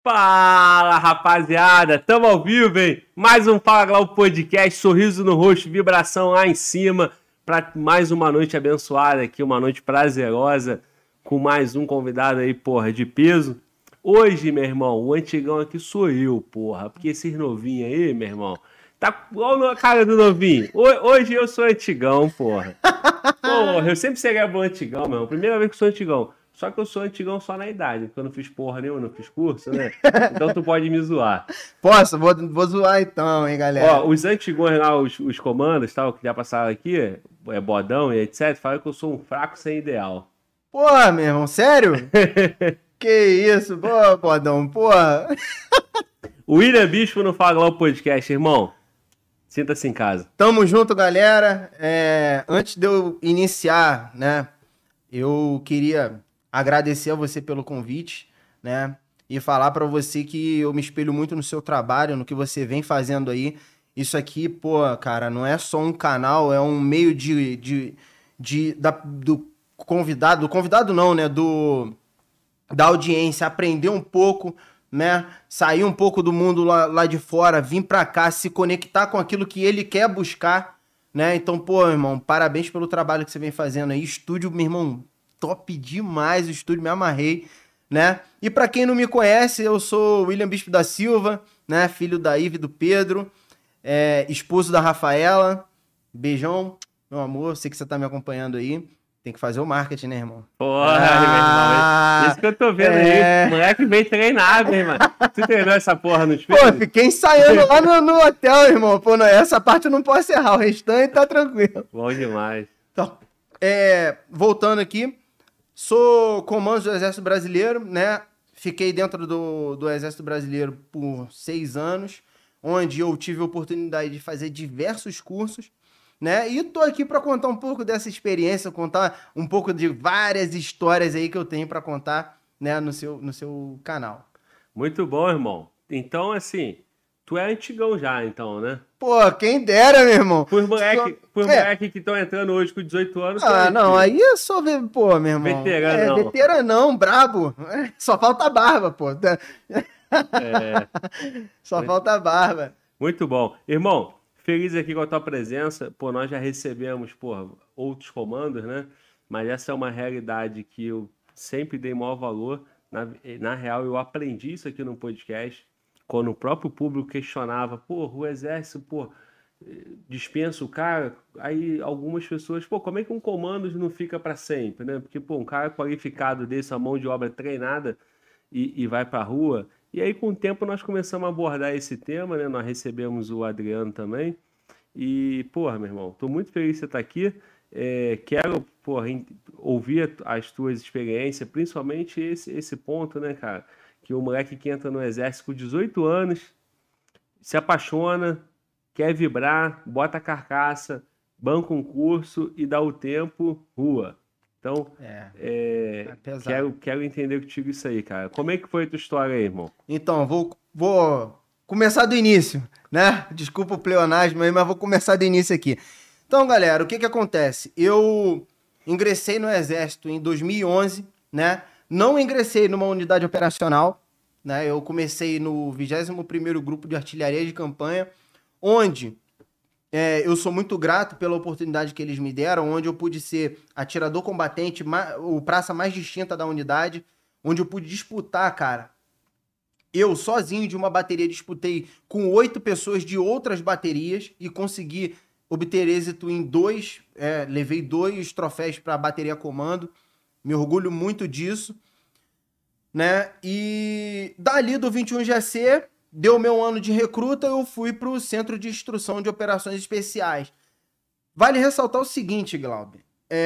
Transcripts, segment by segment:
Fala, rapaziada, tamo ao vivo, hein? Mais um Fala Glau Podcast, sorriso no rosto, vibração lá em cima, para mais uma noite abençoada aqui, uma noite prazerosa, com mais um convidado aí, porra, de peso. Hoje, meu irmão, o antigão aqui sou eu, porra, porque esses novinhos aí, meu irmão, tá igual na cara do novinho. Hoje eu sou antigão, porra. Porra, eu sempre serei bom antigão, meu irmão, primeira vez que sou antigão. Só que eu sou antigão só na idade, porque eu não fiz porra nenhuma, não fiz curso, né? Então tu pode me zoar. Posso? Vou zoar então, hein, galera? Ó, os antigões lá, os comandos, tal, que já passaram aqui, bodão e etc, falam que eu sou um fraco sem ideal. Porra, meu irmão, sério? Que isso, pô, bodão, porra. O William Bispo não fala lá o podcast, irmão. Sinta-se em casa. Tamo junto, galera. Antes de eu iniciar, né, eu queria agradecer a você pelo convite, né? E falar pra você que eu me espelho muito no seu trabalho, no que você vem fazendo aí. Isso aqui, pô, cara, não é só um canal, é um meio do convidado não, né? Da audiência, aprender um pouco, né? Sair um pouco do mundo lá de fora, vir pra cá, se conectar com aquilo que ele quer buscar, né? Então, pô, irmão, parabéns pelo trabalho que você vem fazendo aí. Estúdio, meu irmão, top demais o estúdio, me amarrei, né? E pra quem não me conhece, eu sou William Bispo da Silva, né? Filho da Ive e do Pedro, esposo da Rafaela. Beijão, meu amor, sei que você tá me acompanhando aí. Tem que fazer o marketing, né, irmão? Porra, meu irmão, isso que eu tô vendo aí. Moleque bem treinado, hein, mano? Tu treinou essa porra no espelho? Pô, fiquei ensaiando lá no hotel, irmão. Pô, essa parte eu não posso errar, o restante tá tranquilo. Bom demais. Então, voltando aqui, sou comando do Exército Brasileiro, né? Fiquei dentro do Exército Brasileiro por 6 anos, onde eu tive a oportunidade de fazer diversos cursos, né? E tô aqui para contar um pouco dessa experiência, contar um pouco de várias histórias aí que eu tenho para contar, né, no seu canal. Muito bom, irmão. Então, assim, tu é antigão já, então, né? Pô, quem dera, meu irmão. Por moleque que estão entrando hoje com 18 anos... Ah, não, aí eu sou, pô, meu irmão. Veteranão. Veteranão, brabo. Só falta a barba, pô. Só falta a barba. Muito bom. Irmão, feliz aqui com a tua presença. Pô, nós já recebemos, pô, outros comandos, né? Mas essa é uma realidade que eu sempre dei maior valor. Na real, eu aprendi isso aqui no podcast, quando o próprio público questionava, pô, o exército, pô, dispensa o cara. Aí algumas pessoas, pô, como é que um comando não fica para sempre, né? Porque, pô, um cara qualificado desse, a mão de obra treinada e vai pra rua. E aí, com o tempo, nós começamos a abordar esse tema, né? Nós recebemos o Adriano também. E, porra, meu irmão, tô muito feliz de você estar aqui. Quero, porra, ouvir as tuas experiências, principalmente esse ponto, né, cara? Que o moleque que entra no exército com 18 anos, se apaixona, quer vibrar, bota a carcaça, banca um curso e dá o tempo, rua. Então, quero entender contigo isso aí, cara. Como é que foi a tua história aí, irmão? Então, vou começar do início, né? Desculpa o pleonasmo aí, mas vou começar do início aqui. Então, galera, o que acontece? Eu ingressei no Exército em 2011, né? Não ingressei numa unidade operacional, né? Eu comecei no 21º Grupo de Artilharia de Campanha, onde eu sou muito grato pela oportunidade que eles me deram, onde eu pude ser atirador combatente, o praça mais distinta da unidade, onde eu pude disputar, cara. Eu, sozinho de uma bateria, disputei com 8 pessoas de outras baterias e consegui obter êxito em 2, levei 2 troféus para a bateria comando, me orgulho muito disso, né? E dali do 21 GC, deu meu ano de recruta, eu fui para o Centro de Instrução de Operações Especiais. Vale ressaltar o seguinte, Glauber,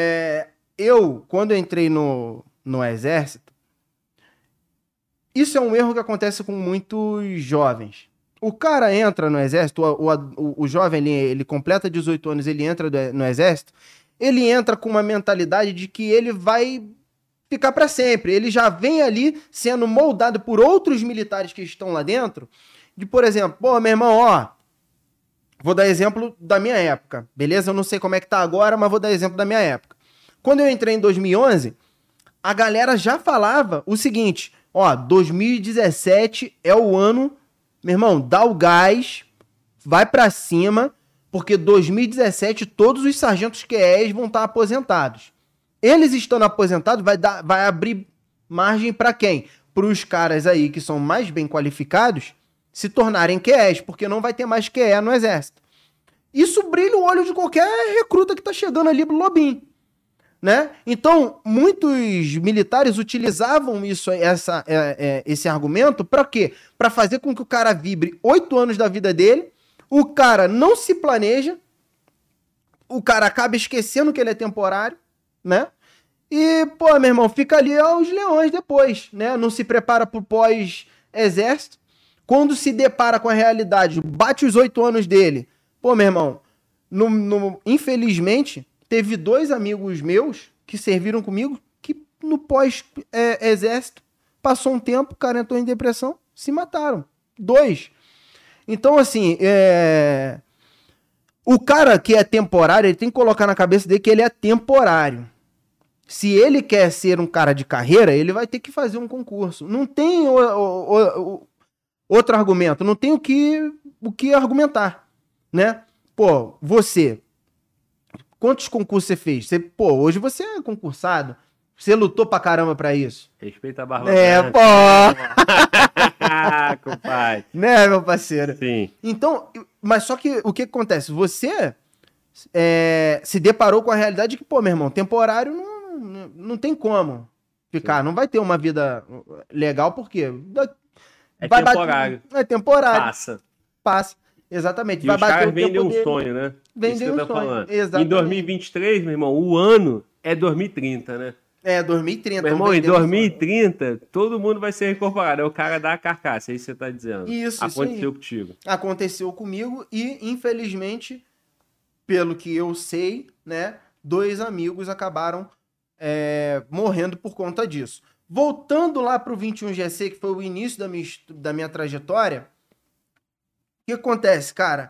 eu, quando entrei no Exército, isso é um erro que acontece com muitos jovens. O cara entra no Exército, o jovem, ele completa 18 anos, ele entra no Exército, ele entra com uma mentalidade de que ele vai ficar para sempre. Ele já vem ali sendo moldado por outros militares que estão lá dentro, de, por exemplo, pô, meu irmão, ó, vou dar exemplo da minha época, beleza? Eu não sei como é que tá agora, mas vou dar exemplo da minha época. Quando eu entrei em 2011, a galera já falava o seguinte, Ó, 2017 é o ano, meu irmão, dá o gás, vai pra cima, porque 2017 todos os sargentos QEs vão estar aposentados. Eles estando aposentados, vai abrir margem pra quem? Pros caras aí que são mais bem qualificados se tornarem QEs, porque não vai ter mais QE no exército. Isso brilha o olho de qualquer recruta que tá chegando ali pro Lobinho, né? Então, muitos militares utilizavam esse argumento para quê? Para fazer com que o cara vibre 8 anos da vida dele, o cara não se planeja, o cara acaba esquecendo que ele é temporário, né? E, pô, meu irmão, fica ali aos leões depois, né? Não se prepara pro pós-exército. Quando se depara com a realidade, bate os 8 anos dele. Pô, meu irmão, infelizmente, teve 2 amigos meus que serviram comigo que no pós-exército, passou um tempo, o cara entrou em depressão, se mataram. 2. Então, assim, o cara que é temporário, ele tem que colocar na cabeça dele que ele é temporário. Se ele quer ser um cara de carreira, ele vai ter que fazer um concurso. Não tem outro argumento, não tem o que argumentar, né? Pô, você, quantos concursos você fez? Hoje você é concursado, você lutou pra caramba pra isso. Respeita a barba. Pô! Compadre. Né, meu parceiro? Sim. Então, mas só que o que acontece? Você se deparou com a realidade que, pô, meu irmão, temporário não tem como ficar, não vai ter uma vida legal, porque é temporário. É temporário. Passa. Exatamente. E os caras vendem um sonho, né? Vendem um sonho. Exatamente. Em 2023, meu irmão, o ano é 2030, né? É, 2030. Meu irmão, em 2030, todo mundo vai ser incorporado. É o cara da carcaça, é isso que você tá dizendo. Isso Aconteceu contigo. Aconteceu comigo e, infelizmente, pelo que eu sei, né, 2 amigos acabaram morrendo por conta disso. Voltando lá pro 21GC, que foi o início da minha trajetória, o que acontece, cara?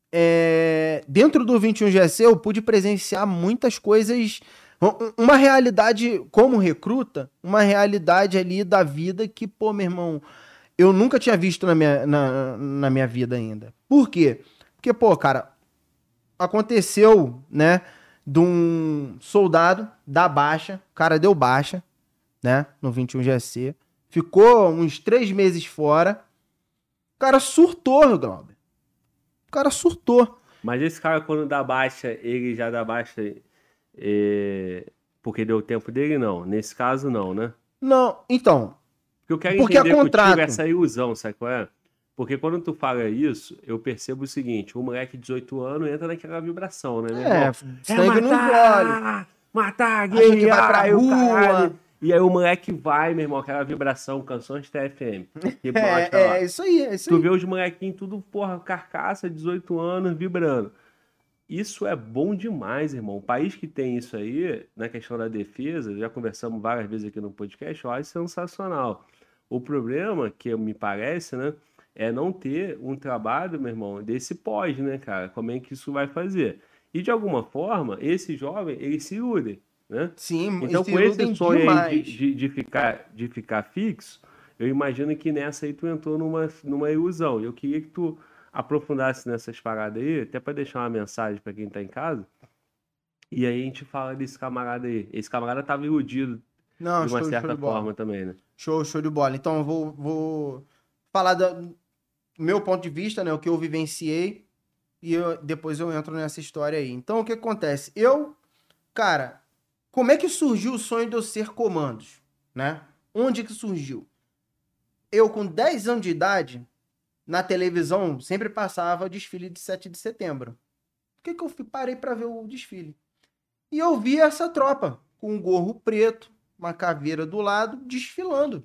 Dentro do 21GC eu pude presenciar muitas coisas, uma realidade como recruta, uma realidade ali da vida que, pô, meu irmão, eu nunca tinha visto na minha vida ainda. Por quê? Porque, pô, cara, aconteceu, né, de um soldado dar baixa, o cara deu baixa, né, no 21GC, ficou uns 3 meses fora, o cara surtou, Glauber. O cara surtou. Mas esse cara, quando dá baixa, ele já dá baixa porque deu o tempo dele? Não. Nesse caso, não, né? Não, então. Porque eu quero entender contigo essa ilusão, sabe qual é? Porque quando tu fala isso, eu percebo o seguinte, o moleque de 18 anos entra naquela vibração, né? Sangue no olho. Matar, guerrear, vai pra rua. E aí o moleque vai, meu irmão, aquela vibração, canções TFM. Que isso aí, Tu vê os molequinhos tudo, porra, carcaça, 18 anos, vibrando. Isso é bom demais, irmão. O país que tem isso aí, na questão da defesa, já conversamos várias vezes aqui no podcast, eu acho sensacional. O problema, que me parece, né, é não ter um trabalho, meu irmão, desse pós, né, cara? Como é que isso vai fazer? E, de alguma forma, esse jovem, ele se iludem, né? Sim, então, com esse sonho aí de ficar fixo, eu imagino que nessa aí tu entrou numa ilusão. Eu queria que tu aprofundasse nessas paradas aí, até para deixar uma mensagem para quem tá em casa. E aí a gente fala desse camarada aí. Esse camarada tava iludido de uma certa forma também, né? Show de bola. Então eu vou falar do meu ponto de vista, né? O que eu vivenciei e depois eu entro nessa história aí. Então o que acontece? Cara, como é que surgiu o sonho de eu ser comandos, né? Onde que surgiu? Eu com 10 anos de idade, na televisão, sempre passava o desfile de 7 de setembro. Por que eu parei para ver o desfile? E eu vi essa tropa com um gorro preto, uma caveira do lado, desfilando.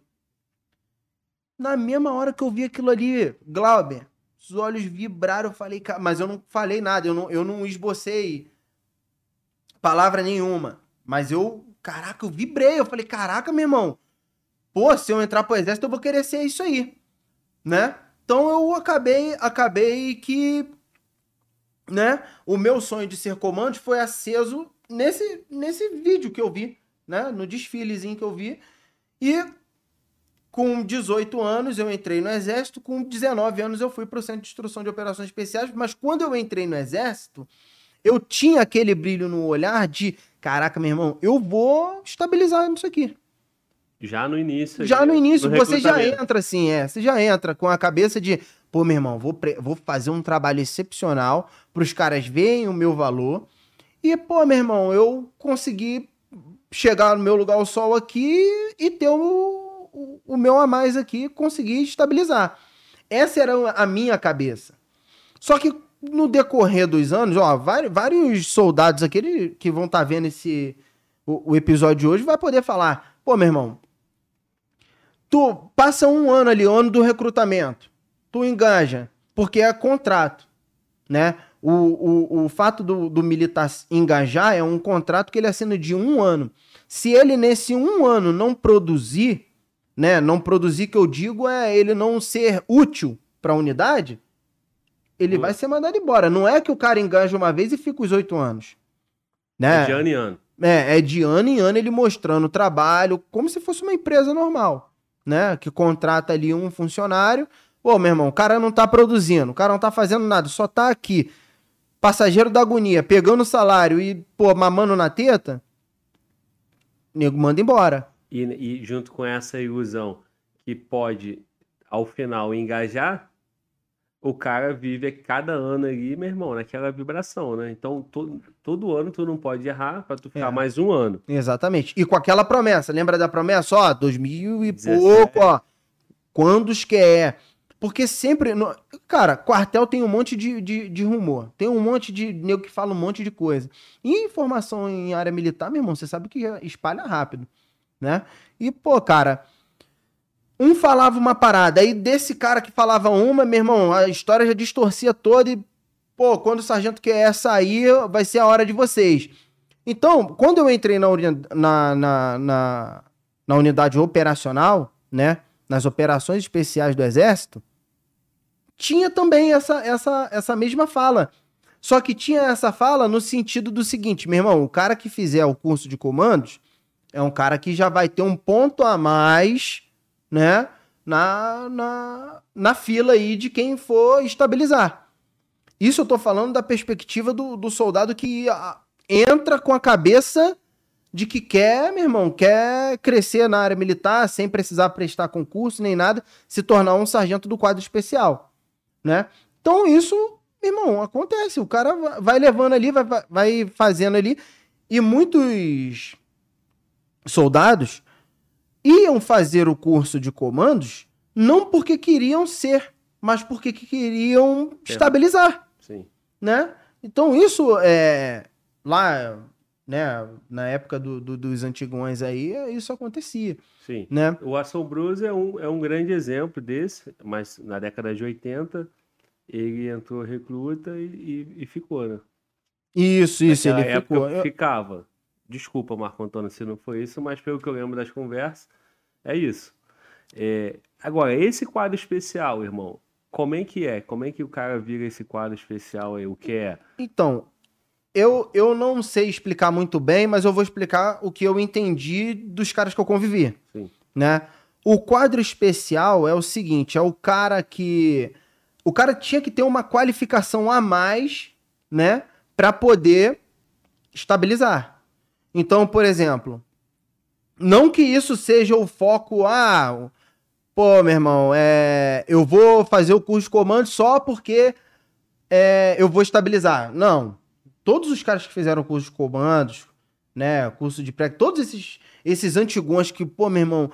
Na mesma hora que eu vi aquilo ali, Glauber, os olhos vibraram, eu falei, mas eu não falei nada, eu não esbocei palavra nenhuma. Mas eu vibrei, eu falei, caraca, meu irmão, pô, se eu entrar pro exército, eu vou querer ser isso aí, né? Então eu acabei que, né, o meu sonho de ser comandante foi aceso nesse vídeo que eu vi, né, no desfilezinho que eu vi, e Com 18 anos eu entrei no Exército, com 19 anos eu fui para o Centro de Instrução de Operações Especiais, mas quando eu entrei no Exército, eu tinha aquele brilho no olhar de, caraca, meu irmão, eu vou estabilizar nisso aqui. Já no início. Já no início, você já entra assim, você já entra com a cabeça de, pô, meu irmão, vou fazer um trabalho excepcional para os caras verem o meu valor e, pô, meu irmão, eu consegui chegar no meu lugar ao sol aqui e ter o meu a mais aqui, conseguir estabilizar. Essa era a minha cabeça. Só que no decorrer dos anos, ó, vários soldados aqui que vão estar vendo o episódio de hoje vai poder falar, pô, meu irmão, tu passa um ano ali, o ano do recrutamento, tu engaja, porque é contrato, né? O fato do militar engajar é um contrato que ele assina de 1 ano. Se ele, nesse 1 ano, não produzir, né? Não produzir, que eu digo, é ele não ser útil para a unidade, ele vai ser mandado embora. Não é que o cara engaja uma vez e fica os 8 anos. Né? É de ano em ano. É de ano em ano ele mostrando o trabalho, como se fosse uma empresa normal, né? Que contrata ali um funcionário. Pô, meu irmão, o cara não tá produzindo, o cara não tá fazendo nada, só tá aqui, passageiro da agonia, pegando salário e, pô, mamando na teta, o nego manda embora. E junto com essa ilusão que pode, ao final, engajar, o cara vive cada ano ali, meu irmão, naquela vibração, né? Então, todo ano tu não pode errar pra tu ficar mais um ano. Exatamente. E com aquela promessa, lembra da promessa? Ó, 2000 e pouco, ó. Quando quer. Porque sempre... Cara, quartel tem um monte de rumor. Tem um monte de nego que fala um monte de coisa. E informação em área militar, meu irmão, você sabe que espalha rápido, né? E, pô, cara... Um falava uma parada, aí desse cara que falava uma, meu irmão, a história já distorcia toda e, pô, quando o sargento quer sair, vai ser a hora de vocês. Então, quando eu entrei na unidade operacional, né, nas operações especiais do Exército, tinha também essa mesma fala. Só que tinha essa fala no sentido do seguinte, meu irmão, o cara que fizer o curso de comandos é um cara que já vai ter um ponto a mais, né, na fila aí de quem for estabilizar. Isso eu tô falando da perspectiva do soldado que entra com a cabeça de que quer, meu irmão, quer crescer na área militar sem precisar prestar concurso nem nada, se tornar um sargento do quadro especial, né? Então isso, meu irmão, acontece. O cara vai levando ali, vai fazendo ali, e muitos soldados iam fazer o curso de comandos não porque queriam ser, mas porque queriam estabilizar. Sim. Né? Então isso lá, né, na época dos antigões aí, isso acontecia. Sim. Né? O Assombroso é um grande exemplo desse, mas na década de 80 ele entrou recruta e ficou, né? Isso, Naquela ele época ficava. Desculpa, Marco Antônio, se não foi isso, mas pelo que eu lembro das conversas, é isso. Agora, esse quadro especial, irmão, como é que é? Como é que o cara vira esse quadro especial aí? O que é? Então, eu não sei explicar muito bem, mas eu vou explicar o que eu entendi dos caras que eu convivi. Sim. Né? O quadro especial é o seguinte, é o cara que... O cara tinha que ter uma qualificação a mais, né, para poder estabilizar. Então, por exemplo, não que isso seja o foco, pô, meu irmão, eu vou fazer o curso de comando só porque eu vou estabilizar. Não. Todos os caras que fizeram o curso de comandos, né, curso de pré, todos esses antigões que, pô, meu irmão,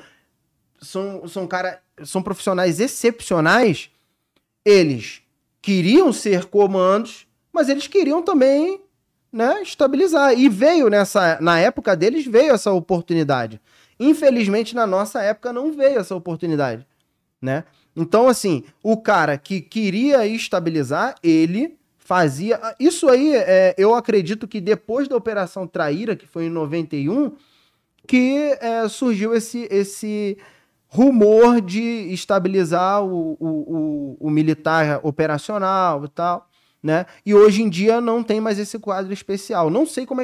são profissionais excepcionais, eles queriam ser comandos, mas eles queriam também, né, estabilizar. E veio na época deles, veio essa oportunidade. Infelizmente, na nossa época, não veio essa oportunidade, né? Então, assim, o cara que queria estabilizar, ele fazia... Isso aí, eu acredito que depois da Operação Traíra, que foi em 91, que surgiu esse rumor de estabilizar o militar operacional e tal, né? E hoje em dia não tem mais esse quadro especial. Não sei como é que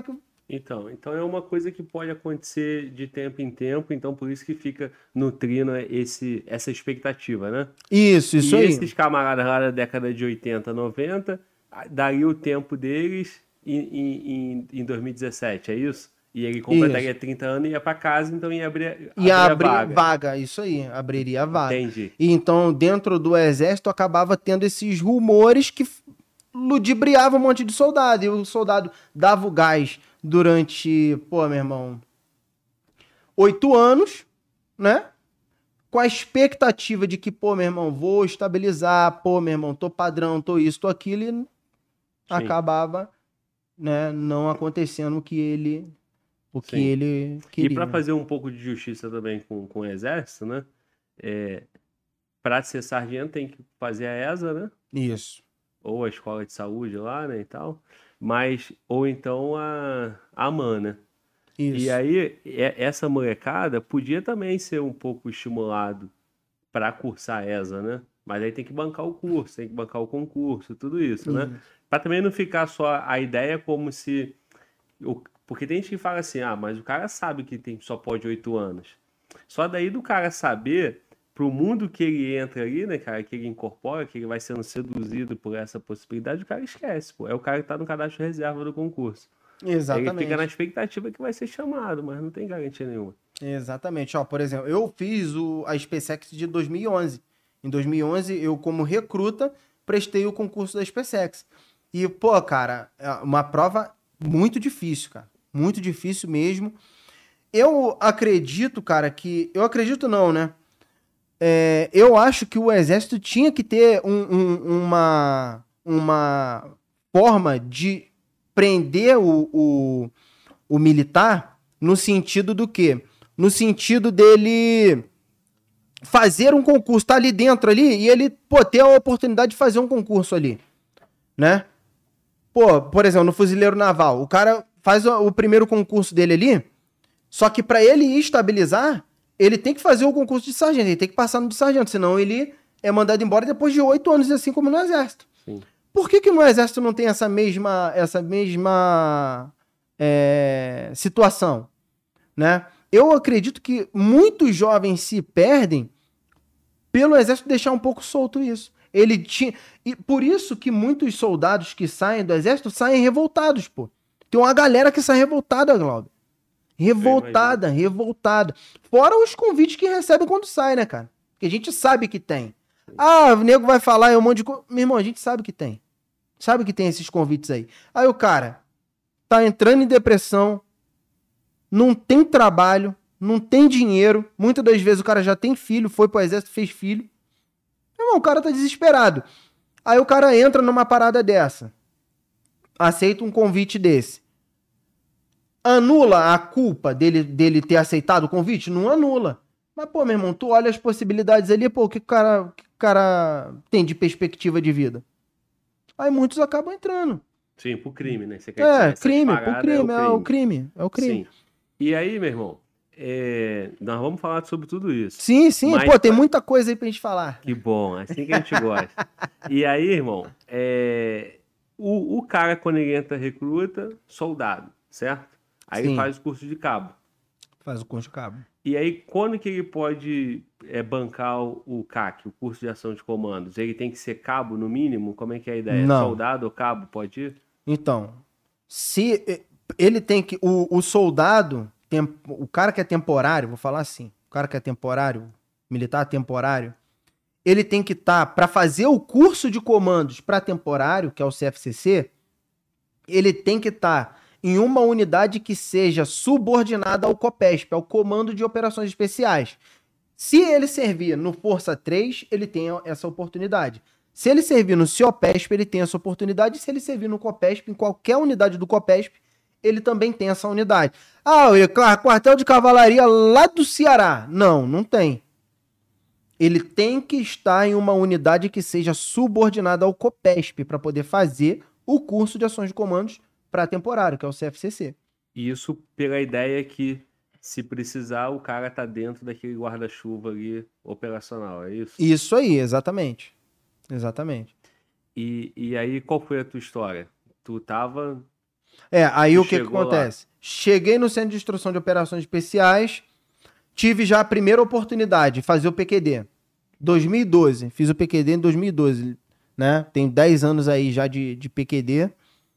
Então é uma coisa que pode acontecer de tempo em tempo, então por isso que fica nutrindo essa expectativa, né? Isso E aí. esses camaradas lá da década de 80, 90, daria o tempo deles em 2017, é isso? E ele Isso. completaria 30 anos e ia para casa, então ia Ia abrir a abrir vaga. vaga, isso aí, abriria a vaga. Entendi. E então, dentro do exército, acabava tendo esses rumores que ludibriavam um monte de soldado. E o soldado dava o gás durante, pô, meu irmão, 8 anos, né? Com a expectativa de que, pô, meu irmão, vou estabilizar, pô, meu irmão, tô padrão, tô isso, tô aquilo, e Sim, acabava, né, não acontecendo o que sim. ele E para queria. fazer um pouco de justiça também com o exército, né? Para ser sargento tem que fazer a ESA, né? Isso, Ou a escola de saúde lá, né, e tal. Mas, ou então a AMAN, né? E isso. aí, essa molecada podia também ser um pouco estimulado para cursar a ESA, né? Mas aí tem que bancar o curso, tem que bancar o concurso, tudo isso, né? Isso. Para também não ficar só a ideia como se. Porque tem gente que fala assim, ah, mas o cara sabe que só pode 8 anos. Só daí do cara saber pro mundo que ele entra ali, né, cara, que ele incorpora, que ele vai sendo seduzido por essa possibilidade, o cara esquece, pô. É o cara que tá no cadastro reserva do concurso. Ele fica na Exatamente. expectativa que vai ser chamado, mas não tem garantia nenhuma. Exatamente. Ó, por exemplo, eu fiz a SpaceX de 2011. Em 2011, eu, como recruta, prestei o concurso da SpaceX. E, pô, cara, é uma prova muito difícil, cara. Muito difícil mesmo. Eu acredito, cara, que. Eu acredito não, né? Eu acho que o exército tinha que ter uma forma de prender o militar no sentido do quê? No sentido dele fazer um concurso, tá ali dentro ali, e ele, pô, ter a oportunidade de fazer um concurso ali, né? Pô, por exemplo, no Fuzileiro Naval, o cara faz o primeiro concurso dele ali, só que para ele estabilizar, ele tem que fazer o concurso de sargento, ele tem que passar no de sargento, senão ele é mandado embora depois de 8 anos, assim como no exército. Sim. Por que no exército não tem essa mesma situação, né? Eu acredito que muitos jovens se perdem pelo exército deixar um pouco solto isso. Ele tinha e por isso que muitos soldados que saem do exército saem revoltados, pô. Tem uma galera que sai revoltada, Glauber. Eu imagino. Revoltada, revoltada. Fora os convites que recebem quando sai, né, cara? Porque a gente sabe que tem. Ah, o nego vai falar é um monte de coisa. Meu irmão, a gente sabe que tem. Sabe que tem esses convites aí. Aí o cara tá entrando em depressão, não tem trabalho, não tem dinheiro. Muitas das vezes o cara já tem filho, foi pro exército, fez filho. Meu irmão, o cara tá desesperado. Aí o cara entra numa parada dessa. Aceita um convite desse. Anula a culpa dele ter aceitado o convite? Não anula. Mas, pô, meu irmão, tu olha as possibilidades ali, pô, o que o cara tem de perspectiva de vida? Aí muitos acabam entrando. Sim, pro crime, né? Você quer dizer, essas Crime, pro paradas é o crime, é o crime. crime, é o crime. Sim. E aí, meu irmão, nós vamos falar sobre tudo isso. Sim, sim, Mas pô, tem muita coisa aí pra gente falar. que bom, assim que a gente gosta. E aí, irmão, o cara, quando ele entra, recruta soldado, certo? Aí ele Sim, faz o curso de cabo. faz o concho de cabo. E aí, quando que ele pode bancar o CAC, o curso de ação de comandos? Ele tem que ser cabo, no mínimo? Como é que é a ideia? Não. Soldado ou cabo, pode ir? Então, se ele tem que. O soldado, o cara que é temporário, vou falar assim, o cara que é temporário, militar temporário, ele tem que estar, para fazer o curso de comandos para temporário, que é o CFCC, ele tem que estar em uma unidade que seja subordinada ao COPESP, ao Comando de Operações Especiais. Se ele servir no Força 3, ele tem essa oportunidade. Se ele servir no CIOPESP, ele tem essa oportunidade. E se ele servir no COPESP, em qualquer unidade do COPESP, ele também tem essa unidade. Ah, quartel de cavalaria lá do Ceará. Não, não tem. Ele tem que estar em uma unidade que seja subordinada ao COPESP para poder fazer o curso de ações de comandos para temporário, que é o CFCC. Isso pela ideia que, se precisar, o cara tá dentro daquele guarda-chuva ali operacional, é isso? Isso aí, exatamente. Exatamente. E aí, qual foi a tua história? Tu tava Aí Tu o que chegou acontece? Cheguei no Centro de Instrução de Operações Especiais, tive já a primeira oportunidade de fazer o PQD. 2012, fiz o PQD em 2012, né? Tenho 10 anos aí já de PQD.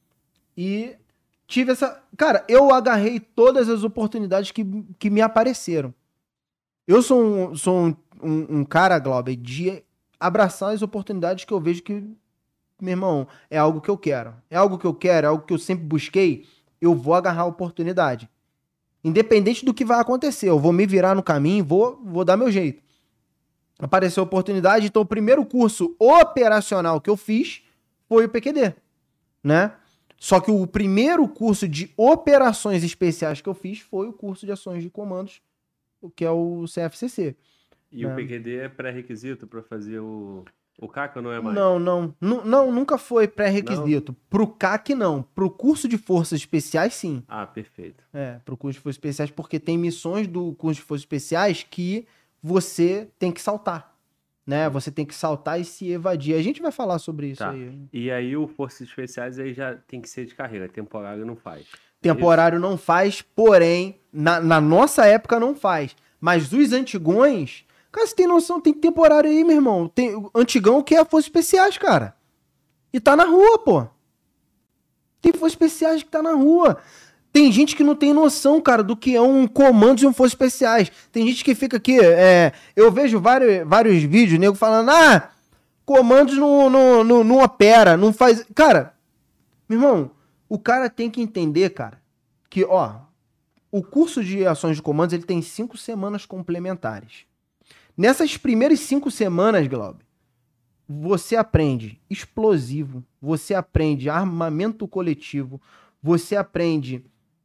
E tive essa... Cara, eu agarrei todas as oportunidades que me apareceram. Eu sou um cara, Glauber, de abraçar as oportunidades que eu vejo que, meu irmão, é algo que eu quero. É algo que eu quero, é algo que eu sempre busquei. Eu vou agarrar a oportunidade. Independente do que vai acontecer, eu vou me virar no caminho, vou dar meu jeito. Apareceu a oportunidade, então o primeiro curso operacional que eu fiz foi o PQD, né? Só que o primeiro curso de operações especiais que eu fiz foi o curso de ações de comandos, que é o CFCC. E o PQD é pré-requisito para fazer o CAC ou não é mais? Não, nunca foi Não? pré-requisito. Pro CAC, não. Pro curso de forças especiais, sim. Ah, perfeito. Pro curso de forças especiais, porque tem missões do curso de forças especiais que você tem que saltar, né? Você tem que saltar e se evadir. A gente vai falar sobre isso Tá. aí. E aí o Forças Especiais aí já tem que ser de carreira, temporário não faz. Temporário não faz, porém, na nossa época não faz. Mas os antigões, cara, você tem noção, tem temporário aí, meu irmão. Tem antigão que é Forças Especiais, cara. E tá na rua, pô. Tem Forças Especiais que tá na rua. Tem gente que não tem noção, cara, do que é um comando e um Forças Especiais. Tem gente que fica aqui, eu vejo vários vídeos, nego falando, comandos não opera, não faz... Cara, meu irmão, o cara tem que entender, cara, que, o curso de ações de comandos, ele tem 5 semanas complementares. Nessas primeiras 5 semanas, Glauber, você aprende explosivo, você aprende armamento coletivo, você aprende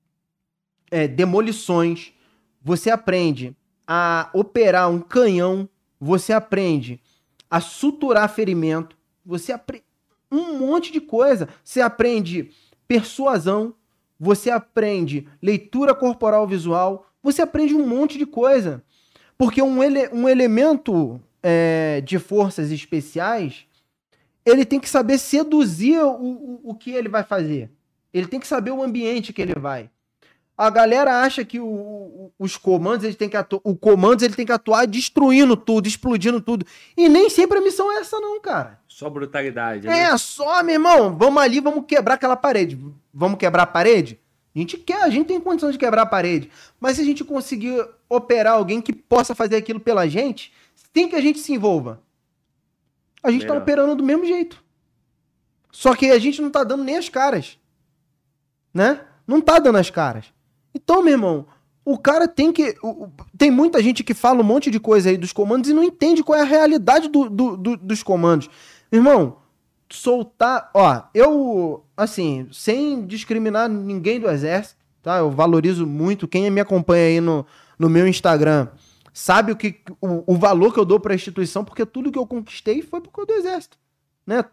demolições, você aprende a operar um canhão, você aprende a suturar ferimento, você aprende um monte de coisa. Você aprende persuasão, você aprende leitura corporal visual, você aprende um monte de coisa. Porque um elemento de forças especiais, ele tem que saber seduzir o que ele vai fazer. Ele tem que saber o ambiente que ele vai. A galera acha que os comandos, o comandos ele tem que atuar destruindo tudo, explodindo tudo. E nem sempre a missão é essa não, cara. Só brutalidade, né? Meu irmão, vamos ali, vamos quebrar aquela parede. Vamos quebrar a parede? A gente tem condição de quebrar a parede. Mas se a gente conseguir operar alguém que possa fazer aquilo pela gente, sem que a gente se envolva, a gente tá operando do mesmo jeito. Só que a gente não tá dando nem as caras. Né? Não tá dando as caras. Então, meu irmão, o cara tem que... Tem muita gente que fala um monte de coisa aí dos comandos e não entende qual é a realidade dos comandos. Meu irmão, soltar... eu, assim, sem discriminar ninguém do exército, tá? Eu valorizo muito. Quem me acompanha aí no meu Instagram sabe o valor que eu dou pra instituição, porque tudo que eu conquistei foi por causa do exército. Né?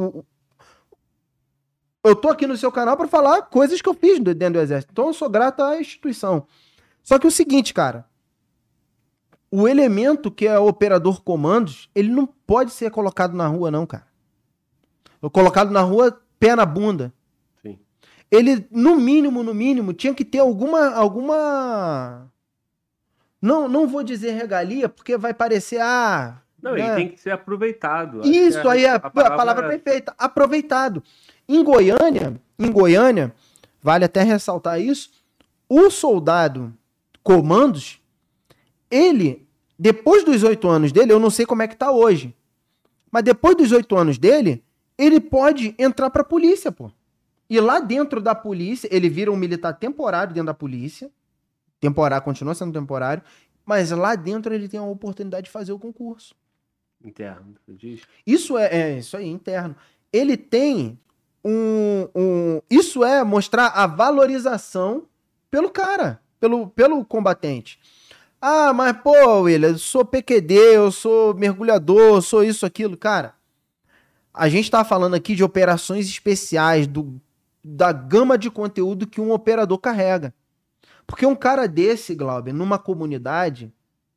Eu tô aqui no seu canal para falar coisas que eu fiz dentro do exército. Então eu sou grato à instituição. Só que é o seguinte, cara. O elemento que é o operador comandos, ele não pode ser colocado na rua, não, cara. Colocado na rua, pé na bunda. Sim. Ele, no mínimo, tinha que ter alguma... Não vou dizer regalia, porque vai parecer, Não, ele tem que ser aproveitado. Isso aí é a palavra perfeita. Aproveitado. Em Goiânia, vale até ressaltar isso, o soldado comandos, ele, depois dos 8 anos dele, eu não sei como é que tá hoje, mas depois dos 8 anos dele, ele pode entrar pra polícia, pô. E lá dentro da polícia, ele vira um militar temporário dentro da polícia, continua sendo temporário, mas lá dentro ele tem a oportunidade de fazer o concurso. Interno, você diz? Isso isso aí, interno. Ele tem isso é mostrar a valorização pelo cara, pelo combatente. Mas pô, William, eu sou PQD, eu sou mergulhador, eu sou isso, aquilo. Cara, a gente tá falando aqui de operações especiais, da gama de conteúdo que um operador carrega. Porque um cara desse, Glauber, numa comunidade,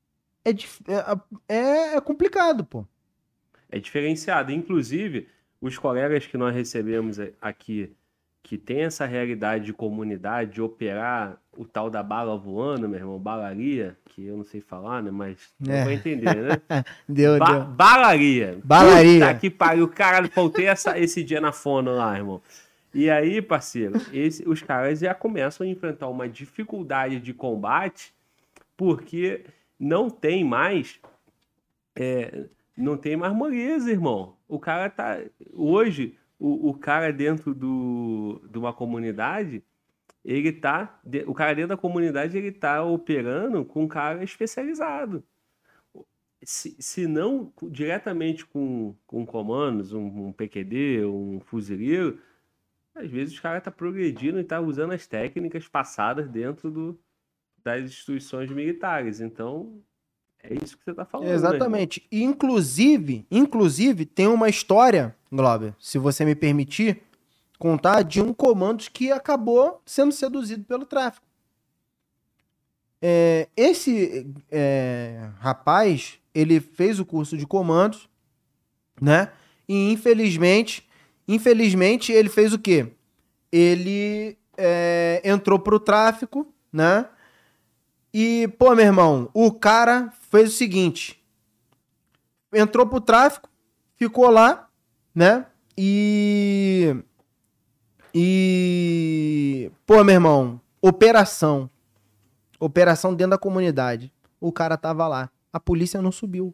é complicado, pô. É diferenciado. Inclusive, os colegas que nós recebemos aqui que tem essa realidade de comunidade, de operar o tal da bala voando, meu irmão, balaria, que eu não sei falar, né? Mas deu pra entender, né? Deu. Balaria. Balaria. Puta que pariu, caralho, faltei esse dia na fono lá, irmão. E aí, parceiro, os caras já começam a enfrentar uma dificuldade de combate porque não tem mais moleza, irmão. O cara tá hoje o cara dentro de uma comunidade, o cara dentro da comunidade ele tá operando com um cara especializado. Se não diretamente com comandos, um PQD, um fuzileiro, às vezes os caras tá progredindo e tá usando as técnicas passadas dentro das instituições militares. Então, é isso que você tá falando, Exatamente. E, inclusive, tem uma história, Glauber, se você me permitir, contar de um comando que acabou sendo seduzido pelo tráfico. Esse rapaz, ele fez o curso de comandos, né? E infelizmente ele fez o quê? Ele entrou pro tráfico, né? E, pô, meu irmão, o cara fez o seguinte: entrou pro tráfico, ficou lá, né? Pô, meu irmão, operação dentro da comunidade. O cara tava lá. A polícia não subiu.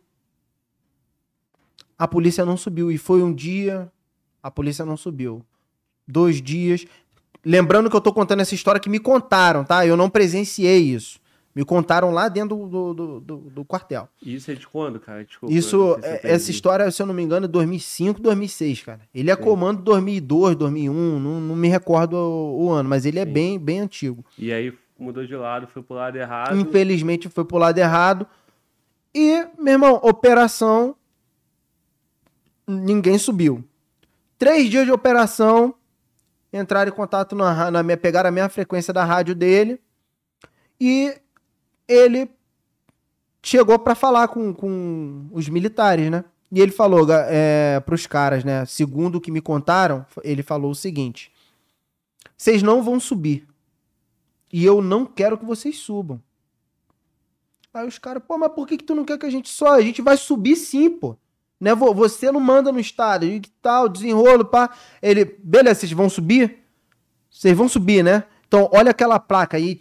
E foi um dia, a polícia não subiu. 2 dias. Lembrando que eu tô contando essa história que me contaram, tá? Eu não presenciei isso. Me contaram lá dentro do quartel. Isso é de quando, cara? Desculpa. Essa história, se eu não me engano, é 2005, 2006, cara. Ele é comando 2002, 2001, não me recordo o ano, mas ele é bem, bem antigo. E aí mudou de lado, foi pro lado errado. Infelizmente foi pro lado errado. E, meu irmão, operação, ninguém subiu. 3 dias de operação, entraram em contato pegaram a mesma frequência da rádio dele e ele chegou pra falar com os militares, né? E ele falou pros caras, né? Segundo o que me contaram, ele falou o seguinte: vocês não vão subir. E eu não quero que vocês subam. Aí os caras, pô, mas por que tu não quer que a gente sobe? A gente vai subir sim, pô. Né? Você não manda no estado. E que tal, desenrolo, pá. Ele, beleza, vocês vão subir? Vocês vão subir, né? Então, olha aquela placa aí,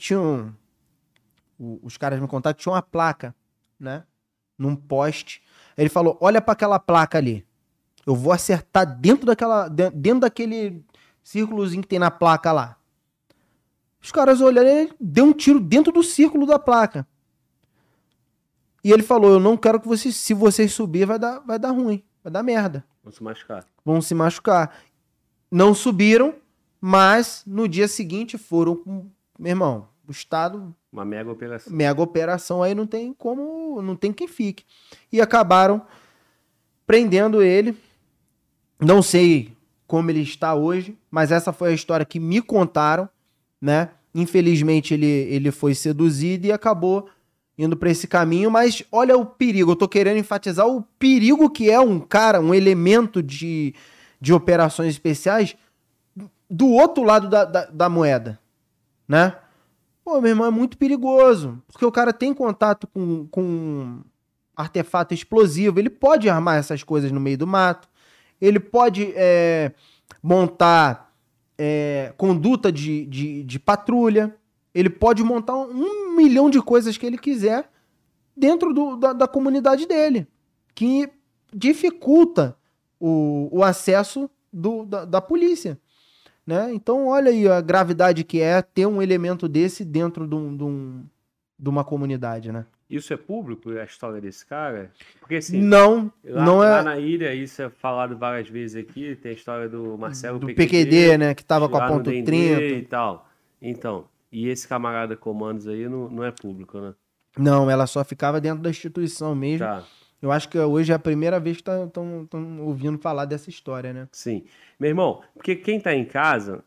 os caras me contaram que tinha uma placa, né? Num poste. Ele falou, olha pra aquela placa ali. Eu vou acertar dentro daquele círculozinho que tem na placa lá. Os caras olharam, ele deu um tiro dentro do círculo da placa. E ele falou, eu não quero que vocês, se vocês subir, vai dar ruim, vai dar merda. Vão se machucar. Não subiram, mas no dia seguinte foram com, meu irmão, o Estado... Uma mega operação. Mega operação, aí não tem quem fique. E acabaram prendendo ele. Não sei como ele está hoje, mas essa foi a história que me contaram, né? Infelizmente ele foi seduzido e acabou indo para esse caminho, mas olha o perigo, eu tô querendo enfatizar o perigo que é um elemento de operações especiais do outro lado da moeda, né? Pô, meu irmão, é muito perigoso, porque o cara tem contato com artefato explosivo, ele pode armar essas coisas no meio do mato, ele pode montar conduta de patrulha, ele pode montar 1 milhão de coisas que ele quiser dentro da comunidade dele, que dificulta o acesso da polícia. Né? Então, olha aí a gravidade que é ter um elemento desse dentro de uma comunidade, né? Isso é público, a história desse cara? Porque assim, não é... Lá na ilha, isso é falado várias vezes aqui, tem a história do Marcelo do PQD, né? Que tava com a ponto 30. E tal. Então, e esse camarada comandos aí não é público, né? Não, ela só ficava dentro da instituição mesmo. Tá. Eu acho que hoje é a primeira vez que estão ouvindo falar dessa história, né? Sim. Meu irmão, porque quem tá em casa,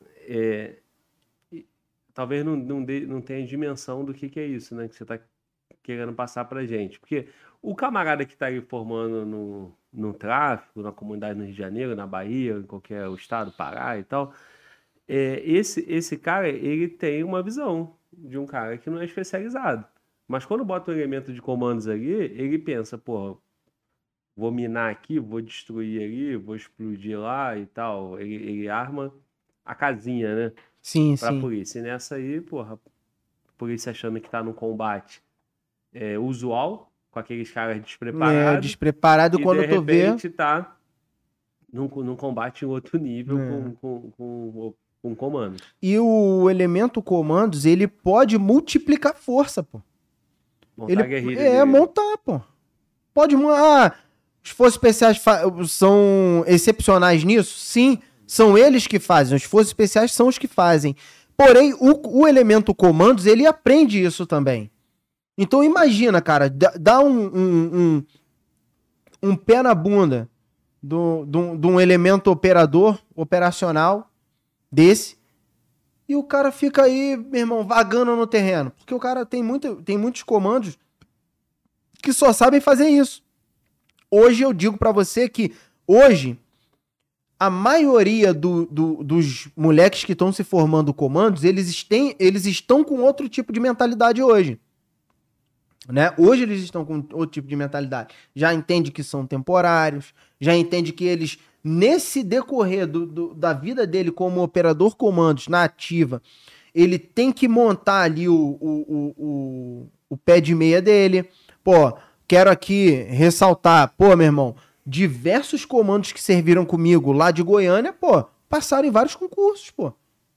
talvez não tenha dimensão do que é isso, né? Que você tá querendo passar pra gente. Porque o camarada que tá aí formando no tráfico, na comunidade no Rio de Janeiro, na Bahia, em qualquer estado, Pará e tal, esse cara, ele tem uma visão de um cara que não é especializado. Mas quando bota um elemento de comandos ali, ele pensa, pô, vou minar aqui, vou destruir ali, vou explodir lá e tal. Ele arma a casinha, né? Sim, Pra sim. polícia. E nessa aí, porra, a polícia achando que tá num combate usual, com aqueles caras despreparados, Despreparado e de quando tu vê. repente tá num combate em outro nível É. com comandos. E o elemento comandos, ele pode multiplicar força, pô. Montar a guerrilha dele. Montar, pô. Pode montar. Os forças especiais são excepcionais nisso? Sim, são eles que fazem. Os forças especiais são os que fazem. Porém, o elemento comandos, ele aprende isso também. Então imagina, cara, dá um pé na bunda de um elemento operacional desse, e o cara fica aí, meu irmão, vagando no terreno. Porque o cara tem muitos comandos que só sabem fazer isso. Hoje eu digo pra você que hoje a maioria dos moleques que estão se formando comandos, eles estão com outro tipo de mentalidade hoje. Né? Hoje eles estão com outro tipo de mentalidade. Já entende que são temporários, já entende que eles, nesse decorrer da vida dele como operador comandos na ativa, ele tem que montar ali o pé de meia dele. Pô, quero aqui ressaltar, pô, meu irmão, diversos comandos que serviram comigo lá de Goiânia, pô, passaram em vários concursos, pô.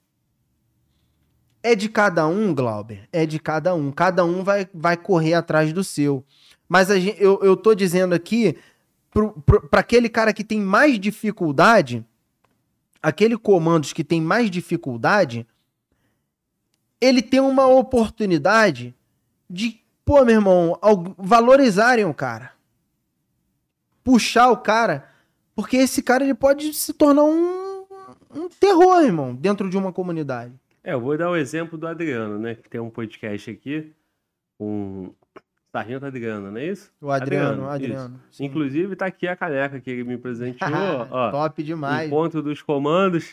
É de cada um, Glauber, é de cada um. Cada um vai correr atrás do seu. Mas eu tô dizendo aqui, para aquele cara que tem mais dificuldade, aquele comandos que tem mais dificuldade, ele tem uma oportunidade de, pô, meu irmão, valorizarem o cara. Puxar o cara, porque esse cara ele pode se tornar um terror, irmão, dentro de uma comunidade. Eu vou dar o exemplo do Adriano, né? Que tem um podcast aqui com Sargento Adriano, não é isso? O Adriano. Inclusive, tá aqui a caneca que ele me presenteou, ó. Top demais. Encontro dos comandos.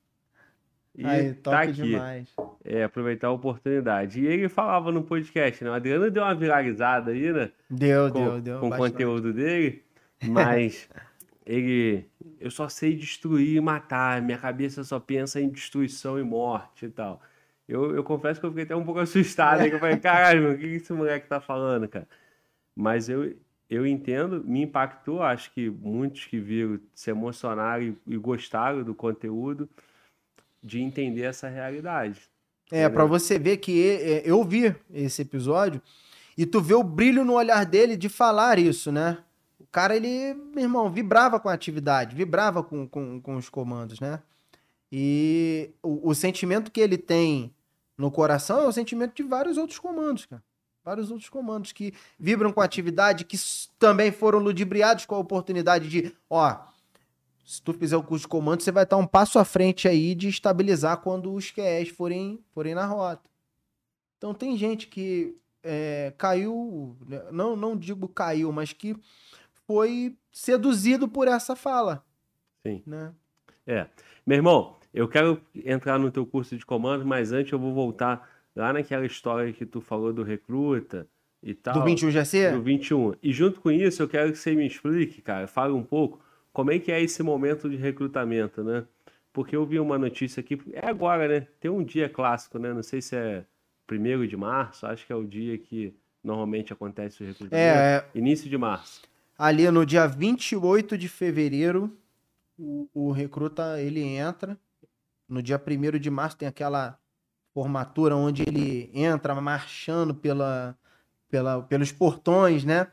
E aí, top tá aqui. demais. Aproveitar a oportunidade. E ele falava no podcast, né? O Adriano deu uma viralizada aí, né? Deu. Com o bastante. conteúdo dele, mas eu só sei destruir e matar, minha cabeça só pensa em destruição e morte e tal. Eu confesso que eu fiquei até um pouco assustado, que eu falei, caralho, meu, o que esse moleque tá falando, cara? Mas eu entendo, me impactou, acho que muitos que viram se emocionaram e gostaram do conteúdo, de entender essa realidade. Pra você ver que eu vi esse episódio e tu vê o brilho no olhar dele de falar isso, né? O cara, ele, meu irmão, vibrava com a atividade, vibrava com os comandos, né? E o sentimento que ele tem no coração é o sentimento de vários outros comandos, cara. Vários outros comandos que vibram com a atividade, que também foram ludibriados com a oportunidade de, se tu fizer o curso de comando, você vai estar um passo à frente aí de estabilizar quando os QEs forem na rota. Então tem gente que caiu, não digo caiu, mas que foi seduzido por essa fala. Sim. Né? Meu irmão, eu quero entrar no teu curso de comando, mas antes eu vou voltar lá naquela história que tu falou do recruta e tal. Do 21 GC? Do 21. E junto com isso, eu quero que você me explique, cara, fale um pouco como é que é esse momento de recrutamento, né? Porque eu vi uma notícia aqui, é agora, né? Tem um dia clássico, né? Não sei se é 1º de março, acho que é o dia que normalmente acontece o recrutamento. Início de março. Ali no dia 28 de fevereiro, o recruta, ele entra. No dia 1º de março tem aquela formatura onde ele entra marchando pelos portões, né?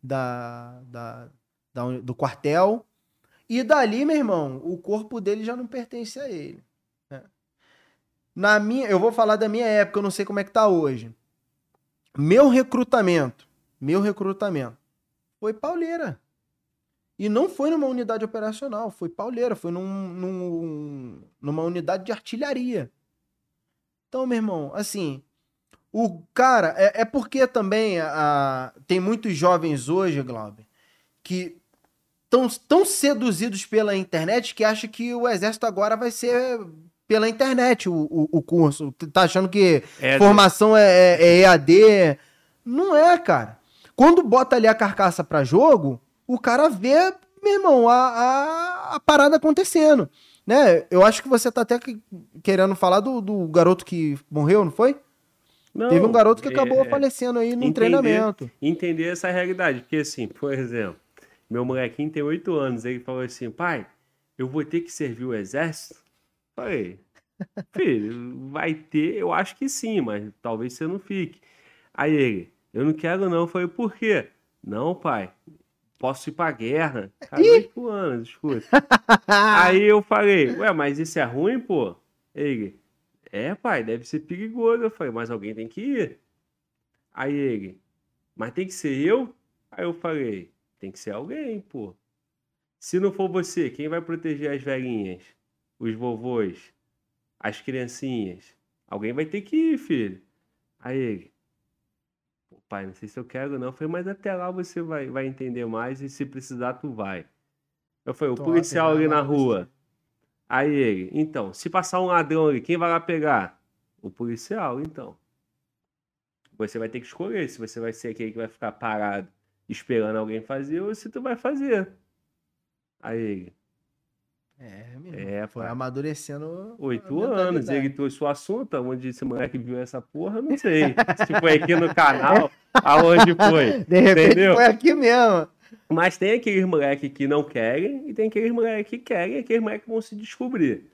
Do quartel. E dali, meu irmão, o corpo dele já não pertence a ele. Né? Eu vou falar da minha época, eu não sei como é que tá hoje. Meu recrutamento foi pauleira. E não foi numa unidade operacional, foi pauleira, foi numa unidade de artilharia. Então, meu irmão, assim, o cara, é porque também tem muitos jovens hoje, Glauber, que estão tão seduzidos pela internet que acham que o exército agora vai ser pela internet o curso. Tá achando que É, formação é EAD? Não é, cara. Quando bota ali a carcaça pra jogo, o cara vê, meu irmão, a parada acontecendo. Né? Eu acho que você tá até querendo falar do garoto que morreu, não foi? não, Teve um garoto que acabou falecendo aí num treinamento. Entender essa realidade. Porque, assim, por exemplo, meu molequinho tem 8 anos, ele falou assim, pai, eu vou ter que servir o exército? Falei, filho, vai ter, eu acho que sim, mas talvez você não fique. Aí ele, eu não quero não. Eu falei, por quê? Não, pai, posso ir pra guerra. Cara, 8 anos, escuta. Aí eu falei, ué, mas isso é ruim, pô? Ele, pai, deve ser perigoso. Eu falei, mas alguém tem que ir. Aí ele, mas tem que ser eu? Aí eu falei, tem que ser alguém, pô. Se não for você, quem vai proteger as velhinhas? Os vovôs? As criancinhas? Alguém vai ter que ir, filho. Aí ele, pô, pai, não sei se eu quero não. Eu falei, mas até lá você vai entender mais e se precisar tu vai. Eu falei, o policial ali na rua. Aí ele, então, se passar um ladrão ali, quem vai lá pegar? O policial, então. Você vai ter que escolher se você vai ser aquele que vai ficar parado esperando alguém fazer ou se tu vai fazer. Aí ele, Foi pai, amadurecendo 8 anos, ele trouxe o assunto, onde esse moleque viu essa porra, não sei. Se foi aqui no canal, aonde foi. De repente entendeu? foi aqui mesmo. Mas tem aqueles moleques que não querem e tem aqueles moleques que querem e aqueles moleques que vão se descobrir.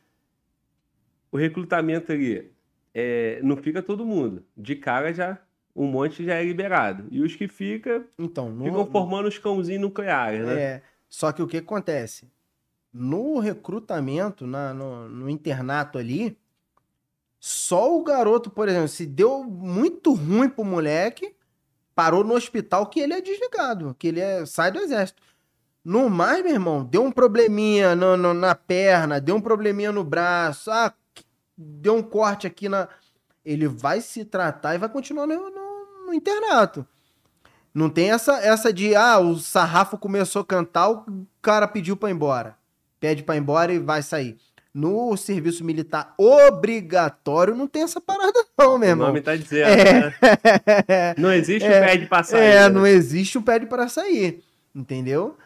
O recrutamento ali, não fica todo mundo. De cara já, um monte já é liberado. E os que ficam formando os cãozinhos nucleares, né? Só que o que acontece? No recrutamento, no internato ali, só o garoto, por exemplo, se deu muito ruim pro moleque, parou no hospital que ele é desligado, que ele sai do exército. No mais, meu irmão, deu um probleminha na perna, deu um probleminha no braço, deu um corte aqui ele vai se tratar e vai continuar no internato. Não tem essa de, o sarrafo começou a cantar, o cara pediu pra ir embora. Pede pra ir embora e vai sair. No serviço militar obrigatório não tem essa parada não, meu irmão. O nome tá dizendo, né? Não existe o pede pra sair. Né? Não existe o pede pra sair. Entendeu?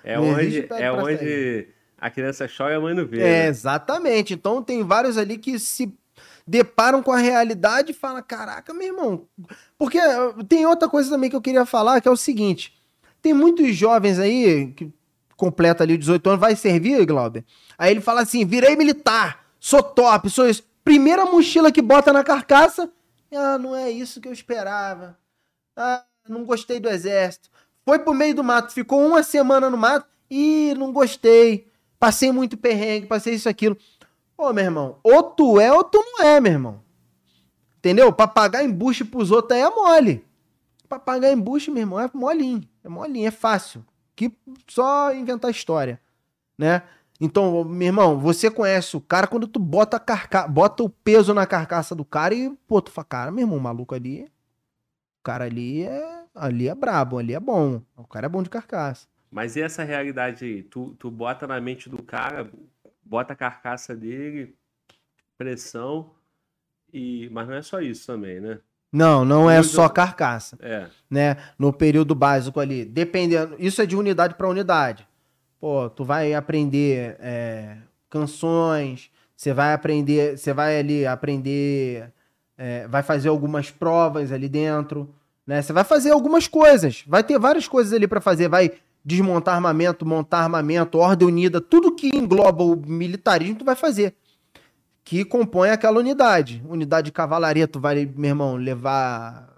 Onde a criança chora e a mãe não vê. Né? Exatamente. Então tem vários ali que se deparam com a realidade e falam, caraca, meu irmão. Porque tem outra coisa também que eu queria falar, que é o seguinte. Tem muitos jovens aí que completa ali 18 anos, vai servir, Glauber? Aí ele fala assim, virei militar, sou top, sou isso. Primeira mochila que bota na carcaça, não é isso que eu esperava. Não gostei do exército. Foi pro meio do mato, ficou 1 semana no mato, não gostei. Passei muito perrengue, passei isso, aquilo. Ô, meu irmão, ou tu é ou tu não é, meu irmão. Entendeu? Pra pagar embuste pros outros aí é mole. Pra pagar embuste, meu irmão, é molinho. É molinho, é fácil. Que só inventar história, né? Então, meu irmão, você conhece o cara quando tu bota o peso na carcaça do cara e, pô, tu fala, cara, meu irmão, o maluco ali, o cara ali é brabo, ali é bom, o cara é bom de carcaça. Mas e essa realidade aí? Tu bota na mente do cara, bota a carcaça dele, pressão, mas não é só isso também, né? Não é só carcaça. Né? No período básico ali, dependendo, isso é de unidade para unidade. Pô, tu vai aprender canções, você vai vai fazer algumas provas ali dentro, né? Você vai fazer algumas coisas, vai ter várias coisas ali para fazer, vai desmontar armamento, montar armamento, ordem unida, tudo que engloba o militarismo tu vai fazer. Que compõe aquela unidade. Unidade de cavalaria, tu vai, meu irmão, levar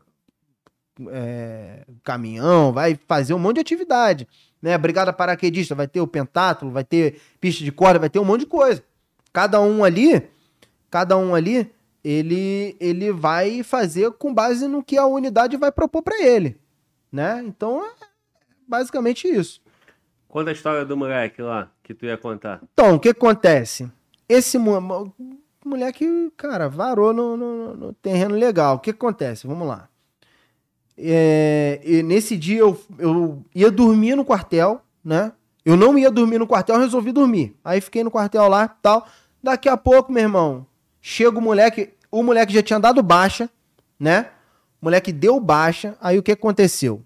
caminhão, vai fazer um monte de atividade. Né? Brigada paraquedista, vai ter o pentátulo, vai ter pista de corda, vai ter um monte de coisa. Cada um ali, ele vai fazer com base no que a unidade vai propor para ele. Né? Então, é basicamente isso. Conta a história do moleque lá, que tu ia contar. Então, o que acontece? Esse moleque, cara, varou no terreno legal. O que acontece? Vamos lá. E nesse dia eu ia dormir no quartel, né? Eu não ia dormir no quartel, eu resolvi dormir. Aí fiquei no quartel lá e tal. Daqui a pouco, meu irmão, Chega o moleque já tinha dado baixa, né? O moleque deu baixa, aí o que aconteceu?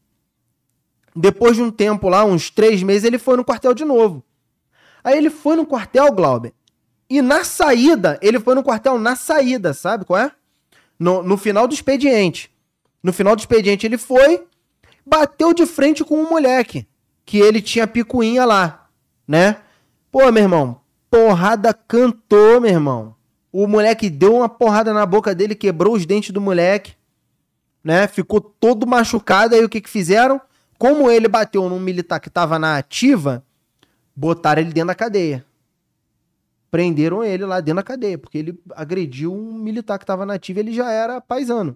Depois de um tempo lá, uns 3 meses, ele foi no quartel de novo. Aí ele foi no quartel, Glauber, e na saída, ele foi no quartel na saída, sabe qual é? No final do expediente. No final do expediente ele foi, bateu de frente com um moleque, que ele tinha picuinha lá, né? Pô, meu irmão, porrada cantou, meu irmão. O moleque deu uma porrada na boca dele, quebrou os dentes do moleque, né? Ficou todo machucado, aí o que fizeram? Como ele bateu num militar que tava na ativa, botaram ele dentro da cadeia. Prenderam ele lá dentro da cadeia, porque ele agrediu um militar que tava na ativa e ele já era paisano.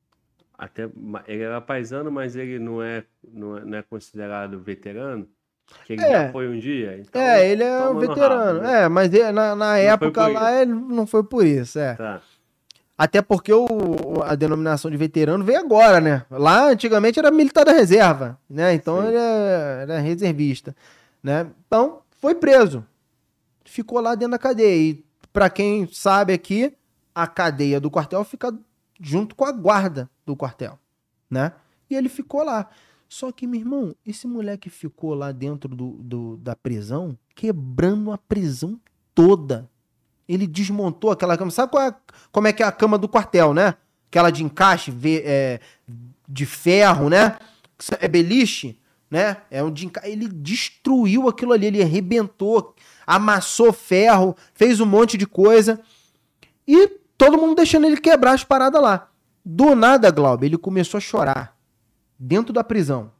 Ele era paisano, mas ele não é considerado veterano? Que ele já foi um dia? Então, ele é um veterano. Rabo, né? Mas ele, na época lá ele não foi por isso, Tá. Até porque a denominação de veterano veio agora, né? Lá antigamente era militar da reserva, né? Então ele era reservista, né? Então foi preso. Ficou lá dentro da cadeia. E pra quem sabe aqui, a cadeia do quartel fica junto com a guarda do quartel, né? E ele ficou lá. Só que, meu irmão, esse moleque ficou lá dentro da prisão, quebrando a prisão toda. Ele desmontou aquela cama. Sabe como é que é a cama do quartel, né? Aquela de encaixe de ferro, né? É beliche, né? Ele destruiu aquilo ali, ele arrebentou, amassou ferro, fez um monte de coisa. E todo mundo deixando ele quebrar as paradas lá. Do nada, Glauber, ele começou a chorar. Dentro da prisão.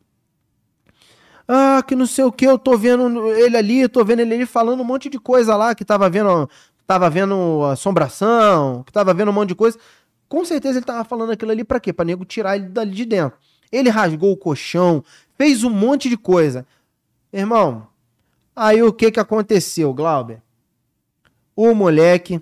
Ah, que não sei o que, eu tô vendo ele ali, falando um monte de coisa lá, que tava vendo assombração, que tava vendo um monte de coisa. Com certeza ele tava falando aquilo ali pra quê? Pra nego tirar ele dali de dentro. Ele rasgou o colchão, fez um monte de coisa. Irmão, aí o que aconteceu, Glauber? O moleque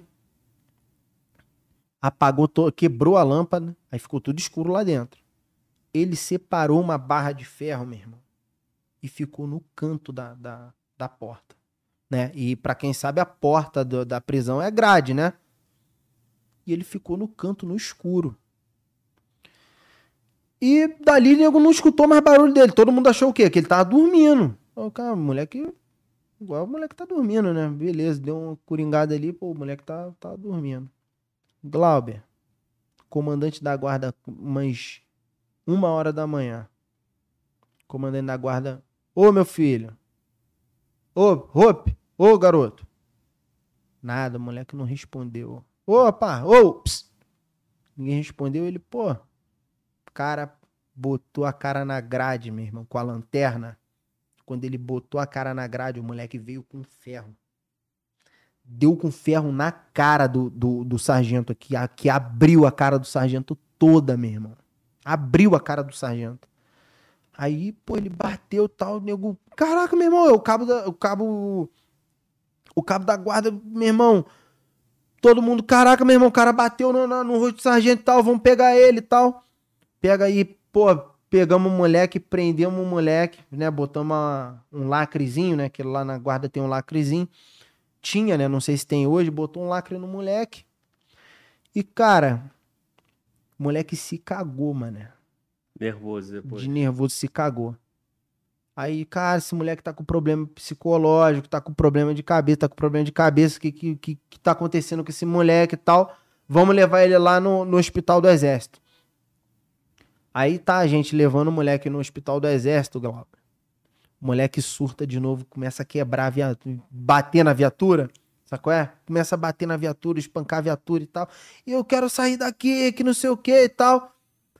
apagou, quebrou a lâmpada, aí ficou tudo escuro lá dentro. Ele separou uma barra de ferro, meu irmão, e ficou no canto da porta, né? E pra quem sabe, a porta da prisão é grade, né? E ele ficou no canto, no escuro. E dali o nego não escutou mais barulho dele. Todo mundo achou o quê? Que ele tava dormindo. Cara, o moleque... Igual o moleque tá dormindo, né? Beleza, deu uma coringada ali, pô, o moleque tá dormindo. Glauber, comandante da guarda, umas 1h da manhã. Comandante da guarda. Ô, meu filho. Ô, Hope. Ô, garoto. Nada, o moleque não respondeu. Ô, pá. Ô, ps. Ninguém respondeu. Ele, pô. O cara botou a cara na grade, meu irmão, com a lanterna. Quando ele botou a cara na grade, o moleque veio com ferro. Deu com ferro na cara do sargento aqui. Que abriu a cara do sargento toda, meu irmão. Abriu a cara do sargento. Aí, pô, ele bateu e tal, o nego... Caraca, meu irmão, o cabo da guarda, meu irmão. Todo mundo, caraca, meu irmão, o cara bateu no rosto do sargento e tal, vamos pegar ele e tal. Pega aí, pô, pegamos o moleque, prendemos o moleque, né, botamos um lacrezinho, né, que lá na guarda tem um lacrezinho. Tinha, né, não sei se tem hoje, botou um lacre no moleque. E, cara, o moleque se cagou, mano. Nervoso depois. De nervoso se cagou. Aí, cara, esse moleque tá com problema psicológico, tá com problema de cabeça, o que tá acontecendo com esse moleque e tal. Vamos levar ele lá no hospital do Exército. Aí tá a gente levando o moleque no hospital do Exército, Glauber. O moleque surta de novo, começa a quebrar a viatura, bater na viatura, sabe qual é? Começa a bater na viatura, espancar a viatura e tal. E eu quero sair daqui, que não sei o que e tal.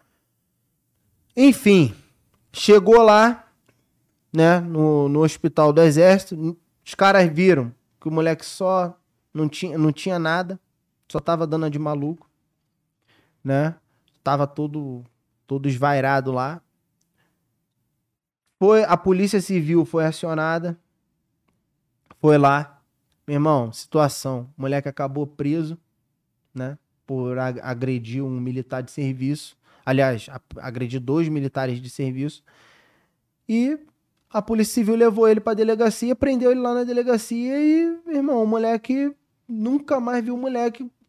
Enfim, chegou lá, né, no hospital do Exército, os caras viram que o moleque só não tinha nada, só tava dando de maluco, né, tava todo esvairado lá. A polícia civil foi acionada, foi lá, meu irmão, situação, o moleque acabou preso, né, por agredir um militar de serviço. Aliás, agrediu 2 militares de serviço. E a Polícia Civil levou ele pra delegacia, prendeu ele lá na delegacia e, meu irmão, o moleque nunca mais viu o moleque.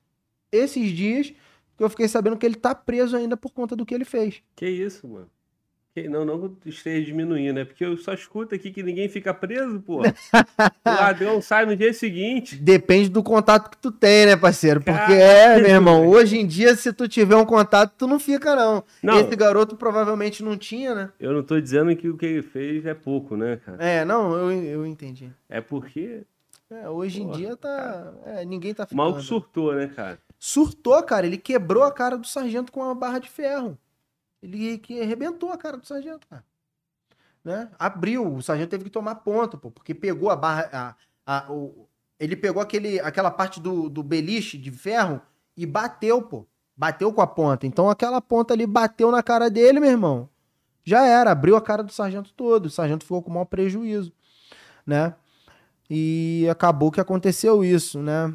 esses dias que eu fiquei sabendo que ele tá preso ainda por conta do que ele fez. Que isso, mano? Não que esteja diminuindo, né? Porque eu só escuto aqui que ninguém fica preso, porra. O ladrão sai no dia seguinte. Depende do contato que tu tem, né, parceiro? Porque Caralho, meu irmão, velho. hoje em dia, se tu tiver um contato, tu não fica, não. Não. Esse garoto provavelmente não tinha, né? Eu não tô dizendo que o que ele fez é pouco, né, cara? Não, eu entendi. É porque Hoje em Porra, dia tá. Ninguém tá o maluco ficando. surtou, né, cara? Surtou, cara. Ele quebrou a cara do sargento com uma barra de ferro. Ele que arrebentou a cara do sargento, cara. Né? Abriu. O sargento teve que tomar ponto, pô, porque pegou a barra. Ele pegou aquela parte do beliche de ferro e bateu, pô. Bateu com a ponta. Então aquela ponta ali bateu na cara dele, meu irmão. Já era. Abriu a cara do sargento todo. O sargento ficou com o maior prejuízo, né? E acabou que aconteceu isso, né?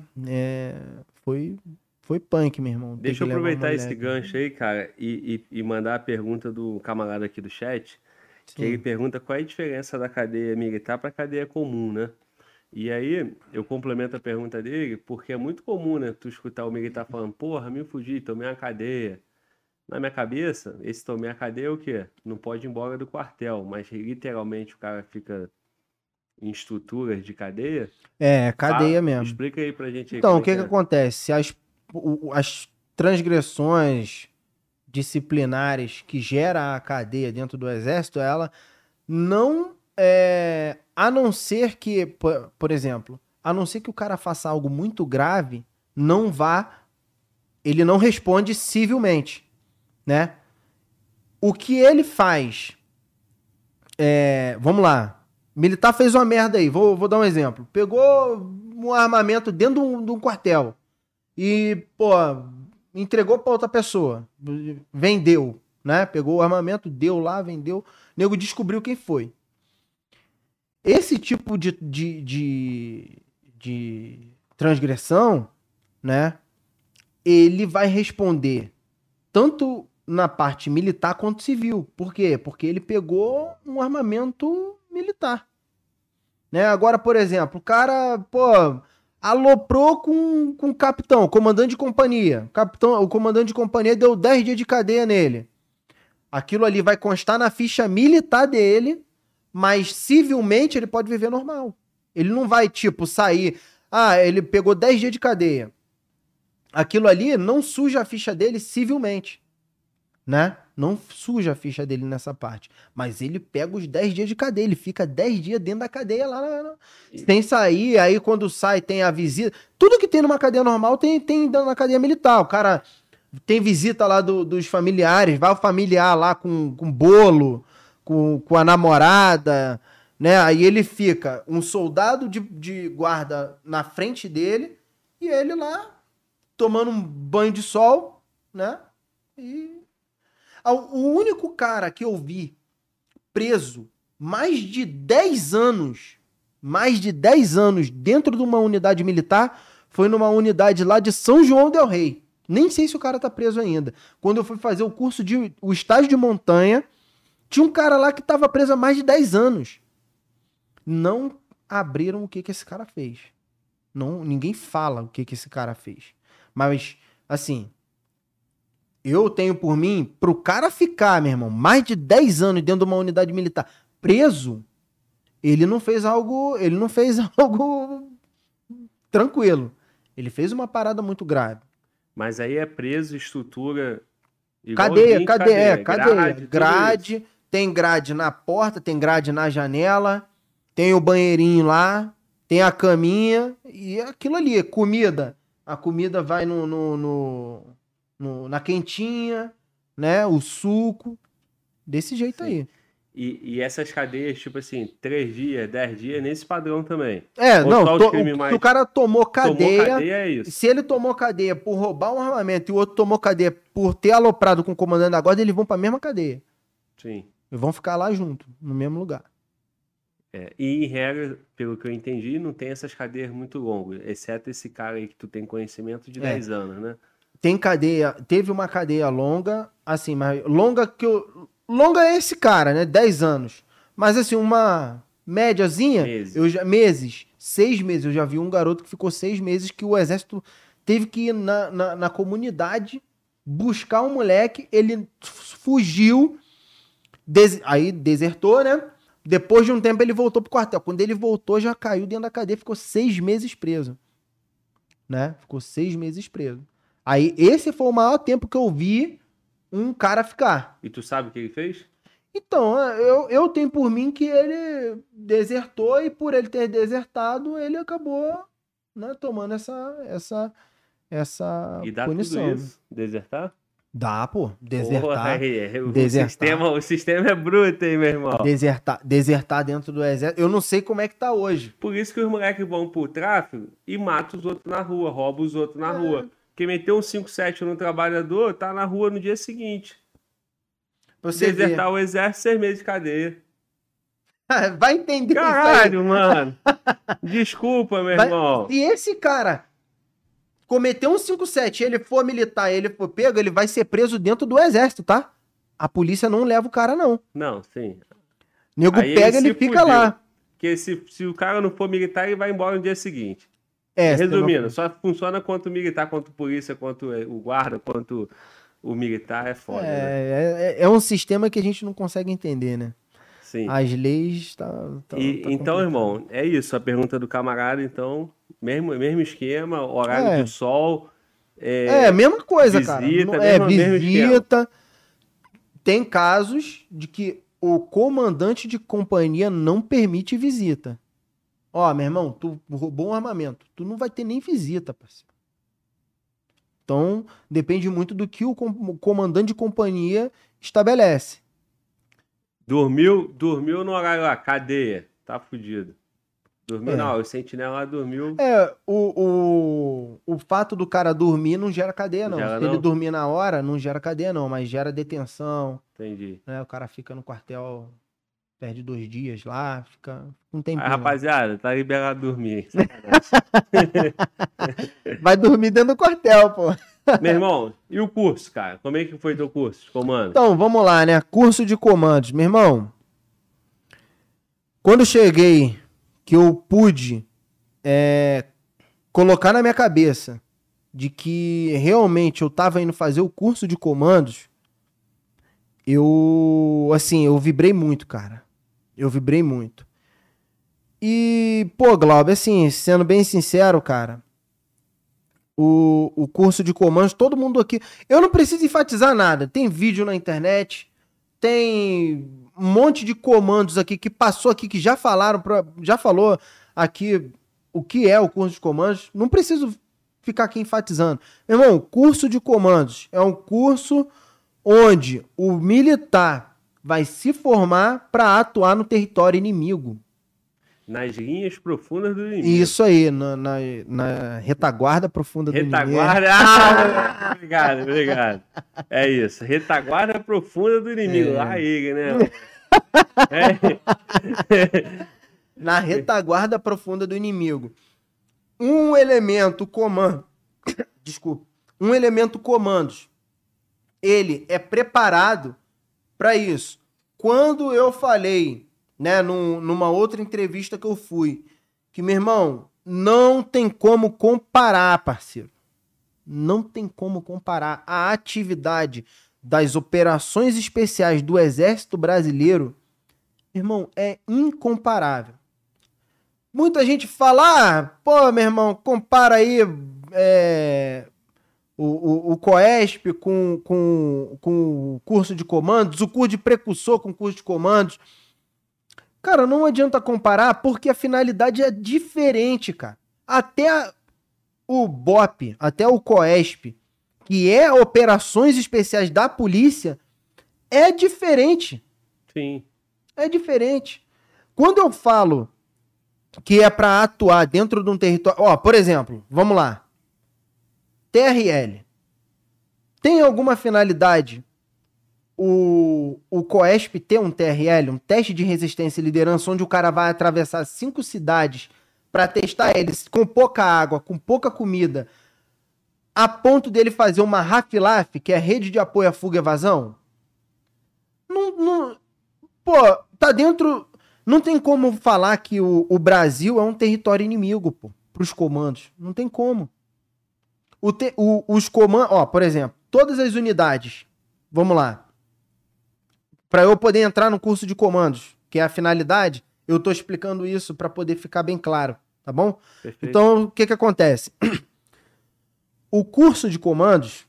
Foi punk, meu irmão. Deixa eu aproveitar esse gancho aí, cara, e mandar a pergunta do camarada aqui do chat, que ele pergunta qual é a diferença da cadeia militar para a cadeia comum, né? E aí, eu complemento a pergunta dele, porque é muito comum, né, tu escutar o militar falando, porra, me fugi, tomei uma cadeia. Na minha cabeça, esse tomei a cadeia é o quê? Não pode ir embora do quartel, mas literalmente o cara fica em estruturas de cadeia. Cadeia mesmo. Explica aí pra gente aí. Então, o que acontece? As transgressões disciplinares que gera a cadeia dentro do exército, ela não a não ser que, por exemplo, a não ser que o cara faça algo muito grave, ele não responde civilmente, né? O que ele faz vamos lá, militar fez uma merda aí, vou dar um exemplo. Pegou um armamento dentro de um quartel e, pô, entregou pra outra pessoa. Vendeu, né? Pegou o armamento, deu lá, vendeu. O nego descobriu quem foi. Esse tipo de transgressão, né? Ele vai responder tanto na parte militar quanto civil. Por quê? Porque ele pegou um armamento militar. Né? Agora, por exemplo, o cara, pô, aloprou com o capitão, comandante de companhia. O comandante de companhia deu 10 dias de cadeia nele. Aquilo ali vai constar na ficha militar dele, mas civilmente ele pode viver normal. Ele não vai, tipo, sair... ele pegou 10 dias de cadeia. Aquilo ali não suja a ficha dele civilmente, né? Não suja a ficha dele nessa parte. Mas ele pega os 10 dias de cadeia. Ele fica 10 dias dentro da cadeia lá. Sem sair. Aí quando sai tem a visita. Tudo que tem numa cadeia normal tem na cadeia militar. O cara tem visita lá dos familiares. Vai o familiar lá com bolo, com a namorada, né? Aí ele fica um soldado de guarda na frente dele e ele lá tomando um banho de sol, né? O único cara que eu vi preso mais de 10 anos dentro de uma unidade militar foi numa unidade lá de São João del Rei. Nem sei se o cara tá preso ainda. Quando eu fui fazer o estágio de montanha, tinha um cara lá que tava preso há mais de 10 anos. Não abriram o que esse cara fez. Ninguém fala o que esse cara fez. Mas, assim, eu tenho por mim, pro cara ficar, meu irmão, mais de 10 anos dentro de uma unidade militar preso, ele não fez algo tranquilo. Ele fez uma parada muito grave. Mas aí é preso, estrutura... Cadeia. Grade, tem grade na porta, tem grade na janela, tem o banheirinho lá, tem a caminha e aquilo ali, comida. A comida vai na quentinha, né? O suco. Desse jeito. Sim. Aí. E essas cadeias, tipo assim, 3 dias, 10 dias, nesse padrão também. Se o cara tomou cadeia, é isso. Se ele tomou cadeia por roubar um armamento e o outro tomou cadeia por ter aloprado com o comandante da guarda, eles vão pra mesma cadeia. Sim. E vão ficar lá junto, no mesmo lugar. E em regra, pelo que eu entendi, não tem essas cadeias muito longas, exceto esse cara aí que tu tem conhecimento de 10 anos, né? Tem cadeia, teve uma cadeia longa, assim, mas longa longa é esse cara, né? 10 anos. Mas assim, uma médiazinha, meses. 6 meses. Eu já vi um garoto que ficou 6 meses que o exército teve que ir na comunidade buscar um moleque, ele fugiu, aí desertou, né? Depois de um tempo ele voltou pro quartel. Quando ele voltou, já caiu dentro da cadeia, ficou 6 meses preso. Né? Ficou 6 meses preso. Aí esse foi o maior tempo que eu vi um cara ficar. E tu sabe o que ele fez? Então, eu tenho por mim que ele desertou e por ele ter desertado, ele acabou, né, tomando essa E dá punição. tudo isso? Desertar? Dá, pô. Desertar. Porra, o sistema é bruto, hein, meu irmão? Desertar dentro do exército. Eu não sei como é que tá hoje. Por isso que os moleques vão pro tráfico e matam os outros na rua, roubam os outros na rua. Quem meteu um 5-7 no trabalhador tá na rua no dia seguinte. Você desertar o exército, 6 meses de cadeia. Vai entender. Caralho, mano. Desculpa, meu irmão. Se esse cara cometeu um 5-7, ele for militar, ele for pego, ele vai ser preso dentro do exército, tá? A polícia não leva o cara, não. Não, sim. Nego aí pega, ele fica lá. Porque se o cara não for militar, ele vai embora no dia seguinte. Resumindo, só funciona quanto militar, quanto polícia, quanto o guarda, quanto o militar, é foda. É um sistema que a gente não consegue entender, né? Sim. As leis então, irmão, é isso. A pergunta do camarada, então, mesmo esquema, horário de sol. Mesma coisa, visita, cara. Visita. Tem casos de que o comandante de companhia não permite visita. Ó, meu irmão, tu roubou um armamento. Tu não vai ter nem visita, parceiro. Então, depende muito do que o comandante de companhia estabelece. Dormiu no horário lá, cadeia. Tá fudido. Dormiu não, o sentinela lá dormiu. O fato do cara dormir não gera cadeia, não. Se ele dormir na hora, não gera cadeia, não. Mas gera detenção. Entendi. Né? O cara fica no quartel, perde 2 dias lá, fica um tempinho. Aí, rapaziada, tá liberado dormir. Vai dormir dentro do quartel, pô. Meu irmão, e o curso, cara? Como é que foi teu curso de comando? Então, vamos lá, né? Curso de comandos. Meu irmão, quando eu cheguei, que eu pude colocar na minha cabeça de que realmente eu tava indo fazer o curso de comandos, eu vibrei muito, cara. Eu vibrei muito. E, pô, Glauber, assim, sendo bem sincero, cara, o curso de comandos, todo mundo aqui... Eu não preciso enfatizar nada. Tem vídeo na internet, tem um monte de comandos aqui que passou aqui, que já falou aqui o que é o curso de comandos. Não preciso ficar aqui enfatizando. Meu irmão, curso de comandos é um curso onde o militar vai se formar para atuar no território inimigo. Nas linhas profundas do inimigo. Isso aí, na retaguarda profunda do inimigo. Obrigado. É isso, retaguarda profunda do inimigo. Lá ele, né? Na retaguarda profunda do inimigo. Um elemento comando. Desculpa. Um elemento comandos. Ele é preparado para isso. Quando eu falei, né, numa outra entrevista que eu fui, que, meu irmão, não tem como comparar, parceiro. Não tem como comparar a atividade das operações especiais do Exército Brasileiro, irmão, é incomparável. Muita gente fala, pô, meu irmão, compara aí o COESP com o curso de comandos, o curso de precursor com o curso de comandos. Cara, não adianta comparar porque a finalidade é diferente, cara. Até o BOP, até o COESP, que é operações especiais da polícia, é diferente. Sim. É diferente. Quando eu falo que é para atuar dentro de um território... Ó, por exemplo, vamos lá. TRL. Tem alguma finalidade o COESP ter um TRL, um teste de resistência e liderança, onde o cara vai atravessar 5 cidades para testar eles com pouca água, com pouca comida, a ponto dele fazer uma RAFLAF, que é Rede de Apoio à Fuga e Evasão? Não, pô, tá dentro... Não tem como falar que o Brasil é um território inimigo, pô, pros comandos. Não tem como. Os comandos, ó, por exemplo, todas as unidades, vamos lá, para eu poder entrar no curso de comandos, que é a finalidade, eu tô explicando isso para poder ficar bem claro, tá bom? Perfeito. Então, o que acontece? O curso de comandos,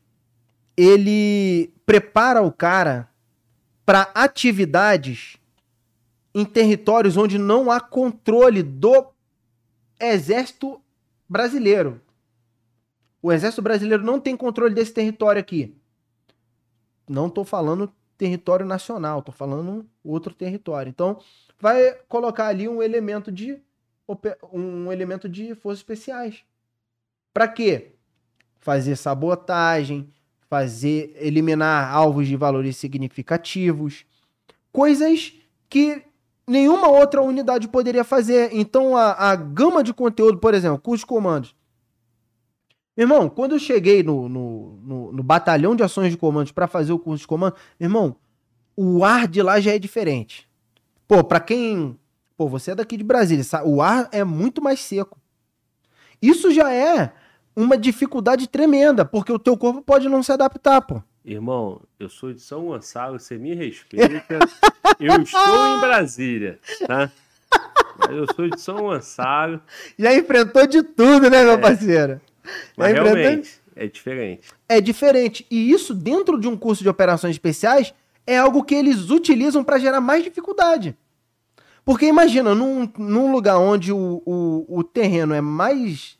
ele prepara o cara para atividades em territórios onde não há controle do exército brasileiro. O exército brasileiro não tem controle desse território aqui. Não estou falando território nacional, estou falando outro território. Então, vai colocar ali um elemento de forças especiais. Para quê? Fazer sabotagem, eliminar alvos de valores significativos, coisas que nenhuma outra unidade poderia fazer. Então, a gama de conteúdo, por exemplo, curso de comandos. Meu irmão, quando eu cheguei no batalhão de ações de comandos para fazer o curso de comandos, meu irmão, o ar de lá já é diferente. Pô, pra quem... Pô, você é daqui de Brasília, sabe? O ar é muito mais seco. Isso já é uma dificuldade tremenda, porque o teu corpo pode não se adaptar, pô. Irmão, eu sou de São Gonçalo, você me respeita. Eu estou em Brasília, tá? Mas eu sou de São Gonçalo. Já enfrentou de tudo, né, meu parceiro? Mas realmente, é diferente. É diferente. E isso, dentro de um curso de operações especiais, é algo que eles utilizam para gerar mais dificuldade. Porque imagina, num lugar onde o terreno é mais...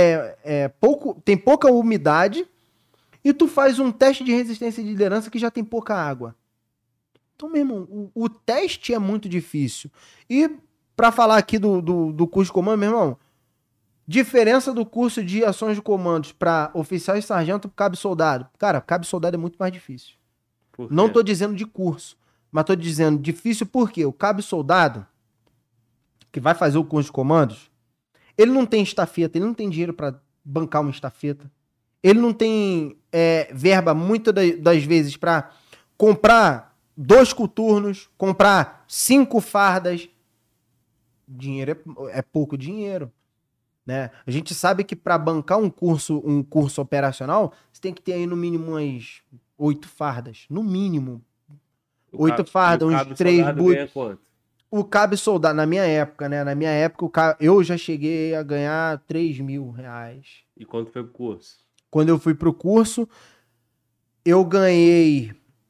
tem pouca umidade, e tu faz um teste de resistência de liderança que já tem pouca água. Então, meu irmão, o teste é muito difícil. E para falar aqui do curso de comando, meu irmão, diferença do curso de ações de comandos para oficial e sargento pro cabo e soldado. Cara, cabo e soldado é muito mais difícil. Não tô dizendo de curso, mas tô dizendo difícil porque o cabo e soldado, que vai fazer o curso de comandos, ele não tem estafeta, ele não tem dinheiro para bancar uma estafeta. Ele não tem verba, muitas das vezes, para comprar 2 coturnos, comprar 5 fardas. Dinheiro é pouco dinheiro, né? A gente sabe que para bancar um curso operacional, você tem que ter aí no mínimo umas 8 fardas. No mínimo. 8 fardas, uns 3 buts. O cabo e soldado, na minha época, né? Na minha época, eu já cheguei a ganhar R$3.000. E quanto foi pro curso? Quando eu fui pro curso, eu ganhei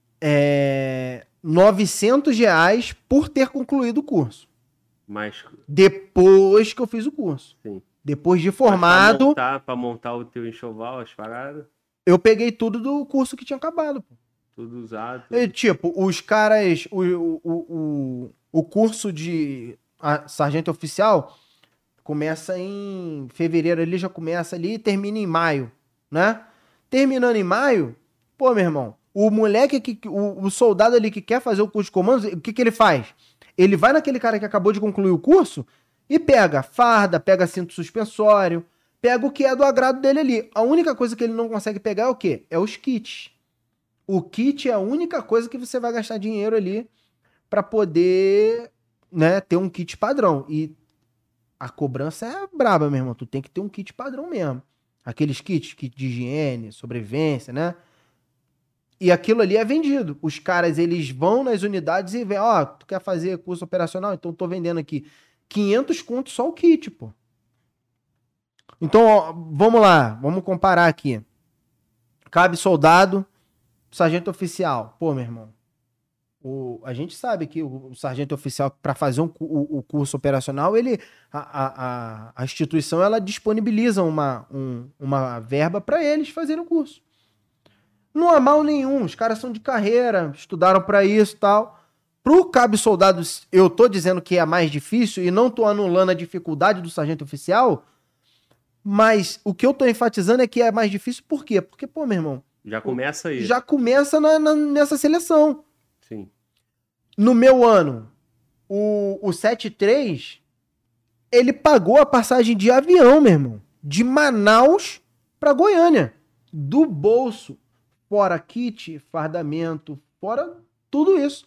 R$900 por ter concluído o curso. Mas... Depois que eu fiz o curso. Sim. Depois de formado... Pra montar o teu enxoval, as paradas? Eu peguei tudo do curso que tinha acabado, pô. Tudo usado. Tipo, os caras... O curso de sargento oficial começa em fevereiro, ele já começa ali e termina em maio, né? Terminando em maio, pô, meu irmão, o moleque, o soldado ali que quer fazer o curso de comandos, o que ele faz? Ele vai naquele cara que acabou de concluir o curso e pega farda, pega cinto suspensório, pega o que é do agrado dele ali. A única coisa que ele não consegue pegar é o quê? É os kits. O kit é a única coisa que você vai gastar dinheiro ali para poder, né, ter um kit padrão. E a cobrança é braba, meu irmão. Tu tem que ter um kit padrão mesmo. Aqueles kits, kit de higiene, sobrevivência, né? E aquilo ali é vendido. Os caras, eles vão nas unidades e vêem, ó, tu quer fazer curso operacional? Então tô vendendo aqui 500 contos só o kit, pô. Então, ó, vamos lá. Vamos comparar aqui. Cabo soldado, sargento oficial. Pô, meu irmão. A gente sabe que o sargento oficial, para fazer o curso operacional, a instituição ela disponibiliza uma verba para eles fazerem o curso. Não há mal nenhum, os caras são de carreira, estudaram para isso e tal. Pro cabo soldado, eu tô dizendo que é mais difícil e não tô anulando a dificuldade do sargento oficial, mas o que eu tô enfatizando é que é mais difícil por quê? Porque, pô, meu irmão... Já começa aí. Já começa nessa seleção. Sim. No meu ano, o 73, ele pagou a passagem de avião, meu irmão. De Manaus pra Goiânia. Do bolso. Fora kit, fardamento, fora tudo isso.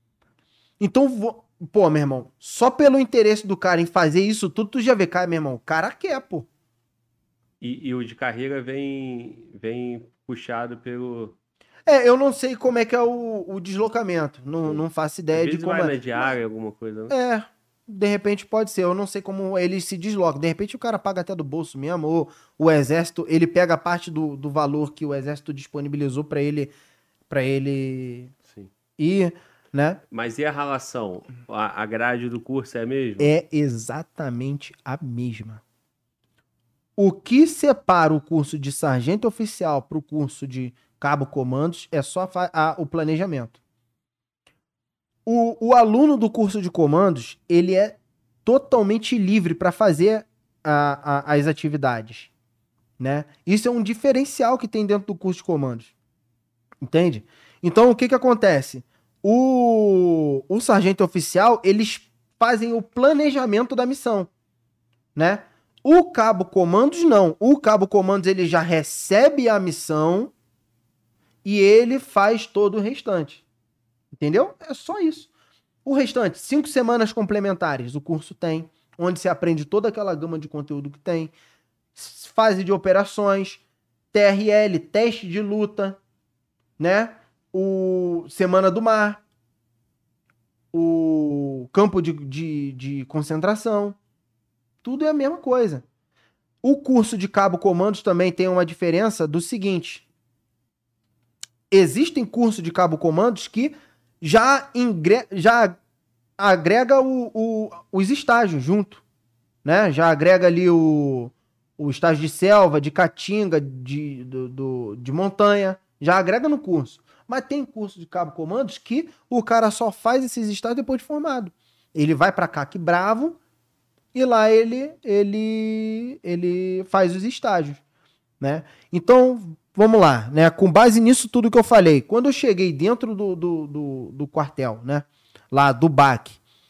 Então, pô, meu irmão, só pelo interesse do cara em fazer isso tudo, tu já vê, cara, meu irmão, o cara quer, pô. E o de carreira vem puxado pelo... Eu não sei como é que é o deslocamento. Não faço Às ideia de vezes como vai é. na diária, alguma coisa, né? De repente pode ser. Eu não sei como eles se deslocam. De repente o cara paga até do bolso mesmo. Ou o exército, ele pega parte do valor que o exército disponibilizou para ele Sim. ir, né? Mas e a relação? A grade do curso é a mesma? É exatamente a mesma. O que separa o curso de sargento oficial para o curso de cabo comandos é só o planejamento. O aluno do curso de comandos, ele é totalmente livre para fazer as atividades, né? Isso é um diferencial que tem dentro do curso de comandos, entende? Então, o que que acontece? O sargento oficial, eles fazem o planejamento da missão, né? O cabo comandos, não. O cabo comandos, ele já recebe a missão e ele faz todo o restante, entendeu? É só isso. O restante, 5 semanas complementares, o curso tem, onde você aprende toda aquela gama de conteúdo que tem, fase de operações, TRL, teste de luta, né? O Semana do Mar, o campo de concentração, tudo é a mesma coisa. O curso de cabo comandos também tem uma diferença do seguinte: existem cursos de cabo comandos que já agrega os estágios junto, né? Já agrega ali o estágio de selva, de caatinga, de montanha, já agrega no curso. Mas tem curso de cabo comandos que o cara só faz esses estágios depois de formado. Ele vai para CAC Bravo e lá ele faz os estágios, né? Então, vamos lá, né? Com base nisso tudo que eu falei, quando eu cheguei dentro do quartel, né? Lá do BAC,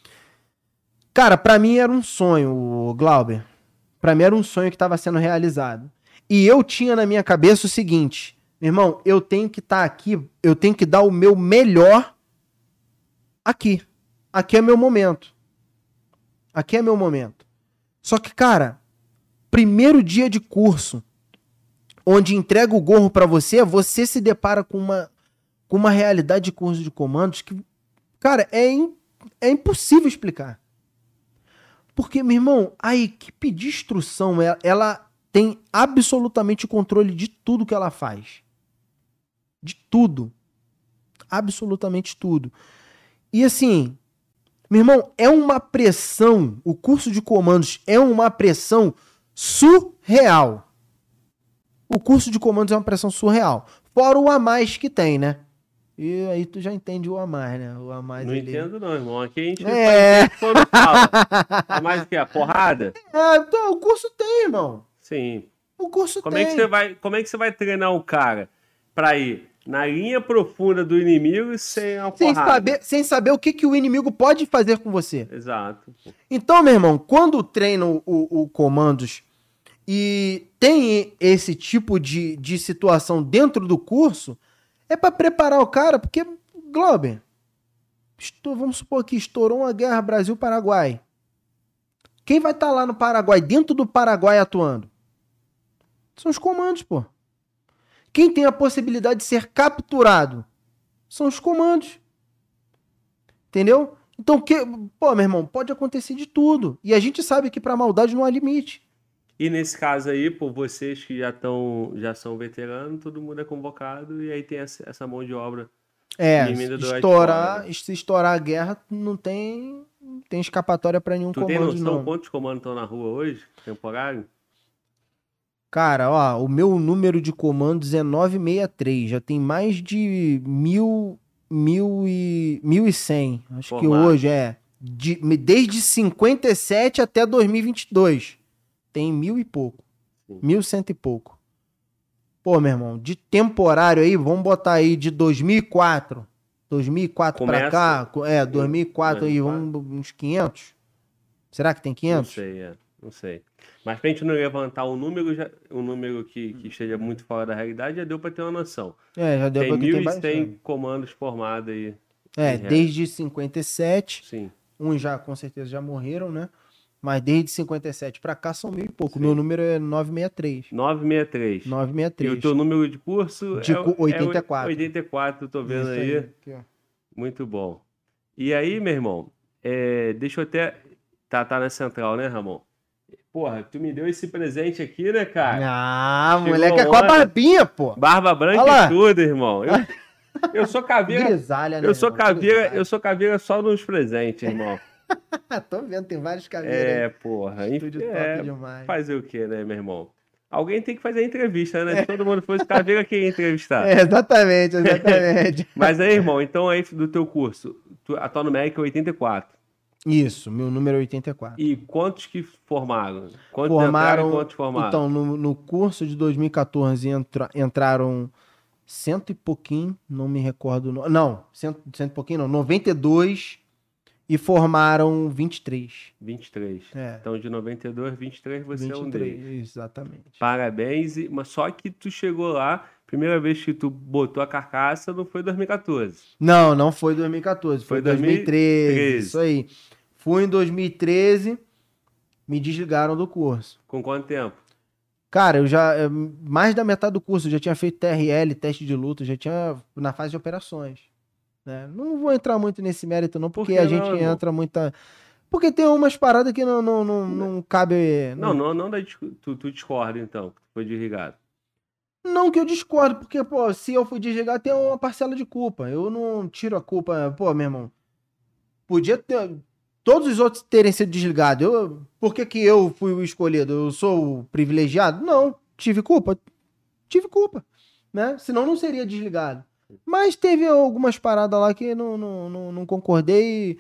cara, pra mim era um sonho, Glauber. Pra mim era um sonho que estava sendo realizado. E eu tinha na minha cabeça o seguinte: meu irmão, eu tenho que estar aqui, eu tenho que dar o meu melhor aqui. Aqui é meu momento. Aqui é meu momento. Só que, cara, primeiro dia de curso, onde entrega o gorro pra você, você se depara com uma realidade de curso de comandos que, cara, é impossível explicar. Porque, meu irmão, a equipe de instrução, ela tem absolutamente controle de tudo que ela faz. De tudo. Absolutamente tudo. E assim, meu irmão, é uma pressão, o curso de comandos é uma pressão surreal. O curso de comandos é uma pressão surreal. Fora o a mais que tem, né? E aí tu já entende o a mais, né? O a mais Não ele... entendo não, irmão. Aqui a gente faz quando fala. A mais o que? A porrada? Então, o curso tem, irmão. Sim. O curso Como tem. é que você vai treinar um cara pra ir na linha profunda do inimigo sem uma porrada? Sem saber o que o inimigo pode fazer com você. Exato. Então, meu irmão, quando treina o comandos e tem esse tipo de situação dentro do curso, é pra preparar o cara, porque, Glauber, vamos supor que estourou uma guerra Brasil-Paraguai. Quem vai estar lá no Paraguai, dentro do Paraguai atuando? São os comandos, pô. Quem tem a possibilidade de ser capturado? São os comandos. Entendeu? Então, meu irmão, pode acontecer de tudo. E a gente sabe que pra maldade não há limite. E nesse caso aí, por vocês que já são veteranos, todo mundo é convocado e aí tem essa mão de obra. Se estourar a guerra, não tem escapatória pra nenhum comando, não. Tu tem noção quantos comandos estão na rua hoje, temporário? Cara, ó, o meu número de comandos é 963. Já tem mais de 1.100. Acho Formado. que hoje desde 57 até 2022. Tem 1.000 e pouco. 1.100 e pouco. Pô, meu irmão, de temporário aí, vamos botar aí de 2004. 2004 pra cá. 2004 aí, vamos uns 500. Será que tem 500? Não sei. Mas pra gente não levantar um número que esteja muito fora da realidade, já deu pra ter uma noção. Já deu pra ter Tem bastante. 1.100 comandos formados aí. Desde 57. Sim. Uns já, com certeza, já morreram, né? Mas desde 57 pra cá são 1.000 e pouco. Meu número é 963. 963. 963. E o teu número de curso De 84. 84, tô vendo Isso aí. Aqui, ó. Muito bom. E aí, meu irmão, deixa eu até... Tá na central, né, Ramon? Porra, tu me deu esse presente aqui, né, cara? Ah, Chegou moleque é com a ontem. barbinha, pô. Barba branca Olha lá. e tudo, irmão. Eu sou caveira. Grisalha, né? Eu sou irmão? caveira, Grisalha. eu sou caveira só nos presentes, irmão. Tô vendo, tem vários caveiras aí. Porra. Estúdio top demais. Fazer o quê, né, meu irmão? Alguém tem que fazer a entrevista, né? Se todo mundo fosse caveira, quem ia entrevistar? Exatamente. Mas aí, irmão, então aí do teu curso, a tua numérica é 84. Isso, meu número é 84. E quantos que formaram? Quantos Formaram, entraram e quantos formaram? então, no curso de 2014 entraram cento e pouquinho, não me recordo. Não, cento e pouquinho não, 92 e formaram 23. 23. É. Então, de 92, 23, você é um deles. Exatamente. Parabéns, mas só que tu chegou lá, primeira vez que tu botou a carcaça não foi em 2014. Não foi 2014, foi 2013. Isso aí. Fui em 2013, me desligaram do curso. Com quanto tempo? Cara, mais da metade do curso, eu já tinha feito TRL, teste de luta, já tinha na fase de operações. Né? Não vou entrar muito nesse mérito não, porque a gente entra muita... Porque tem umas paradas que não cabe... Não tu discorda então, que tu foi desligado. Não que eu discordo, porque, pô, se eu fui desligado, tem uma parcela de culpa. Eu não tiro a culpa, pô, meu irmão. Podia ter... Todos os outros terem sido desligados. Por que eu fui o escolhido? Eu sou o privilegiado? Não. Tive culpa? Tive culpa. Né? Senão não seria desligado. Mas teve algumas paradas lá que não concordei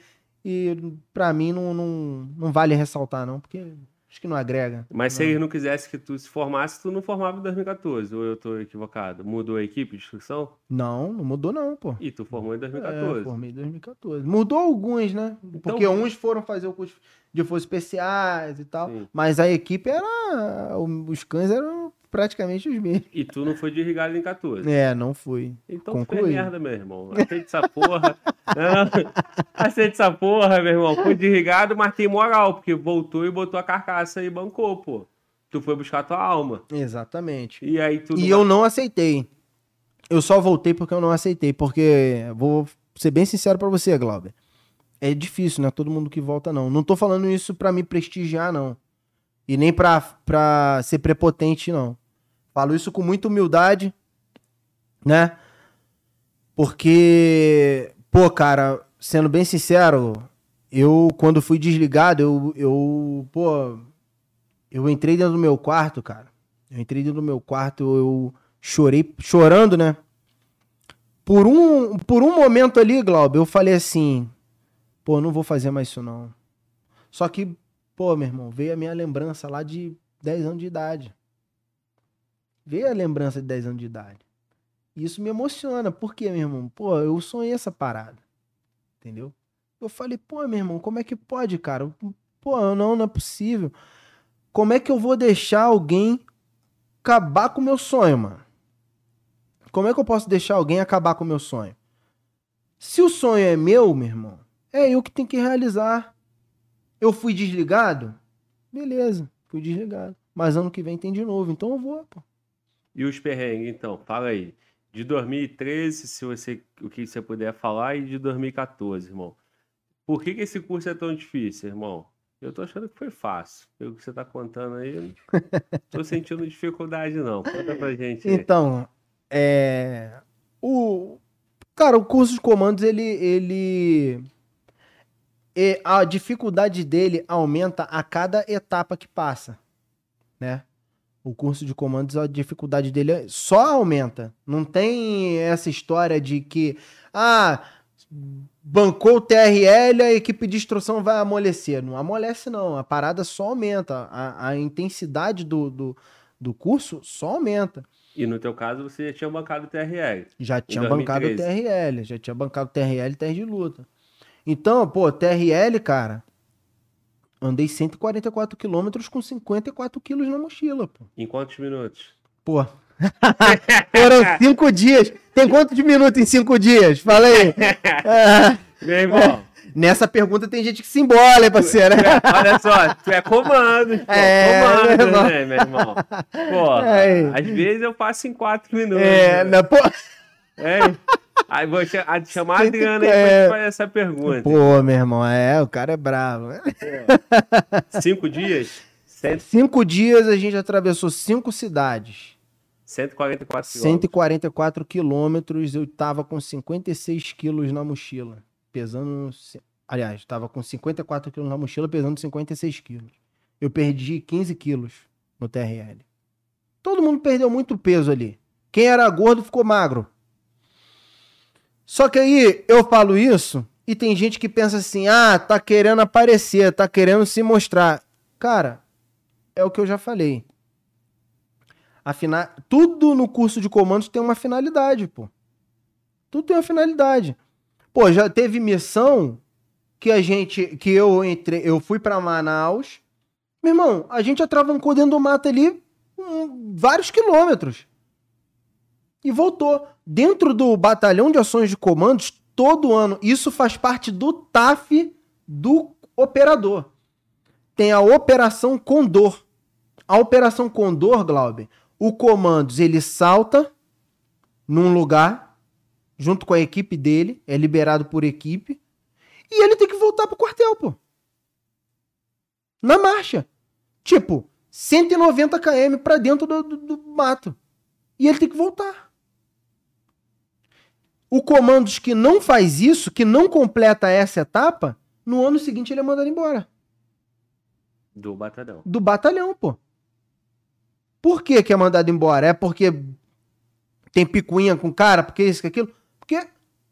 e pra mim não vale ressaltar, não. Porque acho que não agrega. Mas se eles não quisessem que tu se formasse, tu não formava em 2014, ou eu tô equivocado? Mudou a equipe de instrução? Não mudou não, pô. E tu formou em 2014? Formei em 2014. Mudou alguns, né? Então, porque uns foram fazer o curso de forças especiais e tal, sim. Mas a equipe os cães eram praticamente os mesmos. E tu não foi desligado em 14? Não fui. Então tu fez merda, meu irmão. Aceita essa porra. Aceita essa porra, meu irmão. Foi desligado, mas tem moral, porque voltou e botou a carcaça e bancou, pô. Tu foi buscar tua alma. Exatamente. E aí tu eu não aceitei. Eu só voltei porque eu não aceitei, porque vou ser bem sincero pra você, Glauber. É difícil, né? Todo mundo que volta, não. Não tô falando isso pra me prestigiar, não. E nem pra ser prepotente, não. Falo isso com muita humildade, né? Porque, pô, cara, sendo bem sincero, eu, quando fui desligado, eu entrei dentro do meu quarto, cara. Eu chorei, chorando, né? Por um momento ali, Glauber, eu falei assim, pô, não vou fazer mais isso, não. Só que, pô, meu irmão, veio a minha lembrança lá de 10 anos de idade. Veio a lembrança de 10 anos de idade. E isso me emociona. Por quê, meu irmão? Pô, eu sonhei essa parada. Entendeu? Eu falei, pô, meu irmão, como é que pode, cara? Pô, não é possível. Como é que eu vou deixar alguém acabar com o meu sonho, mano? Como é que eu posso deixar alguém acabar com o meu sonho? Se o sonho é meu irmão, é eu que tenho que realizar. Eu fui desligado? Beleza, fui desligado. Mas ano que vem tem de novo, então eu vou, pô. E os perrengues, então? Fala aí. De 2013, o que você puder falar, e de 2014, irmão. Por que esse curso é tão difícil, irmão? Eu tô achando que foi fácil. Pelo que você tá contando aí, eu não tô sentindo dificuldade, não. Conta pra gente aí. Então, Cara, o curso de comandos, a dificuldade dele aumenta a cada etapa que passa, né? O curso de comandos, a dificuldade dele só aumenta. Não tem essa história de que, bancou o TRL, a equipe de instrução vai amolecer. Não amolece, não. A parada só aumenta. A intensidade do curso só aumenta. E no teu caso, você já tinha bancado o TRL. Já tinha bancado o TRL. Já tinha bancado o TRL e teste de luta. Então, pô, TRL, cara, andei 144 quilômetros com 54 quilos na mochila, pô. Em quantos minutos? Pô, foram 5 dias. Tem quantos minutos em 5 dias? Fala aí. Meu irmão, Nessa pergunta tem gente que se embola, hein, parceiro? Olha só, tu é comando, pô. Comando, né, meu irmão? Pô, às vezes eu faço em 4 minutos. Pô. Aí vou chamar a Adriana aí pra te fazer essa pergunta. Pô, meu irmão, o cara é bravo. 5 dias? 5 dias a gente atravessou 5 cidades. 144 quilômetros. 144 quilômetros, eu tava com 56 quilos na mochila, pesando... Aliás, tava com 54 quilos na mochila, pesando 56 quilos. Eu perdi 15 quilos no TRL. Todo mundo perdeu muito peso ali. Quem era gordo ficou magro. Só que aí, eu falo isso, e tem gente que pensa assim, tá querendo aparecer, tá querendo se mostrar. Cara, é o que eu já falei. Tudo no curso de comandos tem uma finalidade, pô. Tudo tem uma finalidade. Pô, já teve missão que eu fui pra Manaus. Meu irmão, a gente atravancou dentro do mato ali vários quilômetros. E voltou. Dentro do batalhão de ações de comandos, todo ano, isso faz parte do TAF do operador. Tem a Operação Condor. A Operação Condor, Glauber, o comandos, ele salta num lugar, junto com a equipe dele, é liberado por equipe, e ele tem que voltar pro quartel, pô. Na marcha. Tipo, 190 km pra dentro do mato. E ele tem que voltar. O comandos que não faz isso, que não completa essa etapa, no ano seguinte ele é mandado embora. Do batalhão. Do batalhão, pô. Por que é mandado embora? É porque tem picuinha com o cara? Porque isso, que aquilo? Porque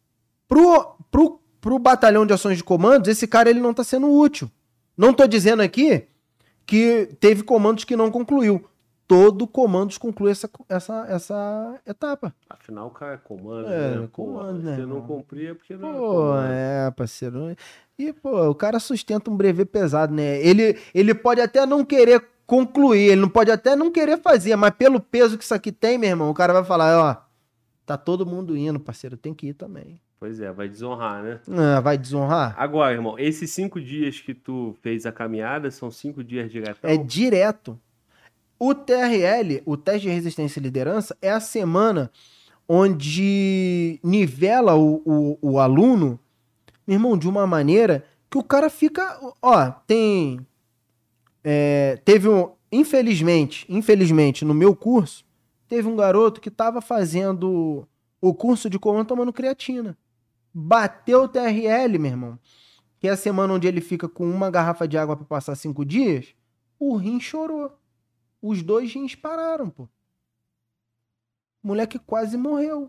pro batalhão de ações de comandos, esse cara ele não tá sendo útil. Não tô dizendo aqui que teve comandos que não concluiu. Todo comandos conclui essa etapa. Afinal, o cara é comando, né? Comando, né? Se não cumprir é porque não é comando. Parceiro. E, pô, o cara sustenta um brevet pesado, né? Ele pode até não querer concluir, ele não pode até não querer fazer, mas pelo peso que isso aqui tem, meu irmão, o cara vai falar, tá todo mundo indo, parceiro, tem que ir também. Pois é, vai desonrar, né? Vai desonrar? Agora, irmão, esses 5 dias que tu fez a caminhada, são 5 dias diretão? É direto. O TRL, o Teste de Resistência e Liderança, é a semana onde nivela o aluno, meu irmão, de uma maneira que o cara fica, teve infelizmente, no meu curso, teve um garoto que estava fazendo o curso de comando tomando creatina. Bateu o TRL, meu irmão, que é a semana onde ele fica com uma garrafa de água para passar 5 dias, o rim chorou. Os 2 rins pararam, pô. O moleque quase morreu.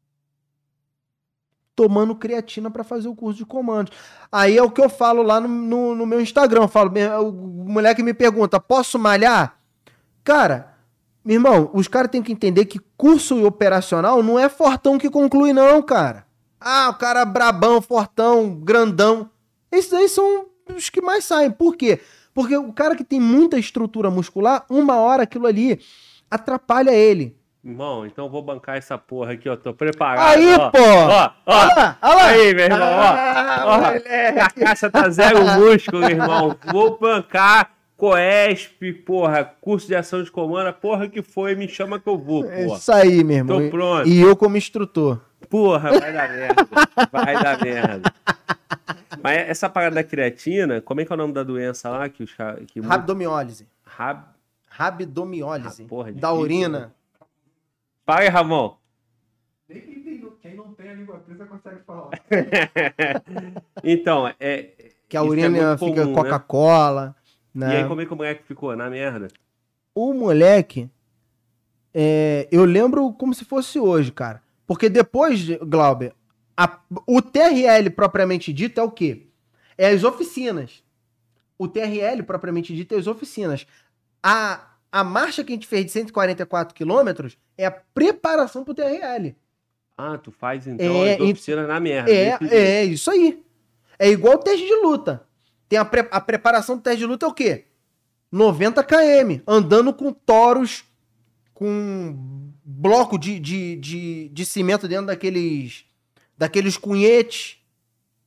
Tomando creatina para fazer o curso de comandos. Aí é o que eu falo lá no meu Instagram. Eu falo, o moleque me pergunta, posso malhar? Cara, meu irmão, os caras têm que entender que curso operacional não é fortão que conclui, não, cara. O cara brabão, fortão, grandão. Esses aí são os que mais saem. Por quê? Porque o cara que tem muita estrutura muscular, uma hora aquilo ali atrapalha ele. Irmão, então eu vou bancar essa porra aqui, ó. Tô preparado. Aí, pô! Olha lá. Aí, meu irmão, a caixa tá 0 músculo, irmão. Vou bancar Coesp, porra, curso de ação de comando, porra que foi, me chama que eu vou, porra. Isso aí, meu irmão. Tô pronto. E eu como instrutor. Porra, vai dar merda. Vai dar merda. Mas essa parada da creatina, como é que é o nome da doença lá? Rabdomiólise. Rabdomiólise. Porra, da difícil, urina. Né? Fala aí, Ramon. Nem quem não tem a língua presa consegue falar. Então, que a urina fica comum, Coca-Cola. Né? E aí, como é que o moleque ficou? Na merda? O moleque, eu lembro como se fosse hoje, cara. Porque depois, Glauber, o TRL propriamente dito é o quê? É as oficinas. O TRL propriamente dito é as oficinas. A marcha que a gente fez de 144 quilômetros é a preparação pro TRL. Tu faz então as oficinas na merda. É isso aí. É igual o teste de luta. Tem a preparação do teste de luta é o quê? 90 km, andando com toros, com bloco de cimento dentro daqueles cunhetes.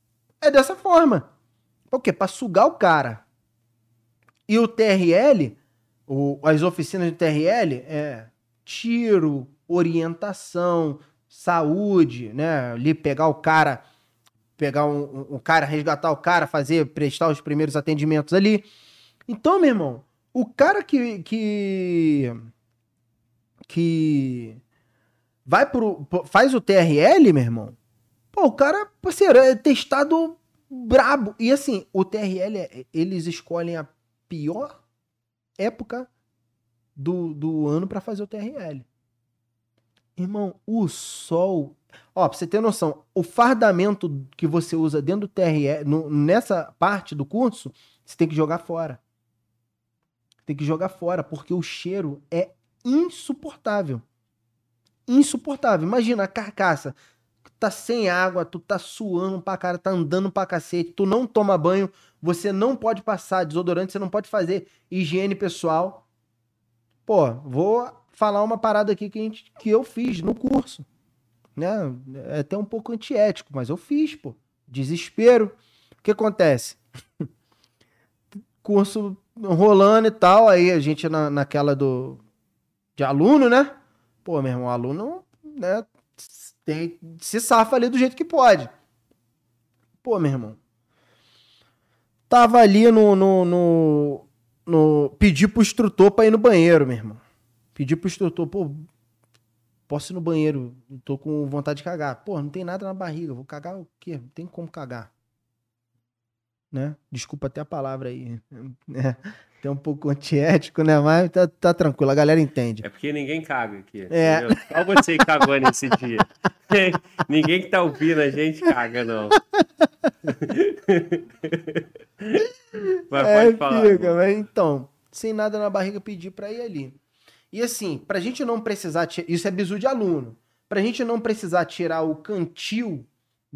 é dessa forma. Por quê? Pra sugar o cara. E o TRL, as oficinas do TRL é tiro, orientação, saúde, né? Ali pegar o cara, pegar um cara, resgatar o cara, prestar os primeiros atendimentos ali. Então, meu irmão, o cara que faz o TRL, meu irmão, pô, o cara, parceiro, é testado brabo. E assim, o TRL, eles escolhem a pior época do ano pra fazer o TRL. Irmão, o sol... Ó, pra você ter noção, o fardamento que você usa dentro do TRL, nessa parte do curso, você tem que jogar fora. Tem que jogar fora, porque o cheiro é insuportável. Insuportável. Imagina a carcaça. Tá sem água, tu tá suando pra cara, tá andando pra cacete, tu não toma banho, você não pode passar desodorante, você não pode fazer higiene pessoal. Pô, vou falar uma parada aqui que eu fiz no curso, né? É até um pouco antiético, mas eu fiz, pô. Desespero. O que acontece? Curso rolando e tal, aí a gente naquela de aluno, né? Pô, meu irmão, aluno, né, se safa ali do jeito que pode. Pô, meu irmão, tava ali pedi pro instrutor pra ir no banheiro, meu irmão. Pedi pro instrutor, pô, posso ir no banheiro, tô com vontade de cagar. Pô, não tem nada na barriga, vou cagar o quê? Não tem como cagar. Né? Desculpa até a palavra aí. É, tem um pouco antiético, né? Mas tá tranquilo, a galera entende. É porque ninguém caga aqui. É. Entendeu? Só você que cagou nesse dia. Ninguém que tá ouvindo a gente caga, não. Mas pode falar. Mas então, sem nada na barriga, pedi pra ir ali. E assim, pra gente não precisar... Isso é bizu de aluno. Pra gente não precisar tirar o cantil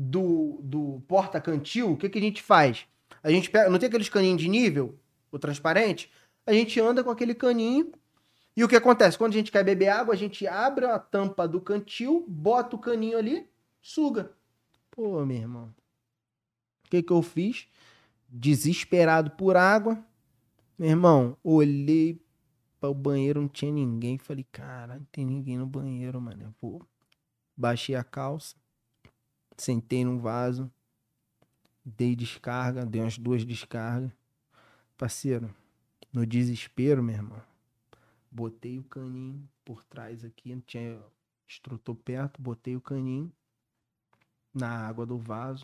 do porta-cantil, o que a gente faz? A gente pega, não tem aqueles caninhos de nível, o transparente? A gente anda com aquele caninho e o que acontece? Quando a gente quer beber água, a gente abre a tampa do cantil, bota o caninho ali, suga. Pô, meu irmão, o que eu fiz? Desesperado por água, meu irmão, olhei para o banheiro, não tinha ninguém, falei, cara, não tem ninguém no banheiro, mano. Pô, baixei a calça, sentei num vaso, dei descarga, dei umas 2 descargas. Parceiro, no desespero, meu irmão, botei o caninho por trás aqui, não tinha instrutor perto, botei o caninho na água do vaso,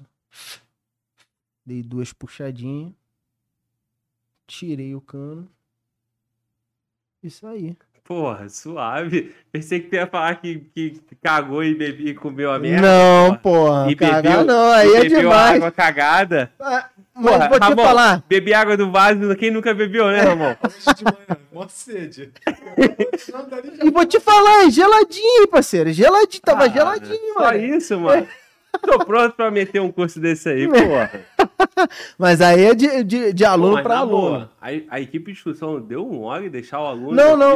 dei 2 puxadinhas, tirei o cano, isso aí. Porra, suave. Pensei que tu ia falar que cagou e bebeu e comeu a merda. Não, porra. E Cagar bebeu, não, aí é bebeu demais. água cagada. Mas Porra, vou te Ramon, falar. beber água do vaso, quem nunca bebeu, né, Ramon? Hoje de manhã, mó sede. E vou te falar, é geladinho, parceiro. Geladinho, tava geladinho, Só mano. isso, mano. Tô pronto pra meter um curso desse aí, porra. Mas aí é de aluno Mas, pra na aluno. boa, a equipe de instrução deu um mole deixar o aluno.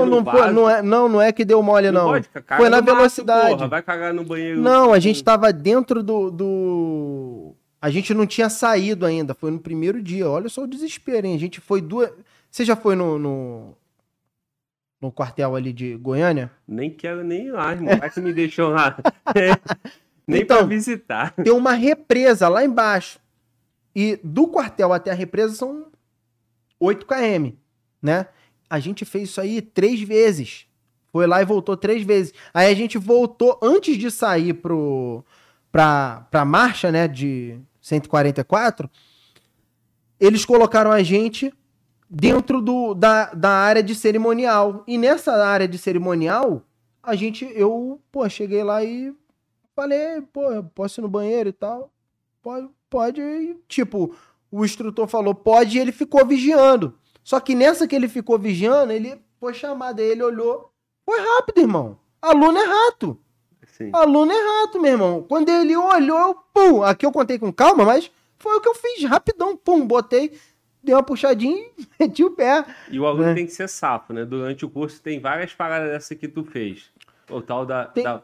Não é que deu mole, não. Pode, caga Foi na no mato, velocidade. porra, vai cagar no banheiro. Não, a gente tava dentro do... A gente não tinha saído ainda, foi no primeiro dia. Olha só o desespero, hein? A gente foi 2... Você já foi no quartel ali de Goiânia? Nem quero nem ir lá, irmão. Vai que me deixou lá. Nem Então, pra visitar. Tem uma represa lá embaixo. E do quartel até a represa são 8 km, né? A gente fez isso aí 3 vezes. Foi lá e voltou 3 vezes. Aí a gente voltou, antes de sair pra marcha, né, de 144, eles colocaram a gente dentro da área de cerimonial. E nessa área de cerimonial, eu cheguei lá e falei, pô, posso ir no banheiro e tal? Pode. E, tipo, o instrutor falou, pode, e ele ficou vigiando. Só que nessa que ele ficou vigiando, ele foi chamado, aí ele olhou. Foi rápido, irmão. Aluno é rato. Sim. Aluno é rato, meu irmão. Quando ele olhou, pum, aqui eu contei com calma, mas foi o que eu fiz, rapidão, pum, botei, dei uma puxadinha e meti o pé. E o aluno tem que ser safo, né? Durante o curso tem várias paradas dessa que tu fez. O tal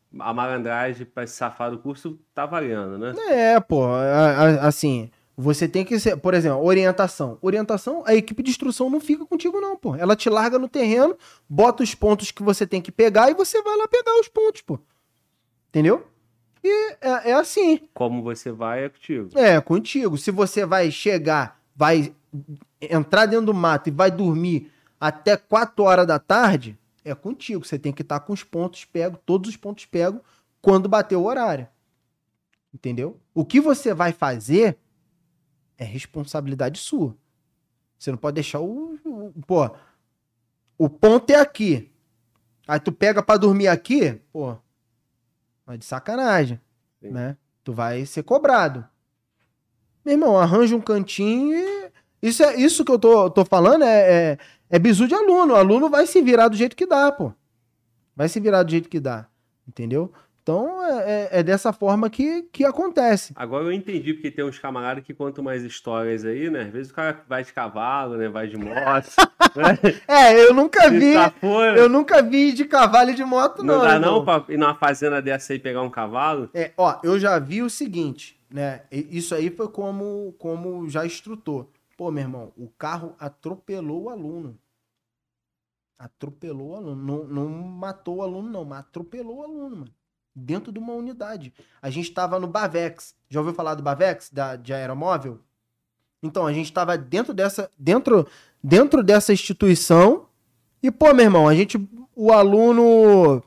a malandragem para se safar do curso tá valendo, né? Pô, assim, você tem que ser, por exemplo, orientação. Orientação, a equipe de instrução não fica contigo não, pô. Ela te larga no terreno, bota os pontos que você tem que pegar e você vai lá pegar os pontos, pô. Entendeu? E é assim. Como você vai, é contigo. É, contigo. Se você vai chegar, vai entrar dentro do mato e vai dormir até 4 horas da tarde, é contigo. Você tem que estar com os pontos pegos, todos os pontos pegos, quando bater o horário. Entendeu? O que você vai fazer é responsabilidade sua. Você não pode deixar pô, o ponto é aqui. Aí tu pega pra dormir aqui, pô, vai de sacanagem, Sim. né? Tu vai ser cobrado. Meu irmão, arranja um cantinho e... Isso que eu tô falando é bizu de aluno. O aluno vai se virar do jeito que dá, pô. Vai se virar do jeito que dá. Entendeu? Então, é dessa forma que acontece. Agora eu entendi porque tem uns camaradas que contam mais histórias aí, né? Às vezes o cara vai de cavalo, né? Vai de moto. Né? Eu nunca vi. Safora. Eu nunca vi de cavalo e de moto, não. Não dá irmão. não pra ir numa fazenda dessa aí pegar um cavalo? Eu já vi o seguinte, né? Isso aí foi como já instrutor. Pô, meu irmão, o carro atropelou o aluno. Atropelou o aluno. Não matou o aluno, não, mas atropelou o aluno, mano. Dentro de uma unidade. A gente tava no Bavex. Já ouviu falar do Bavex? De aeromóvel? Então, a gente tava dentro dessa instituição. E, pô, meu irmão, o aluno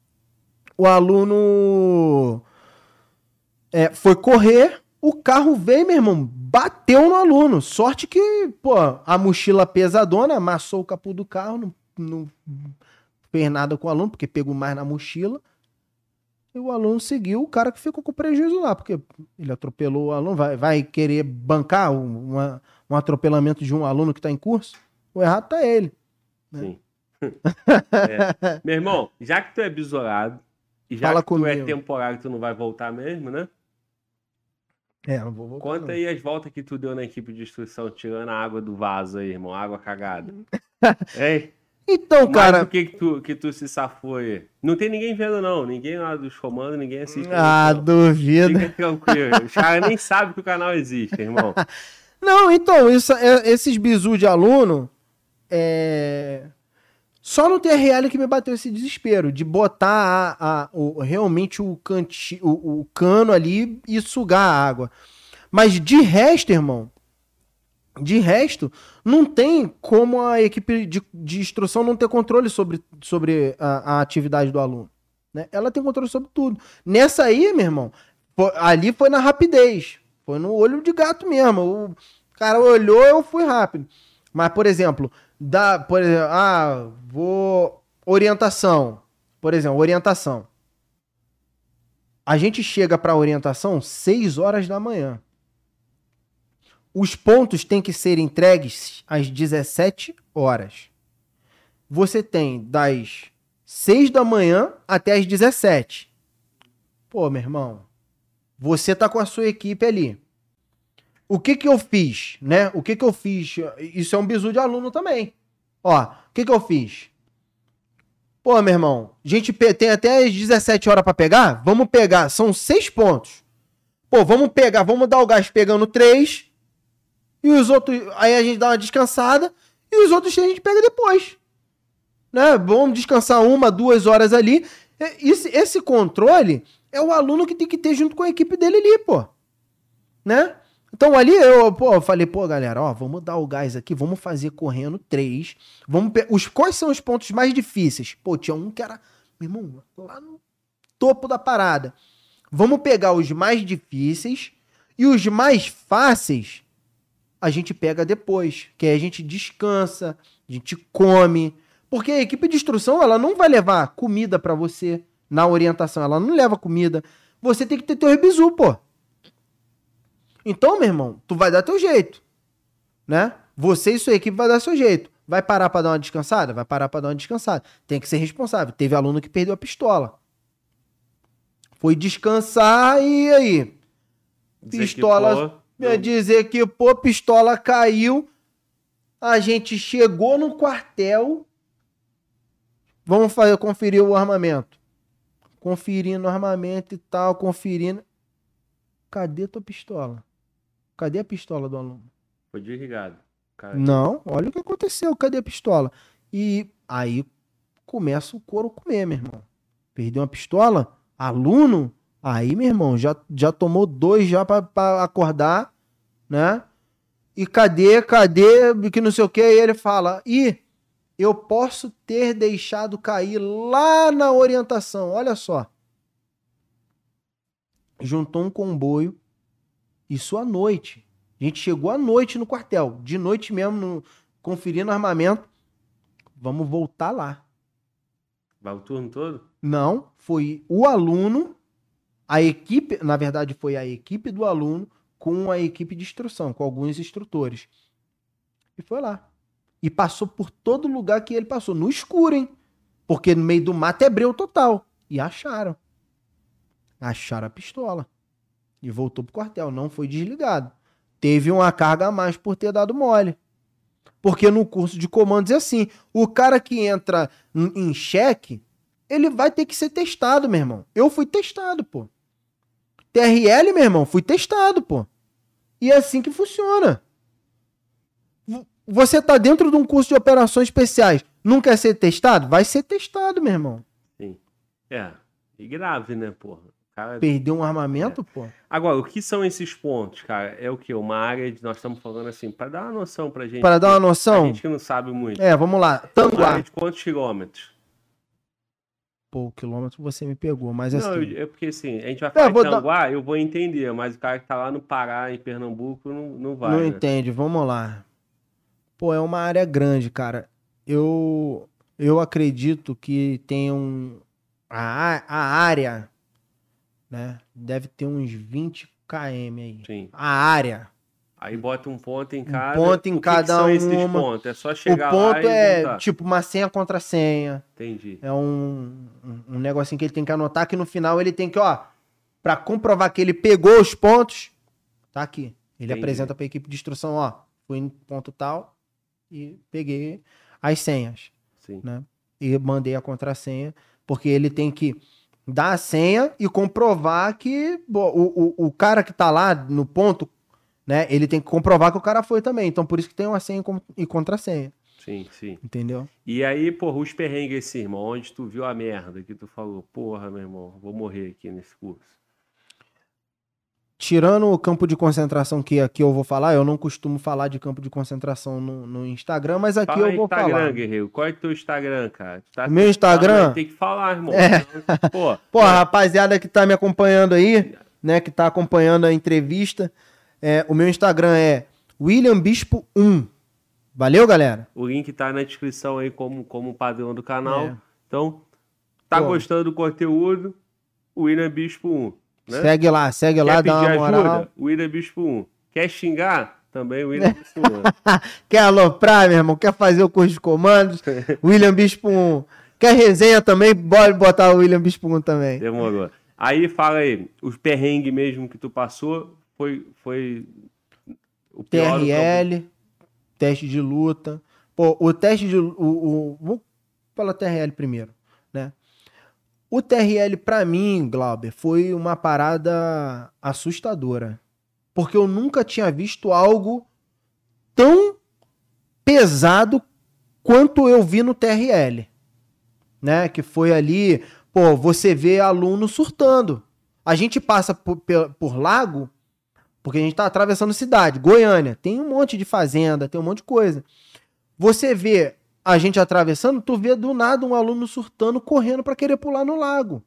foi correr, o carro veio, meu irmão, bateu no aluno. Sorte que, pô, a mochila pesadona, amassou o capô do carro, não fez nada com o aluno, porque pegou mais na mochila. E o aluno seguiu, o cara que ficou com prejuízo lá, porque ele atropelou o aluno, vai querer bancar um atropelamento de um aluno que está em curso? O errado tá ele. Né? Sim. Meu irmão, já que tu é besourado, e já Fala que tu é comigo. temporário, tu não vai voltar mesmo, né? Não vou voltar. Conta aí as voltas que tu deu na equipe de instrução, tirando a água do vaso aí, irmão, água cagada. Ei, Então, cara... Mas o que tu se safou aí? Não tem ninguém vendo, não. Ninguém lá dos comandos, ninguém assiste. Duvido. Fica tranquilo. Os caras nem sabem que o canal existe, irmão. Não, então, esses bizu de aluno, só no TRL que me bateu esse desespero, de botar realmente o cano ali e sugar a água. Mas de resto, irmão, não tem como a equipe de instrução não ter controle sobre a atividade do aluno. Né? Ela tem controle sobre tudo. Nessa aí, meu irmão, ali foi na rapidez. Foi no olho de gato mesmo. O cara olhou, eu fui rápido. Mas, por exemplo, orientação. Por exemplo, orientação. A gente chega para orientação 6 horas da manhã. Os pontos têm que ser entregues às 17 horas. Você tem das 6 da manhã até as 17. Pô, meu irmão, você tá com a sua equipe ali. O que eu fiz, né? O que eu fiz? Isso é um bizu de aluno também. Ó, o que eu fiz? Pô, meu irmão, a gente tem até as 17 horas pra pegar? Vamos pegar, são 6 pontos. Pô, vamos dar o gás pegando 3... E os outros, aí a gente dá uma descansada e os outros 3 a gente pega depois. Né? Vamos descansar 1, 2 horas ali. Esse controle é o aluno que tem que ter junto com a equipe dele ali, pô. Né? Então ali eu falei, galera, vamos dar o gás aqui, vamos fazer correndo 3. Quais são os pontos mais difíceis? Pô, tinha um que era, meu irmão, lá no topo da parada. Vamos pegar os mais difíceis e os mais fáceis a gente pega depois, que aí a gente descansa, a gente come, porque a equipe de instrução, ela não vai levar comida pra você na orientação, ela não leva comida, você tem que ter teu bizu, pô. Então, meu irmão, tu vai dar teu jeito, né? Você e sua equipe vai dar seu jeito. Vai parar pra dar uma descansada? Vai parar pra dar uma descansada. Tem que ser responsável. Teve aluno que perdeu a pistola. Foi descansar e aí? Pistola... Dizer que, pistola caiu, a gente chegou no quartel, vamos conferir o armamento. conferindo o armamento e tal, conferindo. Cadê tua pistola? Cadê a pistola do aluno? Foi desligado. Cara, Não, olha o que aconteceu, cadê a pistola? E aí começa o couro comer, meu irmão. Perdeu uma pistola? Aluno? Aí, meu irmão, já tomou 2 já pra acordar, né? E cadê, que não sei o que, e ele fala, eu posso ter deixado cair lá na orientação, olha só. Juntou um comboio, isso à noite. A gente chegou à noite no quartel, de noite mesmo, conferindo armamento. Vamos voltar lá. vai o turno todo? Não, foi o aluno, a equipe, na verdade foi a equipe do aluno com a equipe de instrução, com alguns instrutores. E foi lá. E passou por todo lugar que ele passou, no escuro, hein? Porque no meio do mato é breu total. E acharam. Acharam a pistola. E voltou pro quartel, não foi desligado. Teve uma carga a mais por ter dado mole. Porque no curso de comandos é assim, o cara que entra em cheque, ele vai ter que ser testado, meu irmão. Eu fui testado, pô. TRL, meu irmão, fui testado, pô. E é assim que funciona. Você tá dentro de um curso de operações especiais, não quer ser testado? Vai ser testado, meu irmão. Sim. E grave, né, porra? O cara... Perdeu um armamento, pô. Agora, o que são esses pontos, cara? É o quê? Uma área de... Nós estamos falando assim, para dar uma noção pra gente. Para dar uma A noção? gente que não sabe muito. Vamos lá. Uma Tanguá. área de quantos quilômetros? Pô, o quilômetro você me pegou, mas Não, assim... é porque assim, a gente vai falar vou de Tanguá, eu vou entender, mas o cara que tá lá no Pará, em Pernambuco, não vai, Não né? entende, vamos lá. Pô, é uma área grande, cara. Eu acredito que tem a área, né? Deve ter uns 20 km aí. Sim. A área. Aí bota um ponto em cada. Ponto em cada que são esses uma. pontos? É só chegar O lá ponto e é voltar. tipo uma senha contra senha. Entendi. É um negocinho que ele tem que anotar, que no final ele tem que, pra comprovar que ele pegou os pontos, tá aqui. Ele Entendi. apresenta pra equipe de instrução, fui em ponto tal e peguei as senhas, Sim. né? E mandei a contrassenha, porque ele tem que dar a senha e comprovar que o cara que tá lá no ponto, né? Ele tem que comprovar que o cara foi também. Então, por isso que tem uma senha e contrassenha. Sim, sim. Entendeu? E aí, porra, os perrengues assim, irmão, onde tu viu a merda que tu falou, porra, meu irmão, vou morrer aqui nesse curso. Tirando o campo de concentração que aqui eu vou falar, eu não costumo falar de campo de concentração no Instagram, mas aqui Fala eu vou Instagram, falar. guerreiro. Qual é teu Instagram, cara? O meu Instagram? Tem que falar, irmão. É. Pô, Pô, a rapaziada que tá me acompanhando aí, né, que tá acompanhando a entrevista, o meu Instagram é William Bispo 1. Valeu, galera? o link tá na descrição aí como padrão do canal. É. Então, tá Pô. gostando do conteúdo? William Bispo 1. Né? Segue lá, Quer dá uma pedir moral. ajuda? William Bispo 1. Quer xingar? Também William Bispo 1. Quer aloprar, meu irmão? Quer fazer o curso de comandos? William Bispo 1. Quer resenha também? Bora botar o William Bispo 1 também. Demorou. Aí fala aí, os perrengues mesmo que tu passou foi o pior do campo. TRL, teste de luta. Pô, o teste de... Vou falar TRL primeiro, né? O TRL, pra mim, Glauber, foi uma parada assustadora. Porque eu nunca tinha visto algo tão pesado quanto eu vi no TRL. Né? Que foi ali... Pô, você vê aluno surtando. A gente passa por lago, porque a gente tá atravessando cidade. Goiânia, tem um monte de fazenda, tem um monte de coisa. Você vê a gente atravessando, tu vê do nada um aluno surtando, correndo pra querer pular no lago.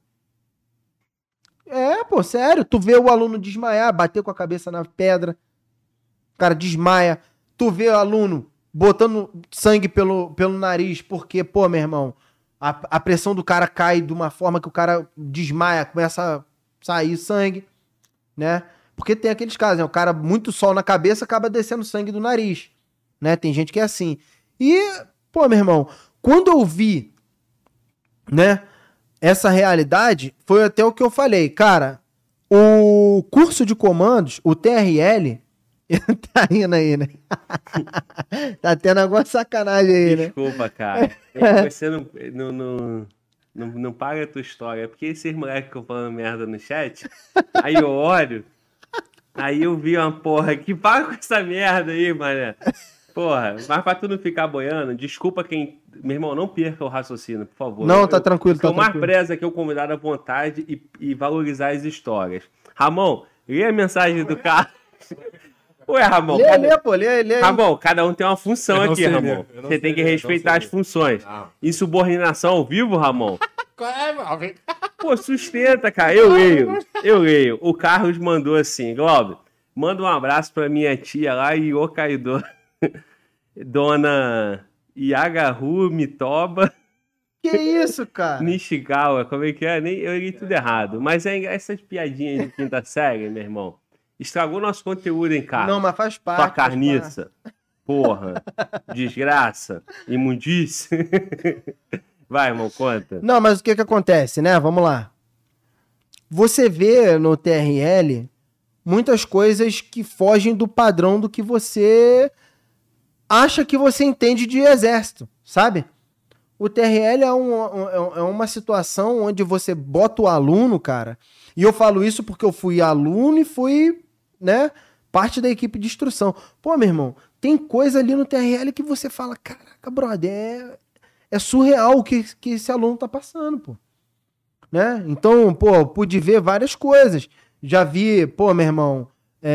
Pô, sério. Tu vê o aluno desmaiar, bater com a cabeça na pedra. O cara desmaia. Tu vê o aluno botando sangue pelo nariz, porque, pô, meu irmão, a pressão do cara cai de uma forma que o cara desmaia, começa a sair sangue, né? Porque tem aqueles casos, né? O cara, muito sol na cabeça, acaba descendo sangue do nariz, né? Tem gente que é assim. E, pô, meu irmão, quando eu vi, né, essa realidade, foi até o que eu falei, cara, o curso de comandos, o TRL, tá rindo aí, né? Tá tendo alguma sacanagem aí, né? Desculpa, cara. Você não... Não paga a tua história. É porque esses moleques ficam falando merda no chat. Aí eu olho. Aí eu vi uma porra aqui. Para com essa merda aí, mané. Porra, mas pra tu não ficar boiando, desculpa quem... Meu irmão, não perca o raciocínio, por favor. Não, tá tranquilo, tá tranquilo. O mais tranquilo. preza é que eu convidar à vontade e valorizar as histórias. Ramon, lê a mensagem do cara. Ué, Ramon. Lê. Ramon, cada um tem uma função Eu não aqui, sei Ramon. ler, eu não Você sei tem que ler, respeitar não as sei funções. Não. Insubordinação ao vivo, Ramon? Qual é, Malvin? Pô, sustenta, cara. Eu leio. O Carlos mandou assim, Globo, manda um abraço pra minha tia lá em Hokkaido. Dona Yagaru Mitoba Que isso, cara? Nishigawa, como é que é? Eu li tudo errado. Mas é essas piadinhas de quinta série, meu irmão. Estragou nosso conteúdo, hein, cara? Não, mas faz parte. Sua faz parte. carniça. Porra. Desgraça. Imundice. Vai, irmão, conta. Não, mas o que acontece, né? Vamos lá. Você vê no TRL muitas coisas que fogem do padrão do que você acha que você entende de exército, sabe? O TRL é uma situação onde você bota o aluno, cara, e eu falo isso porque eu fui aluno e fui, né, parte da equipe de instrução. Pô, meu irmão, tem coisa ali no TRL que você fala, caraca, brother, é surreal o que esse aluno tá passando, pô. Né? Então, pô, eu pude ver várias coisas. Já vi, pô, meu irmão,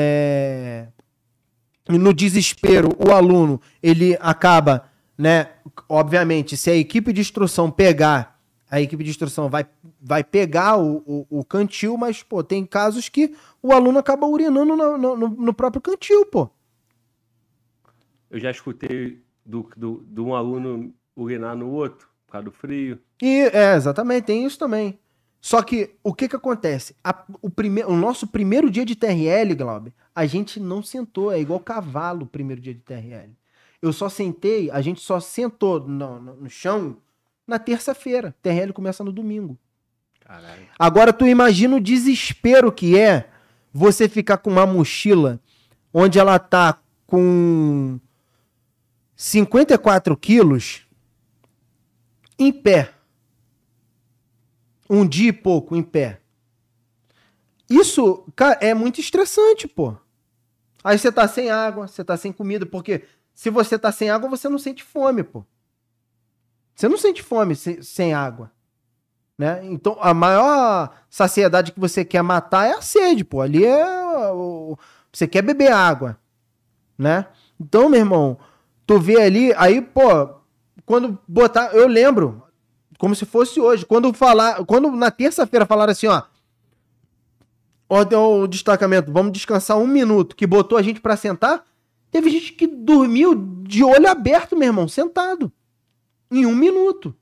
no desespero, o aluno, ele acaba, né, obviamente, se a equipe de instrução pegar, a equipe de instrução vai pegar o cantil, mas, pô, tem casos que o aluno acaba urinando no próprio cantil, pô. Eu já escutei de um aluno urinar no outro, por causa do frio. Exatamente, tem isso também. Só que, o que acontece? O nosso primeiro dia de TRL, Glauber, a gente não sentou, é igual cavalo o primeiro dia de TRL. A gente só sentou no chão na terça-feira. TRL começa no domingo. Caralho. Agora, tu imagina o desespero que é você ficar com uma mochila onde ela tá com 54 quilos em pé. Um dia e pouco em pé. Isso, cara, é muito estressante, pô. Aí você tá sem água, você tá sem comida, porque se você tá sem água, você não sente fome, pô. Você não sente fome sem água, né? Então, a maior saciedade que você quer matar é a sede, pô. Ali você quer beber água, né? Então, meu irmão, tu vê ali, aí, pô, quando botar, eu lembro, como se fosse hoje, quando na terça-feira falaram assim, ó, o destacamento, vamos descansar 1 minuto, que botou a gente pra sentar, teve gente que dormiu de olho aberto, meu irmão, sentado, em 1 minuto.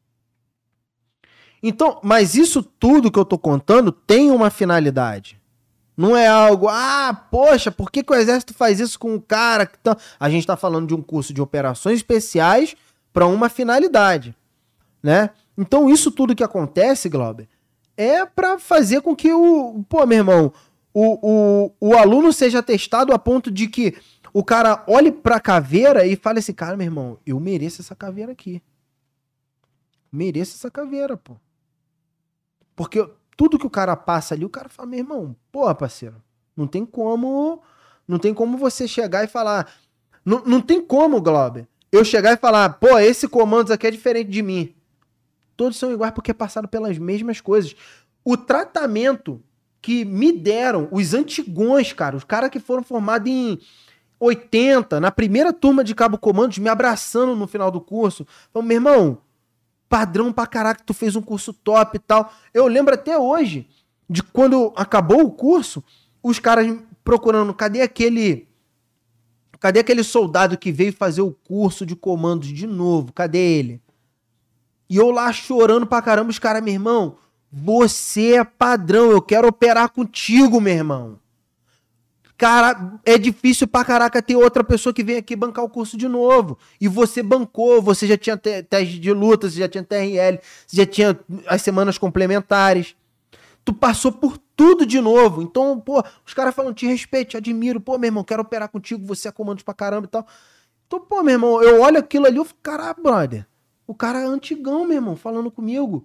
Então, mas isso tudo que eu tô contando tem uma finalidade. Não é algo, poxa, por que o exército faz isso com o cara? Que tá... A gente tá falando de um curso de operações especiais para uma finalidade, né? Então, isso tudo que acontece, Glauber, é para fazer com que meu irmão, o aluno seja testado a ponto de que o cara olhe pra caveira e fale assim, cara, meu irmão, eu mereço essa caveira aqui. Mereço essa caveira, pô. Porque tudo que o cara passa ali, o cara fala, meu irmão, porra, parceiro, não tem como você chegar e falar, não tem como, Glauber, eu chegar e falar, pô, esse comando aqui é diferente de mim. Todos são iguais porque passaram pelas mesmas coisas. O tratamento que me deram os antigões, cara, os caras que foram formados em 80, na primeira turma de cabo comandos, me abraçando no final do curso, falando, meu irmão, padrão pra caraca, tu fez um curso top e tal. Eu lembro até hoje de quando acabou o curso, os caras procurando, cadê aquele soldado que veio fazer o curso de comandos de novo? Cadê ele? E eu lá chorando pra caramba, os caras, meu irmão, você é padrão, eu quero operar contigo, meu irmão. Cara, é difícil pra caraca ter outra pessoa que vem aqui bancar o curso de novo. E você bancou, você já tinha teste de luta, você já tinha TRL, você já tinha as semanas complementares. Tu passou por tudo de novo. Então, pô, os caras falam, te respeito, te admiro. Pô, meu irmão, quero operar contigo, você é comandos pra caramba e tal. Então, pô, meu irmão, eu olho aquilo ali e falo, caralho, brother. O cara é antigão, meu irmão, falando comigo.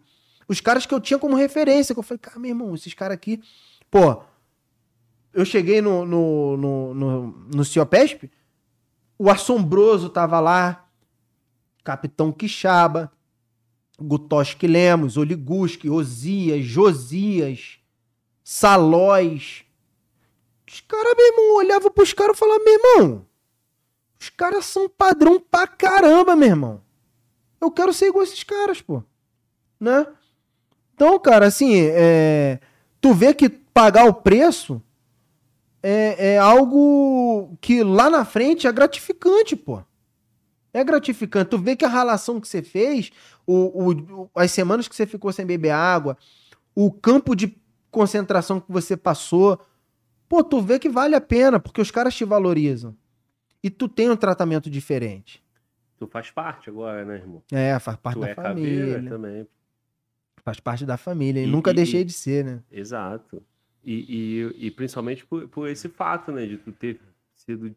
Os caras que eu tinha como referência, que eu falei, cara, meu irmão, esses caras aqui... Pô, eu cheguei no Ciopesp, o Assombroso tava lá, Capitão Quixaba, Gutoski Lemos, Oliguski, Osias, Josias, Salóis. Os caras, meu irmão, olhava pros caras e falava, meu irmão, os caras são padrão pra caramba, meu irmão. Eu quero ser igual a esses caras, pô. Né? Então, cara, assim, tu vê que pagar o preço é algo que lá na frente é gratificante, pô. É gratificante. Tu vê que a relação que você fez, as semanas que você ficou sem beber água, o campo de concentração que você passou, pô, tu vê que vale a pena, porque os caras te valorizam. E tu tem um tratamento diferente. Tu faz parte agora, né, irmão? Faz parte da família. Caveira também. Faz parte da família. E nunca deixei de ser, né? Exato. E principalmente por esse fato, né? De tu ter sido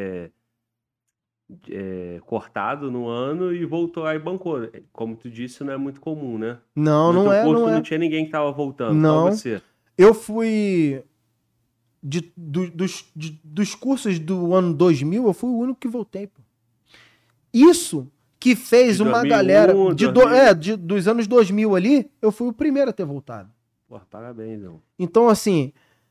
cortado no ano e voltou aí bancou. Como tu disse, não é muito comum, né? Não, no não é. Não tinha ninguém que tava voltando. Não. Só você. Eu fui... Dos cursos do ano 2000, eu fui o único que voltei, pô. Isso que fez uma 2001, galera... 2000. Dos anos 2000 ali, eu fui o primeiro a ter voltado. Pô, parabéns, irmão. Então, assim...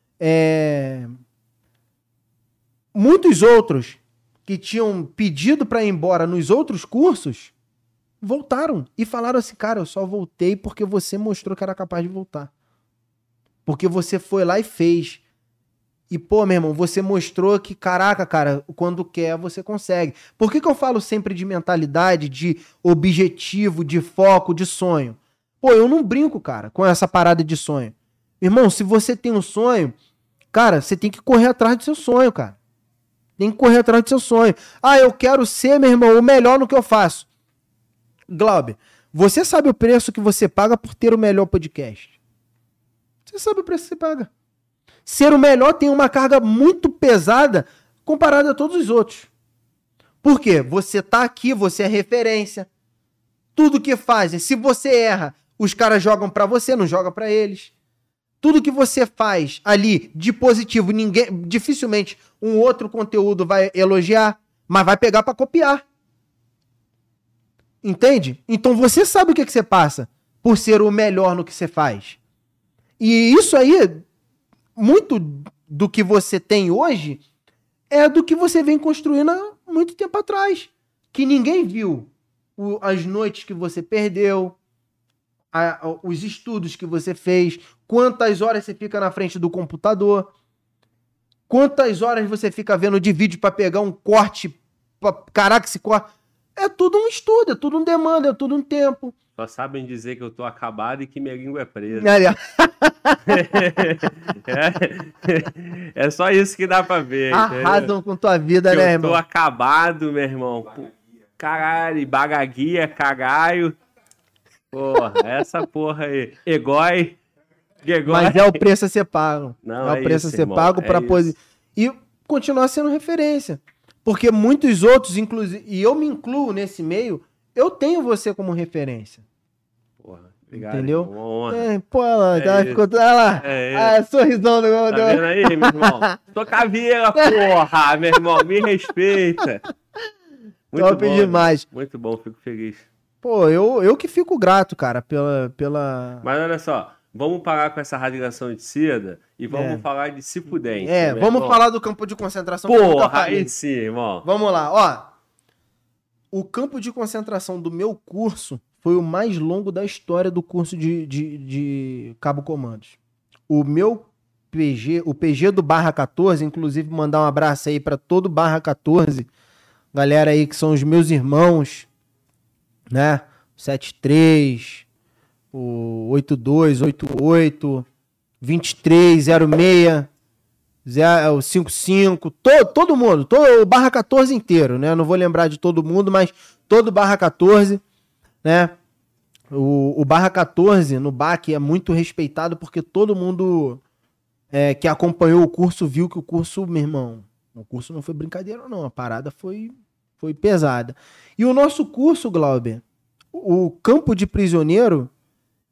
Muitos outros que tinham pedido pra ir embora nos outros cursos, voltaram. E falaram assim, cara, eu só voltei porque você mostrou que era capaz de voltar. Porque você foi lá e fez. E, pô, meu irmão, você mostrou que, caraca, cara, quando quer, você consegue. Por que eu falo sempre de mentalidade, de objetivo, de foco, de sonho? Pô, eu não brinco, cara, com essa parada de sonho. Irmão, se você tem um sonho, cara, você tem que correr atrás do seu sonho, cara. Tem que correr atrás do seu sonho. Ah, eu quero ser, meu irmão, o melhor no que eu faço. Glauber, você sabe o preço que você paga por ter o melhor podcast? Você sabe o preço que você paga. Ser o melhor tem uma carga muito pesada comparada a todos os outros. Por quê? Você tá aqui, você é referência. Tudo que fazem, se você erra, os caras jogam pra você, não jogam pra eles. Tudo que você faz ali de positivo, dificilmente um outro conteúdo vai elogiar, mas vai pegar pra copiar. Entende? Então você sabe o que você passa por ser o melhor no que você faz. E isso aí, muito do que você tem hoje é do que você vem construindo há muito tempo atrás. Que ninguém viu as noites que você perdeu, os estudos que você fez, quantas horas você fica na frente do computador, quantas horas você fica vendo de vídeo para pegar um corte, caraca, esse corte. É tudo um estudo, é tudo um demanda, é tudo um tempo. Só sabem dizer que eu tô acabado e que minha língua é presa. É só isso que dá pra ver. Arrasam com tua vida, que né, eu irmão? tô acabado, meu irmão. Caralho, bagaguia, cagaio. Porra, essa porra aí. Egói. Mas é o preço a ser pago. Não, é o preço isso, a ser irmão, pago pra poder... E continuar sendo referência. Porque muitos outros, inclusive, e eu me incluo nesse meio, eu tenho você como referência. Porra, obrigado. Entendeu? Irmão, uma honra. Pô, ficou... Olha lá, sorrisão do meu... Tá vendo aí, meu irmão? Tô caveira, porra, meu irmão, me respeita. Muito Top bom, demais. Muito bom, fico feliz. Pô, eu que fico grato, cara, pela... Mas olha só, vamos parar com essa rasgação de seda e vamos falar de Cifudente. Vamos falar do campo de concentração. Que eu nunca Porra, falei. aí sim, irmão. Vamos lá, ó. O campo de concentração do meu curso foi o mais longo da história do curso de Cabo Comandos. O meu PG, o PG do Barra 14, inclusive mandar um abraço aí pra todo Barra 14, galera aí que são os meus irmãos, né? 73, o 82, 88, 23, 06, o 55, todo mundo, o Barra 14 inteiro, né? Não vou lembrar de todo mundo, mas todo Barra 14, né? O Barra 14 no BAC é muito respeitado porque todo mundo que acompanhou o curso viu que o curso, meu irmão, o curso não foi brincadeira não, a parada foi pesada. E o nosso curso, Glauber, o campo de prisioneiro,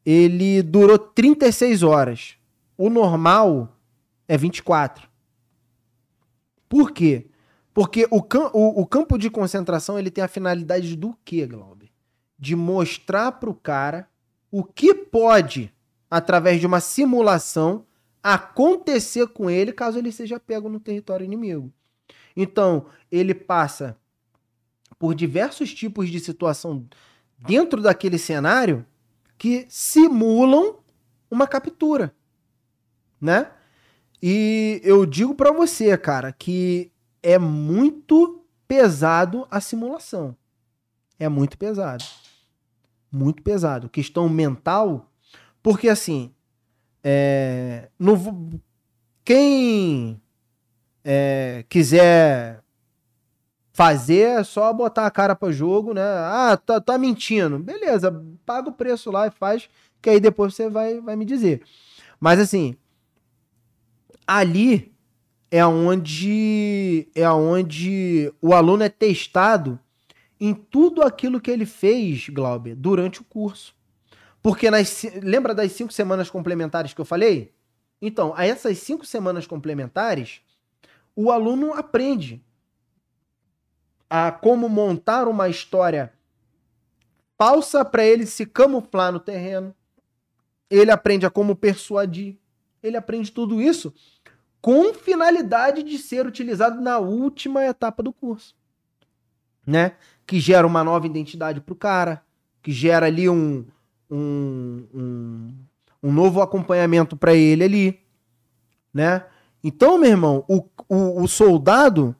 ele durou 36 horas. O normal é 24. Por quê? Porque o campo de concentração ele tem a finalidade do quê, Glauber? De mostrar para o cara o que pode, através de uma simulação, acontecer com ele caso ele seja pego no território inimigo. Então, ele passa por diversos tipos de situação dentro daquele cenário que simulam uma captura, né? E eu digo pra você, cara, que é muito pesado a simulação. É muito pesado. Muito pesado. Questão mental, porque assim, quem quiser fazer é só botar a cara para jogo, né? Ah, tá mentindo. Beleza, paga o preço lá e faz, que aí depois você vai me dizer. Mas assim, ali é onde o aluno é testado em tudo aquilo que ele fez, Glauber, durante o curso. Porque lembra das 5 semanas complementares que eu falei? Então, a essas 5 semanas complementares, o aluno aprende a como montar uma história falsa para ele se camuflar no terreno. Ele aprende a como persuadir. Ele aprende tudo isso com finalidade de ser utilizado na última etapa do curso, né? Que gera uma nova identidade pro cara, que gera ali um novo acompanhamento para ele ali, né? Então, meu irmão, o soldado,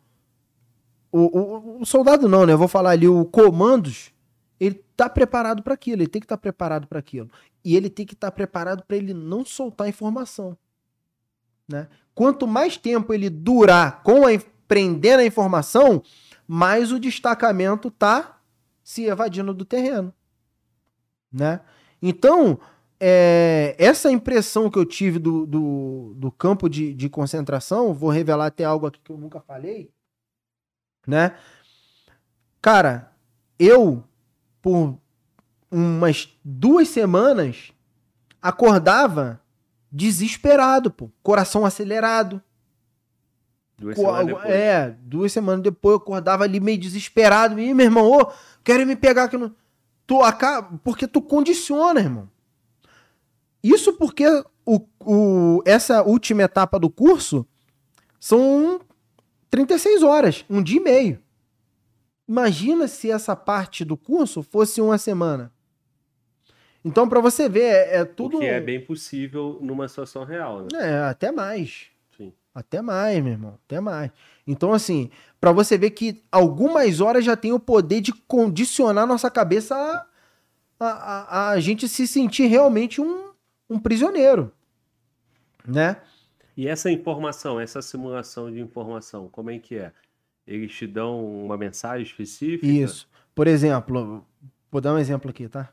o soldado não, né? Eu vou falar ali, o comandos, ele tá preparado para aquilo, ele tem que estar preparado para aquilo. E ele tem que estar preparado para ele não soltar informação, né? Quanto mais tempo ele durar prendendo a informação, mais o destacamento tá se evadindo do terreno, né? Então, essa impressão que eu tive do campo de concentração, vou revelar até algo aqui que eu nunca falei, né? Cara, eu, por umas 2 semanas, acordava desesperado, pô. Coração acelerado. 2 semanas depois. 2 semanas depois eu acordava ali meio desesperado. Ih, meu irmão, querem me pegar aqui no... Porque tu condiciona, irmão. Isso porque essa última etapa do curso são 36 horas, 1 dia e meio. Imagina se essa parte do curso fosse 1 semana. Então, para você ver, é tudo... O que é bem possível numa situação real, né? Até mais. Sim. Até mais, meu irmão. Até mais. Então, assim, para você ver que algumas horas já tem o poder de condicionar nossa cabeça a gente se sentir realmente um prisioneiro, né? E essa informação, essa simulação de informação, como é que é? Eles te dão uma mensagem específica? Isso. Por exemplo, vou dar um exemplo aqui, tá?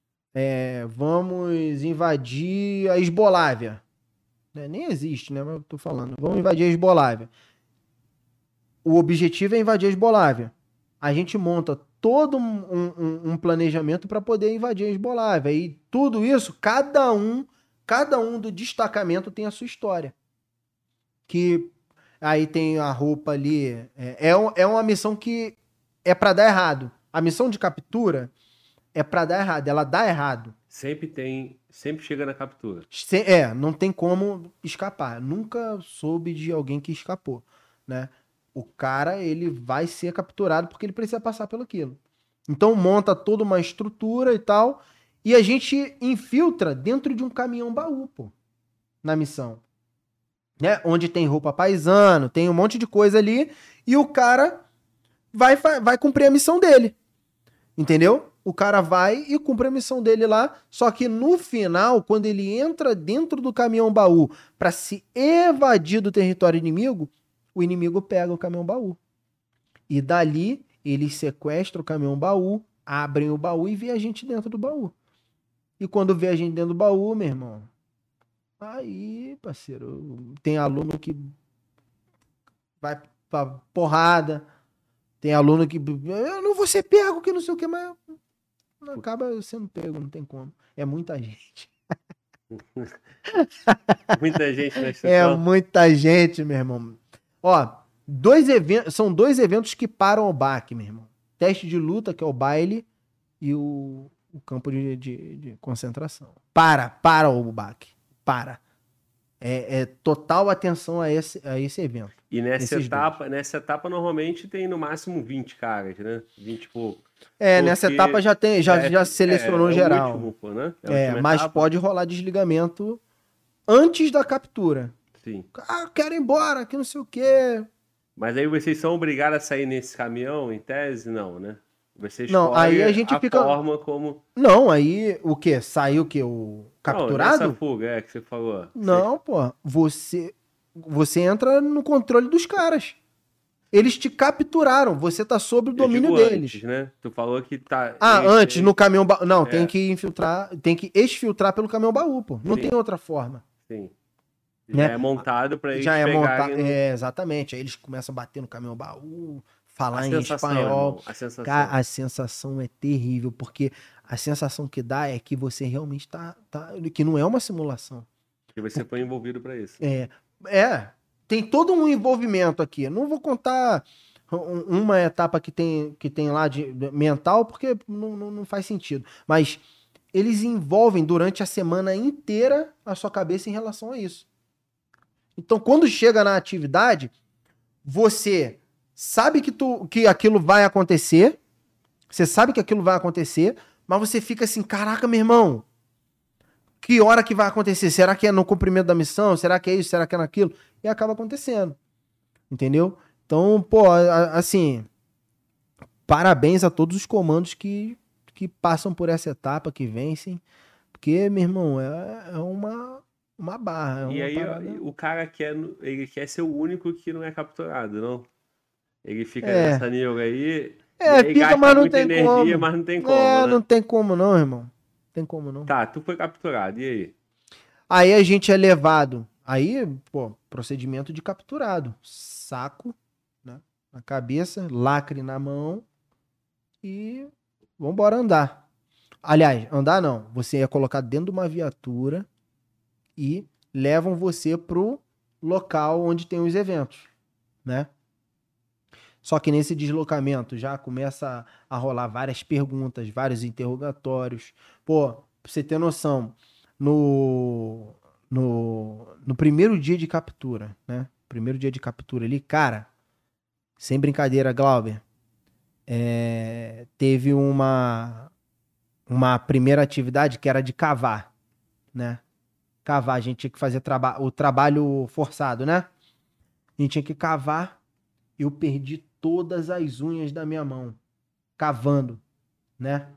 Vamos invadir a Esbolávia. Nem existe, né? Mas eu tô falando. Vamos invadir a Esbolávia. O objetivo é invadir a Esbolávia. A gente monta todo um planejamento para poder invadir a Esbolávia. E tudo isso, cada um do destacamento tem a sua história. Que aí tem a roupa ali. É uma missão que é para dar errado. A missão de captura é para dar errado. Ela dá errado. Sempre chega na captura. Não tem como escapar. Nunca soube de alguém que escapou, né? O cara, ele vai ser capturado porque ele precisa passar pelo aquilo. Então monta toda uma estrutura e tal, e a gente infiltra dentro de um caminhão baú, pô, na missão. Né? Onde tem roupa paisano, tem um monte de coisa ali, e o cara vai cumprir a missão dele. Entendeu? O cara vai e cumpre a missão dele lá, só que no final, quando ele entra dentro do caminhão baú para se evadir do território inimigo, o inimigo pega o caminhão baú. E dali, eles sequestram o caminhão baú, abrem o baú e vê a gente dentro do baú. E quando vê a gente dentro do baú, meu irmão, aí, parceiro, tem aluno que vai pra porrada, tem aluno que eu não vou ser pego, que não sei o que, mas acaba sendo pego, não tem como. É muita gente. Muita gente na É instrução. muita gente, meu irmão. Ó, são 2 eventos que param o baque, meu irmão. Teste de luta, que é o baile, e o campo de concentração. Para o baque. Para. É total atenção a esse evento. E nessa Esses etapa, normalmente tem no máximo 20 caras, né? 20 e pouco. Nessa Porque etapa já selecionou é geral. o último, pô, né? É a última Mas etapa. pode rolar desligamento antes da captura. Sim. Ah, quero ir embora, que não sei o quê. Mas aí vocês são obrigados a sair nesse caminhão, em tese? Não, né? Você Não, escolhe aí a gente fica. forma como... Não, aí o quê? Saiu o quê? O capturado? Não, nessa fuga, que você falou. Não, pô. Você entra no controle dos caras. Eles te capturaram. Você tá sob o Eu domínio digo deles. antes, né? Tu falou que tá... Antes, no caminhão baú. Não, É. tem que infiltrar, tem que exfiltrar pelo caminhão baú, pô. Não Sim. tem outra forma. Sim. Né? Já é montado pra eles Já é montado. pegarem... Exatamente. Aí eles começam a bater no caminhão baú, falar A em sensação, espanhol. irmão, a sensação. Cara, a sensação é terrível, porque a sensação que dá é que você realmente que não é uma simulação. Que você foi envolvido pra isso. Tem todo um envolvimento aqui. Não vou contar uma etapa que tem lá de mental, porque não faz sentido. Mas eles envolvem durante a semana inteira a sua cabeça em relação a isso. Então, quando chega na atividade, você sabe que aquilo vai acontecer, você sabe que aquilo vai acontecer, mas você fica assim, caraca, meu irmão, que hora que vai acontecer? Será que é no cumprimento da missão? Será que é isso? Será que é naquilo? E acaba acontecendo. Entendeu? Então, pô, assim, parabéns a todos os comandos que passam por essa etapa, que vencem, porque, meu irmão, é uma barra. E uma aí parada. o cara ele quer ser o único que não é capturado, não? Ele fica É. nessa nível aí, e aí Fica, gasta mas não muita tem energia, como. mas não tem como, né? Não tem como não, irmão. Não tem como não. Tá, tu foi capturado, e aí? Aí a gente é levado. Aí, pô, procedimento de capturado. Saco, né, na cabeça, lacre na mão e vambora andar. Aliás, andar não. Você é colocado dentro de uma viatura e levam você pro local onde tem os eventos, né? Só que nesse deslocamento já começa a rolar várias perguntas, vários interrogatórios. Pô, pra você ter noção, no primeiro dia de captura, né? Primeiro dia de captura ali, cara, sem brincadeira, Glauber, teve uma primeira atividade que era de cavar, né? Cavar, a gente tinha que fazer o trabalho forçado, né? A gente tinha que cavar. Eu perdi todas as unhas da minha mão cavando, né?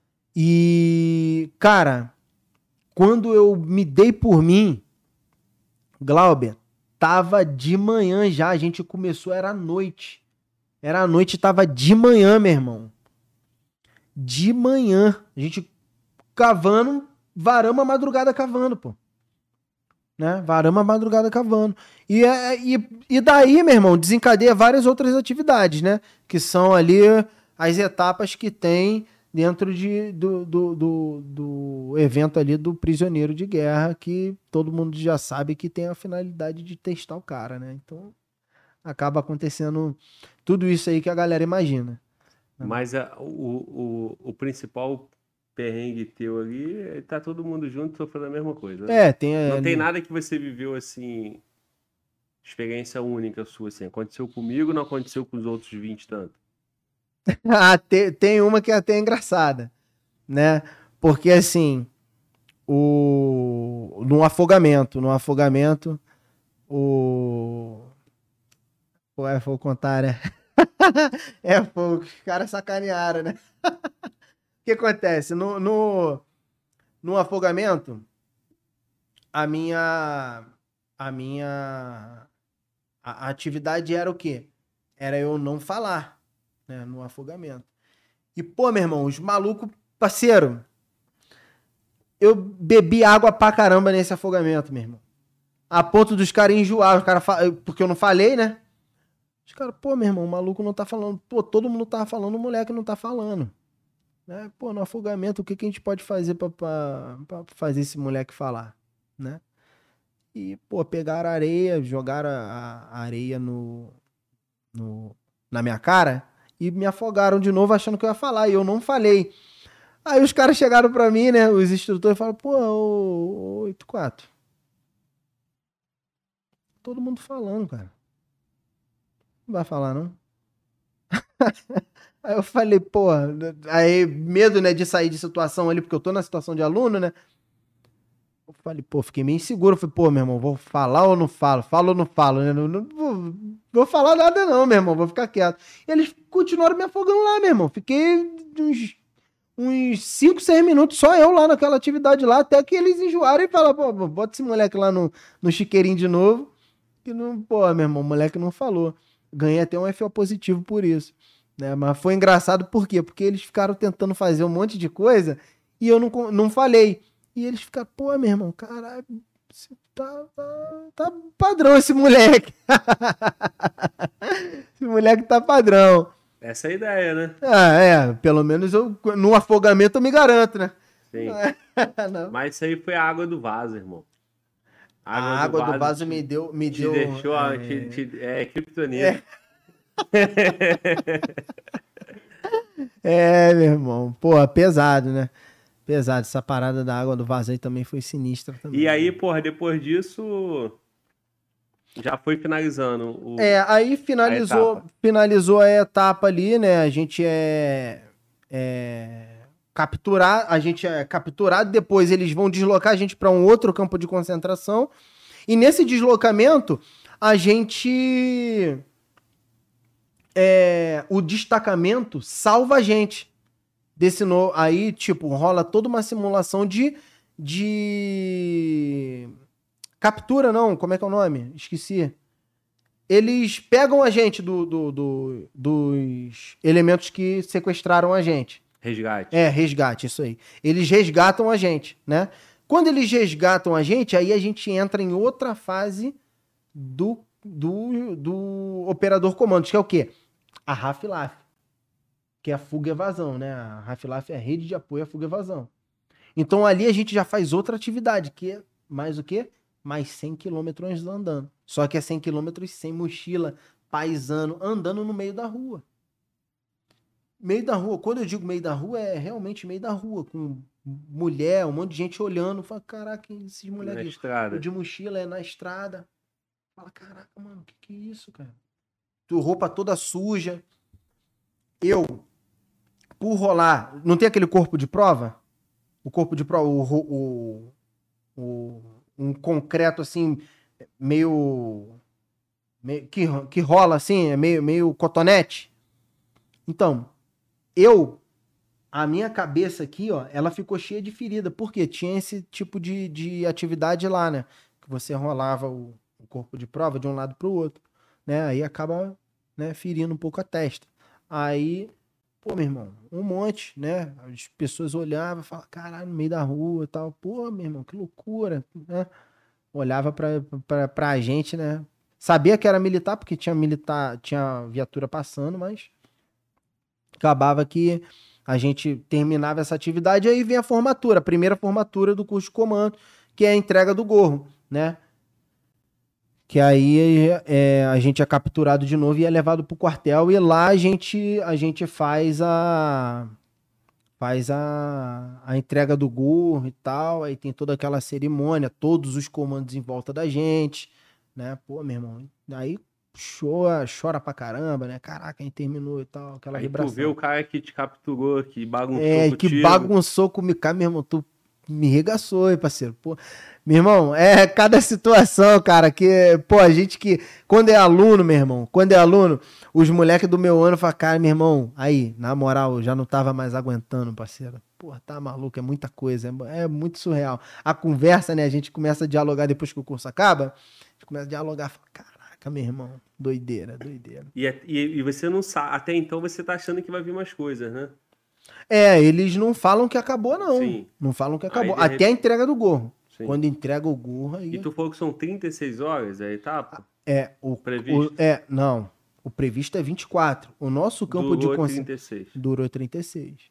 E, cara, quando eu me dei por mim, Glauber, tava de manhã já, a gente começou, era noite. Era noite, tava de manhã, meu irmão. De manhã. A gente cavando, varamos a madrugada cavando, pô. Né? Varamos a madrugada cavando. E daí, meu irmão, desencadeia várias outras atividades, né? Que são ali as etapas que tem dentro do evento ali do prisioneiro de guerra, que todo mundo já sabe que tem a finalidade de testar o cara, né? Então, acaba acontecendo tudo isso aí que a galera imagina. Mas o principal perrengue teu ali, tá todo mundo junto sofrendo a mesma coisa, né? Não tem nada que você viveu assim, experiência única sua, assim. Aconteceu comigo, não aconteceu com os outros 20 tanto. Tem uma que é até engraçada, né? Porque assim, no afogamento, Pô, vou contar, né? Os caras sacanearam, né? O que acontece? No afogamento, a atividade era o quê? Era eu não falar, né? No afogamento. E, pô, meu irmão, os malucos, parceiro, eu bebi água pra caramba nesse afogamento, meu irmão. A ponto dos caras enjoar, porque eu não falei, né? Os caras, pô, meu irmão, o maluco não tá falando. Pô, todo mundo tá falando, o moleque não tá falando. né? Pô, no afogamento, o que que a gente pode fazer pra fazer esse moleque falar, né? E, pô, pegaram areia, jogaram a areia no, na minha cara e me afogaram de novo achando que eu ia falar, e eu não falei. Aí os caras chegaram pra mim, né, os instrutores falaram, pô, ô 84, todo mundo falando, cara. Não vai falar, não? Aí eu falei, pô, aí medo, né, de sair de situação ali, porque eu tô na situação de aluno, né? Eu falei, pô, fiquei meio inseguro. Eu falei, pô, meu irmão, vou falar ou não falo? Falo ou não falo, né? Não vou falar nada não, meu irmão, vou ficar quieto. E eles continuaram me afogando lá, meu irmão. Fiquei uns 5, 6 minutos só eu lá naquela atividade lá, até que eles enjoaram e falaram, pô, bota esse moleque lá no chiqueirinho de novo. Que não, pô, meu irmão, o moleque não falou. Ganhei até um FO positivo por isso, né? Mas foi engraçado por quê? Porque eles ficaram tentando fazer um monte de coisa e eu não falei. E eles ficaram, pô, meu irmão, caralho, você tá padrão esse moleque. Esse moleque tá padrão. Essa é a ideia, né? Ah, pelo menos no afogamento eu me garanto, né? Sim. Não. Mas isso aí foi a água do vaso, irmão. A água do vaso te, me deu. te deixou. Kryptonita. Meu irmão. Pô, pesado, né? Pesado. Essa parada da água do vaso aí também foi sinistra também. E aí, porra, depois disso, já foi finalizando aí finalizou a etapa ali, né? A gente a gente é capturado, depois eles vão deslocar a gente para um outro campo de concentração. E nesse deslocamento, a gente o destacamento salva a gente. Aí, tipo, rola toda uma simulação de captura, não, como é que é o nome? Esqueci. Eles pegam a gente dos elementos que sequestraram a gente. Resgate. Resgate, isso aí. Eles resgatam a gente, né? Quando eles resgatam a gente, aí a gente entra em outra fase do operador comandos, que é o quê? A RAF-LAF, que é a fuga e evasão, né? A RAF-LAF é a rede de apoio à fuga e evasão. Então ali a gente já faz outra atividade, que é mais o quê? Mais 100 quilômetros andando. Só que é 100 quilômetros sem mochila, paisano, andando no meio da rua. Meio da rua, quando eu digo meio da rua, é realmente meio da rua, com mulher, um monte de gente olhando, fala, caraca, esses moleques de mochila na estrada. Fala, caraca, mano, que é isso, cara? Tua roupa toda suja. Eu, por rolar, não tem aquele corpo de prova? O corpo de prova, um concreto assim, meio que rola assim, é meio cotonete. Então, a minha cabeça aqui, ó, ela ficou cheia de ferida, porque tinha esse tipo de atividade lá, né? Que você rolava o corpo de prova de um lado pro outro, né? Aí acaba, né, ferindo um pouco a testa. Aí, pô, meu irmão, um monte, né? As pessoas olhavam e falavam, caralho, no meio da rua e tal. Pô, meu irmão, que loucura, né? Olhava pra gente, né? Sabia que era militar, porque tinha viatura passando, mas acabava que a gente terminava essa atividade e aí vem a formatura, a primeira formatura do curso de comando, que é a entrega do gorro, né? Que aí a gente é capturado de novo e é levado pro quartel e lá a gente faz a entrega do gorro e tal, aí tem toda aquela cerimônia, todos os comandos em volta da gente, né? Pô, meu irmão, aí chora pra caramba, né? Caraca, a gente terminou e tal, aquela vibração. Tu vê o cara que te capturou, que bagunçou contigo. Que bagunçou comigo, meu irmão, tu me regaçou aí, parceiro. Pô, meu irmão, cada situação, cara, que, pô, a gente que, quando é aluno, meu irmão, os moleques do meu ano falam, cara, meu irmão, aí, na moral, eu já não tava mais aguentando, parceiro. Pô, tá maluco, é muita coisa, é muito surreal. A conversa, né, a gente começa a dialogar depois que o curso acaba, a gente começa a dialogar, fala, caraca, meu irmão, doideira. E você não sabe, até então você tá achando que vai vir mais coisas, né? Eles não falam que acabou, não. Sim. Não falam que acabou. Até a entrega do gorro. Sim. Quando entrega o gorro, aí... E tu falou que são 36 horas a etapa? O previsto? Não. O previsto é 24. O nosso campo de concentração... Durou 36.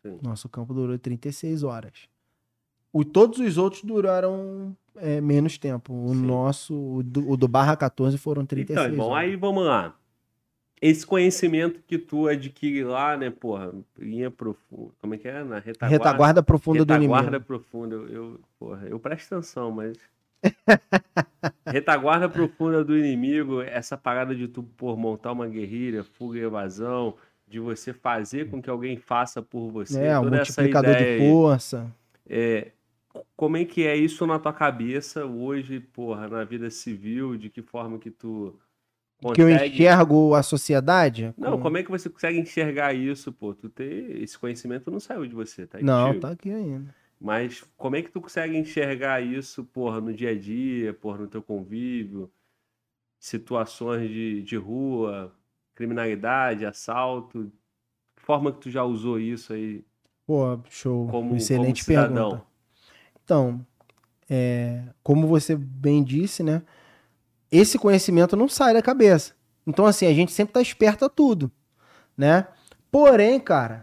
Sim. Nosso campo durou 36 horas. Todos os outros duraram menos tempo. O Sim. nosso, o do Barra 14 foram 36 Então, irmão, horas. aí vamos lá. Esse conhecimento que tu adquire lá, né, porra, linha profunda, como é que é? Na Retaguarda profunda do inimigo. Retaguarda profunda, porra, eu presto atenção, mas... Retaguarda profunda do inimigo, essa parada de tu, pô, montar uma guerrilha, fuga e evasão, de você fazer com que alguém faça por você, o toda essa multiplicador de ideia aí. força. Como é que é isso na tua cabeça hoje, porra, na vida civil, de que forma que tu Que eu consegue... enxergo a sociedade? Não, como é que você consegue enxergar isso, pô? Tu ter esse conhecimento não saiu de você, tá aí Não, contigo. tá aqui ainda. Mas como é que tu consegue enxergar isso, porra, no dia a dia, porra, no teu convívio, situações de rua, criminalidade, assalto? Que forma que tu já usou isso aí Pô, show. como Excelente cidadão? pergunta. Então, como você bem disse, né? Esse conhecimento não sai da cabeça. Então, assim, a gente sempre tá esperto a tudo, né? Porém, cara,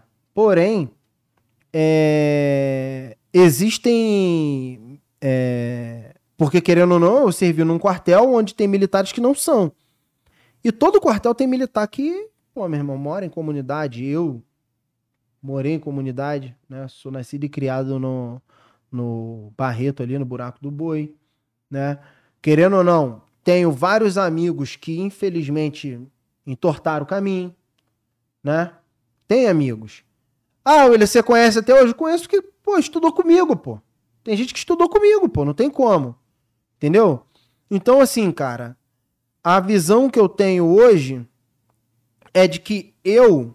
existem... porque, querendo ou não, eu servi num quartel onde tem militares que não são. E todo quartel tem militar que, pô, meu irmão, mora em comunidade. Eu morei em comunidade, né? Sou nascido e criado no Barreto ali, no Buraco do Boi, né? Querendo ou não, tenho vários amigos que, infelizmente, entortaram o caminho, né? Tem amigos. Ah, William, você conhece até hoje? Conheço porque, pô, estudou comigo, pô. Tem gente que estudou comigo, pô, não tem como. Entendeu? Então, assim, cara, a visão que eu tenho hoje é de que eu,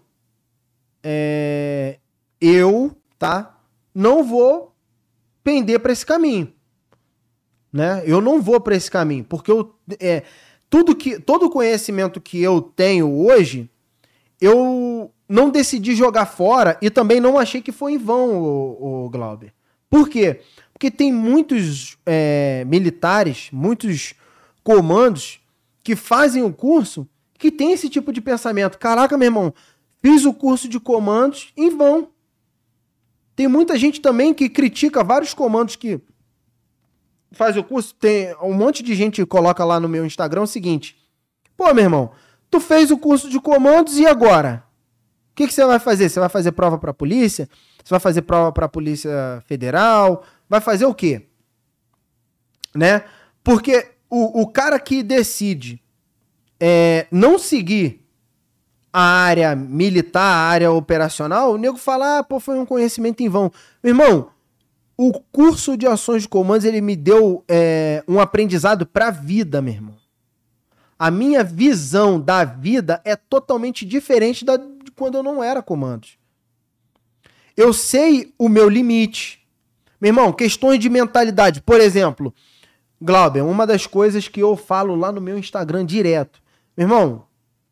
tá, não vou pender para esse caminho, né? Eu não vou para esse caminho, porque todo conhecimento que eu tenho hoje, eu não decidi jogar fora e também não achei que foi em vão, o Glauber. Por quê? Porque tem muitos militares, muitos comandos que fazem o curso que tem esse tipo de pensamento. Caraca, meu irmão, fiz o curso de comandos em vão. Tem muita gente também que critica vários comandos que faz o curso. Tem um monte de gente que coloca lá no meu Instagram o seguinte: pô, meu irmão, tu fez o curso de comandos e agora? O que você vai fazer? Você vai fazer prova para a polícia? Você vai fazer prova para a Polícia Federal? Vai fazer o quê? Né? Porque o cara que decide não seguir a área militar, a área operacional, o nego fala, pô, foi um conhecimento em vão. Meu irmão, o curso de ações de comandos, ele me deu um aprendizado pra vida, meu irmão. A minha visão da vida é totalmente diferente de quando eu não era comandos. Eu sei o meu limite. Meu irmão, questões de mentalidade. Por exemplo, Glauber, uma das coisas que eu falo lá no meu Instagram direto. Meu irmão,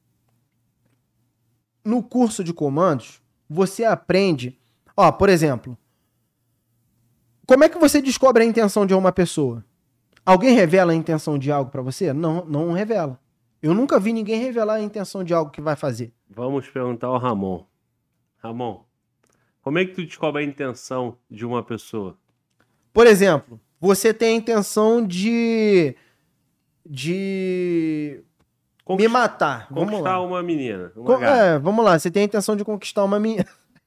no curso de comandos, você aprende... Ó, por exemplo, como é que você descobre a intenção de uma pessoa? Alguém revela a intenção de algo pra você? Não, não revela. Eu nunca vi ninguém revelar a intenção de algo que vai fazer. Vamos perguntar ao Ramon. Ramon, como é que tu descobre a intenção de uma pessoa? Por exemplo, você tem a intenção de me matar. Conquistar uma menina. Uma gata. Vamos lá. Você tem a intenção de conquistar uma menina.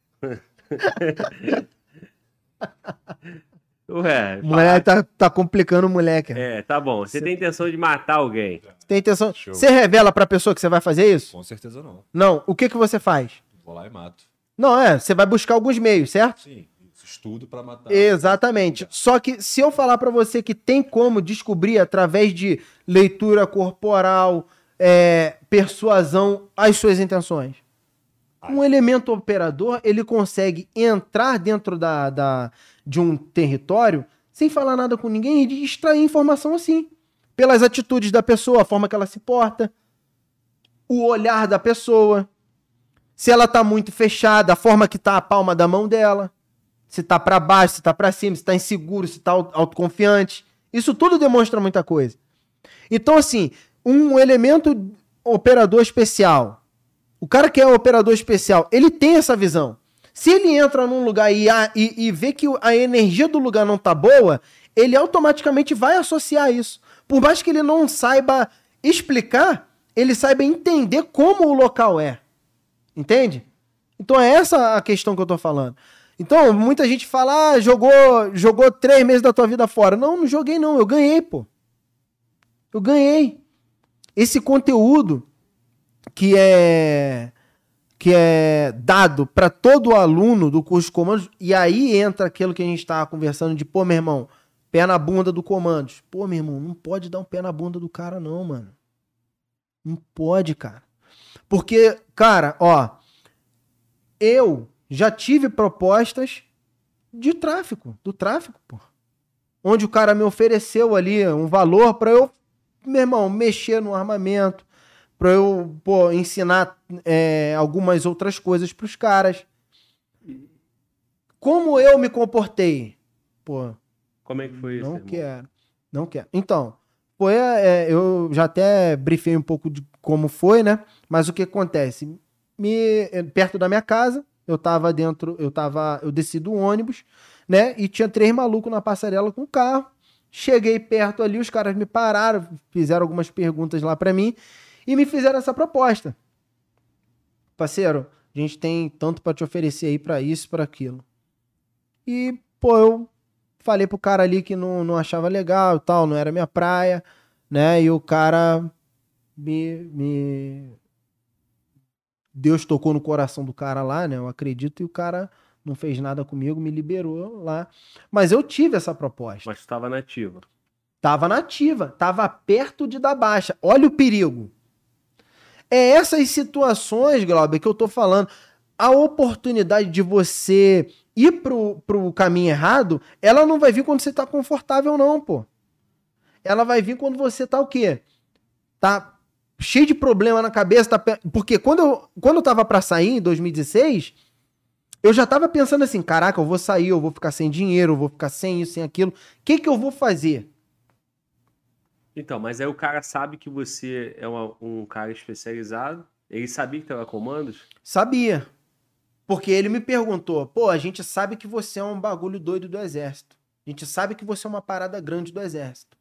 Ué, O moleque tá complicando o moleque. tá bom. Você tem intenção de matar alguém. Você tem intenção... Show. Você revela pra pessoa que você vai fazer isso? Com certeza não. Não. O que você faz? Vou lá e mato. Não, você vai buscar alguns meios, certo? Sim, estudo pra matar. Exatamente. Só que se eu falar pra você que tem como descobrir através de leitura corporal, persuasão, as suas intenções. Um elemento operador, ele consegue entrar dentro de um território sem falar nada com ninguém e extrair informação assim. Pelas atitudes da pessoa, a forma que ela se porta, o olhar da pessoa, se ela tá muito fechada, a forma que tá a palma da mão dela, se tá pra baixo, se tá pra cima, se tá inseguro, se tá autoconfiante. Isso tudo demonstra muita coisa. Então, assim, um elemento operador especial, o cara que é um operador especial, ele tem essa visão. Se ele entra num lugar e vê que a energia do lugar não tá boa, ele automaticamente vai associar isso. Por mais que ele não saiba explicar, ele saiba entender como o local é. Entende? Então é essa a questão que eu tô falando. Então, muita gente fala, jogou 3 meses da tua vida fora. Não joguei não, eu ganhei, pô. Eu ganhei. Esse conteúdo que é dado para todo aluno do curso de comandos, e aí entra aquilo que a gente tava conversando de, pô, meu irmão, pé na bunda do comandos. Pô, meu irmão, não pode dar um pé na bunda do cara não, mano. Não pode, cara. Porque, cara, ó, eu já tive propostas do tráfico, pô. Onde o cara me ofereceu ali um valor pra eu, meu irmão, mexer no armamento, pra eu, pô, ensinar algumas outras coisas pros caras. Como eu me comportei? Pô, Como é que foi isso, irmão? Não quero. Então, eu já até briefei um pouco de como foi, né? Mas o que acontece? Perto da minha casa, eu desci do ônibus, né? E tinha 3 malucos na passarela com o carro. Cheguei perto ali, os caras me pararam, fizeram algumas perguntas lá pra mim e me fizeram essa proposta. Parceiro, a gente tem tanto pra te oferecer aí pra isso, pra aquilo. E, pô, eu falei pro cara ali que não achava legal e tal, não era minha praia, né? E o cara Deus tocou no coração do cara lá, né? Eu acredito, e o cara não fez nada comigo, me liberou lá. Mas eu tive essa proposta. Mas tu tava nativa. Tava nativa, tava perto de dar baixa. Olha o perigo. É essas situações, Glauber, que eu tô falando. A oportunidade de você ir pro caminho errado, ela não vai vir quando você tá confortável, não, pô. Ela vai vir quando você tá o quê? Tá cheio de problema na cabeça. Porque quando eu tava pra sair, em 2016, eu já tava pensando assim, caraca, eu vou sair, eu vou ficar sem dinheiro, eu vou ficar sem isso, sem aquilo. O que eu vou fazer? Então, mas aí o cara sabe que você é um cara especializado. Ele sabia que tava comandos? Sabia. Porque ele me perguntou, pô, a gente sabe que você é um bagulho doido do exército. A gente sabe que você é uma parada grande do exército.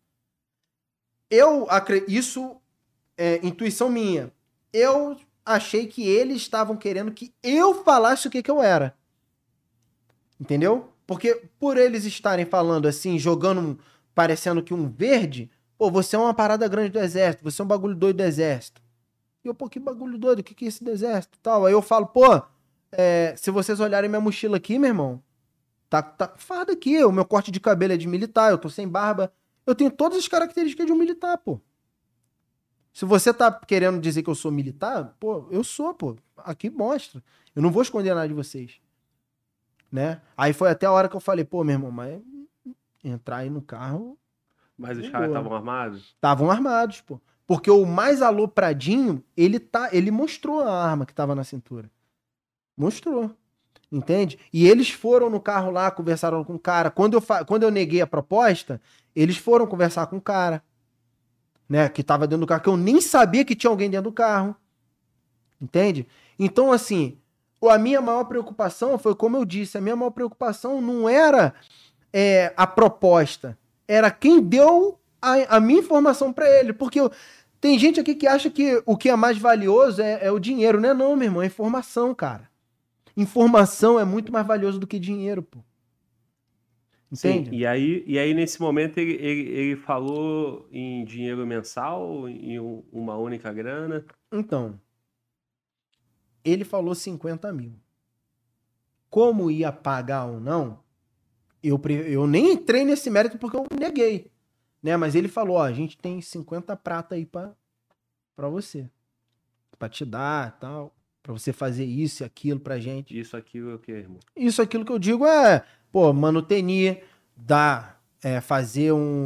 Isso é intuição minha. Eu achei que eles estavam querendo que eu falasse o que eu era. Entendeu? Porque por eles estarem falando assim, parecendo que um verde, pô, você é uma parada grande do exército, você é um bagulho doido do exército. E eu, pô, que bagulho doido, o que é esse do exército? Tal. Aí eu falo, pô, se vocês olharem minha mochila aqui, meu irmão, tá farda aqui, o meu corte de cabelo é de militar, eu tô sem barba, eu tenho todas as características de um militar, pô. Se você tá querendo dizer que eu sou militar, pô, eu sou, pô, aqui mostra. Eu não vou esconder nada de vocês. Né? Aí foi até a hora que eu falei, pô, meu irmão, mas entrar aí no carro... Mas os caras estavam armados? Estavam armados, pô. Porque o mais alopradinho, ele mostrou a arma que tava na cintura. Mostrou. Entende? E eles foram no carro lá, conversaram com o cara. Quando eu neguei a proposta, eles foram conversar com o cara, né? Que tava dentro do carro, que eu nem sabia que tinha alguém dentro do carro. Entende? Então, assim, a minha maior preocupação foi, como eu disse, a minha maior preocupação não era a proposta, era quem deu a minha informação pra ele. Porque tem gente aqui que acha que o que é mais valioso é o dinheiro. Não é não, meu irmão, é informação, cara. Informação é muito mais valioso do que dinheiro, pô. Entende? Sim, e aí nesse momento ele falou em dinheiro mensal, em uma única grana? Então, ele falou 50 mil. Como ia pagar ou não, eu nem entrei nesse mérito porque eu neguei. Né? Mas ele falou, ó, a gente tem 50 prata aí pra você. Pra te dar, tal. Pra você fazer isso e aquilo pra gente. Isso, aquilo é o que, irmão? Isso, aquilo que eu digo pô, manutenir, fazer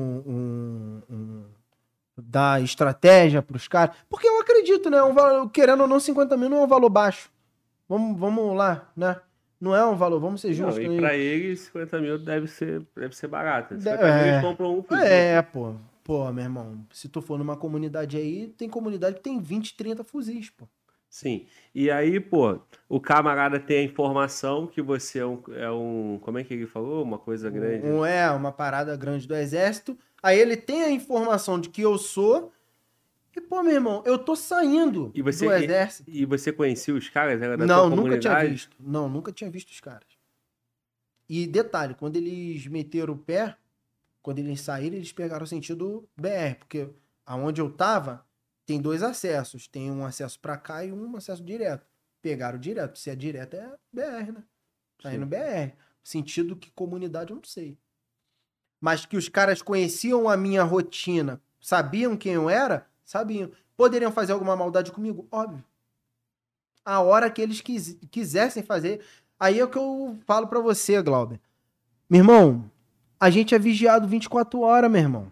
dar estratégia pros caras. Porque eu acredito, né? Querendo ou não, 50 mil não é um valor baixo. Vamos lá, né? Não é um valor, vamos ser justos. Não, e pra ele, 50 mil deve ser barato. 50 mil eles compram um fuzil. Pô, meu irmão, se tu for numa comunidade aí, tem comunidade que tem 20, 30 fuzis, pô. Sim. E aí, pô, o camarada tem a informação que você é um, como é que ele falou? Uma coisa grande. Uma parada grande do exército. Aí ele tem a informação de que eu sou. E, pô, meu irmão, eu tô saindo E do exército. você conhecia os caras? Era da Não, tua nunca tinha comunidade? visto. Não, nunca tinha visto os caras. E detalhe, quando eles meteram o pé, quando eles saíram, eles pegaram o sentido BR, porque aonde eu tava, tem 2 acessos. Tem um acesso pra cá e um acesso direto. Pegaram direto. Se é direto, é BR, né? Tá indo Sim. BR. Sentido que comunidade eu não sei. Mas que os caras conheciam a minha rotina, sabiam quem eu era, sabiam. Poderiam fazer alguma maldade comigo? Óbvio. A hora que eles quisessem fazer. Aí é o que eu falo pra você, Glauber. Meu irmão, a gente é vigiado 24 horas, meu irmão.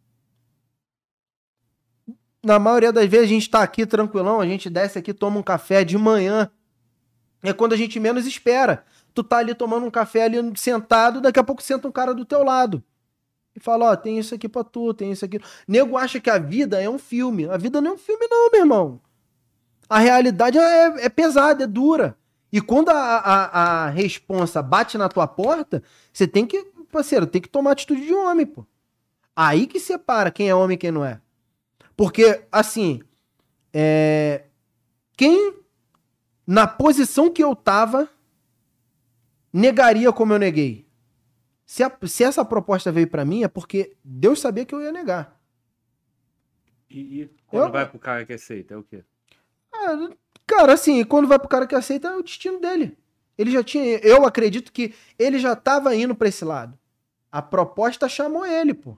Na maioria das vezes a gente tá aqui tranquilão, a gente desce aqui, toma um café de manhã. É quando a gente menos espera. Tu tá ali tomando um café ali sentado, daqui a pouco senta um cara do teu lado. E fala, ó, tem isso aqui pra tu, tem isso aqui. Nego acha que a vida é um filme. A vida não é um filme não, meu irmão. A realidade é pesada, é dura. E quando a responsa bate na tua porta, você tem que, parceiro, tem que tomar atitude de homem, pô. Aí que separa quem é homem e quem não é. Porque, assim, quem, na posição que eu tava, negaria como eu neguei? Se essa proposta veio pra mim, é porque Deus sabia que eu ia negar. E quando vai pro cara que aceita, é o quê? Cara, assim, quando vai pro cara que aceita, é o destino dele. Ele já tinha. Eu acredito que ele já tava indo pra esse lado. A proposta chamou ele, pô.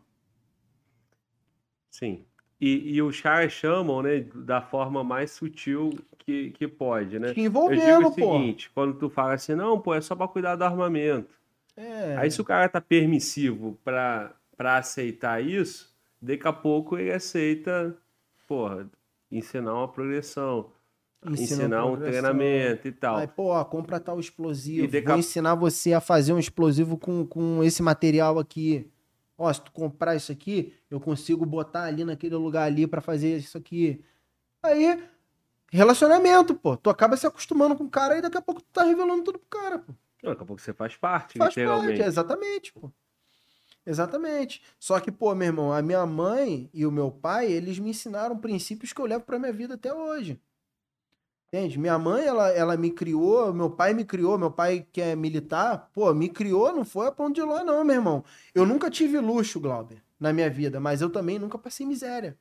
Sim. E os caras chamam, né, da forma mais sutil que pode, né? Te Eu envolvendo, digo o seguinte, quando tu fala assim, não, pô, é só pra cuidar do armamento. Aí se o cara tá permissivo pra aceitar isso, daqui a pouco ele aceita, porra, ensinar uma progressão, ensinar um treinamento e tal. Aí, pô, compra tal explosivo. E daqui Vou a- ensinar você a fazer um explosivo com esse material aqui. Ó, se tu comprar isso aqui, eu consigo botar ali naquele lugar ali pra fazer isso aqui. Aí, relacionamento, pô. Tu acaba se acostumando com o cara e daqui a pouco tu tá revelando tudo pro cara, pô. Daqui a pouco você faz parte, Faz parte, literalmente. exatamente, pô. Exatamente. Só que, pô, meu irmão, a minha mãe e o meu pai, eles me ensinaram princípios que eu levo pra minha vida até hoje. Entende? Minha mãe, ela me criou, meu pai me criou, meu pai que é militar, pô, me criou, não foi a ponto de lá não, meu irmão. Eu nunca tive luxo, Glauber, na minha vida, mas eu também nunca passei miséria.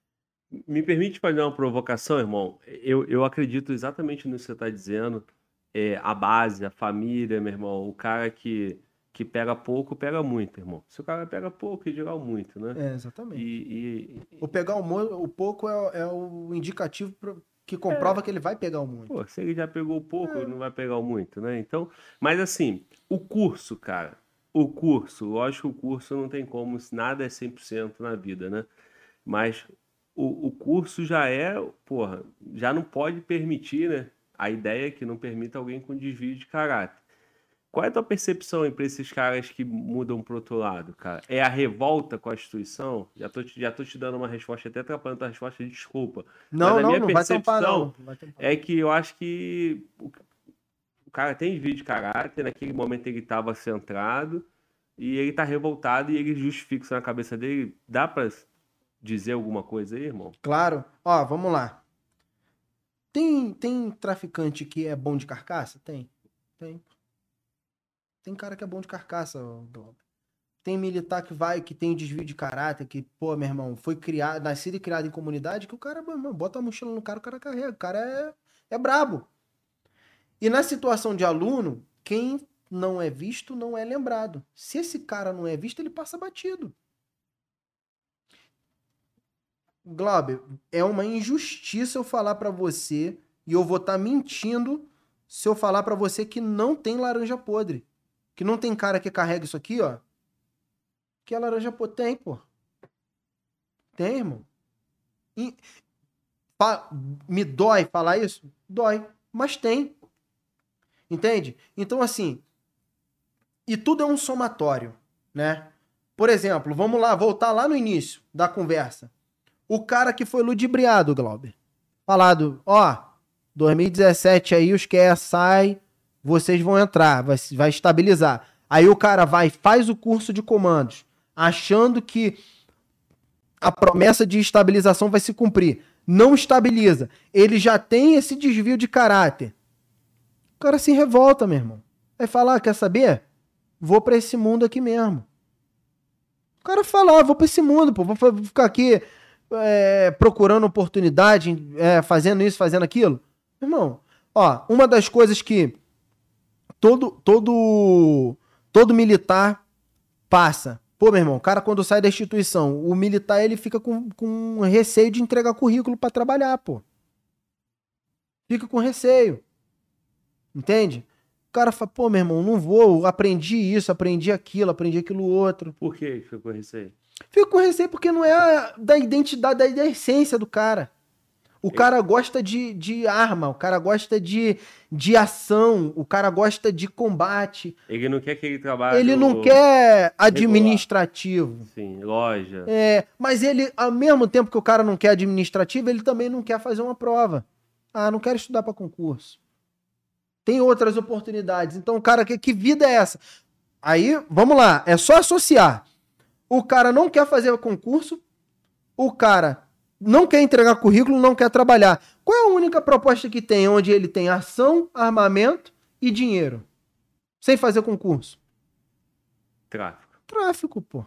Me permite fazer uma provocação, irmão? Eu acredito exatamente nisso que você está dizendo. A base, a família, meu irmão. O cara que pega pouco, pega muito, irmão. Se o cara pega pouco, em geral, muito, né? Exatamente. E, O pegar o pouco é o indicativo que comprova que ele vai pegar o muito. pô, se ele já pegou o pouco, não vai pegar o muito, né? Então, mas assim, o curso, cara. O curso, lógico que o curso não tem como, nada é 100% na vida, né? Mas o curso já porra, já não pode permitir, né? A ideia é que não permita alguém com desvio de caráter. Qual é a tua percepção para esses caras que mudam pro outro lado, cara? É a revolta com a instituição? Já tô te dando uma resposta, até atrapalhando a tua resposta, desculpa. Não, Mas a não, minha não vai tampar, percepção não. Não vai tampar. é que eu acho que o cara tem desvio de caráter, naquele momento ele estava centrado e ele tá revoltado e ele justifica isso na cabeça dele. Dá pra dizer alguma coisa aí, irmão? Claro. Ó, vamos lá. Tem traficante que é bom de carcaça? Tem. Tem cara que é bom de carcaça, ó, Glauber. Tem militar que tem desvio de caráter, que, pô, meu irmão, foi criado, nascido e criado em comunidade, que o cara, meu irmão, bota a mochila no cara, o cara carrega. O cara é brabo. E na situação de aluno, quem não é visto não é lembrado. Se esse cara não é visto, ele passa batido. Glauber, é uma injustiça eu falar pra você, e eu vou estar mentindo se eu falar pra você que não tem laranja podre. Que não tem cara que carrega isso aqui, ó. Que a laranja podre tem, pô. Tem, irmão. E me dói falar isso? Dói. Mas tem. Entende? Então, assim, e tudo é um somatório, né? Por exemplo, vamos lá, voltar lá no início da conversa. O cara que foi ludibriado, Glauber. Falado, ó, 2017 aí os QE sai, vocês vão entrar, vai estabilizar. Aí o cara faz o curso de comandos, achando que a promessa de estabilização vai se cumprir. Não estabiliza. Ele já tem esse desvio de caráter. O cara se revolta, meu irmão. Vai falar, quer saber? Vou pra esse mundo aqui mesmo. O cara fala, vou pra esse mundo, pô. Vou ficar aqui procurando oportunidade, fazendo isso, fazendo aquilo. Irmão, ó, uma das coisas que todo militar passa. Pô, meu irmão, o cara quando sai da instituição, o militar ele fica com receio de entregar currículo pra trabalhar, pô. Fica com receio. Entende? O cara fala, pô, meu irmão, não vou, aprendi isso, aprendi aquilo outro. Por que fica com receio? Fico com receio porque não é da identidade, da essência do cara. O cara gosta de arma, o cara gosta de ação, o cara gosta de combate. Ele não quer que ele trabalhe. Ele não quer administrativo. Sim, loja. Mas ele, ao mesmo tempo que o cara não quer administrativo, ele também não quer fazer uma prova. Ah, não quero estudar para concurso. Tem outras oportunidades. Então, o cara, que vida é essa? Aí, vamos lá, é só associar. O cara não quer fazer concurso, o cara não quer entregar currículo, não quer trabalhar. Qual é a única proposta que tem onde ele tem ação, armamento e dinheiro? Sem fazer concurso? Tráfico. Tráfico, pô.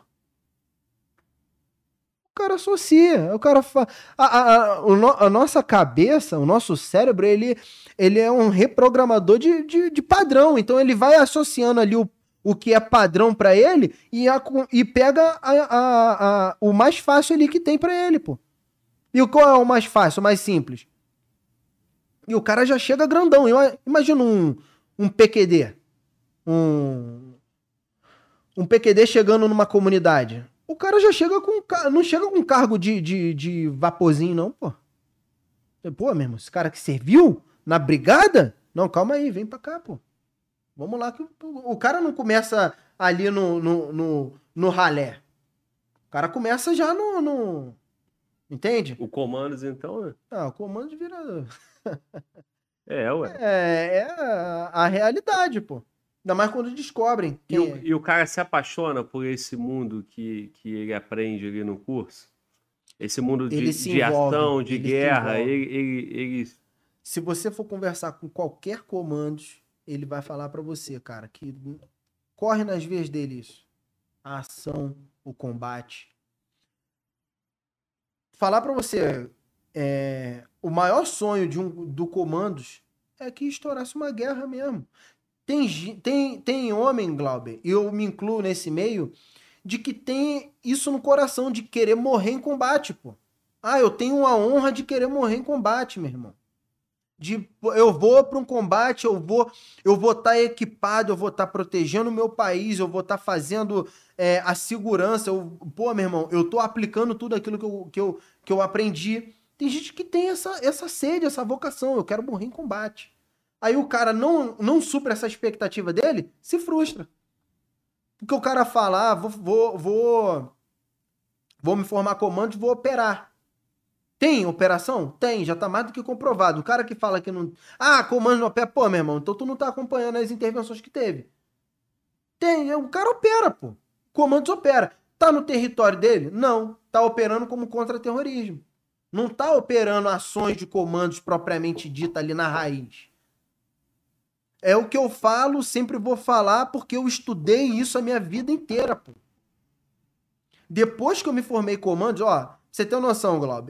O cara associa, o cara a nossa cabeça, o nosso cérebro, ele é um reprogramador de padrão. Então ele vai associando ali o que é padrão pra ele e pega o mais fácil ali que tem pra ele, pô. E qual é o mais fácil, o mais simples? E o cara já chega grandão. Imagina um PQD. Um PQD chegando numa comunidade. O cara já chega não chega com cargo de vaporzinho, não, pô. Pô, meu irmão, esse cara que serviu na brigada? Não, calma aí, vem pra cá, pô. Vamos lá. Que o cara não começa ali no ralé. O cara começa já no entende? O Comandos, então, né? Ah, o Comandos vira... Ué. É a realidade, pô. Ainda mais quando descobrem. E o cara se apaixona por esse mundo que ele aprende ali no curso? Esse mundo de ação, de guerra, ele... Se você for conversar com qualquer comandos, ele vai falar pra você, cara, que corre nas veias dele isso. A ação, o combate. Falar pra você, o maior sonho do comandos é que estourasse uma guerra mesmo. Tem homem, Glauber, e eu me incluo nesse meio, de que tem isso no coração, de querer morrer em combate, pô. Ah, eu tenho a honra de querer morrer em combate, meu irmão. Eu vou para um combate, eu vou estar equipado, eu vou estar protegendo o meu país, eu vou estar fazendo a segurança. Pô, meu irmão, eu tô aplicando tudo aquilo que eu aprendi. Tem gente que tem essa sede, essa vocação, eu quero morrer em combate. Aí o cara não supra essa expectativa dele, se frustra. Porque o cara fala, vou me formar comando e vou operar. Tem operação? Tem, já tá mais do que comprovado. O cara que fala que não... Ah, comando não opera. Pô, meu irmão, então tu não tá acompanhando as intervenções que teve. Tem, o cara opera, pô. Comandos opera. Tá no território dele? Não. Tá operando como contra-terrorismo. Não tá operando ações de comandos propriamente dita ali na raiz. É o que eu falo, sempre vou falar, porque eu estudei isso a minha vida inteira, pô. Depois que eu me formei comandos, ó... Você tem uma noção, Glauber?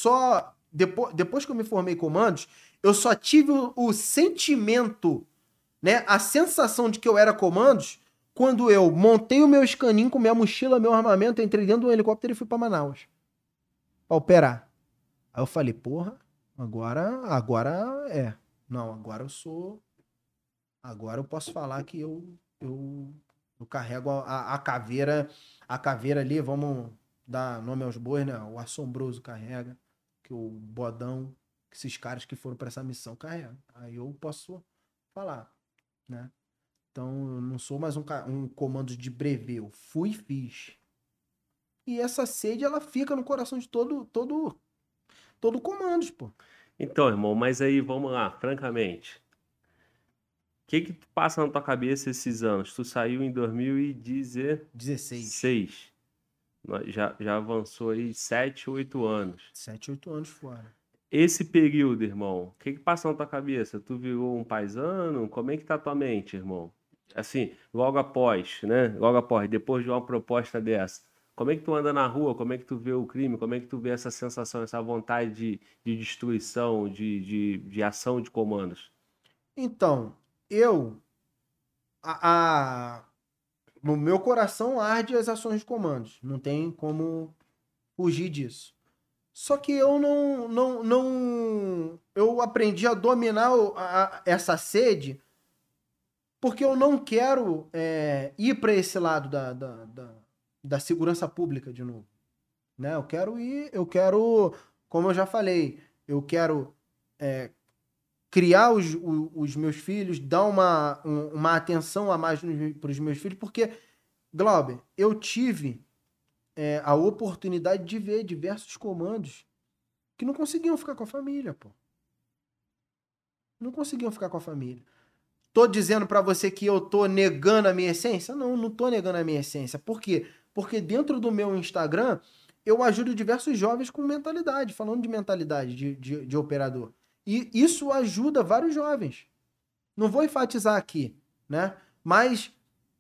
Depois que eu me formei comandos, eu só tive o sentimento, né? A sensação de que eu era comandos quando eu montei o meu escaninho com minha mochila, meu armamento, entrei dentro do helicóptero e fui pra Manaus. Pra operar. Aí eu falei, porra, agora é. Não, agora eu sou... Agora eu posso falar que eu carrego a caveira ali, vamos... Dá nome aos bois, né? O Assombroso carrega, que o Bodão, que esses caras que foram para essa missão carregam. Aí eu posso falar, né? Então, eu não sou mais um comando de brevê, eu fui e fiz. E essa sede, ela fica no coração de todo comandos, pô. Então, irmão, mas aí, vamos lá, francamente. O que passa na tua cabeça esses anos? Tu saiu em 2016. 16. Já avançou aí 7, 8 anos. 7, 8 anos fora. Esse período, irmão, o que passa na tua cabeça? Tu virou um paizano? Como é que tá a tua mente, irmão? Assim, logo após, né? Logo após, depois de uma proposta dessa. Como é que tu anda na rua? Como é que tu vê o crime? Como é que tu vê essa sensação, essa vontade de destruição, de ação de comandos? Então, no meu coração arde as ações de comandos. Não tem como fugir disso. Só que eu eu aprendi a dominar essa sede porque eu não quero ir para esse lado da segurança pública de novo. Né? Eu quero, como eu já falei, eu quero criar os meus filhos, dar uma atenção a mais para os meus filhos, porque, Glauber, eu tive a oportunidade de ver diversos comandos que não conseguiam ficar com a família, pô. Não conseguiam ficar com a família. Tô dizendo pra você que eu tô negando a minha essência? Não tô negando a minha essência. Por quê? Porque dentro do meu Instagram, eu ajudo diversos jovens com mentalidade, falando de mentalidade de operador. E isso ajuda vários jovens. Não vou enfatizar aqui, né? Mas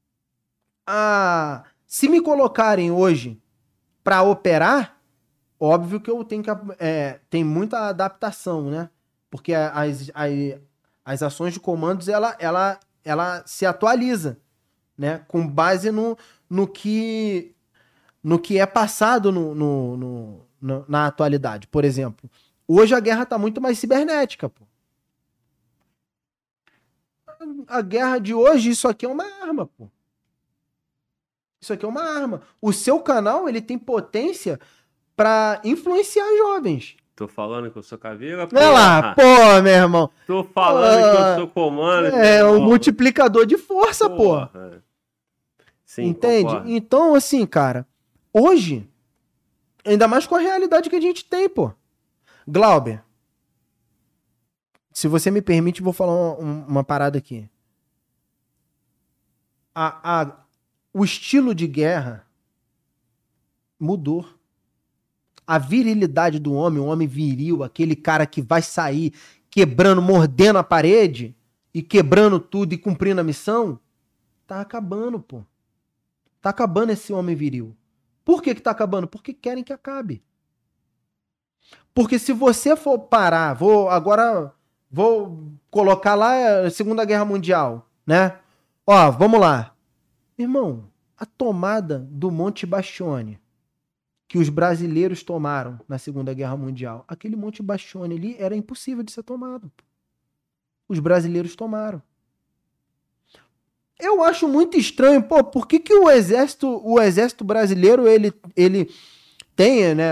se me colocarem hoje para operar, óbvio que eu tenho que tem muita adaptação, né? Porque as ações de comandos ela se atualiza, né? Com base no que é passado na atualidade. Por exemplo, hoje a guerra tá muito mais cibernética, pô. A guerra de hoje, isso aqui é uma arma, pô. Isso aqui é uma arma. O seu canal, ele tem potência pra influenciar jovens. Tô falando que eu sou caveira, pô. Olha lá, pô, meu irmão. Tô falando que eu sou comando. O multiplicador de força, pô. Sim, entende? Concordo. Então, assim, cara, hoje, ainda mais com a realidade que a gente tem, pô. Glauber, se você me permite, vou falar uma parada aqui. O estilo de guerra mudou. A virilidade do homem, o homem viril, aquele cara que vai sair quebrando, mordendo a parede e quebrando tudo e cumprindo a missão, tá acabando, pô. Tá acabando esse homem viril. Por que tá acabando? Porque querem que acabe. Porque se você for parar, vou colocar lá a Segunda Guerra Mundial, né? Ó, vamos lá. Irmão, a tomada do Monte Bastione que os brasileiros tomaram na Segunda Guerra Mundial, aquele Monte Bastione ali era impossível de ser tomado. Os brasileiros tomaram. Eu acho muito estranho, pô, por que o exército brasileiro, ele tem, né,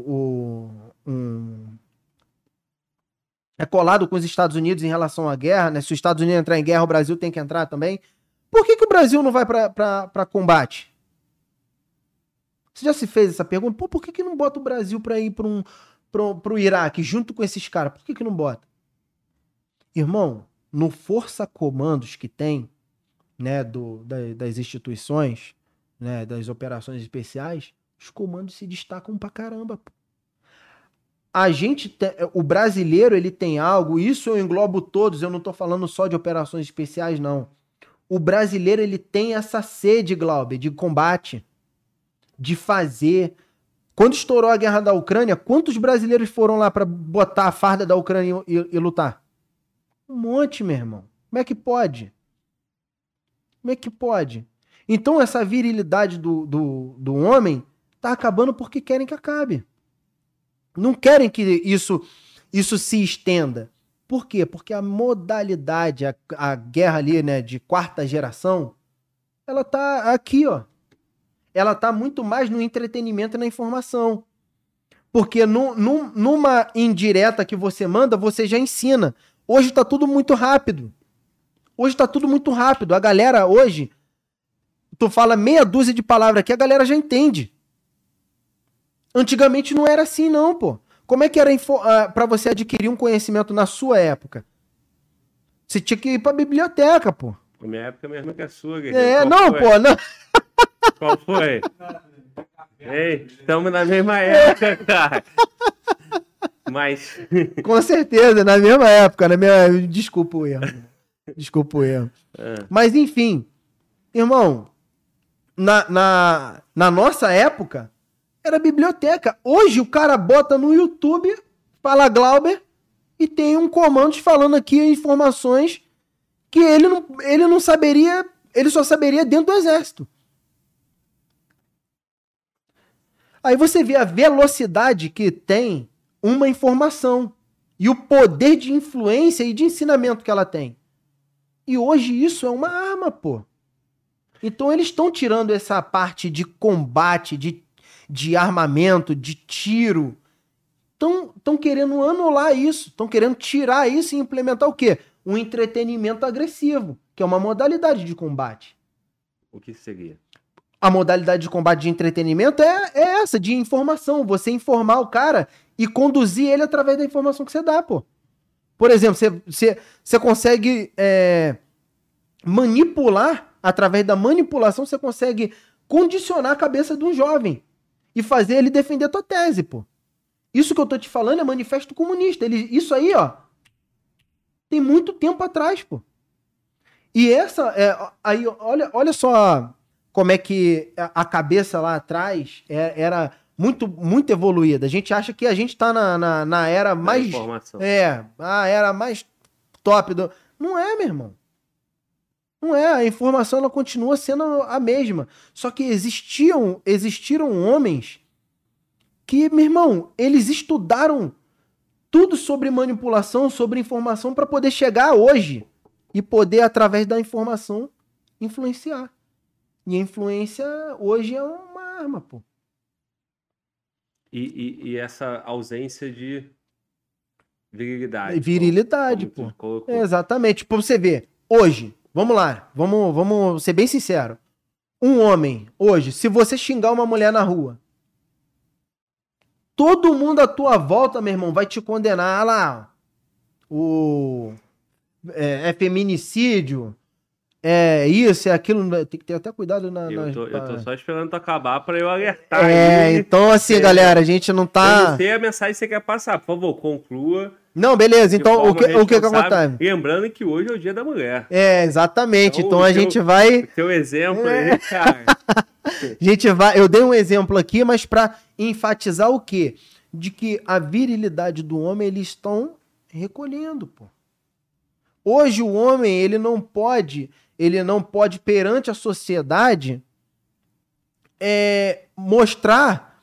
é colado com os Estados Unidos em relação à guerra, né? Se os Estados Unidos entrar em guerra, o Brasil tem que entrar também. Por que o Brasil não vai para combate? Você já se fez essa pergunta? Pô, por que não bota o Brasil para ir pro Iraque junto com esses caras? Por que não bota? Irmão, no Força Comandos que tem, né, das instituições, né, das operações especiais, os comandos se destacam pra caramba, pô. O brasileiro, ele tem algo, isso eu englobo todos, eu não tô falando só de operações especiais, não. O brasileiro, ele tem essa sede, Glauber, de combate, de fazer. Quando estourou a guerra da Ucrânia, quantos brasileiros foram lá pra botar a farda da Ucrânia e lutar? Um monte, meu irmão. Como é que pode? Como é que pode? Então essa virilidade do homem tá acabando porque querem que acabe. Não querem que isso se estenda. Por quê? Porque a modalidade, a guerra ali, né, de quarta geração, ela tá aqui, ó. Ela tá muito mais no entretenimento e na informação. Porque numa indireta que você manda, você já ensina. Hoje tá tudo muito rápido. A galera hoje, tu fala meia dúzia de palavras aqui, a galera já entende. Antigamente não era assim não, pô. Como é que era pra você adquirir um conhecimento na sua época? Você tinha que ir pra biblioteca, pô. Na minha época mesmo que a sua, guerreiro. Qual Não, foi? pô, não. Qual foi? Ei, estamos na mesma época, cara. Mas... Com certeza, na mesma época, Desculpa o erro. Desculpa o erro. Mas, enfim, irmão, na nossa época, era biblioteca. Hoje o cara bota no YouTube, fala Glauber, e tem um comando falando aqui informações que ele não saberia, ele só saberia dentro do exército. Aí você vê a velocidade que tem uma informação e o poder de influência e de ensinamento que ela tem. E hoje isso é uma arma, pô. Então eles estão tirando essa parte de combate, de armamento, de tiro. Estão querendo anular isso, estão querendo tirar isso e implementar o quê? Um entretenimento agressivo, que é uma modalidade de combate. O que seria? A modalidade de combate de entretenimento é essa, de informação. Você informar o cara e conduzir ele através da informação que você dá, pô. Por exemplo, você consegue manipular, através da manipulação, você consegue condicionar a cabeça de um jovem e fazer ele defender a tua tese, pô. Isso que eu tô te falando é manifesto comunista. Isso aí, ó, tem muito tempo atrás, pô. E aí, olha só como é que a cabeça lá atrás era muito, muito evoluída. A gente acha que a gente tá na era mais... informação. A era mais top do... Não é, meu irmão. Não é. A informação, ela continua sendo a mesma. Só que existiram homens que, meu irmão, eles estudaram tudo sobre manipulação, sobre informação para poder chegar hoje e poder, através da informação, influenciar. E a influência hoje é uma arma, pô. E essa ausência de virilidade. Virilidade, como pô. colocou. Exatamente. Pra você ver, hoje, vamos lá, vamos ser bem sincero. Um homem, hoje, se você xingar uma mulher na rua, todo mundo à tua volta, meu irmão, vai te condenar. Ah lá, é feminicídio, é isso, é aquilo. Tem que ter até cuidado Eu tô só esperando tu acabar pra eu alertar. Então assim, galera, a gente não tá... Eu não sei a mensagem que você quer passar. Por favor, conclua. Não, beleza. Então, o que acontece? Lembrando que hoje é o Dia da Mulher. Exatamente. Então a gente vai... O teu exemplo aí, cara. Eu dei um exemplo aqui, mas pra enfatizar o quê? De que a virilidade do homem, eles estão recolhendo, pô. Hoje o homem, ele não pode perante a sociedade mostrar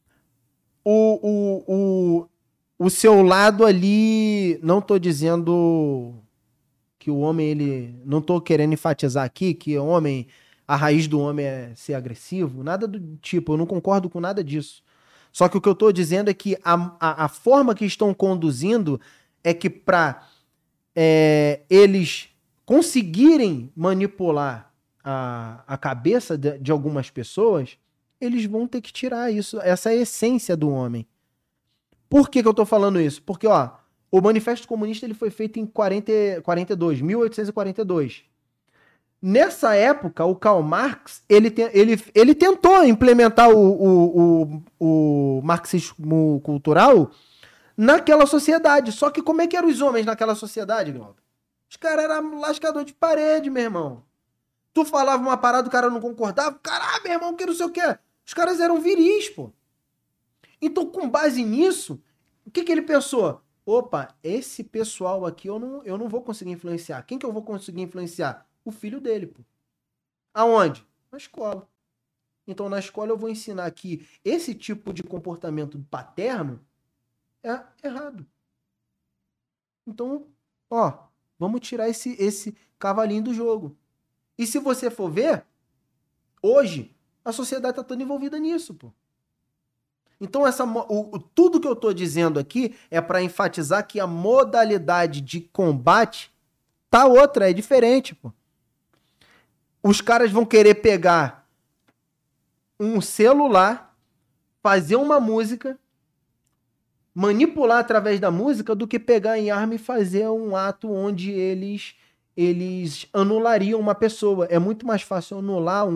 o seu lado ali. Não tô dizendo que o homem, não tô querendo enfatizar aqui que o homem, a raiz do homem é ser agressivo, nada do tipo, eu não concordo com nada disso. Só que o que eu tô dizendo é que a forma que estão conduzindo é que para eles conseguirem manipular a cabeça de algumas pessoas, eles vão ter que tirar essa essência do homem. Por que eu tô falando isso? Porque, ó, o Manifesto Comunista ele foi feito em 1842. Nessa época, o Karl Marx, ele tentou implementar o marxismo cultural naquela sociedade. Só que como é que eram os homens naquela sociedade, Glauber? Os caras eram lascador de parede, meu irmão. Tu falava uma parada, o cara não concordava. Caralho, meu irmão, que não sei o quê. Os caras eram viris, pô. Então, com base nisso, o que ele pensou? Opa, esse pessoal aqui eu não vou conseguir influenciar. Quem que eu vou conseguir influenciar? O filho dele, pô. Aonde? Na escola. Então, na escola eu vou ensinar que esse tipo de comportamento paterno é errado. Então, ó, vamos tirar esse cavalinho do jogo. E se você for ver, hoje, a sociedade tá toda envolvida nisso, pô. Então, tudo que eu tô dizendo aqui é para enfatizar que a modalidade de combate tá outra, é diferente, pô. Os caras vão querer pegar um celular, fazer uma música, manipular através da música do que pegar em arma e fazer um ato onde eles anulariam uma pessoa. É muito mais fácil anular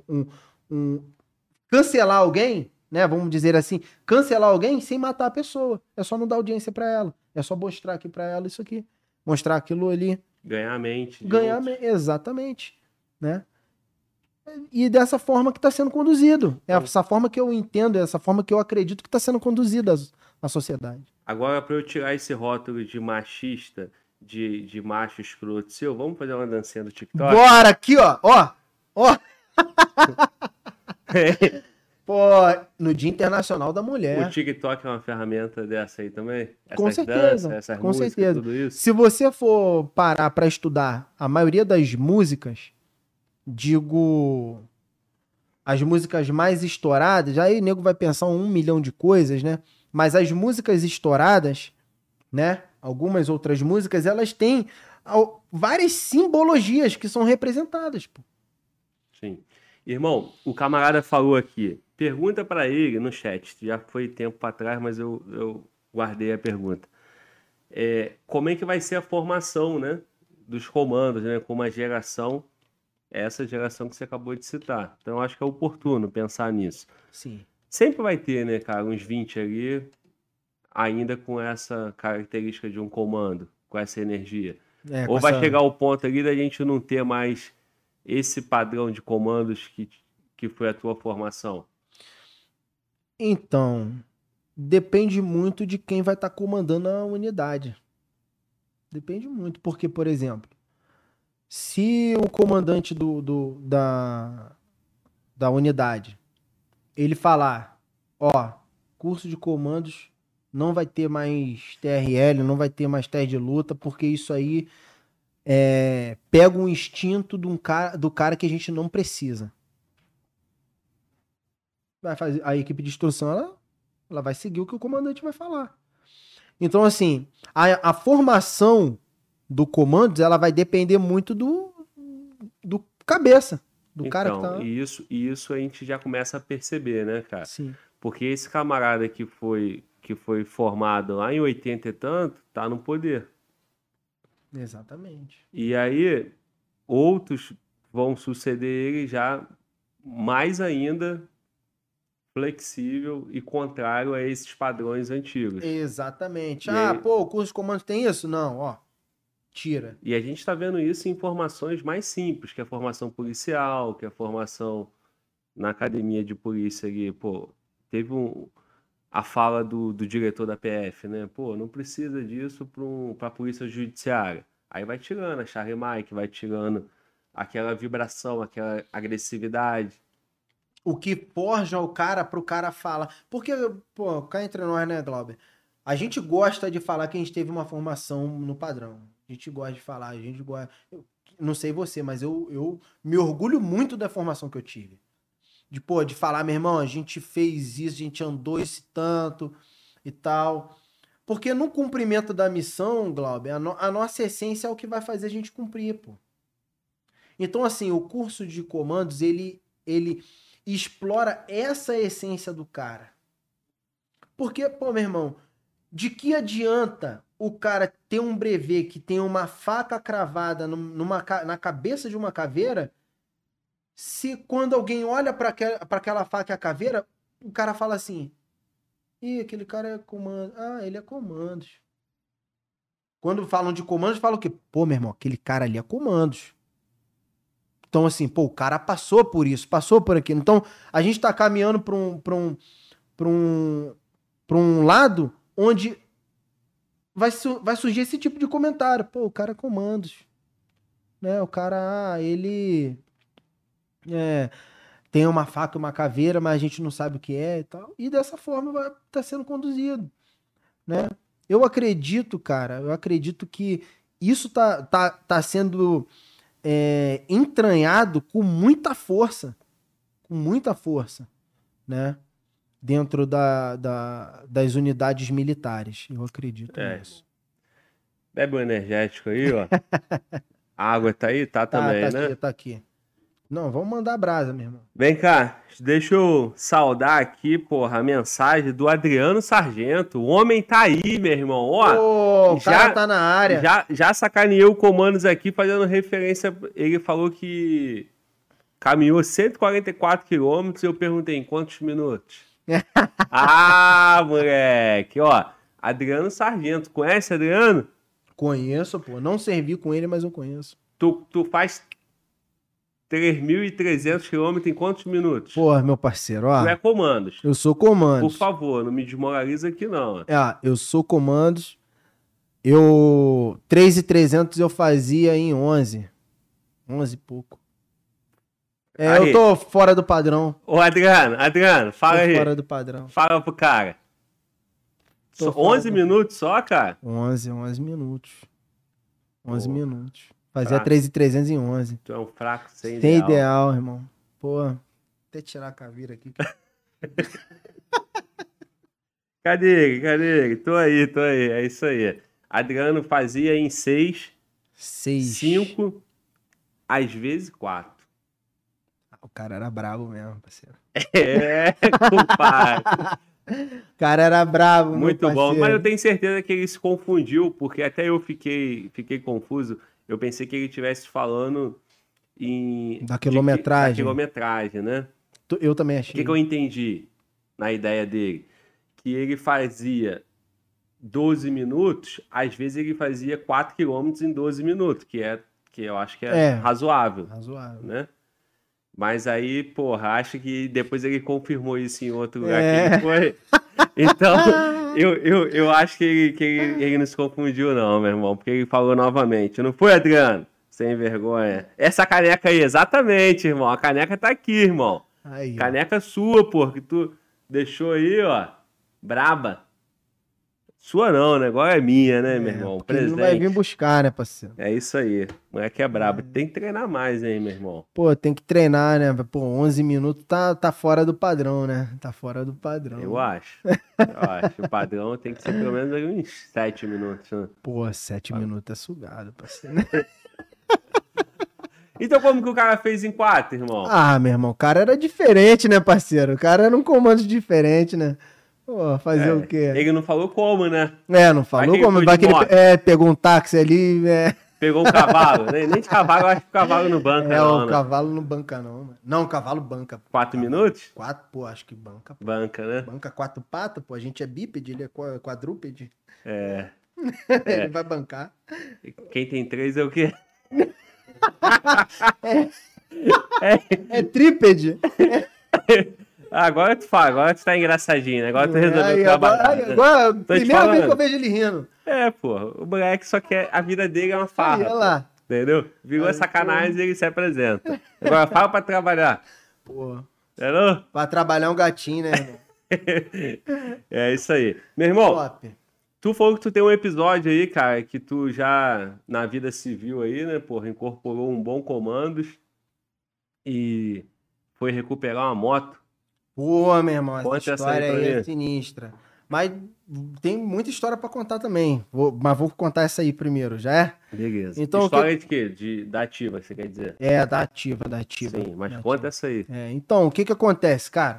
cancelar alguém, né? Vamos dizer assim, cancelar alguém sem matar a pessoa. É só não dar audiência pra ela. É só mostrar aqui pra ela isso aqui. Mostrar aquilo ali. Ganhar a mente. Exatamente. Né? E dessa forma que está sendo conduzido. É essa forma que eu entendo, é essa forma que eu acredito que está sendo conduzida a sociedade. Agora, para eu tirar esse rótulo de machista, de macho escroto seu, vamos fazer uma dancinha do TikTok? Bora, aqui, ó. Ó. Pô, no Dia Internacional da Mulher. O TikTok é uma ferramenta dessa aí também? Com certeza, essas com músicas, certeza. tudo isso? Se você for parar para estudar a maioria das músicas, digo, as músicas mais estouradas, aí o nego vai pensar 1 milhão de coisas, né? Mas as músicas estouradas, né? Algumas outras músicas, elas têm várias simbologias que são representadas, pô. Sim. Irmão, o camarada falou aqui, pergunta para ele no chat, já foi tempo para trás, mas eu guardei a pergunta. Como é que vai ser a formação, né, dos comandos, né, com uma geração, essa geração que você acabou de citar. Então, eu acho que é oportuno pensar nisso. Sim. Sempre vai ter, né, cara, uns 20 ali, ainda com essa característica de um comando, com essa energia. Ou vai chegar ao ponto ali da gente não ter mais esse padrão de comandos que foi a tua formação? Então, depende muito de quem vai estar comandando a unidade. Depende muito, porque, por exemplo, se o comandante da unidade, ele falar, ó, curso de comandos não vai ter mais TRL, não vai ter mais teste de luta, porque isso aí pega um instinto do cara que a gente não precisa. Vai fazer, a equipe de instrução, ela vai seguir o que o comandante vai falar. Então, assim, a formação do comandos, ela vai depender muito do cabeça, do cara que tá... Isso a gente já começa a perceber, né, cara? Sim. Porque esse camarada que foi formado lá em 80 e tanto, tá no poder. Exatamente. E aí, outros vão suceder ele já mais ainda flexível e contrário a esses padrões antigos. Exatamente. E aí... o curso de comandos tem isso? Não, ó. Tira. E a gente está vendo isso em formações mais simples, que é a formação policial, que é a formação na academia de polícia ali. Pô, teve a fala do diretor da PF, né? Pô, não precisa disso para a polícia judiciária. Aí vai tirando a Charlie Mike, vai tirando aquela vibração, aquela agressividade. O que forja o cara pro cara falar. Porque, pô, cá entre nós, né, Glauber? A gente gosta de falar que a gente teve uma formação no padrão. A gente gosta de falar, a gente gosta... não sei você, mas eu me orgulho muito da formação que eu tive. De falar, meu irmão, a gente fez isso, a gente andou esse tanto e tal. Porque no cumprimento da missão, Glauber, a nossa essência é o que vai fazer a gente cumprir, pô. Então, assim, o curso de comandos, ele explora essa essência do cara. Porque, pô, meu irmão, de que adianta o cara ter um brevê que tem uma faca cravada na cabeça de uma caveira, se quando alguém olha para aquela faca e a caveira, o cara fala assim, ih, aquele cara é comando. Ah, ele é comandos. Quando falam de comandos, falam que, pô, meu irmão, aquele cara ali é comandos. Então, assim, pô, o cara passou por isso, passou por aquilo. Então, a gente tá caminhando para um lado onde vai surgir esse tipo de comentário. Pô, o cara é comandos. Né? O cara, ele tem uma faca e uma caveira, mas a gente não sabe o que é e tal. E dessa forma vai estar sendo conduzido. Né? Eu acredito, cara, que isso tá sendo entranhado com muita força, né? Dentro das unidades militares, eu acredito nisso. Bebe um energético aí, ó. A água tá aí? Tá também, né? Tá aqui. Não, vamos mandar brasa, meu irmão. Vem cá, deixa eu saudar aqui, porra, a mensagem do Adriano Sargento. O homem tá aí, meu irmão. Ó, Ô, o cara tá na área. já sacaneei o Comandos aqui, fazendo referência. Ele falou que caminhou 144 quilômetros e eu perguntei em quantos minutos? Ah, moleque, ó. Adriano Sargento. Conhece, Adriano? Conheço, pô. Não servi com ele, mas eu conheço. Tu faz 3.300 quilômetros em quantos minutos? Pô, meu parceiro, ó. Tu é Comandos. Eu sou Comandos. Por favor, não me desmoraliza aqui, não. Eu sou Comandos. 3.300 eu fazia em 11. 11 e pouco. Aí. Eu tô fora do padrão. Ô, Adriano, fala aí. Fora do padrão. Fala pro cara. Tô 11 minutos só, cara? 11 minutos. 11 Pô, minutos. Fazia fraco. 3.300 em 11. Tu é um fraco sem Sem ideal. ideal, irmão. Pô, até tirar a caveira aqui. Cadê ele? Tô aí. É isso aí. Adriano fazia em 6, 5, às vezes 4. O cara era brabo mesmo, parceiro. É, compadre. O cara era brabo, meu Muito bom. parceiro. Mas eu tenho certeza que ele se confundiu, porque até eu fiquei confuso. Eu pensei que ele estivesse falando Da quilometragem. Da quilometragem, né? Eu também O achei. que eu entendi na ideia dele? Que ele fazia 12 minutos, às vezes ele fazia 4 quilômetros em 12 minutos, que eu acho que é razoável, Razoável. né? Mas aí, porra, acho que depois ele confirmou isso em outro lugar que ele foi. Então, eu acho que ele não se confundiu não, meu irmão, porque ele falou novamente. Não foi, Adriano? Sem vergonha. Essa caneca aí, exatamente, irmão. A caneca tá aqui, irmão. Aí, ó. Caneca sua, pô, que tu deixou aí, ó. Braba. Sua não, né? Agora é minha, né, meu irmão? Porque ele não vai vir buscar, né, parceiro? É isso aí. Moleque é brabo. Tem que treinar mais, hein, meu irmão? Pô, tem que treinar, né? Pô, 11 minutos tá fora do padrão, né? Tá fora do padrão. Eu acho. O padrão tem que ser pelo menos ali uns 7 minutos, né? Pô, 7 minutos é sugado, parceiro. Então como que o cara fez em 4, irmão? Ah, meu irmão, o cara era diferente, né, parceiro? O cara era um comando diferente, né? Pô, fazer o quê? Ele não falou como, né? Não falou Vai que como. ele Vai foi que de ele moto. pegou um táxi ali, Pegou um cavalo. Nem de cavalo, eu acho que o cavalo não banca, não, o né? cavalo não banca, não, mano. Não, o cavalo banca. 4 minutos? 4, pô, acho que banca. Pô. Banca, né? Banca 4 patas, pô. A gente é bípede, ele é quadrúpede. É. Ele vai bancar. Quem tem 3 é o quê? É trípede. Agora tu fala, agora tu tá engraçadinho, né? Agora tu resolveu Aí, trabalhar. agora te primeira falando. vez que eu vejo ele rindo. É, pô, o moleque só quer. A vida dele é uma Aí, farra. olha lá. Entendeu? Virou Aí, sacanagem e ele se apresenta. Agora fala pra trabalhar. Pô, Entendeu? pra trabalhar um gatinho, né, irmão? É isso aí. Meu irmão, Top. tu falou que tu tem um episódio aí, cara, que tu já, na vida civil aí, né, porra, incorporou um bom comandos e foi recuperar uma moto. Pô, meu irmão, essa Conta essa história aí pra aí é mim. sinistra. Mas tem muita história pra contar também. Mas vou contar essa aí primeiro, já é? Beleza. Então, História de quê? Da ativa, você quer dizer? Da ativa. Sim, mas Da conta ativa. essa aí. Então, o que acontece, cara?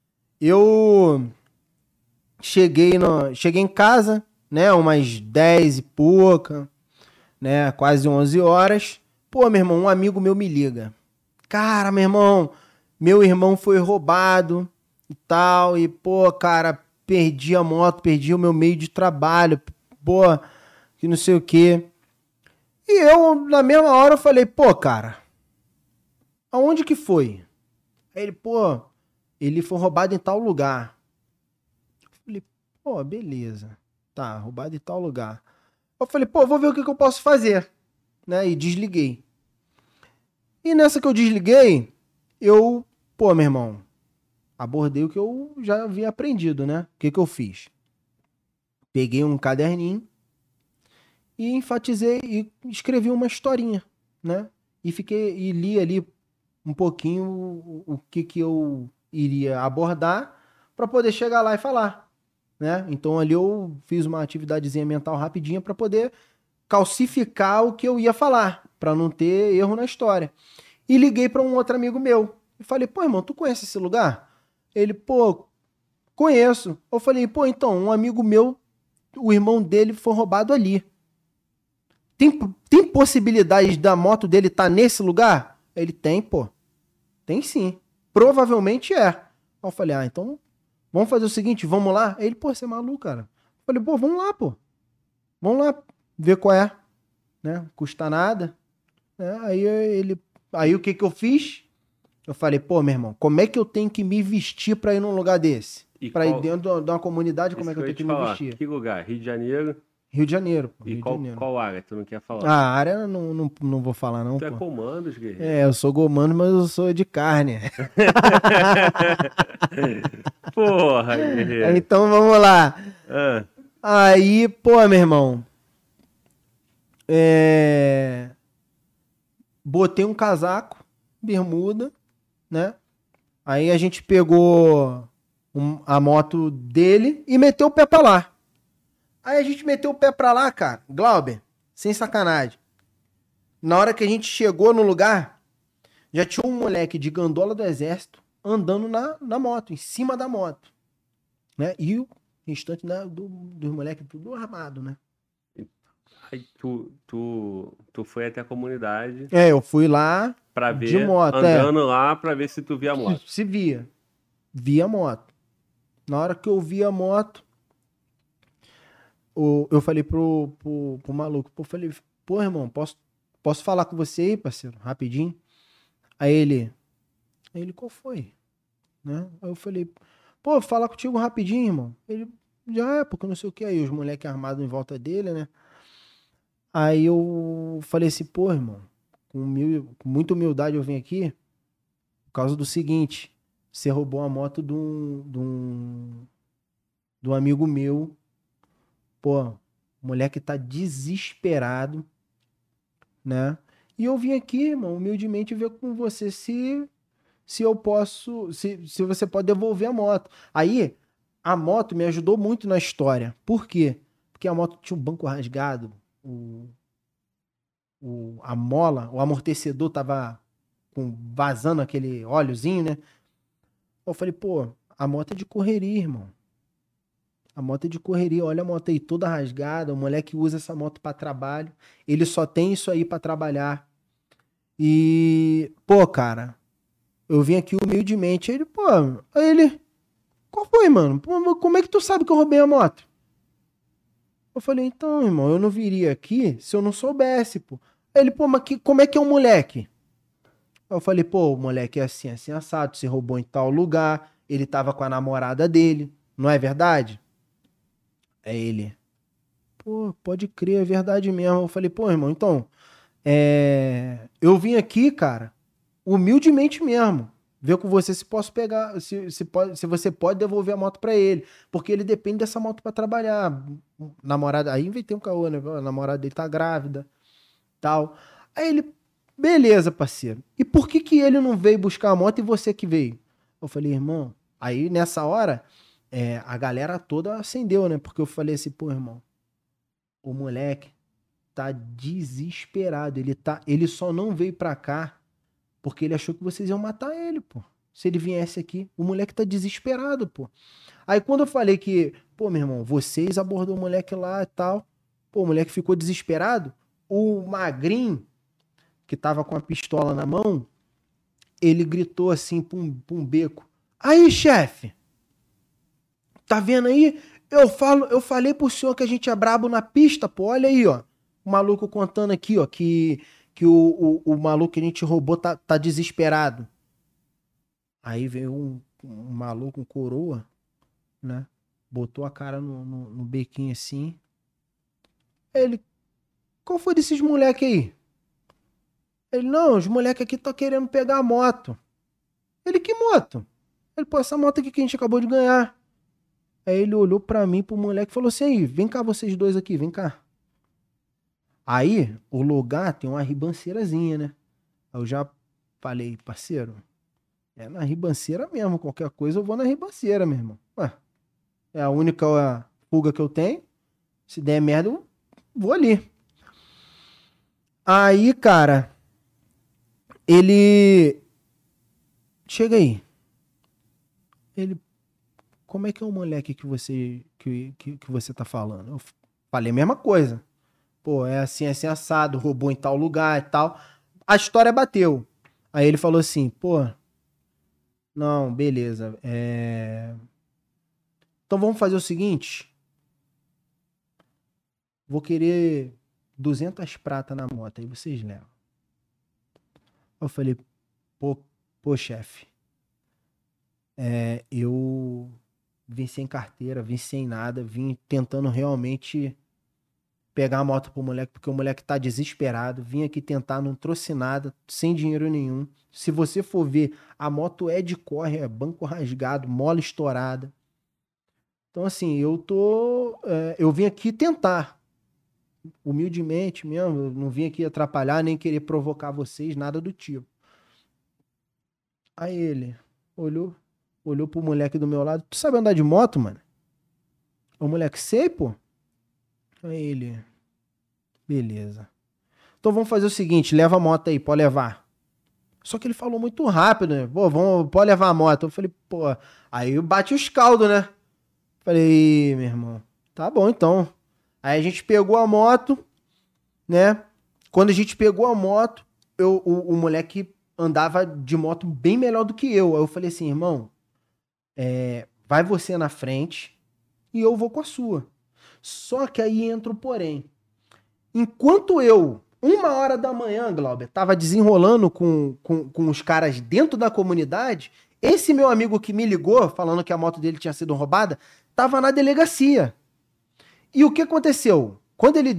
Eu cheguei em casa, né, umas 10 e pouca, né, quase 11 horas. Pô, meu irmão, um amigo meu me liga. Cara, meu irmão foi roubado e tal, e pô, cara, perdi a moto, perdi o meu meio de trabalho, pô, que não sei o quê. E eu, na mesma hora, eu falei, pô, cara, aonde que foi? Aí ele, pô, ele foi roubado em tal lugar. Eu falei, pô, beleza. Tá, roubado em tal lugar. Eu falei, pô, vou ver o que eu posso fazer. Né? E desliguei. E nessa que eu desliguei, pô, meu irmão, abordei o que eu já havia aprendido, né? O que eu fiz? Peguei um caderninho e enfatizei e escrevi uma historinha, né? E li ali um pouquinho o que eu iria abordar para poder chegar lá e falar, né? Então ali eu fiz uma atividadezinha mental rapidinha para poder calcificar o que eu ia falar, para não ter erro na história. E liguei pra um outro amigo meu. E falei, pô, irmão, tu conhece esse lugar? Ele, pô, conheço. Eu falei, pô, então, um amigo meu, o irmão dele foi roubado ali. Tem possibilidade da moto dele estar nesse lugar? Ele tem, pô. Tem sim. Provavelmente é. Aí eu falei, então vamos fazer o seguinte, vamos lá? Ele, pô, você é maluco, cara. Eu falei, pô, vamos lá, pô. Vamos lá ver qual é. Né? Custa nada. Né? Aí o que que eu fiz? Eu falei, pô, meu irmão, como é que eu tenho que me vestir pra ir num lugar desse? Pra ir dentro de uma comunidade, como é que eu tenho que me vestir? Que lugar? Rio de Janeiro? Rio de Janeiro. Pô, E Rio de Janeiro. qual área? Tu não quer falar? A área não vou falar, não. Tu é pô. Comandos, guerreiro. Eu sou gomano, mas eu sou de carne. Porra, guerreiro. Então vamos lá. Aí, pô, meu irmão. Botei um casaco, bermuda, né? Aí a gente pegou a moto dele e meteu o pé pra lá. Aí a gente meteu o pé pra lá, cara. Glauber, sem sacanagem. Na hora que a gente chegou no lugar, já tinha um moleque de gandola do exército andando na moto, em cima da moto. Né? E o restante dos moleques tudo armado, né? Aí tu foi até a comunidade Eu fui lá pra ver, de moto, andando lá pra ver se tu via a moto. Se via. Via a moto. Na hora que eu vi a moto, eu falei pro maluco, falei, pô, irmão, posso falar com você aí, parceiro, rapidinho? Aí ele, qual foi? Né? Aí eu falei, pô, falar contigo rapidinho, irmão. Ele, já porque não sei o que. Aí os moleques armados em volta dele, né? Aí eu falei assim, pô, irmão, com muita humildade eu vim aqui por causa do seguinte, você roubou a moto de um amigo meu. Pô, o moleque tá desesperado, né? E eu vim aqui, irmão, humildemente ver com você se eu posso, se você pode devolver a moto. Aí, a moto me ajudou muito na história. Por quê? Porque a moto tinha um banco rasgado, a mola, o amortecedor tava vazando aquele óleozinho, né? Eu falei, pô, a moto é de correria, irmão. A moto é de correria, olha a moto aí toda rasgada, o moleque usa essa moto pra trabalho, ele só tem isso aí pra trabalhar. E, pô, cara, eu vim aqui humildemente, qual foi, mano? Pô, como é que tu sabe que eu roubei a moto? Eu falei, então, irmão, eu não viria aqui se eu não soubesse, pô. Ele, pô, mas como é que é o moleque? Eu falei, pô, o moleque é assim, assim, assado, se roubou em tal lugar, ele tava com a namorada dele, não é verdade? É ele. Pô, pode crer, é verdade mesmo. Eu falei, pô, irmão, então, eu vim aqui, cara, humildemente mesmo, ver com você se posso pegar, se você pode devolver a moto pra ele, porque ele depende dessa moto pra trabalhar. Namorada, aí inventei um caô, né? A namorada dele tá grávida, tal. Aí ele, beleza, parceiro. E por que ele não veio buscar a moto e você que veio? Eu falei, irmão, aí nessa hora, a galera toda acendeu, né? Porque eu falei assim, pô, irmão, o moleque tá desesperado, ele só não veio pra cá porque ele achou que vocês iam matar ele, pô. Se ele viesse aqui, o moleque tá desesperado, pô. Aí quando eu falei que, pô, meu irmão, vocês abordou o moleque lá e tal, pô, o moleque ficou desesperado, o magrinho, que tava com a pistola na mão, ele gritou assim pra um beco, aí, chefe, tá vendo aí? Eu falei pro senhor que a gente é brabo na pista, pô, olha aí, ó, o maluco contando aqui, ó, que o maluco que a gente roubou tá desesperado. Aí veio um maluco, um coroa, né? Botou a cara no bequinho assim. Ele, qual foi desses moleque aí? Ele, não, os moleque aqui tá querendo pegar a moto. Ele, que moto? Ele, pô, essa moto aqui que a gente acabou de ganhar. Aí ele olhou pra mim, pro moleque e falou assim, aí, vem cá vocês dois aqui, vem cá. Aí, o lugar tem uma ribanceirazinha, né? Aí eu já falei, parceiro, é na ribanceira mesmo, qualquer coisa eu vou na ribanceira, meu irmão. Ué, é a única fuga que eu tenho. Se der merda, eu vou ali. Aí, cara, Ele... Chega aí. Ele... Como é que é o moleque que você tá falando? Eu falei a mesma coisa. Pô, é assim assado, roubou em tal lugar e tal. A história bateu. Aí ele falou assim, pô, não, beleza. Então vamos fazer o seguinte. Vou querer 200 prata na moto, aí vocês levam. Eu falei, pô, chefe. Eu vim sem carteira, vim sem nada, vim tentando realmente pegar a moto pro moleque, porque o moleque tá desesperado. Vim aqui tentar, não trouxe nada, sem dinheiro nenhum. Se você for ver, a moto é de corre, é banco rasgado, mola estourada. Então, assim, eu vim aqui tentar. Humildemente mesmo, eu não vim aqui atrapalhar, nem querer provocar vocês, nada do tipo. Aí ele olhou pro moleque do meu lado. Tu sabe andar de moto, mano? O moleque, sei, pô. Aí ele, beleza. Então vamos fazer o seguinte, leva a moto aí, pode levar. Só que ele falou muito rápido, né? Pô, pode levar a moto. Eu falei, pô, aí eu bati os caldos, né? Falei, meu irmão, tá bom então. Aí a gente pegou a moto, né? Quando a gente pegou a moto, o moleque andava de moto bem melhor do que eu. Aí eu falei assim, irmão, vai você na frente e eu vou com a sua. Só que aí entra o porém. Enquanto eu, 1h da manhã, Glauber, tava desenrolando com os caras dentro da comunidade, esse meu amigo que me ligou, falando que a moto dele tinha sido roubada, tava na delegacia. E o que aconteceu? Quando ele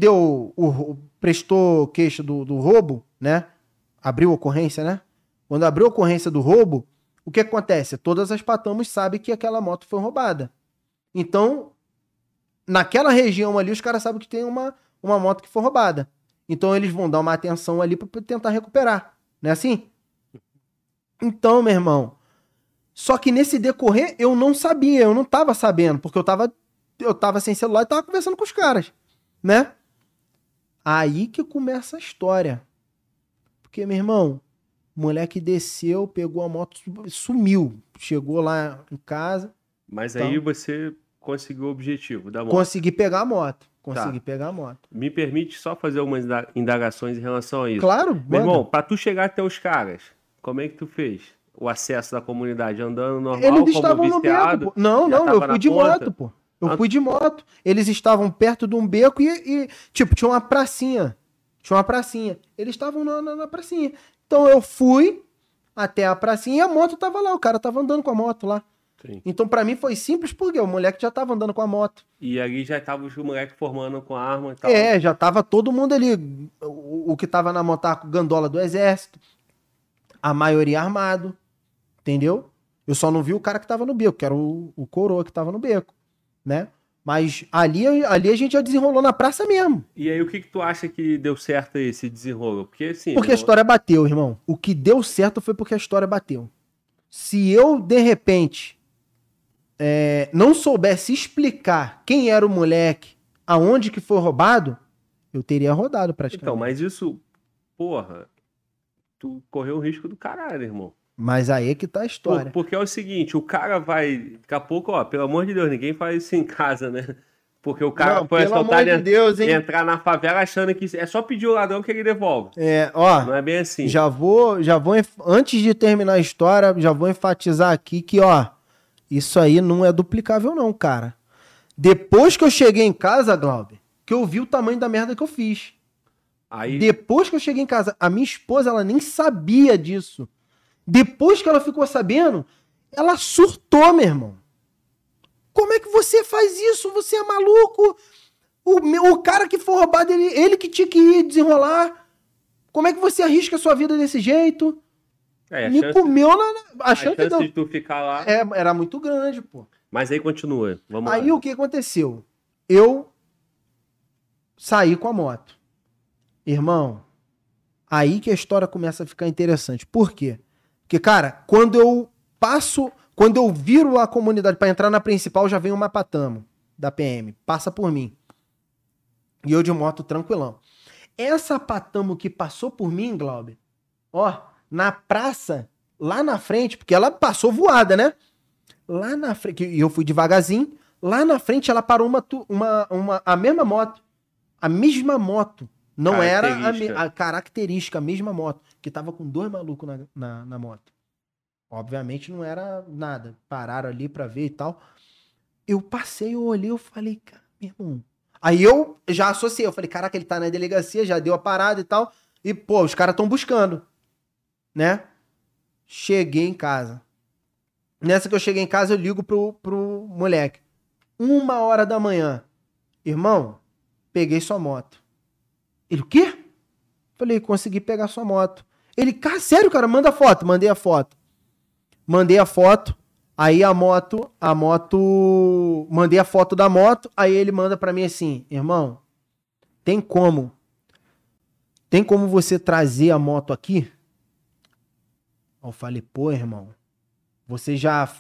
prestou queixa do roubo, né? Abriu ocorrência, né? Quando abriu ocorrência do roubo, o que acontece? Todas as patamos sabem que aquela moto foi roubada. Então, naquela região ali, os caras sabem que tem uma moto que foi roubada. Então, eles vão dar uma atenção ali para tentar recuperar. Não é assim? Então, meu irmão, só que nesse decorrer, eu não sabia, eu não tava sabendo, porque eu tava sem celular e tava conversando com os caras, né? Aí que começa a história. Porque, meu irmão, o moleque desceu, pegou a moto, sumiu. Chegou lá em casa. Mas então, aí você conseguiu o objetivo da moto. Consegui pegar a moto. Me permite só fazer algumas indagações em relação a isso. Claro, meu irmão, pra tu chegar até os caras, como é que tu fez? O acesso da comunidade andando normal, eles estavam no beco, pô. Não, eu fui de moto, pô. Eu fui de moto. Eles estavam perto de um beco e tipo, tinha uma pracinha. Eles estavam na pracinha. Então eu fui até a pracinha e a moto tava lá. O cara tava andando com a moto lá. Sim. Então pra mim foi simples porque o moleque já tava andando com a moto. E ali já tava os moleques formando com a arma e tal. Já tava todo mundo ali. O que tava na moto com gandola do exército. A maioria armado. Entendeu? Eu só não vi o cara que tava no beco, que era o coroa que tava no beco, né? Mas ali a gente já desenrolou na praça mesmo. E aí o que tu acha que deu certo aí, esse desenrolo? Porque assim... Porque a história bateu, irmão. O que deu certo foi porque a história bateu. Se eu, de repente, não soubesse explicar quem era o moleque, aonde que foi roubado, eu teria rodado praticamente. Então, mas isso, porra, tu correu um risco do caralho, irmão. Mas aí é que tá a história. Porque é o seguinte, o cara vai... Daqui a pouco, ó, pelo amor de Deus, ninguém faz isso em casa, né? Porque o cara foi assaltado entrar na favela achando que é só pedir o ladrão que ele devolve. Não é bem assim. Já vou, antes de terminar a história, já vou enfatizar aqui que, isso aí não é duplicável não, cara. Depois que eu cheguei em casa, Glauber, que eu vi o tamanho da merda que eu fiz. Depois que eu cheguei em casa, a minha esposa, ela nem sabia disso. Depois que ela ficou sabendo, ela surtou, meu irmão. Como é que você faz isso? Você é maluco? O cara que foi roubado, ele que tinha que ir desenrolar. Como é que você arrisca a sua vida desse jeito? Comeu a chance de tu ficar lá. Era muito grande, pô. Mas aí continua. Vamos lá. Aí o que aconteceu? Eu saí com a moto. Irmão, aí que a história começa a ficar interessante. Por quê? Porque, cara, quando eu viro a comunidade pra entrar na principal, já vem uma patamo da PM. Passa por mim. E eu de moto tranquilão. Essa patamo que passou por mim, Glauber, na praça, lá na frente, porque ela passou voada, né? Lá na frente, e eu fui devagarzinho, lá na frente ela parou a mesma moto. A mesma moto. Não era a característica, a mesma moto. Que tava com 2 malucos na moto. Obviamente não era nada. Pararam ali pra ver e tal. Eu passei, eu olhei, eu falei, cara, meu irmão. Aí eu já associei, eu falei, caraca, ele tá na delegacia, já deu a parada e tal. E, pô, os caras tão buscando. Né? Cheguei em casa. Nessa que eu cheguei em casa, eu ligo pro moleque. 1h da manhã. Irmão, peguei sua moto. Ele, o quê? Falei, consegui pegar sua moto. Ele, cara, sério, cara, manda foto. Mandei a foto. Mandei a foto. Aí mandei a foto da moto. Aí ele manda pra mim assim, irmão, tem como você trazer a moto aqui? Eu falei, pô, irmão, você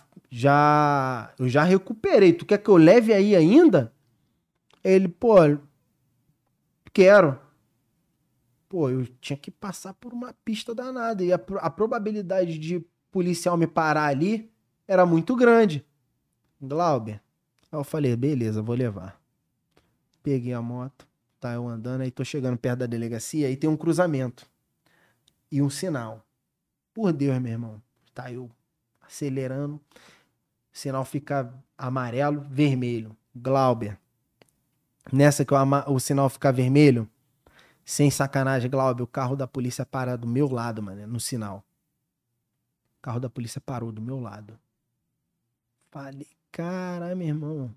eu já recuperei. Tu quer que eu leve aí ainda? Ele, pô, quero. Pô, eu tinha que passar por uma pista danada. E a probabilidade de policial me parar ali era muito grande. Glauber. Aí eu falei, beleza, vou levar. Peguei a moto, tá eu andando, aí tô chegando perto da delegacia, aí tem um cruzamento. E um sinal. Por Deus, meu irmão. Tá eu acelerando. O sinal fica amarelo, vermelho. Glauber. Nessa que o sinal fica vermelho, sem sacanagem, Glauber, o carro da polícia para do meu lado, mano, no sinal. O carro da polícia parou do meu lado. Falei, caralho, meu irmão.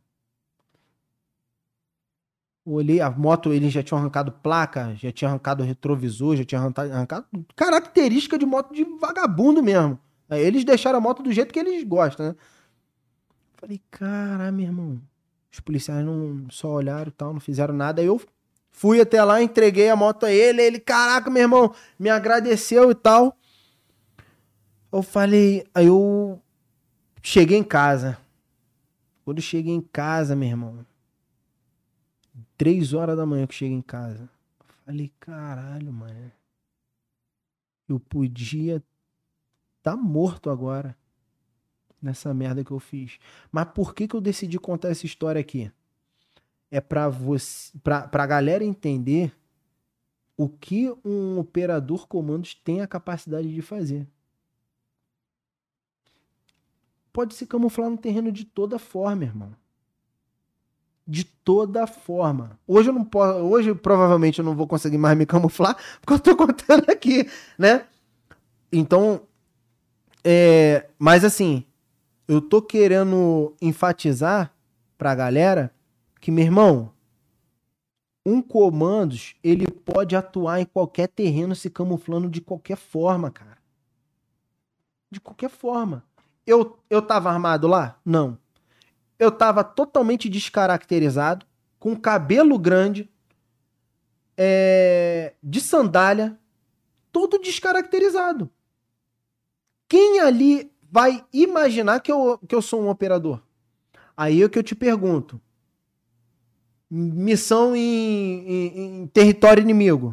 Olhei, a moto, eles já tinham arrancado placa, já tinha arrancado retrovisor, já tinha arrancado característica de moto de vagabundo mesmo. Aí eles deixaram a moto do jeito que eles gostam, né? Falei, caralho, meu irmão. Os policiais não só olharam e tal, não fizeram nada. Aí eu fui até lá, entreguei a moto a ele, caraca, meu irmão, me agradeceu e tal. Eu falei, aí eu cheguei em casa. Quando eu cheguei em casa, meu irmão, 3h da manhã que eu cheguei em casa. Falei, caralho, mano. Eu podia tá morto agora nessa merda que eu fiz. Mas por que eu decidi contar essa história aqui? É pra galera entender o que um operador comandos tem a capacidade de fazer. Pode se camuflar no terreno de toda forma, irmão. De toda forma. Hoje provavelmente eu não vou conseguir mais me camuflar, porque eu tô contando aqui, né? Então, mas assim, eu tô querendo enfatizar pra galera que, meu irmão, um comandos, ele pode atuar em qualquer terreno se camuflando de qualquer forma, cara. De qualquer forma. Eu tava armado lá? Não. Eu tava totalmente descaracterizado, com cabelo grande, de sandália, todo descaracterizado. Quem ali vai imaginar que eu sou um operador? Aí é que eu te pergunto. Missão em território inimigo.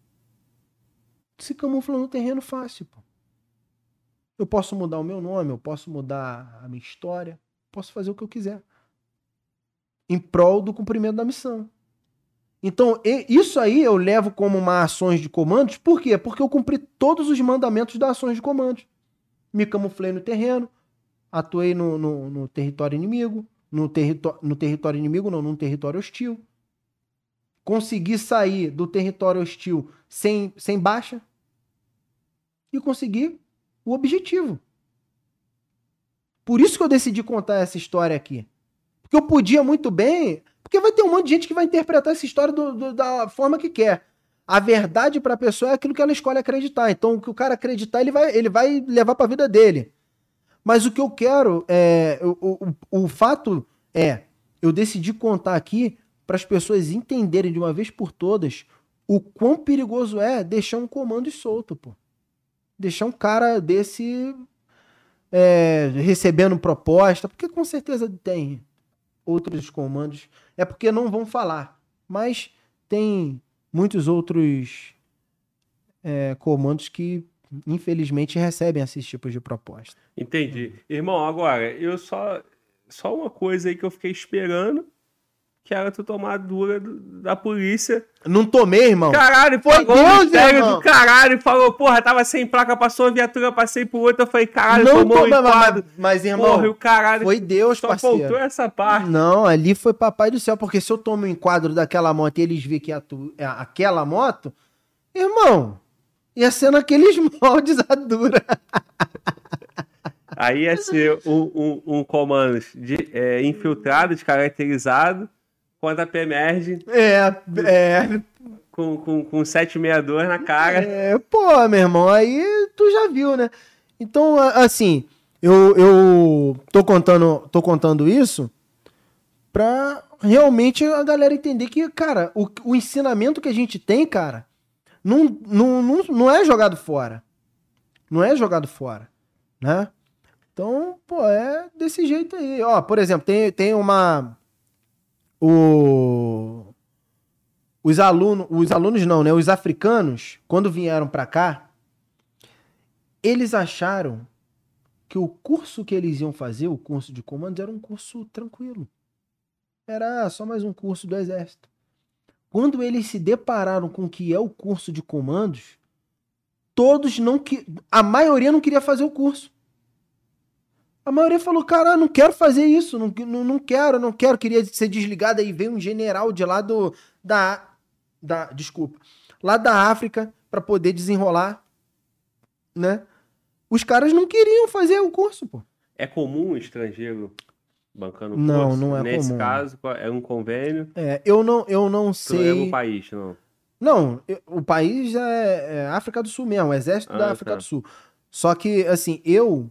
Se camufla no terreno fácil, pô. Eu posso mudar o meu nome, eu posso mudar a minha história, posso fazer o que eu quiser. Em prol do cumprimento da missão. Então, isso aí eu levo como uma ações de comandos. Por quê? Porque eu cumpri todos os mandamentos das ações de comandos. Me camuflei no terreno, atuei no território inimigo, no território inimigo não, num território hostil. Consegui sair do território hostil sem baixa e consegui o objetivo. Por isso que eu decidi contar essa história aqui. Porque eu podia muito bem... Porque vai ter um monte de gente que vai interpretar essa história da forma que quer. A verdade para a pessoa é aquilo que ela escolhe acreditar. Então, o que o cara acreditar, ele vai levar para a vida dele. Mas o que eu quero o fato eu decidi contar aqui para as pessoas entenderem de uma vez por todas o quão perigoso é deixar um comando solto, pô. Deixar um cara desse recebendo proposta, porque com certeza tem outros comandos. É porque não vão falar, mas tem muitos outros comandos que infelizmente, recebem esses tipos de proposta. Entendi. Irmão, agora, eu só uma coisa aí que eu fiquei esperando, que era tu tomar a dura da polícia. Não tomei, irmão. Caralho, Foi pagou Deus, o mistério irmão. do caralho, falou, porra, tava sem placa, passou uma viatura, passei por outra, eu falei, caralho, Não tomou um tomei, enquadro. mas, irmão, Porra, e o caralho, foi Deus, só parceiro. faltou essa parte. Não, ali foi papai do céu, porque se eu tomo um enquadro daquela moto e eles veem que é aquela moto, irmão, ia ser naqueles moldes a dura. Aí ia ser um comando infiltrado, descaracterizado, quando a PMERG com 762 na cara. Pô, meu irmão, aí tu já viu, né? Então, assim, eu tô contando isso pra realmente a galera entender que, cara, o ensinamento que a gente tem, cara, não é jogado fora. Não é jogado fora, né? Então, pô, é desse jeito aí. Ó, por exemplo, tem os alunos não, né? Os africanos, quando vieram pra cá, eles acharam que o curso que eles iam fazer, o curso de comandos, era um curso tranquilo. Era só mais um curso do exército. Quando eles se depararam com o que é o curso de comandos, a maioria não queria fazer o curso. A maioria falou, cara, não quero fazer isso, não quero, queria ser desligado. Aí veio um general de lá lá da África para poder desenrolar, né? Os caras não queriam fazer o curso, pô. É comum o estrangeiro bancando o curso? Não é Nesse comum. caso, é um convênio? Eu não sei. Tu não lembra o país, não? Não, o país é África do Sul mesmo, o exército da África do Sul. Só que, assim, eu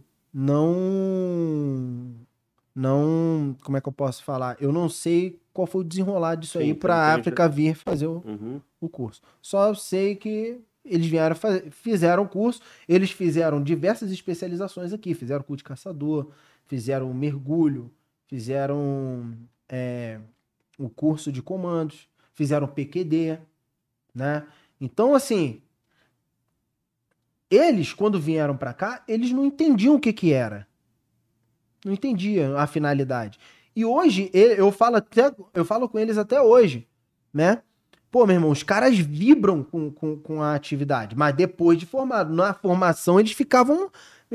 não, como é que eu posso falar? Eu não sei qual foi o desenrolar disso aí pra África vir fazer o curso. Só sei que eles vieram, fizeram o curso, eles fizeram diversas especializações aqui, fizeram curso de caçador, fizeram mergulho, fizeram o curso de comandos, fizeram PQD, né? Então, assim, eles, quando vieram pra cá, eles não entendiam o que era. Não entendiam a finalidade. E hoje, eu falo com eles até hoje, né? Pô, meu irmão, os caras vibram com a atividade, mas depois de formado. Na formação, eles ficaram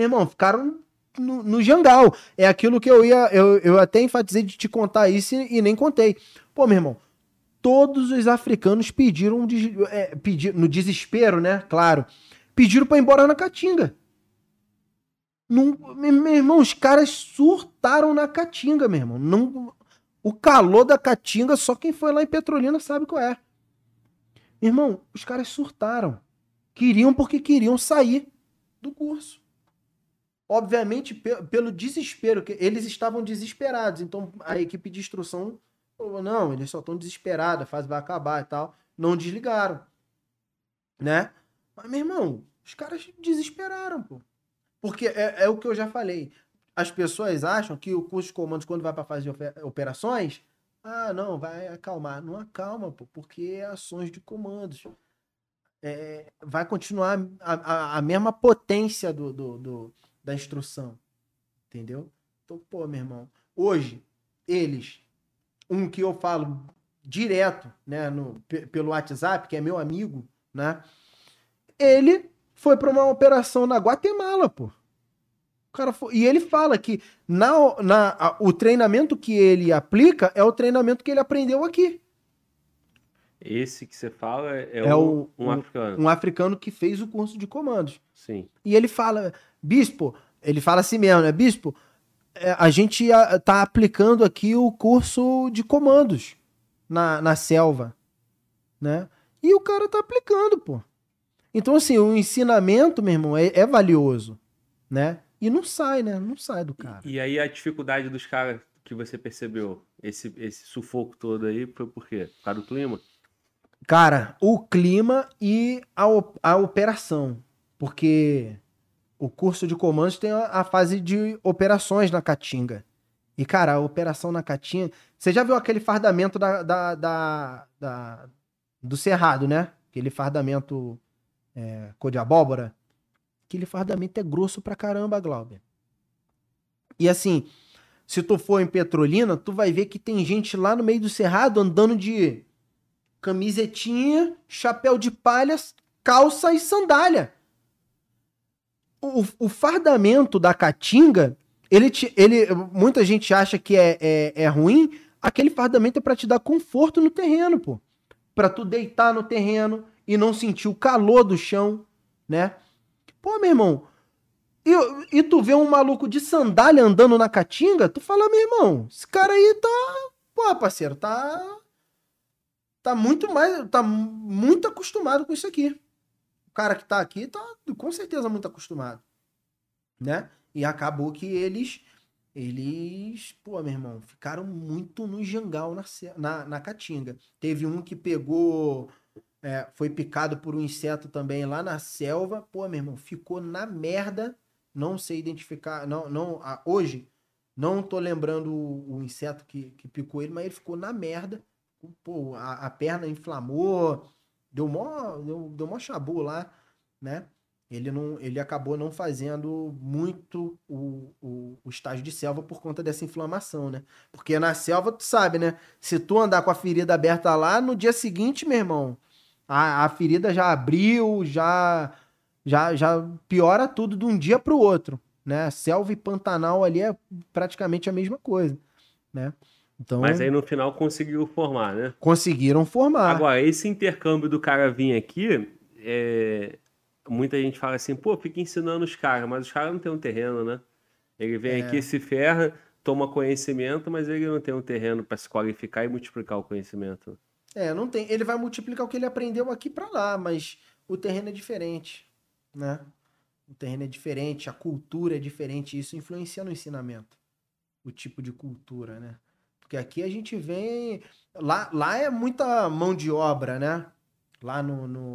no jangal. É aquilo que eu até enfatizei de te contar isso e nem contei. Pô, meu irmão, todos os africanos pediram no desespero, né? Claro. Pediram pra ir embora na Caatinga. Meu irmão, os caras surtaram na Caatinga, meu irmão. O calor da Caatinga, só quem foi lá em Petrolina sabe qual é. Meu irmão, os caras surtaram. Queriam porque queriam sair do curso. Obviamente, pelo desespero, que eles estavam desesperados. Então, a equipe de instrução falou, não, eles só estão desesperados, a fase vai acabar e tal. Não desligaram. Né? Mas, meu irmão, os caras desesperaram, pô. Porque é o que eu já falei. As pessoas acham que o curso de comandos, quando vai para fazer operações, não, vai acalmar. Não acalma, pô, porque é ações de comandos. Vai continuar a mesma potência da instrução. Entendeu? Então, pô, meu irmão, hoje, um que eu falo direto, né, pelo WhatsApp, que é meu amigo, né, ele foi para uma operação na Guatemala, pô. O cara e ele fala que o treinamento que ele aplica é o treinamento que ele aprendeu aqui. Esse que você fala é um africano. Um africano que fez o curso de comandos. Sim. E ele fala, bispo, ele fala assim mesmo, né? Bispo, a gente tá aplicando aqui o curso de comandos na selva, né? E o cara tá aplicando, pô. Então, assim, o ensinamento, meu irmão, é valioso, né? E não sai, né? Não sai do cara. E aí a dificuldade dos caras que você percebeu, esse sufoco todo aí, foi por quê? Por causa do clima? Cara, o clima e a operação. Porque o curso de comandos tem a fase de operações na Caatinga. E, cara, a operação na Caatinga... Você já viu aquele fardamento do Cerrado, né? Aquele fardamento cor de abóbora. aquele fardamento é grosso pra caramba, Glauber. E assim, se tu for em Petrolina, tu vai ver que tem gente lá no meio do cerrado andando de camisetinha, chapéu de palha, calça e sandália. O fardamento da Caatinga, muita gente acha que é ruim. Aquele fardamento é pra te dar conforto no terreno, pô. Pra tu deitar no terreno e não sentir o calor do chão, né? Pô, meu irmão, e tu vê um maluco de sandália andando na Caatinga, tu fala, meu irmão, esse cara aí tá... Pô, parceiro, tá muito acostumado com isso aqui. O cara que tá aqui tá com certeza muito acostumado, né? E acabou que eles, pô, meu irmão, ficaram muito no jangal na Caatinga. Teve um que pegou, foi picado por um inseto também lá na selva. Pô, meu irmão, ficou na merda. Não sei identificar, hoje não tô lembrando o inseto que picou ele, mas ele ficou na merda. Pô, a perna inflamou, deu mó chabu lá, né? Ele acabou não fazendo muito o estágio de selva por conta dessa inflamação, né? Porque na selva, tu sabe, né? Se tu andar com a ferida aberta lá, no dia seguinte, meu irmão, a ferida já abriu, já piora tudo de um dia pro outro, né? Selva e Pantanal ali é praticamente a mesma coisa, né? Então, Mas aí no final conseguiu formar, né? conseguiram formar. Agora, esse intercâmbio do cara vir aqui, muita gente fala assim, pô, fica ensinando os caras, mas os caras não têm um terreno, né? Ele vem aqui, se ferra, toma conhecimento, mas ele não tem um terreno para se qualificar e multiplicar o conhecimento. Não tem. Ele vai multiplicar o que ele aprendeu aqui para lá, mas o terreno é diferente, né? O terreno é diferente, a cultura é diferente, isso influencia no ensinamento. O tipo de cultura, né? Porque aqui a gente vem... Lá é muita mão de obra, né? Lá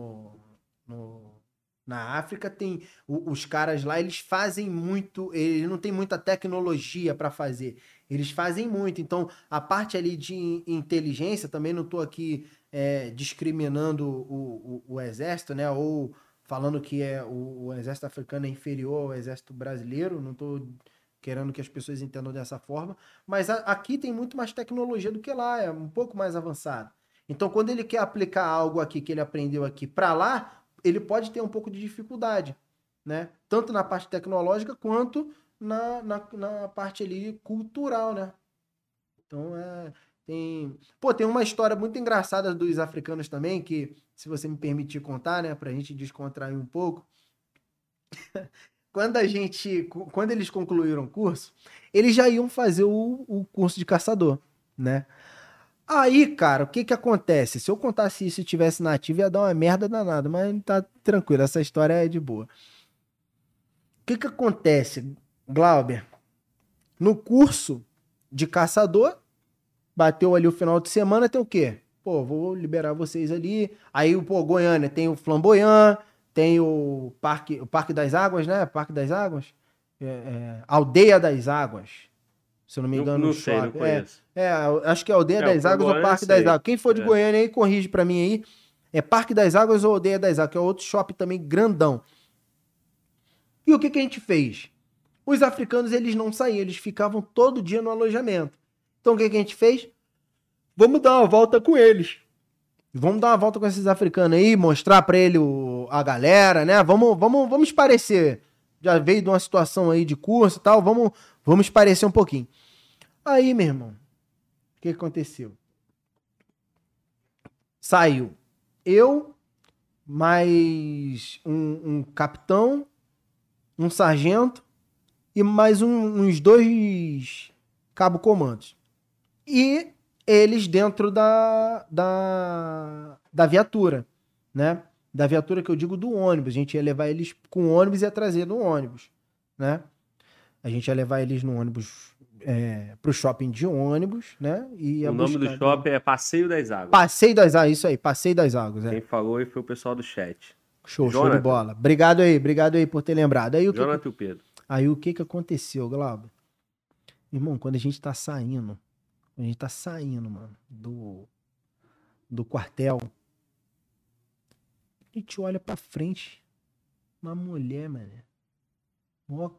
na África tem... Os caras lá, eles fazem muito... Eles não tem muita tecnologia para fazer. Eles fazem muito. Então, a parte ali de inteligência, também não tô aqui discriminando o exército, né? Ou falando que o exército africano é inferior ao exército brasileiro. Não tô querendo que as pessoas entendam dessa forma, mas aqui tem muito mais tecnologia do que lá, é um pouco mais avançado. Então, quando ele quer aplicar algo aqui que ele aprendeu aqui para lá, ele pode ter um pouco de dificuldade, né? Tanto na parte tecnológica quanto na parte ali cultural, né? Então, tem uma história muito engraçada dos africanos também, que, se você me permitir contar, né, pra gente descontrair um pouco. Quando eles concluíram o curso, eles já iam fazer o curso de caçador, né? Aí, cara, o que que acontece? Se eu contasse isso e tivesse nativo, ia dar uma merda danada, mas tá tranquilo, essa história é de boa. O que que acontece, Glauber? No curso de caçador, bateu ali o final de semana, tem o quê? Pô, vou liberar vocês ali. Aí, pô, Goiânia, tem o Flamboyant, tem o Parque das Águas, né? Parque das Águas. Aldeia das Águas. Se eu não me engano, Não no sei, não shopping. conheço. Acho que é Aldeia das o Águas ou Flamboyant, Parque das sei. Águas. Quem for de Goiânia aí, corrige pra mim aí. É Parque das Águas ou Aldeia das Águas, que é outro shopping também grandão. E o que que a gente fez? Os africanos, eles não saíam, eles ficavam todo dia no alojamento. Então o que que a gente fez? Vamos dar uma volta com eles. Vamos dar uma volta com esses africanos aí, mostrar pra ele a galera, né? Vamos esparecer. Já veio de uma situação aí de curso e tal, vamos esparecer um pouquinho. Aí, meu irmão, o que aconteceu? Saiu eu, mais um capitão, um sargento e mais uns 2 cabo-comandos. E eles dentro da viatura, né? Da viatura que eu digo do ônibus. A gente ia levar eles com o ônibus e ia trazer no ônibus, né? A gente ia levar eles no ônibus pro shopping de ônibus, né? E ia O nome do shopping é Passeio das Águas. Passeio das Águas, isso aí, Passeio das Águas. Quem falou aí foi o pessoal do chat. Show de Jonathan. bola. Obrigado aí por ter lembrado. Jonathan e o Pedro. Aí o que que aconteceu, Glauber? Irmão, quando a gente tá saindo, mano, do quartel, a gente olha pra frente, uma mulher, mano, Mó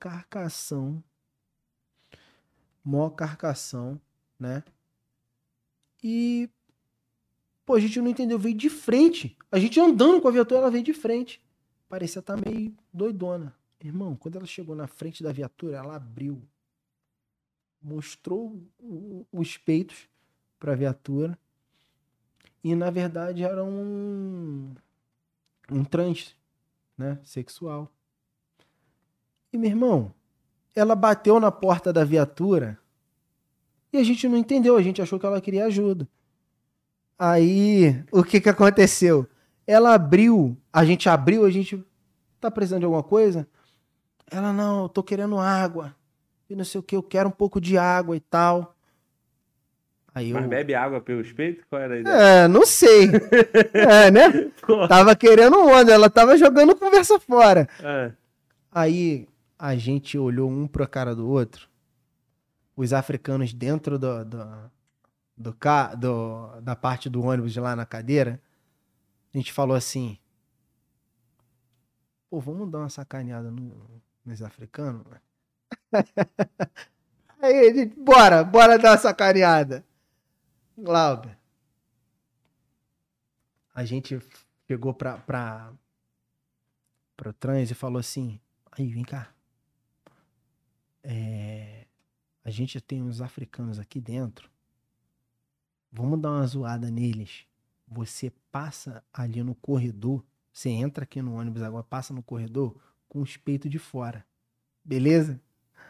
carcação, né? E, pô, a gente não entendeu, veio de frente. A gente andando com a viatura, ela veio de frente. Parecia estar meio doidona. Irmão, quando ela chegou na frente da viatura, ela abriu. Mostrou os peitos pra viatura. E, na verdade, era um trans, né? Sexual. E, meu irmão, ela bateu na porta da viatura e a gente não entendeu. A gente achou que ela queria ajuda. Aí, o que aconteceu? Ela abriu, a gente tá precisando de alguma coisa? Ela, não, eu tô querendo água. E não sei o que, eu quero um pouco de água e tal. Aí Mas eu... bebe água pelos peitos? Qual era a ideia? É, não sei. É, né? Pô, Tava querendo onda, ela tava jogando conversa fora. é. Aí a gente olhou um pra cara do outro. Os africanos dentro da parte do ônibus de lá na cadeira. A gente falou assim: pô, vamos dar uma sacaneada nos africanos? Aí a gente, bora dar uma sacaneada. Glauber, a gente chegou pro trans e falou assim: aí, vem cá. A gente tem uns africanos aqui dentro. Vamos dar uma zoada neles. Você passa ali no corredor. Você entra aqui no ônibus agora, passa no corredor com os peitos de fora. Beleza?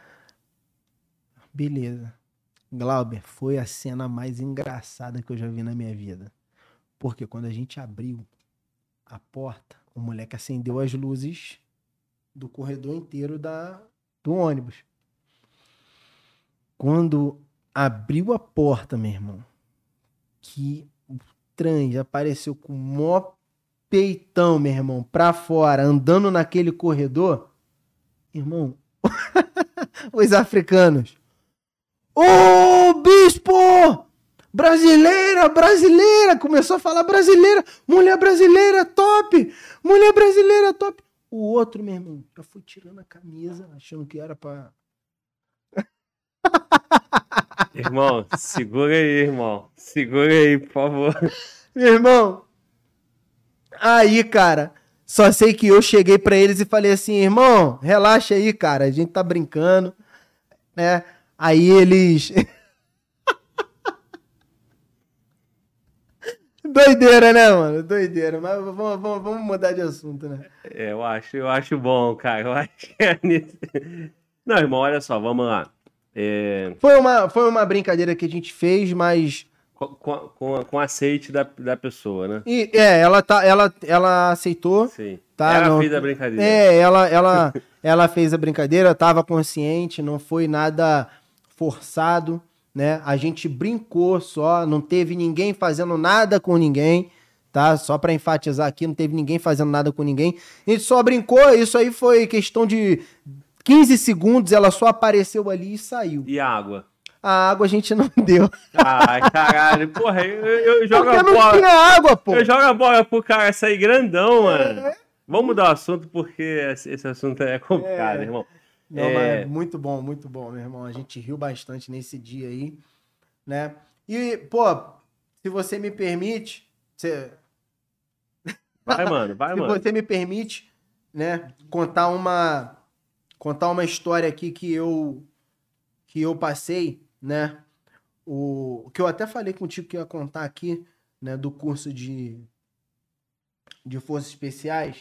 Beleza. Glauber, foi a cena mais engraçada que eu já vi na minha vida. Porque quando a gente abriu a porta, o moleque acendeu as luzes do corredor inteiro do ônibus. Quando abriu a porta, meu irmão, que o trans apareceu com o maior peitão, meu irmão, pra fora, andando naquele corredor, irmão, os africanos: ô, bispo! Brasileira! Começou a falar brasileira, mulher brasileira top! Mulher brasileira top! O outro, meu irmão, já foi tirando a camisa, achando que era pra... Irmão, segura aí, irmão. Segura aí, por favor. Meu irmão, aí, cara, só sei que eu cheguei pra eles e falei assim: irmão, relaxa aí, cara, a gente tá brincando, né? Aí eles... Doideira, né, mano? Doideira. Mas vamos mudar de assunto, né? É, eu acho bom, cara. Eu acho que é nisso. Não, irmão, olha só, vamos lá. Foi uma brincadeira que a gente fez, mas... Com aceite da pessoa, né? E, ela aceitou. Sim. Tá, Ela não, fez a brincadeira. ela fez a brincadeira, tava consciente, não foi nada forçado, né? A gente brincou só, não teve ninguém fazendo nada com ninguém, tá? Só pra enfatizar aqui, não teve ninguém fazendo nada com ninguém. A gente só brincou, isso aí foi questão de 15 segundos, ela só apareceu ali e saiu. E a água? A água a gente não deu. Ai, caralho, porra, eu jogo Porque a não bola. tinha água, pô. Eu jogo a bola pro cara sair grandão, mano. Vamos mudar o assunto, porque esse assunto é complicado, irmão. Não, mas muito bom, meu irmão. A gente riu bastante nesse dia aí, né? E, pô, se você me permite... Vai, mano, Se você me permite, né, contar uma história aqui que eu passei, né? O que eu até falei contigo que ia contar aqui, né, do curso de Forças Especiais.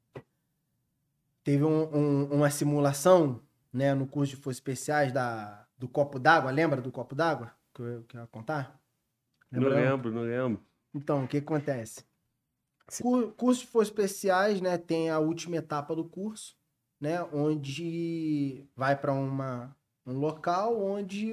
Teve uma simulação, né, no curso de Forças Especiais do copo d'água. Lembra do copo d'água que eu ia contar? Lembra? Não lembro. Então, o que acontece? Curso de Forças Especiais, né, tem a última etapa do curso, né, onde vai para um local onde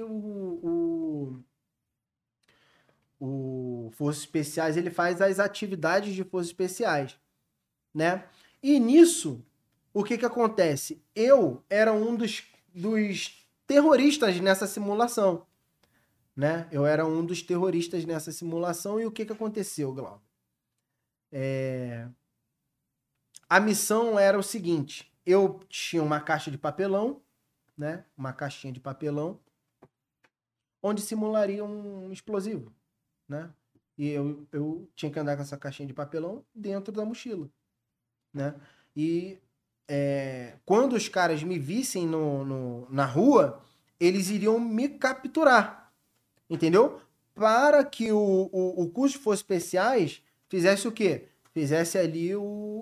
o Forças Especiais ele faz as atividades de Forças Especiais, né? E nisso, o que acontece? Eu era um dos terroristas nessa simulação, né? Eu era um dos terroristas nessa simulação e o que aconteceu, Glauber? A missão era o seguinte: eu tinha uma caixa de papelão, né? Uma caixinha de papelão, onde simularia um explosivo, né? E eu tinha que andar com essa caixinha de papelão dentro da mochila, né? E quando os caras me vissem na rua, eles iriam me capturar, entendeu? Para que o curso de Forças Especiais fizesse o quê? Fizesse ali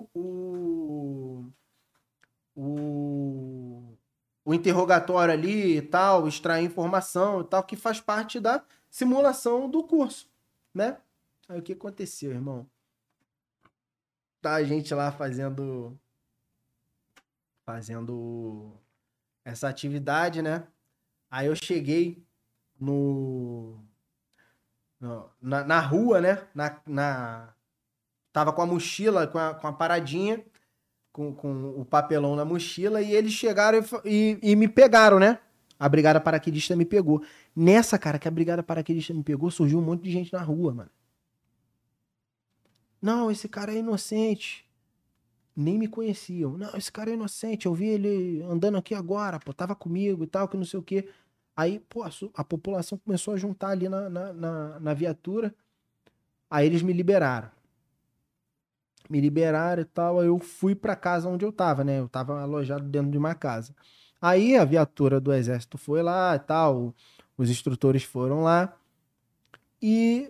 o interrogatório ali e tal, extrair informação e tal, que faz parte da simulação do curso, né? Aí o que aconteceu, irmão? Tá a gente lá fazendo essa atividade, né? Aí eu cheguei na rua, né? Tava com a mochila, com a paradinha, com o papelão na mochila, e eles chegaram e me pegaram, né? A Brigada Paraquedista me pegou. Nessa, cara, que a Brigada Paraquedista me pegou, surgiu um monte de gente na rua, mano. Não, esse cara é inocente. Nem me conheciam. Não, esse cara é inocente. Eu vi ele andando aqui agora, pô, tava comigo e tal, que não sei o quê. Aí, pô, a população começou a juntar ali na viatura. Aí eles me liberaram. Me liberaram e tal. Aí eu fui pra casa onde eu tava, né? Eu tava alojado dentro de uma casa. Aí a viatura do exército foi lá e tal. Os instrutores foram lá. E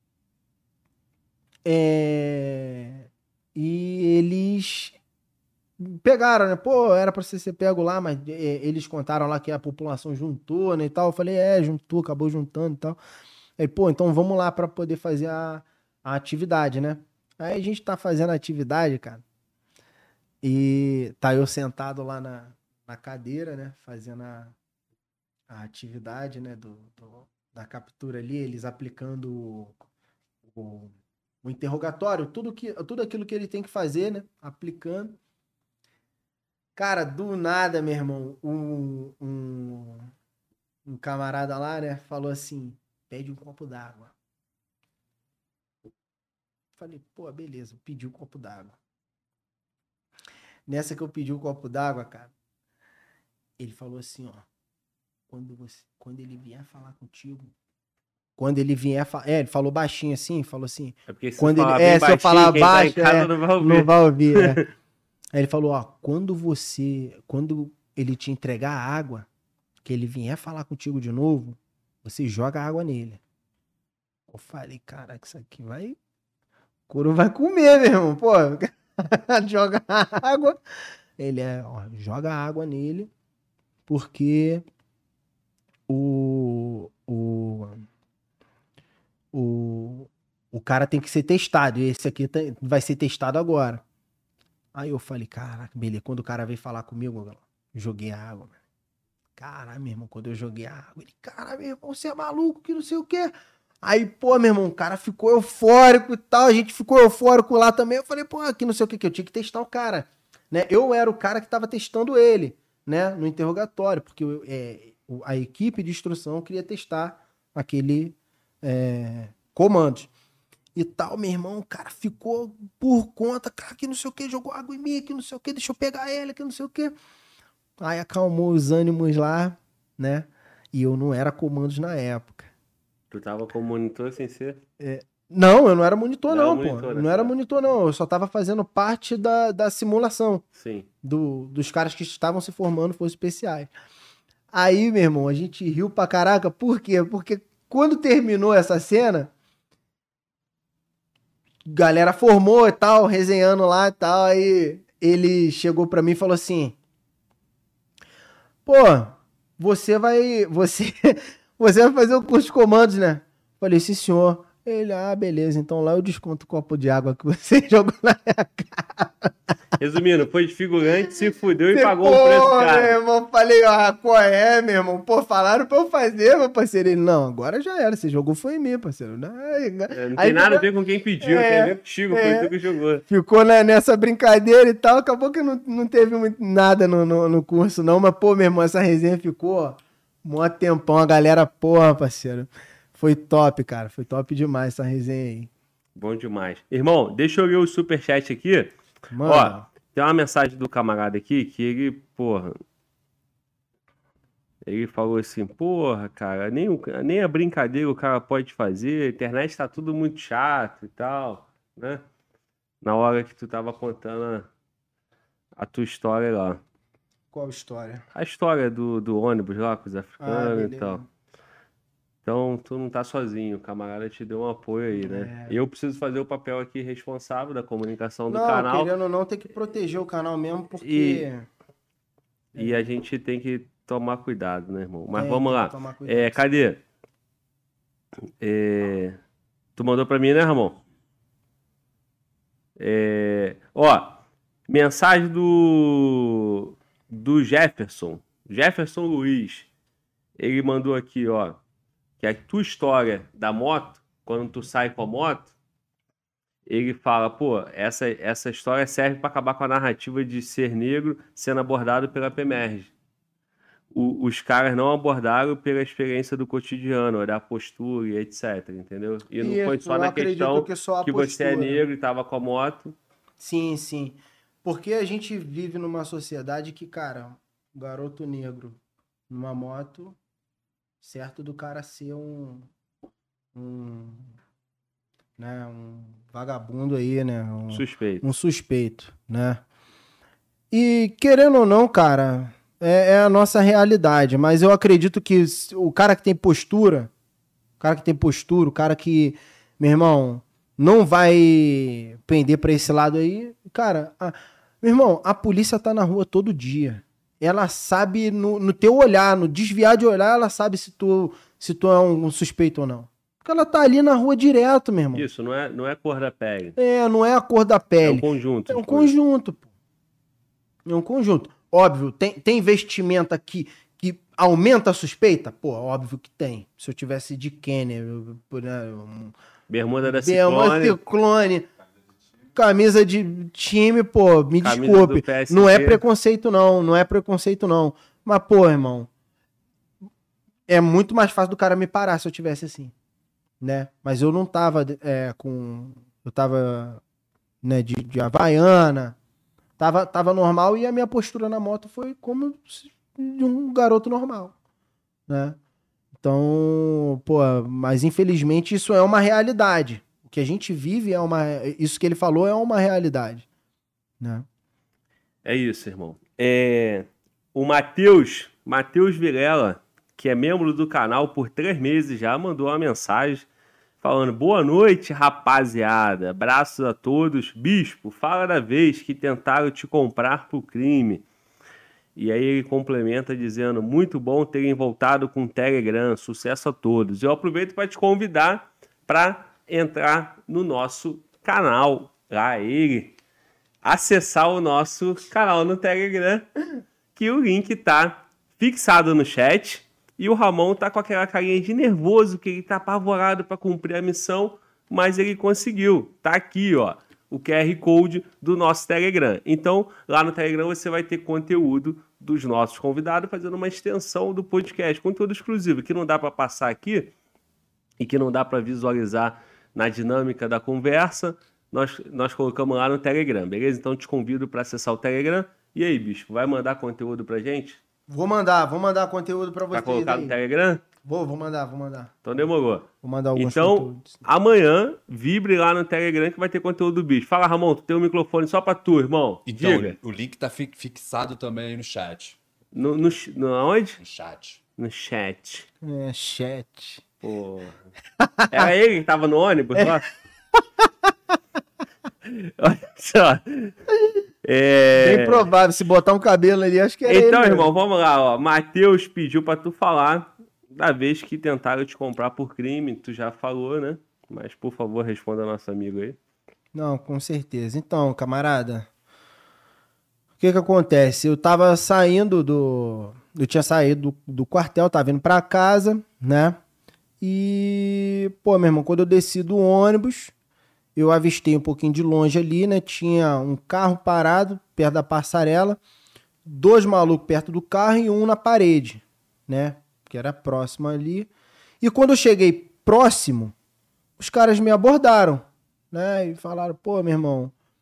eles pegaram, né? Pô, era pra você ser pego lá, mas eles contaram lá que a população juntou, né, e tal. Eu falei, juntou, acabou juntando e tal. Aí, pô, então vamos lá pra poder fazer a atividade, né? Aí a gente tá fazendo a atividade, cara. E tá eu sentado lá na cadeira, né? Fazendo a atividade, né? Da captura ali, eles aplicando o interrogatório, tudo aquilo que ele tem que fazer, né? Aplicando. Cara, do nada, meu irmão, um camarada lá, né? Falou assim, pede um copo d'água. Falei, pô, beleza, pedi um copo d'água. Nessa que eu pedi um copo d'água, cara, ele falou assim, ó, quando ele vier falar contigo, quando ele vier falar, ele falou baixinho assim, falou assim, É porque se quando falar ele, bem se eu falar baixinho, quem tá em baixo, casa não vai ouvir. não vai ouvir, Aí ele falou, ó, quando ele te entregar a água, que ele vier falar contigo de novo, você joga água nele. Eu falei, caraca, isso aqui vai... O couro vai comer, meu irmão, pô. Joga água. Ele joga água nele, porque o cara tem que ser testado, e esse aqui vai ser testado agora. Aí eu falei, caraca, beleza. Quando o cara veio falar comigo, eu joguei a água, mano. Caralho, meu irmão, quando eu joguei a água, ele, cara, meu irmão, você é maluco, que não sei o quê. Aí, pô, meu irmão, o cara ficou eufórico e tal, a gente ficou eufórico lá também. Eu falei, pô, que não sei o que eu tinha que testar o cara, né? Eu era o cara que tava testando ele, né, no interrogatório, porque a equipe de instrução queria testar aquele comando. E tal, meu irmão, o cara ficou por conta, cara, que não sei o que, jogou água em mim, que não sei o que, deixa eu pegar ele, que não sei o que. Aí acalmou os ânimos lá, né? E eu não era comandos na época. Tu tava como monitor sem ser? Não, eu não era monitor não, pô. Monitor, Eu não era monitor não, eu só tava fazendo parte da simulação. Sim. Dos caras que estavam se formando Forças Especiais. Aí, meu irmão, a gente riu pra caraca, por quê? Porque quando terminou essa cena, galera formou e tal, resenhando lá e tal, aí ele chegou pra mim e falou assim, pô, você vai fazer o curso de comandos, né? Falei, sim, senhor. Ele, beleza, então lá eu desconto o copo de água que você jogou na minha cara. Resumindo, foi desfigurante, se fudeu e pagou o preço caro. Meu irmão, falei, qual é, meu irmão? Pô, falaram pra eu fazer, meu parceiro. Ele, não, agora já era, você jogou foi em mim, parceiro. Não tem nada a ver com quem pediu, tem a ver contigo, foi tu que jogou. Ficou nessa brincadeira e tal, acabou que não teve nada no curso não, mas, pô, meu irmão, essa resenha ficou, mó tempão, a galera, porra, parceiro. Foi top, cara, foi top demais essa resenha aí. Bom demais. Irmão, deixa eu ler o superchat aqui. Mano. Ó, Tem uma mensagem do camarada aqui que ele, porra... Ele falou assim, porra, cara, nem a brincadeira o cara pode fazer, a internet tá tudo muito chato e tal, né? Na hora que tu tava contando a tua história lá. Qual história? A história do ônibus lá com os africanos e beleza. tal. Então, tu não tá sozinho, o camarada te deu um apoio aí, né? Eu preciso fazer o papel aqui responsável da comunicação do canal. Querendo ou não, tem que proteger o canal mesmo, porque... E a gente tem que tomar cuidado, né, irmão? Mas Tem vamos que lá. tomar cuidado. Cadê? Tu mandou pra mim, né, Ramon? Mensagem do Jefferson Luiz. Ele mandou aqui, ó, que a tua história da moto, quando tu sai com a moto, ele fala, pô, essa história serve para acabar com a narrativa de ser negro sendo abordado pela PEMERG. Os caras não abordaram pela experiência do cotidiano, da postura e etc, entendeu? E não foi só na questão que você é negro e tava com a moto. Sim, sim. Porque a gente vive numa sociedade que, cara, o garoto negro numa moto, certo do cara ser um vagabundo aí, né? Um suspeito, né? E querendo ou não, cara, é a nossa realidade, mas eu acredito que o cara que tem postura, o cara que, meu irmão, não vai pender pra esse lado aí, cara, meu irmão, a polícia tá na rua todo dia. Ela sabe, no teu olhar, no desviar de olhar, ela sabe se tu é um suspeito ou não. Porque ela tá ali na rua direto, meu irmão. Isso, não é cor da pele. Não é a cor da pele. É um conjunto. É um conjunto, pô. É um conjunto. Óbvio, tem vestimenta que aumenta a suspeita? Pô, óbvio que tem. Se eu tivesse de Kenner, Bermuda da Ciclone, camisa de time, pô, me desculpe. Não é preconceito não. Mas, pô, irmão, é muito mais fácil do cara me parar se eu tivesse assim, né? Mas eu não tava eu tava, né, de Havaiana, tava normal e a minha postura na moto foi como de um garoto normal, né? Então, pô, mas infelizmente isso é uma realidade. O que a gente vive isso que ele falou é uma realidade, né? É isso, irmão. O Matheus Vilela, que é membro do canal por 3 meses já, mandou uma mensagem falando: boa noite, rapaziada. Abraços a todos. Bispo, fala da vez que tentaram te comprar pro crime. E aí ele complementa dizendo: muito bom terem voltado com o Telegram. Sucesso a todos. Eu aproveito para te convidar para entrar no nosso canal. Lá acessar o nosso canal no Telegram, que o link tá fixado no chat. E o Ramon tá com aquela carinha de nervoso, que ele tá apavorado para cumprir a missão, mas ele conseguiu. Tá aqui, ó, o QR Code do nosso Telegram. Então, lá no Telegram você vai ter conteúdo dos nossos convidados fazendo uma extensão do podcast, conteúdo exclusivo, que não dá para passar aqui e que não dá para visualizar na dinâmica da conversa. Nós colocamos lá no Telegram, beleza? Então, te convido para acessar o Telegram. E aí, bicho, vai mandar conteúdo pra gente? Vou mandar conteúdo pra vocês. Vai colocar aí no Telegram? Vou mandar. Então demorou. Vou mandar alguns conteúdos. Amanhã, vibre lá no Telegram que vai ter conteúdo do bicho. Fala, Ramon, tu tem um microfone só pra tu, irmão. Então, diga. O link tá fixado também aí no chat. Aonde? No chat. No chat. Chat. Porra. Era ele que tava no ônibus lá? Olha só. Bem provável, se botar um cabelo ali, acho que é então, ele, irmão, vamos lá, ó. Matheus pediu pra tu falar da vez que tentaram te comprar por crime. Tu já falou, né? Mas, por favor, responda ao nosso amigo aí. Não, com certeza. Então, camarada, o que acontece? Eu tava saindo eu tinha saído do quartel, tava vindo pra casa, né? E, pô, meu irmão, quando eu desci do ônibus, eu avistei um pouquinho de longe ali, né? Tinha um carro parado perto da passarela, 2 malucos perto do carro e um na parede, né? Que era próximo ali. E quando eu cheguei próximo, os caras me abordaram, né? E falaram: pô, meu irmão,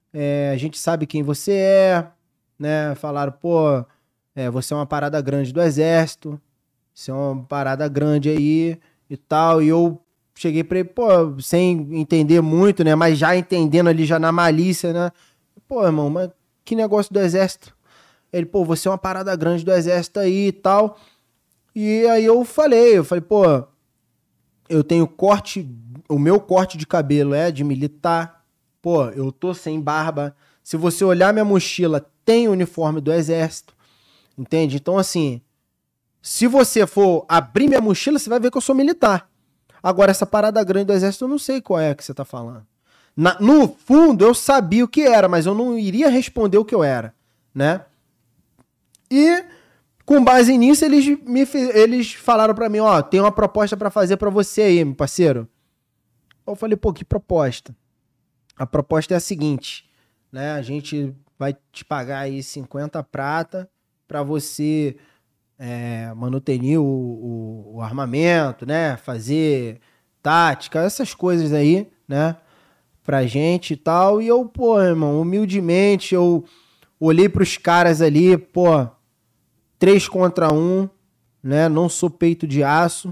a gente sabe quem você é, né? Falaram, pô, você é uma parada grande do exército, você é uma parada grande aí e tal. E eu cheguei pra ele, pô, sem entender muito, né? Mas já entendendo ali, já na malícia, né? Pô, irmão, mas que negócio do exército? Ele, pô, você é uma parada grande do exército aí e tal. E aí eu falei, pô, eu tenho corte, o meu corte de cabelo é de militar. Pô, eu tô sem barba. Se você olhar minha mochila, tem o uniforme do exército. Entende? Então, assim, se você for abrir minha mochila, você vai ver que eu sou militar. Agora, essa parada grande do exército, eu não sei qual é que você tá falando. No fundo, eu sabia o que era, mas eu não iria responder o que eu era, né? E, com base nisso, eles falaram pra mim, ó, tem uma proposta pra fazer pra você aí, meu parceiro. Eu falei, pô, que proposta? A proposta é a seguinte, né? A gente vai te pagar aí 50 prata pra você manutenir o armamento, né? Fazer tática, essas coisas aí, né? Pra gente e tal. E eu, pô, irmão, humildemente, eu olhei pros caras ali, pô, 3 contra 1, né? Não sou peito de aço.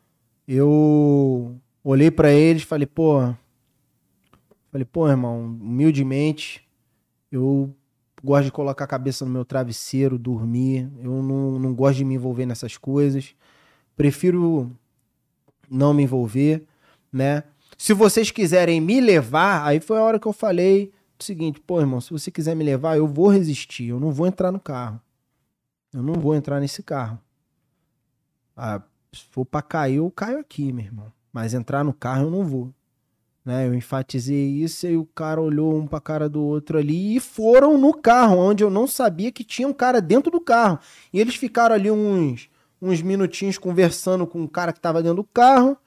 Eu olhei pra eles, falei, pô, irmão, humildemente, eu gosto de colocar a cabeça no meu travesseiro, dormir. Eu não gosto de me envolver nessas coisas. Prefiro não me envolver, né? Se vocês quiserem me levar, aí foi a hora que eu falei o seguinte, pô, irmão, se você quiser me levar, eu vou resistir, eu não vou entrar no carro. Eu não vou entrar nesse carro. Ah, se for pra cair, eu caio aqui, meu irmão. Mas entrar no carro eu não vou. Né? Eu enfatizei isso e o cara olhou um pra cara do outro ali e foram no carro, onde eu não sabia que tinha um cara dentro do carro. E eles ficaram ali uns minutinhos conversando com o cara que tava dentro do carro.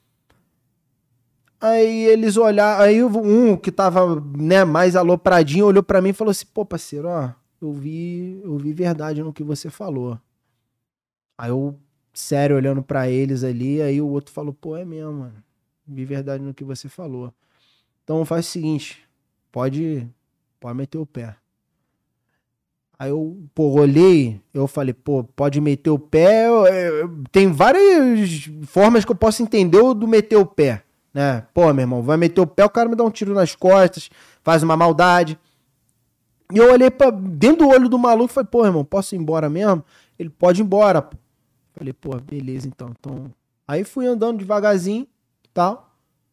Aí eles olharam, aí um que tava, né, mais alopradinho olhou pra mim e falou assim, pô, parceiro, ó, eu vi verdade no que você falou. Aí eu, sério, olhando pra eles ali, aí o outro falou, pô, é mesmo, mano. Vi verdade no que você falou. Então faz o seguinte, pode meter o pé. Aí eu, pô, olhei, eu falei, pô, pode meter o pé, tem várias formas que eu posso entender o do meter o pé, né? Pô, meu irmão, vai meter o pé, o cara me dá um tiro nas costas, faz uma maldade. E eu olhei pra dentro do olho do maluco e falei, pô, irmão, posso ir embora mesmo? Ele, pode ir embora, pô. Falei, pô, beleza, então. Aí fui andando devagarzinho, tal.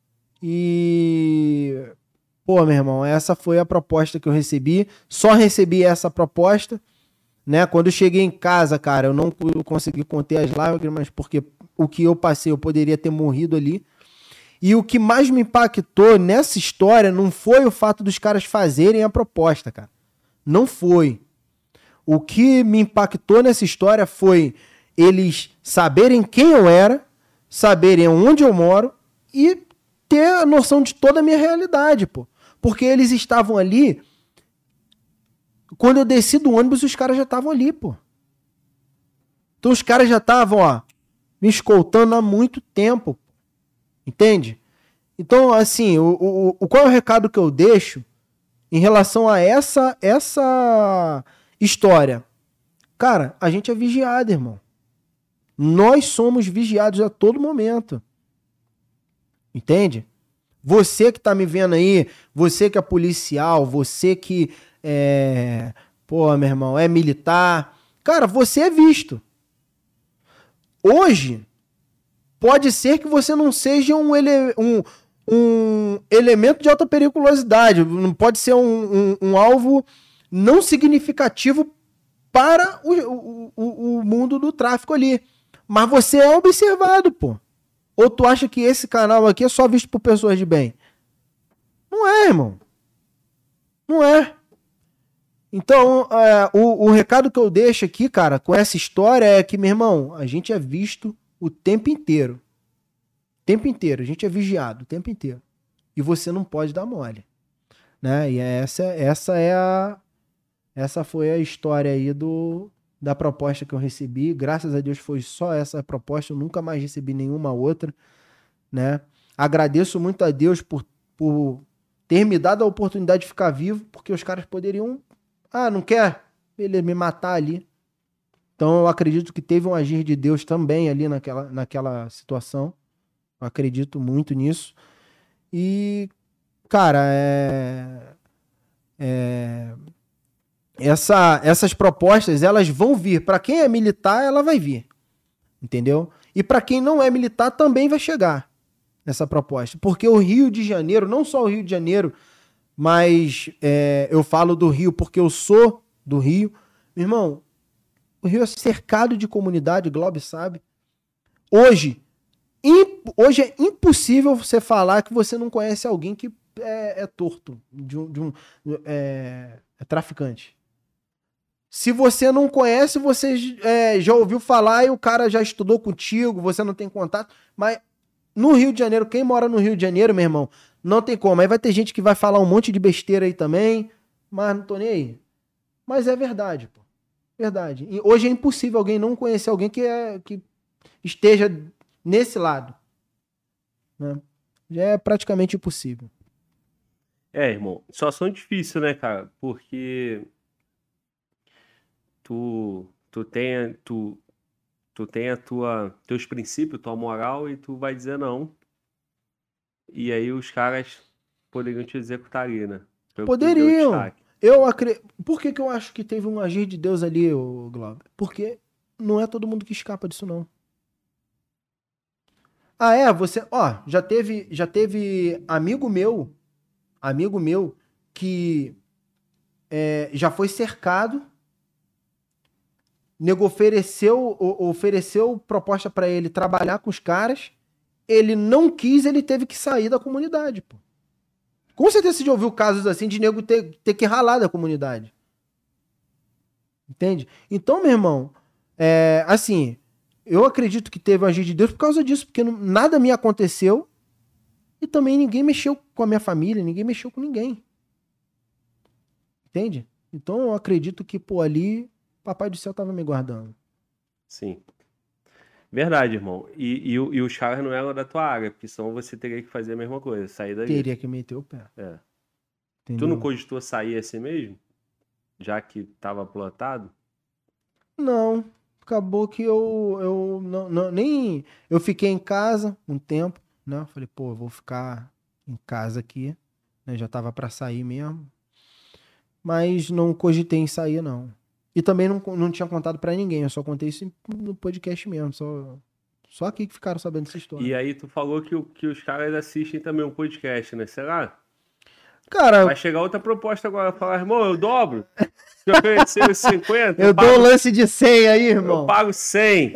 E, pô, meu irmão, essa foi a proposta que eu recebi. Só recebi essa proposta, né? Quando eu cheguei em casa, cara, eu não consegui conter as lágrimas, porque o que eu passei, eu poderia ter morrido ali. E o que mais me impactou nessa história não foi o fato dos caras fazerem a proposta, cara. Não foi. O que me impactou nessa história foi eles saberem quem eu era, saberem onde eu moro e ter a noção de toda a minha realidade, pô. Porque eles estavam ali, quando eu desci do ônibus, os caras já estavam ali, pô. Então os caras já estavam, ó, me escoltando há muito tempo, entende? Então, assim, qual é o recado que eu deixo em relação a essa história? Cara, a gente é vigiado, irmão. Nós somos vigiados a todo momento. Entende? Você que tá me vendo aí, você que é policial, você que pô, meu irmão, é militar. Cara, você é visto. Hoje, pode ser que você não seja um elemento de alta periculosidade. Não pode ser um alvo não significativo para o mundo do tráfico ali. Mas você é observado, pô. Ou tu acha que esse canal aqui é só visto por pessoas de bem? Não é, irmão. Não é. Então, o recado que eu deixo aqui, cara, com essa história é que, meu irmão, a gente é visto o tempo inteiro. O tempo inteiro. A gente é vigiado o tempo inteiro. E você não pode dar mole. Né? E essa foi a história aí da proposta que eu recebi. Graças a Deus foi só essa proposta. Eu nunca mais recebi nenhuma outra. Né? Agradeço muito a Deus por ter me dado a oportunidade de ficar vivo, porque os caras poderiam... Ah, não quer? Ele me matar ali. Então eu acredito que teve um agir de Deus também ali naquela situação. Eu acredito muito nisso. E, cara, essas propostas, elas vão vir. Para quem é militar, ela vai vir. Entendeu? E para quem não é militar, também vai chegar essa proposta. Porque o Rio de Janeiro, não só o Rio de Janeiro, mas eu falo do Rio porque eu sou do Rio. Meu irmão, o Rio é cercado de comunidade, o Globo sabe. Hoje é impossível você falar que você não conhece alguém que é torto, é traficante. Se você não conhece, você já ouviu falar e o cara já estudou contigo, você não tem contato. Mas no Rio de Janeiro, quem mora no Rio de Janeiro, meu irmão, não tem como. Aí vai ter gente que vai falar um monte de besteira aí também, mas não tô nem aí. Mas é verdade, pô. Verdade. E hoje é impossível alguém não conhecer alguém que esteja nesse lado. Né? Já é praticamente impossível. Irmão, situação difícil, né, cara? Porque tu tem teus princípios, tua moral, e tu vai dizer não. E aí os caras poderiam te executar ali, né? Poderiam. Por que eu acho que teve um agir de Deus ali, Glauber? Porque não é todo mundo que escapa disso, não. Você... Ó, já teve amigo meu que já foi cercado, nego ofereceu proposta pra ele trabalhar com os caras, ele não quis, ele teve que sair da comunidade, pô. Com certeza você já ouviu casos assim de nego ter que ralar da comunidade. Entende? Então, meu irmão, assim, eu acredito que teve um agir de Deus por causa disso, porque nada me aconteceu e também ninguém mexeu com a minha família, ninguém mexeu com ninguém. Entende? Então eu acredito que, pô, ali, Papai do Céu tava me guardando. Sim. Verdade, irmão. E os caras não eram da tua área, porque senão você teria que fazer a mesma coisa, sair dali. Teria que meter o pé. Tu não cogitou sair assim mesmo? Já que tava plotado? Não. Acabou que eu fiquei em casa um tempo, né? Falei, pô, eu vou ficar em casa aqui, né? Já tava pra sair mesmo. Mas não cogitei em sair, não. E também não tinha contado pra ninguém, eu só contei isso no podcast mesmo, só aqui que ficaram sabendo dessa história. E aí tu falou que os caras assistem também um podcast, né? Será? Cara... Vai chegar outra proposta agora, falar, irmão, eu dobro. Se eu oferecer os 50... Eu dou o lance de 100 aí, irmão. Eu pago 100.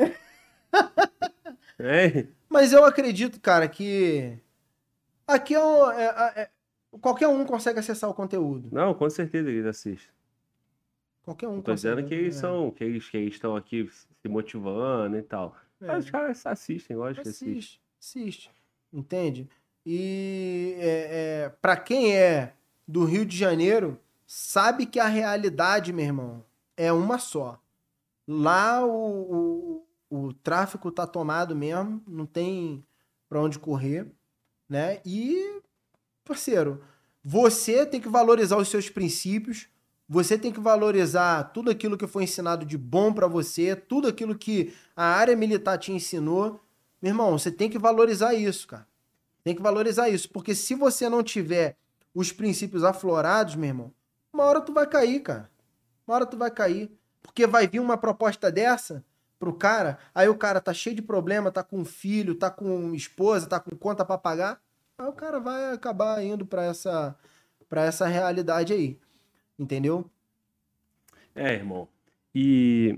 Mas eu acredito, cara, que aqui qualquer um consegue acessar o conteúdo. Não, com certeza eles assistem. Qualquer um Tô dizendo que eles são, que eles estão aqui se motivando e tal. Mas os caras assistem, lógico que assistem. Assiste. Entende? E pra quem é do Rio de Janeiro, sabe que a realidade, meu irmão, é uma só. Lá o tráfico tá tomado mesmo, não tem pra onde correr, né? E, parceiro, você tem que valorizar os seus princípios, você tem que valorizar tudo aquilo que foi ensinado de bom pra você, tudo aquilo que a área militar te ensinou. Meu irmão, você tem que valorizar isso, cara. Tem que valorizar isso, porque se você não tiver os princípios aflorados, meu irmão, uma hora tu vai cair, cara. Uma hora tu vai cair. Porque vai vir uma proposta dessa pro cara, aí o cara tá cheio de problema, tá com filho, tá com esposa, tá com conta pra pagar, aí o cara vai acabar indo pra essa realidade aí. Entendeu? Irmão. E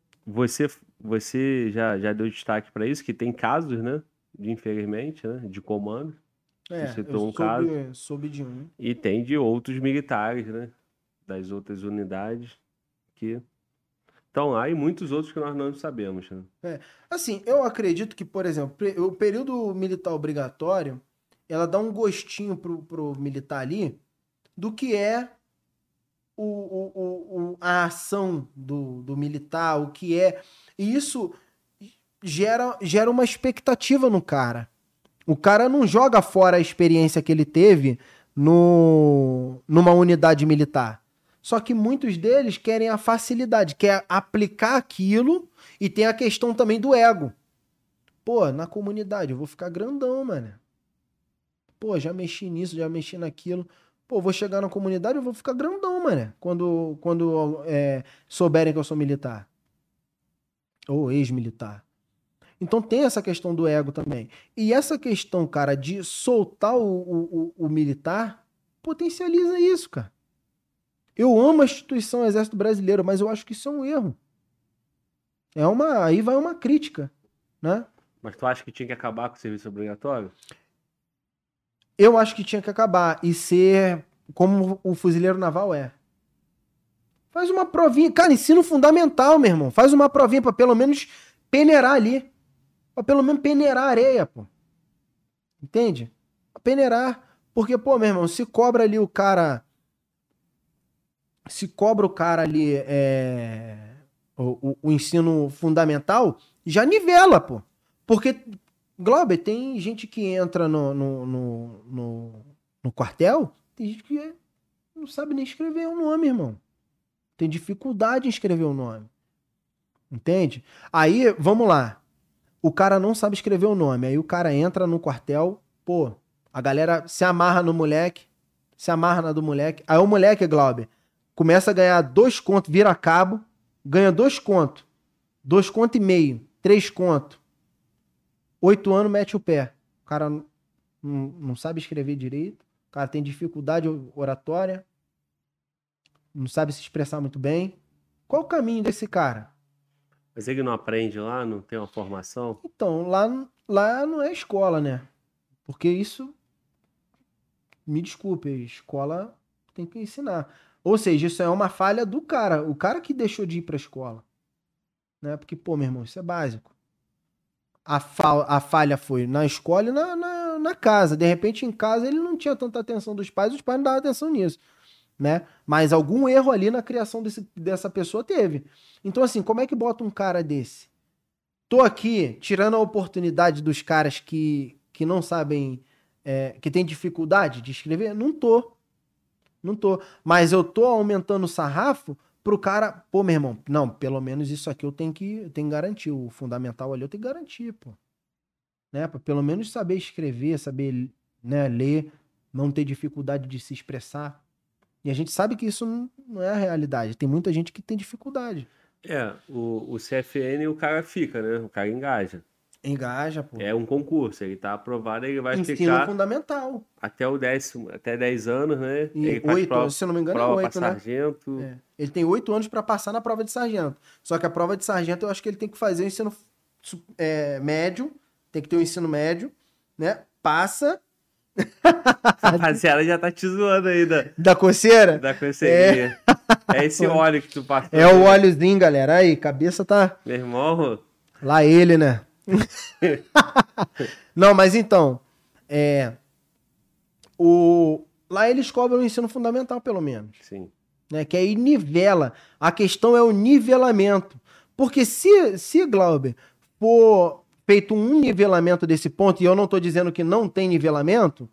você já deu destaque pra isso, que tem casos, né? Infelizmente, né? De comando. Você citou um caso. Soube de um. E tem de outros militares, né? Das outras unidades que estão lá e muitos outros que nós não sabemos, né? Assim, eu acredito que, por exemplo, o período militar obrigatório, ela dá um gostinho pro militar ali do que é a ação do militar, o que é... E isso gera uma expectativa no cara. O cara não joga fora a experiência que ele teve numa unidade militar. Só que muitos deles querem a facilidade, quer aplicar aquilo e tem a questão também do ego. Pô, na comunidade eu vou ficar grandão, mano. Pô, já mexi nisso, já mexi naquilo. Pô, vou chegar na comunidade, eu vou ficar grandão, mano. Quando souberem que eu sou militar. Ou ex-militar. Então tem essa questão do ego também. E essa questão, cara, de soltar o militar, potencializa isso, cara. Eu amo a instituição Exército Brasileiro, mas eu acho que isso é um erro. Aí vai uma crítica, né? Mas tu acha que tinha que acabar com o serviço obrigatório? Eu acho que tinha que acabar e ser como o fuzileiro naval é. Faz uma provinha. Cara, ensino fundamental, meu irmão. Faz uma provinha pra pelo menos peneirar ali. Pra pelo menos peneirar a areia, pô. Entende? Pra peneirar. Porque, pô, meu irmão, se cobra ali o cara... Se cobra o cara ali o ensino fundamental, já nivela, pô. Porque, Glauber, tem gente que entra no quartel, tem gente que não sabe nem escrever o nome, irmão. Tem dificuldade em escrever o nome. Entende? Aí, vamos lá. O cara não sabe escrever o nome. Aí o cara entra no quartel, pô, a galera se amarra no moleque, se amarra na do moleque. Aí o moleque, Glauber, começa a ganhar 2 contos, vira cabo, ganha 2 contos, 2 contos e meio, 3 contos. 8 anos, mete o pé. O cara não sabe escrever direito, o cara tem dificuldade oratória, não sabe se expressar muito bem. Qual o caminho desse cara? Mas ele não aprende lá, não tem uma formação? Então, lá não é escola, né? Porque isso, me desculpe, a escola tem que ensinar. Ou seja, isso é uma falha do cara, o cara que deixou de ir pra escola. Né? Porque, pô, meu irmão, isso é básico. A falha foi na escola e na casa. De repente, em casa, ele não tinha tanta atenção dos pais, os pais não davam atenção nisso. Né? Mas algum erro ali na criação dessa pessoa teve. Então, assim, como é que bota um cara desse? Tô aqui tirando a oportunidade dos caras que não sabem, que tem dificuldade de escrever? Não tô. Mas eu tô aumentando o sarrafo pro cara, pô, meu irmão, não, pelo menos isso aqui eu tenho que garantir. O fundamental ali eu tenho que garantir, pô. Né? Pra pelo menos saber escrever, saber, né, ler, não ter dificuldade de se expressar. E a gente sabe que isso não é a realidade. Tem muita gente que tem dificuldade. O CFN o cara fica, né? O cara engaja. Engaja, pô. É um concurso, ele tá aprovado, ele vai Ensino ficar fundamental. até 10 anos, né? E Ele faz 8, se eu não me engano, é prova 8, pra né? sargento. Ele tem 8 anos pra passar na prova de sargento. Só que a prova de sargento eu acho que ele tem que fazer o ensino médio. Tem que ter o ensino médio, né? Passa. A rapaziada já tá te zoando aí Da coceira? da coceirinha. É esse óleo que tu passa. É o óleozinho, galera. Aí, cabeça tá... Meu irmão, Lá ele, né? Não, mas então... Lá eles cobram o ensino fundamental, pelo menos. sim. Né? Que aí nivela. A questão é o nivelamento. Porque se Glauber, for feito um nivelamento desse ponto, e eu não tô dizendo que não tem nivelamento,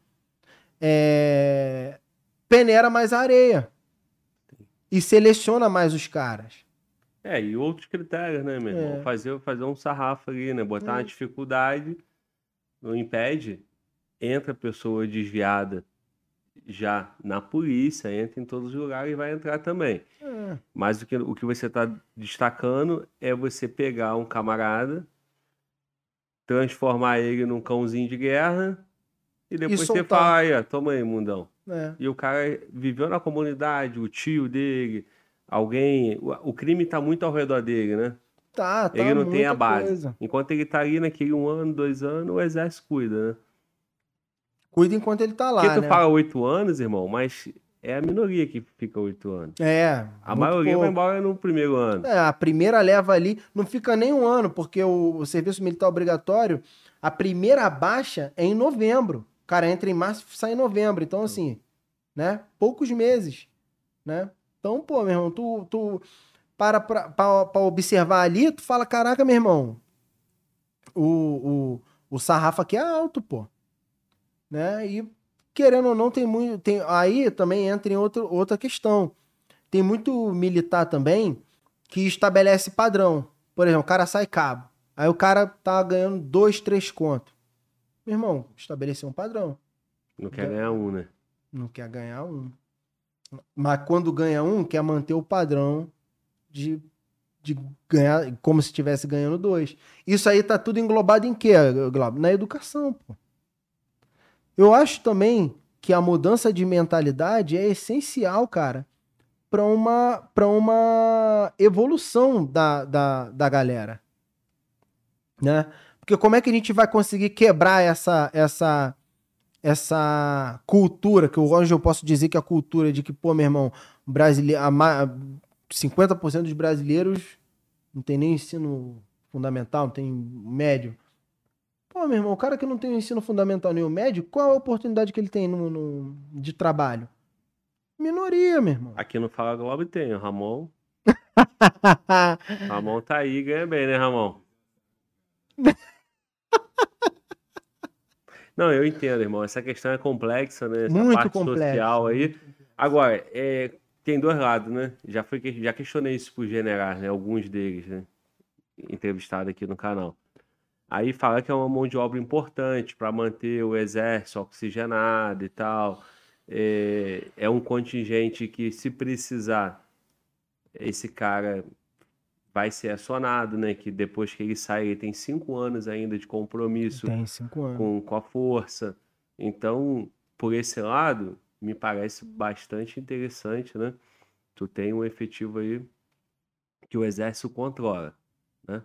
peneira mais a areia. E seleciona mais os caras. E outros critérios, né, meu irmão? Fazer um sarrafo ali, né? Botar uma dificuldade, não impede. Entra pessoa desviada já na polícia, entra em todos os lugares e vai entrar também. Mas o que você está destacando é você pegar um camarada, transformar ele num cãozinho de guerra e depois você soltar. fala, aí, ó, toma aí, mundão. E o cara viveu na comunidade, o tio dele, alguém... O crime tá muito ao redor dele, né? Tá Ele não tem a muita base. coisa. Enquanto ele tá ali naquele 1 ano, 2 anos, o exército cuida, né? Cuida enquanto ele tá lá, Porque tu né? fala 8 anos, irmão, mas é a minoria que fica 8 anos. A muito maioria vai pouco. embora no primeiro ano. A primeira leva ali, não fica nem 1 ano, porque o serviço militar obrigatório, a primeira baixa é em novembro. O cara entra em março e sai em novembro. Então, assim, né? Poucos meses, né? Então, pô, meu irmão, tu pra observar ali, tu fala, caraca, meu irmão, o sarrafo aqui é alto, pô. Né? E querendo ou não, aí também entra em outra questão. Tem muito militar também que estabelece padrão. Por exemplo, o cara sai cabo. Aí o cara tá ganhando 2, 3 conto. Meu irmão, estabeleceu um padrão. Não quer ganhar um, né? Não quer ganhar um. Mas quando ganha um, quer manter o padrão de ganhar, como se estivesse ganhando 2. Isso aí tá tudo englobado em quê, Glauber? Na educação, pô. Eu acho também que a mudança de mentalidade é essencial, cara, para uma evolução da galera, né? Porque como é que a gente vai conseguir quebrar essa cultura, que hoje eu posso dizer que a cultura de que, pô, meu irmão, 50% dos brasileiros não tem nem ensino fundamental, não tem médio. Pô, meu irmão, o cara que não tem o ensino fundamental nem o médio, qual a oportunidade que ele tem de trabalho? Minoria, meu irmão. Aqui no Fala Globo tem, o Ramon. Ramon tá aí, ganha bem, né, Ramon? Não, eu entendo, irmão. Essa questão é complexa, né? Essa Muito parte complexa. social aí. Agora, tem dois lados, né? Já questionei isso pros generais, né? Alguns deles, né? Entrevistado aqui no canal. Aí fala que é uma mão de obra importante para manter o exército oxigenado e tal. É um contingente que, se precisar, esse cara vai ser acionado, né? Que depois que ele sai, ele tem 5 anos ainda de compromisso Tem 5 anos. com a força. Então, por esse lado, me parece bastante interessante, né? Tu tem um efetivo aí que o exército controla, né?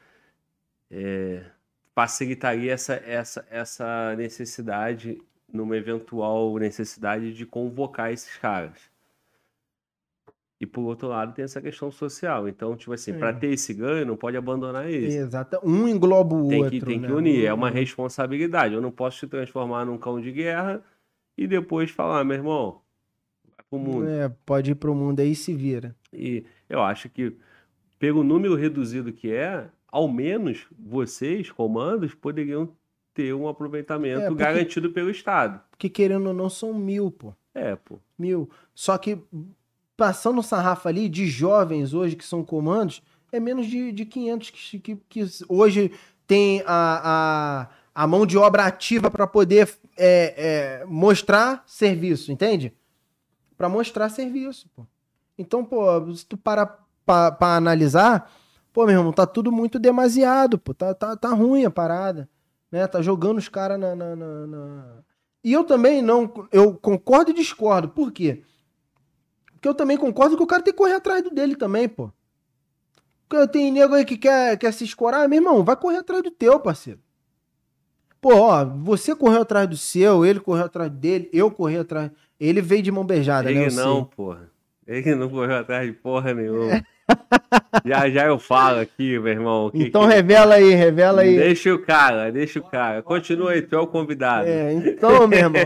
Facilitaria essa necessidade, numa eventual necessidade de convocar esses caras. E por outro lado tem essa questão social. Então, tipo assim, para ter esse ganho, não pode abandonar esse. Exato. Um engloba o outro. Tem que né? unir. É uma responsabilidade. Eu não posso te transformar num cão de guerra e depois falar, meu irmão, vai pro mundo. Pode ir pro mundo aí e se vira. E eu acho que, pelo número reduzido que ao menos vocês, comandos, poderiam ter um aproveitamento garantido pelo Estado. Porque, querendo ou não, são 1000, pô. Pô. 1000. Só que, passando o sarrafo ali, de jovens hoje que são comandos, é menos de 500 que hoje tem a mão de obra ativa para poder mostrar serviço, entende? Para mostrar serviço, pô. Então, pô, se tu para pra analisar, pô, meu irmão, tá tudo muito demasiado, pô. Tá ruim a parada, né? Tá jogando os caras E eu também eu concordo e discordo. Por quê? Porque eu também concordo que o cara tem que correr atrás dele também, pô. Porque tem nego aí que quer se escorar, meu irmão, vai correr atrás do teu, parceiro. Pô, ó, você correu atrás do seu, ele correu atrás dele, eu corri atrás... Ele veio de mão beijada, né? Ele não, porra. Ele não correu atrás de porra nenhuma. Já eu falo aqui, meu irmão. Então revela aí. Deixa o cara. Continua aí, tu é o convidado. Então, meu irmão.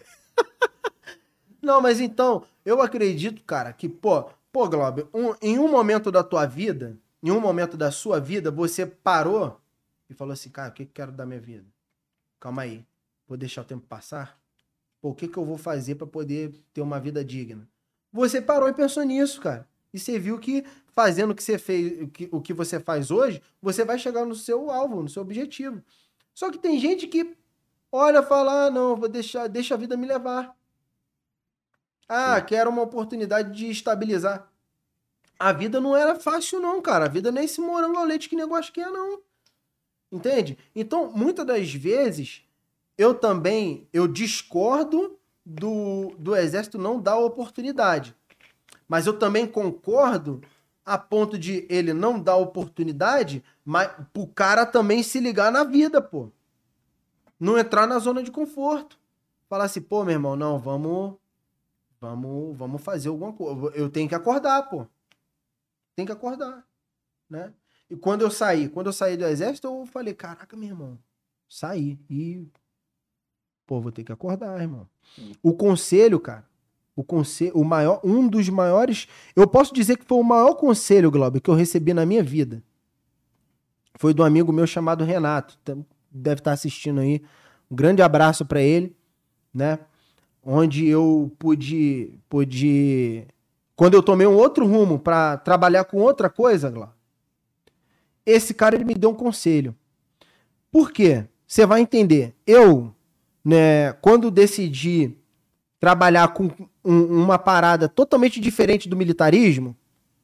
Não, mas então, eu acredito, cara, que, pô, Glauber, em um momento da tua vida, em um momento da sua vida, você parou e falou assim, cara, o que eu quero da minha vida? Calma aí, vou deixar o tempo passar? Pô, o que eu vou fazer pra poder ter uma vida digna? Você parou e pensou nisso, cara. E você viu que fazendo o que você fez, o que você faz hoje, você vai chegar no seu alvo, no seu objetivo. Só que tem gente que olha e fala, não, deixa a vida me levar. Quero uma oportunidade de estabilizar. A vida não era fácil não, cara. A vida não é esse morango ao leite que negócio que é, não. Entende? Então, muitas das vezes, eu discordo do exército não dar oportunidade. Mas eu também concordo a ponto de ele não dar oportunidade, mas pro cara também se ligar na vida, pô. Não entrar na zona de conforto. Falar assim, pô, meu irmão, não, vamos fazer alguma coisa. Eu tenho que acordar, pô. Tem que acordar, né? E quando eu saí do exército, eu falei, caraca, meu irmão, saí. E, pô, vou ter que acordar, irmão. O conselho, cara, um dos maiores, eu posso dizer que foi o maior conselho, Glauber, que eu recebi na minha vida. Foi de um amigo meu chamado Renato. Deve estar assistindo aí. Um grande abraço pra ele, né? onde eu pude... Quando eu tomei um outro rumo pra trabalhar com outra coisa, Glau, esse cara, ele me deu um conselho. Por quê? Você vai entender. Eu, né, quando decidi trabalhar com uma parada totalmente diferente do militarismo,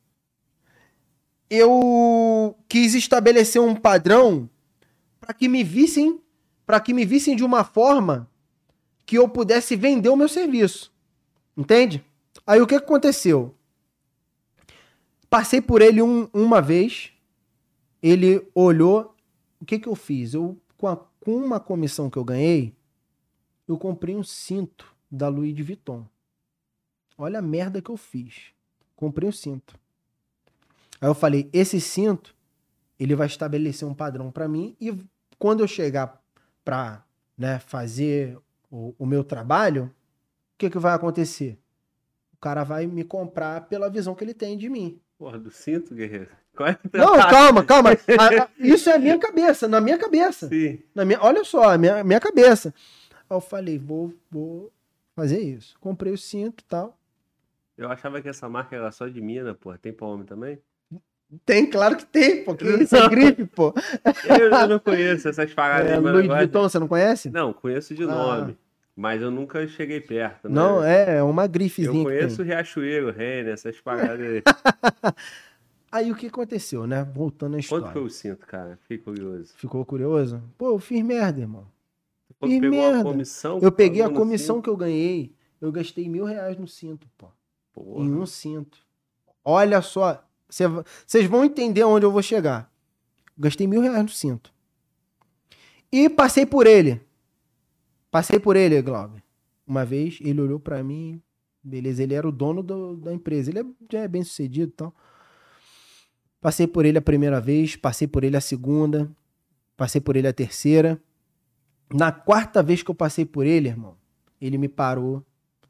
eu quis estabelecer um padrão para que me vissem de uma forma que eu pudesse vender o meu serviço. Entende? Aí o que aconteceu? Passei por ele uma vez, ele olhou, o que eu fiz? Com uma comissão que eu ganhei, eu comprei um cinto da Louis Vuitton. Olha a merda que eu fiz. Comprei um cinto. Aí eu falei, esse cinto, ele vai estabelecer um padrão para mim e quando eu chegar para, né, fazer o meu trabalho, o que vai acontecer? O cara vai me comprar pela visão que ele tem de mim. Porra, do cinto, guerreiro? Qual é Não, calma. Isso é a minha cabeça, na minha cabeça. Sim. Olha só, a minha cabeça. Aí eu falei, vou fazer isso. Comprei o cinto e tal. Eu achava que essa marca era só de mina, pô. Tem pra homem também? Tem, claro que tem, pô. Que isso é grife, pô. Eu não conheço essas paradas. Louis Vuitton, você não conhece? Não, conheço de nome. Mas eu nunca cheguei perto. Né? Não, é uma grifezinha. Eu conheço o Riachuelo, Renner, essas paradas aí. Aí o que aconteceu, né? Voltando à história. Quanto foi o cinto, cara? Fiquei curioso. Ficou curioso? Pô, eu fiz merda, irmão. Quando pegou a comissão? Eu peguei a comissão que eu ganhei. Eu gastei R$1.000 no cinto, pô. Porra. Em um cinto. Olha só. Vocês vão entender onde eu vou chegar. Gastei R$1.000 no cinto. E passei por ele. Glauber. Uma vez, ele olhou pra mim. Beleza, ele era o dono da empresa. Ele já é bem sucedido e tal. Passei por ele a primeira vez. Passei por ele a segunda. Passei por ele a terceira. Na quarta vez que eu passei por ele, irmão, ele me parou.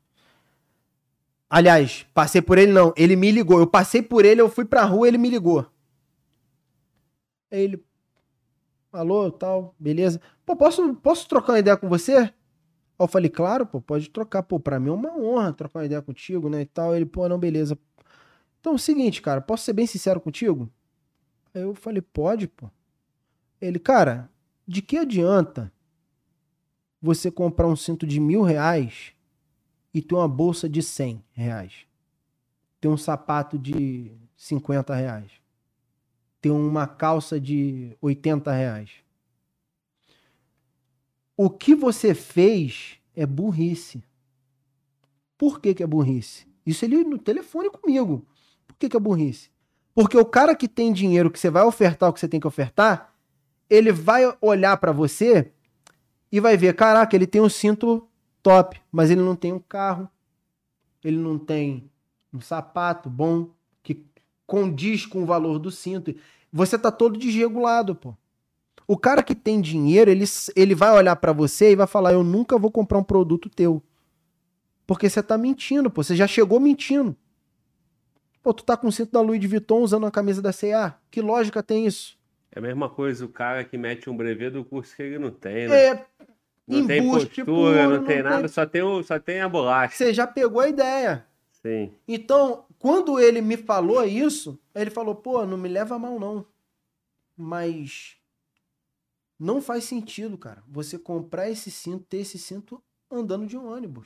Aliás, passei por ele não, ele me ligou. Eu passei por ele, eu fui pra rua, ele me ligou. Aí ele, alô, tal, beleza. Pô, posso trocar uma ideia com você? Aí eu falei, claro, pô, pode trocar. Pô, pra mim é uma honra trocar uma ideia contigo, né, e tal. Ele, pô, não, beleza. Então é o seguinte, cara, posso ser bem sincero contigo? Aí eu falei, pode, pô. Ele, cara, de que adianta você comprar um cinto de R$1.000 e ter uma bolsa de R$100, ter um sapato de R$50, ter uma calça de R$80. O que você fez é burrice. Por que é burrice? Isso ele no telefone comigo. Por que é burrice? Porque o cara que tem dinheiro, que você vai ofertar o que você tem que ofertar, ele vai olhar pra você e vai ver, caraca, ele tem um cinto top, mas ele não tem um carro, ele não tem um sapato bom, que condiz com o valor do cinto. Você tá todo desregulado, pô. O cara que tem dinheiro, ele vai olhar pra você e vai falar, eu nunca vou comprar um produto teu. Porque você tá mentindo, pô. Você já chegou mentindo. Pô, tu tá com o cinto da Louis Vuitton usando a camisa da C&A. Que lógica tem isso? É a mesma coisa o cara que mete um brevet do curso que ele não tem, né? Não tem postura, não tem nada, só tem a bolacha. Você já pegou a ideia. Sim. Então, quando ele me falou isso, ele falou, pô, não me leva a mal não. Mas não faz sentido, cara, você comprar esse cinto, ter esse cinto andando de um ônibus.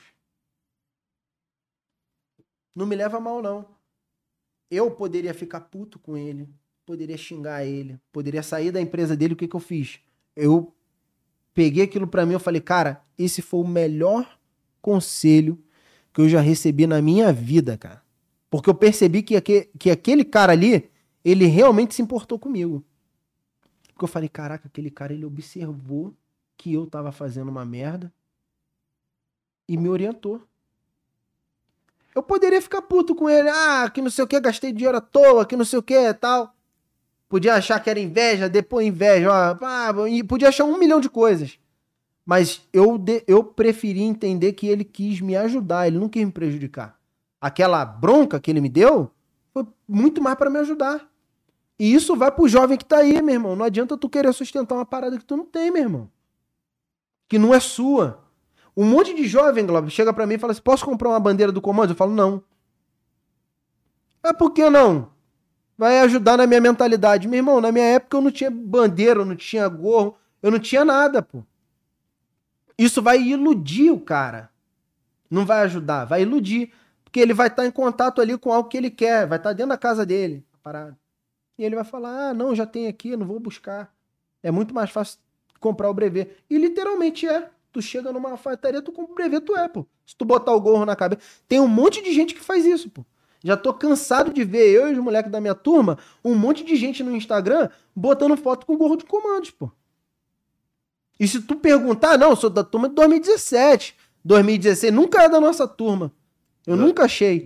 Não me leva a mal não. Eu poderia ficar puto com ele, poderia xingar ele, poderia sair da empresa dele, o que eu fiz? Eu peguei aquilo pra mim, eu falei, cara, esse foi o melhor conselho que eu já recebi na minha vida, cara. Porque eu percebi que aquele cara ali, ele realmente se importou comigo. Porque eu falei, caraca, aquele cara, ele observou que eu tava fazendo uma merda e me orientou. Eu poderia ficar puto com ele, que não sei o que, gastei dinheiro à toa, que não sei o que, tal. Podia achar que era inveja, depois inveja, podia achar 1 milhão de coisas. Mas eu preferi entender que ele quis me ajudar, ele não quis me prejudicar. Aquela bronca que ele me deu foi muito mais pra me ajudar. E isso vai pro jovem que tá aí, meu irmão. Não adianta tu querer sustentar uma parada que tu não tem, meu irmão. Que não é sua. Um monte de jovem, Glauber, chega pra mim e fala assim, posso comprar uma bandeira do comando? Eu falo, não. Ah, por que não? Vai ajudar na minha mentalidade. Meu irmão, na minha época eu não tinha bandeira, eu não tinha gorro, eu não tinha nada, pô. Isso vai iludir o cara. Não vai ajudar, vai iludir. Porque ele vai estar em contato ali com algo que ele quer, vai estar dentro da casa dele, parado. E ele vai falar, ah, não, já tem aqui, eu não vou buscar. É muito mais fácil comprar o brevê. E literalmente é. Tu chega numa alfaiataria, tu compra o brevê, tu é, pô. Se tu botar o gorro na cabeça. Tem um monte de gente que faz isso, pô. Já tô cansado de ver eu e os moleques da minha turma, um monte de gente no Instagram botando foto com gorro de comandos, pô. E se tu perguntar, não, eu sou da turma de 2017, 2016, nunca é da nossa turma. Eu nunca achei.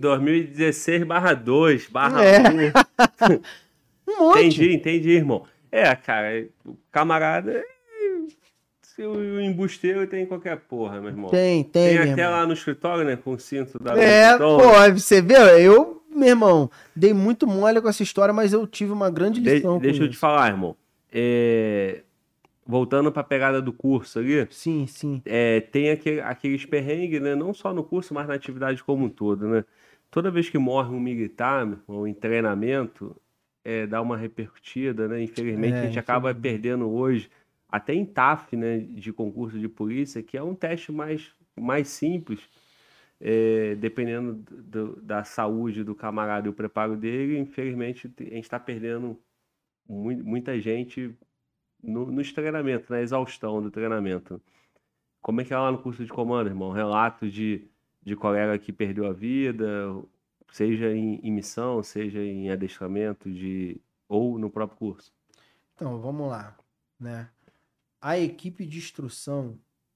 2016/2/1. Um monte. Entendi, irmão. Cara, o camarada... O embusteiro tem qualquer porra, meu irmão. Tem até irmão. lá no escritório, né? Com o cinto da pô, você vê, eu, meu irmão, dei muito mole com essa história, mas eu tive uma grande lição. Deixa eu te falar, irmão. Voltando pra pegada do curso ali. Sim. Tem aqueles perrengues, né? Não só no curso, mas na atividade como um todo, né? Toda vez que morre um militar, meu irmão, em treinamento, dá uma repercutida, né? Infelizmente, a gente acaba perdendo hoje. Até em TAF, né, de concurso de polícia, que é um teste mais simples, dependendo da saúde do camarada e o preparo dele, infelizmente a gente está perdendo muita gente nos treinamentos, na exaustão do treinamento. Como é que é lá no curso de comando, irmão? Relatos de colega que perdeu a vida, seja em missão, seja em adestramento, ou no próprio curso. Então, vamos lá, né? A equipe de instrução,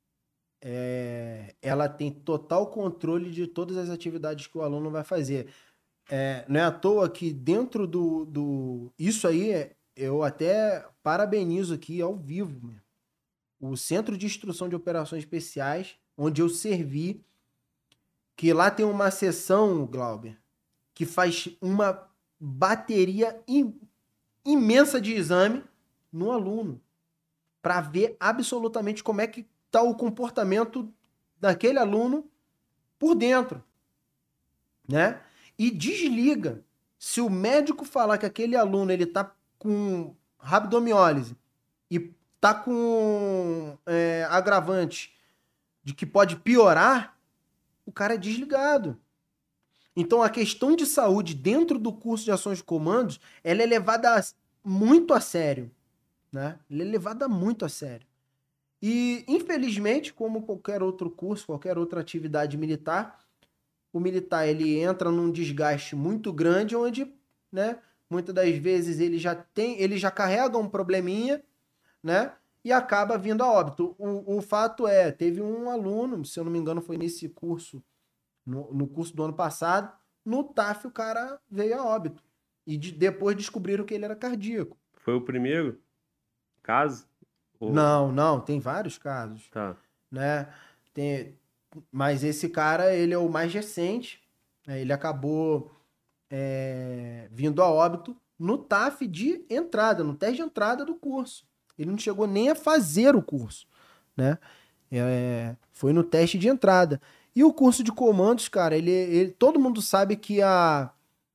ela tem total controle de todas as atividades que o aluno vai fazer. Não é à toa que dentro isso aí, eu até parabenizo aqui ao vivo, né? O Centro de Instrução de Operações Especiais, onde eu servi, que lá tem uma seção, Glauber, que faz uma bateria imensa de exame no aluno, para ver absolutamente como é que está o comportamento daquele aluno por dentro, né? E desliga. Se o médico falar que aquele aluno ele tá com rabdomiólise e tá com agravante de que pode piorar, o cara é desligado. Então a questão de saúde dentro do curso de ações de comandos, ela é levada muito a sério. Né? Ele é levada muito a sério. E, infelizmente, como qualquer outro curso, qualquer outra atividade militar, o militar ele entra num desgaste muito grande, onde, né, muitas das vezes ele já carrega um probleminha, né, e acaba vindo a óbito. O fato teve um aluno, se eu não me engano foi nesse curso, no curso do ano passado, no TAF o cara veio a óbito. E depois descobriram que ele era cardíaco. Foi o primeiro caso? Não, tem vários casos. Tá. Né? Mas esse cara, ele é o mais recente. Né? Ele acabou vindo a óbito no TAF de entrada, no teste de entrada do curso. Ele não chegou nem a fazer o curso. Né? Foi no teste de entrada. E o curso de comandos, cara, todo mundo sabe que a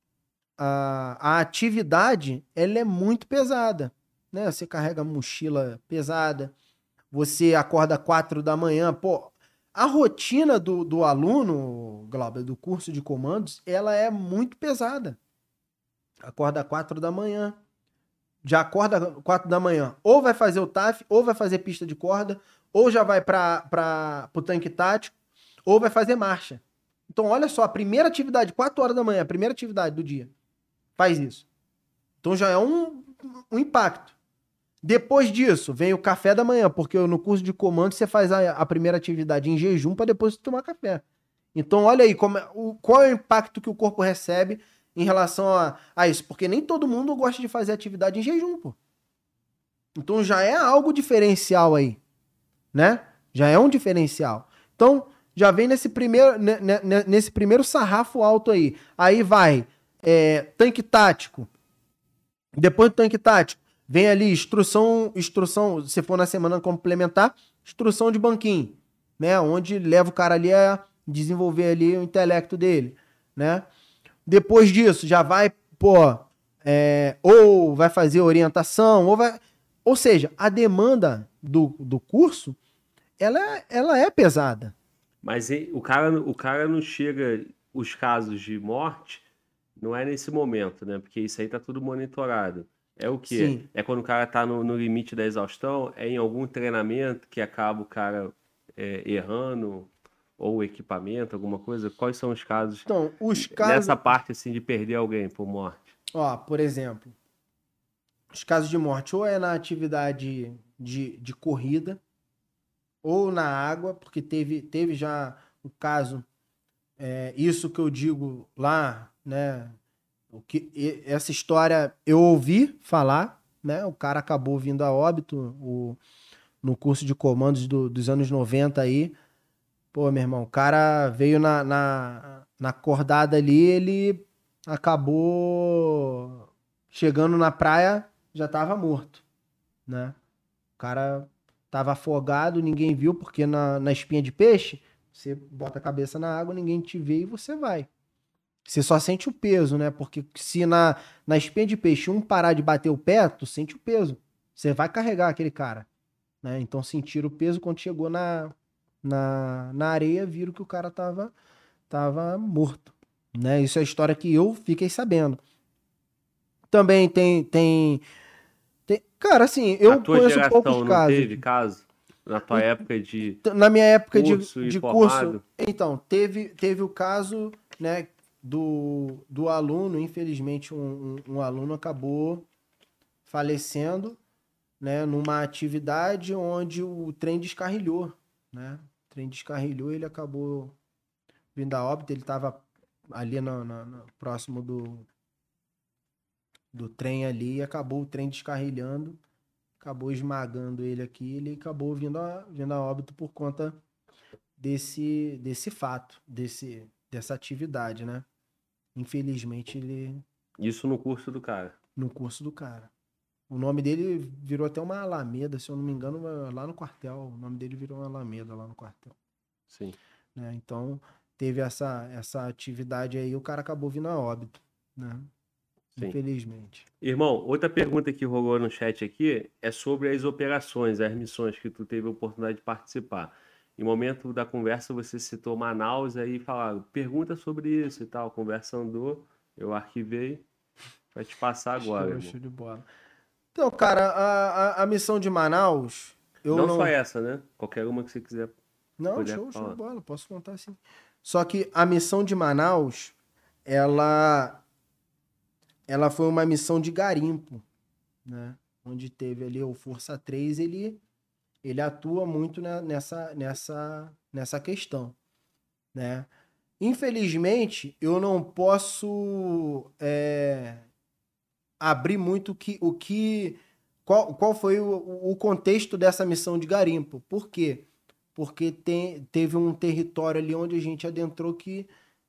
atividade ela é muito pesada. Né? Você carrega mochila pesada, você acorda 4 da manhã. Pô, a rotina do aluno, Glauber, do curso de comandos, ela é muito pesada. Acorda 4 da manhã. Já acorda 4 da manhã. Ou vai fazer o TAF, ou vai fazer pista de corda, ou já vai para o tanque tático, ou vai fazer marcha. Então, olha só, a primeira atividade, 4 horas da manhã, a primeira atividade do dia, faz isso. Então já é um impacto. Depois disso, vem o café da manhã, porque no curso de comando você faz a primeira atividade em jejum para depois tomar café. Então, olha aí qual é o impacto que o corpo recebe em relação a isso. Porque nem todo mundo gosta de fazer atividade em jejum, pô. Então já é algo diferencial aí, né? Já é um diferencial. Então, já vem nesse primeiro sarrafo alto aí. Aí vai tanque tático. Depois do tanque tático, vem ali instrução, se for na semana complementar, instrução de banquinho, né? Onde leva o cara ali a desenvolver ali o intelecto dele, né? Depois disso, já vai, pô, ou vai fazer orientação, ou seja, a demanda do curso, ela é pesada. Mas o cara não chega, os casos de morte, não é nesse momento, né? Porque isso aí tá tudo monitorado. É o quê? Sim. É quando o cara tá no limite da exaustão, é em algum treinamento que acaba o cara errando, ou equipamento, alguma coisa? Quais são os casos Então, os casos... nessa parte, assim, de perder alguém por morte? Ó, por exemplo, os casos de morte ou é na atividade de corrida, ou na água, porque teve já o caso, isso que eu digo lá, né? Essa história eu ouvi falar, né? O cara acabou vindo a óbito no curso de comandos dos anos 90 aí. Pô, meu irmão, o cara veio na cordada ali, ele acabou chegando na praia, já tava morto, né? O cara tava afogado, ninguém viu, porque na espinha de peixe, você bota a cabeça na água, ninguém te vê e você vai. Você só sente o peso, né? Porque se na espinha de peixe um parar de bater o pé, tu sente o peso. Você vai carregar aquele cara, né? Então sentiram o peso quando chegou na areia, viram que o cara tava morto, né? Isso é a história que eu fiquei sabendo. Também tem... Cara, assim, eu Na tua conheço geração poucos não casos. teve caso? Na tua época de Na minha época curso de e curso, formado? então, teve o caso, né, do aluno, infelizmente um aluno acabou falecendo, né, numa atividade onde o trem descarrilhou, né? O trem descarrilhou, ele acabou vindo a óbito, ele estava ali próximo do trem ali e acabou o trem descarrilhando, acabou esmagando ele aqui, ele acabou vindo a óbito por conta desse fato, dessa atividade, né? Infelizmente, ele Isso no curso do cara. no curso do cara. O nome dele virou até uma alameda, se eu não me engano, lá no quartel. O nome dele virou uma alameda lá no quartel. Sim. Né? Então, teve essa atividade aí, o cara acabou vindo a óbito, né? Sim. Infelizmente. Irmão, outra pergunta que rolou no chat aqui é sobre as operações, as missões que tu teve a oportunidade de participar. Em momento da conversa você citou Manaus, aí falaram, pergunta sobre isso e tal. A conversa andou, eu arquivei, vai te passar agora, irmão. Show de bola. Então, cara, a missão de Manaus, eu Não não... só essa, né? Qualquer uma que você quiser. Não, puder show falar. de bola, posso contar sim. Só que a missão de Manaus, ela foi uma missão de garimpo, né? Onde teve ali o Força 3, ele atua muito nessa questão, né? Infelizmente, eu não posso abrir muito qual foi o contexto dessa missão de garimpo. Por quê? Porque teve um território ali onde a gente adentrou que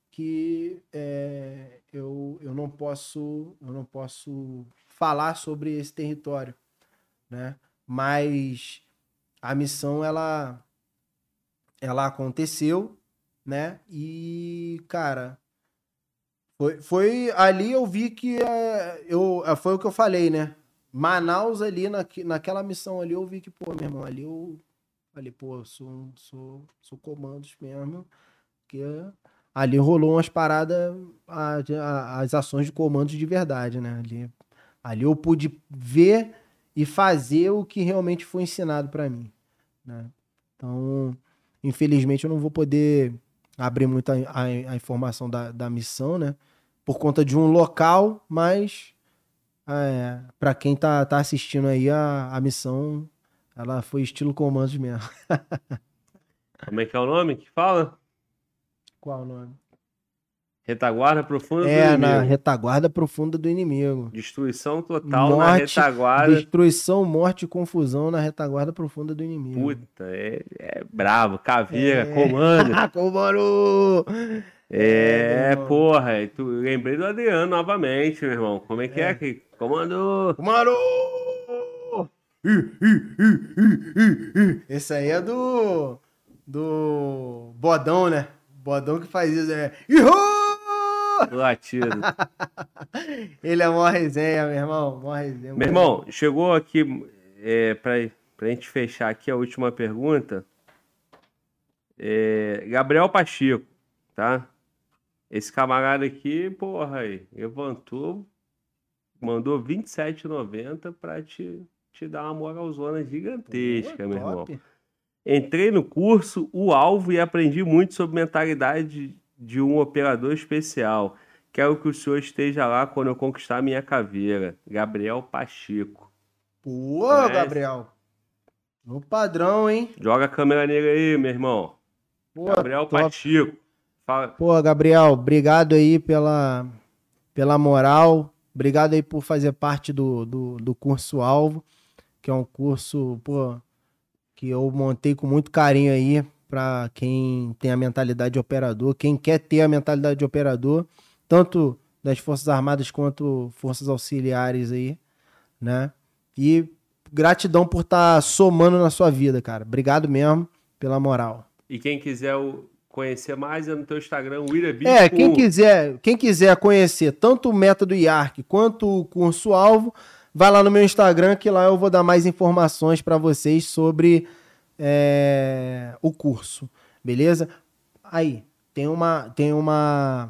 eu não posso falar sobre esse território, né? Mas a missão ela aconteceu, né? E cara, foi ali eu vi que foi o que eu falei, né? Manaus ali naquela missão ali eu vi que, pô, meu irmão, ali eu falei, pô, eu sou comandos mesmo, porque ali rolou umas paradas, as ações de comandos de verdade, né? Ali eu pude ver e fazer o que realmente foi ensinado pra mim, né? Então, infelizmente eu não vou poder abrir muito a informação da missão, né? Por conta de um local, mas para quem tá assistindo aí, a missão, ela foi estilo comandos mesmo. Como é que é o nome que fala? Qual o nome? Retaguarda Profunda do Na Inimigo. retaguarda profunda do inimigo. Destruição total na retaguarda. Destruição, morte e confusão na retaguarda profunda do inimigo. Puta, é bravo. Caveira, comando. Comando! Porra. Lembrei do Adriano novamente, meu irmão. Como é que é aqui? Comando! Comando! Esse aí é do do Bodão, né? Bodão que faz isso, Ihô! Latido. Ele é mó resenha, meu irmão. Mó resenha. Meu irmão, chegou aqui, pra gente fechar aqui a última pergunta. Gabriel Pacheco, tá? Esse camarada aqui, porra, aí, levantou, mandou R$27,90 pra te dar uma moralzona gigantesca, meu irmão. Entrei no curso, o alvo, e aprendi muito sobre mentalidade de um operador especial. Quero que o senhor esteja lá quando eu conquistar minha caveira. Gabriel Pacheco. Pô, Conhece? Gabriel. No padrão, hein? Joga a câmera nele aí, meu irmão. Pô, Gabriel top. Pacheco. Fala. Pô, Gabriel, obrigado aí pela moral. Obrigado aí por fazer parte do curso Alvo, que é um curso, pô, que eu montei com muito carinho aí para quem tem a mentalidade de operador, quem quer ter a mentalidade de operador, tanto das Forças Armadas quanto Forças Auxiliares aí, né? E gratidão por estar somando na sua vida, cara. Obrigado mesmo pela moral. E quem quiser conhecer mais é no teu Instagram, William Bispo. Quem quiser conhecer tanto o método IARC quanto o curso Alvo, vai lá no meu Instagram, que lá eu vou dar mais informações para vocês sobre o curso, beleza? Aí, tem uma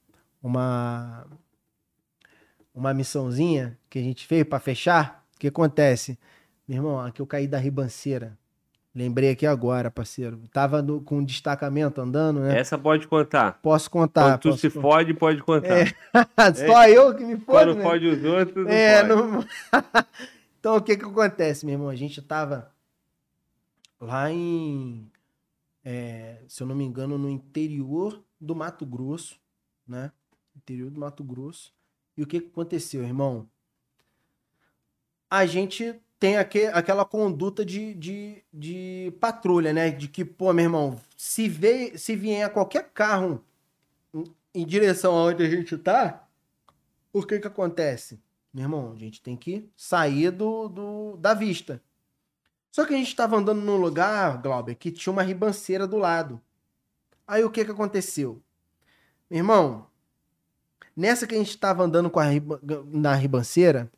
missãozinha que a gente fez para fechar. O que acontece? Meu irmão, aqui eu caí da ribanceira. Lembrei aqui agora, parceiro. Tava com um destacamento andando, né? Essa pode contar. Posso contar. Quando tu se fode, pode contar. Só eu que me fodo, Quando né? fode os outros, não pode. Então, o que acontece, meu irmão? A gente tava lá se eu não me engano, no interior do Mato Grosso, né? Interior do Mato Grosso. E o que aconteceu, irmão? A gente tem aquela conduta de patrulha, né? De que, pô, meu irmão, se vier qualquer carro em direção aonde a gente tá, o que acontece? Meu irmão, a gente tem que sair da vista. Só que a gente tava andando num lugar, Glauber, que tinha uma ribanceira do lado. Aí o que aconteceu? Meu irmão, nessa que a gente tava andando na ribanceira,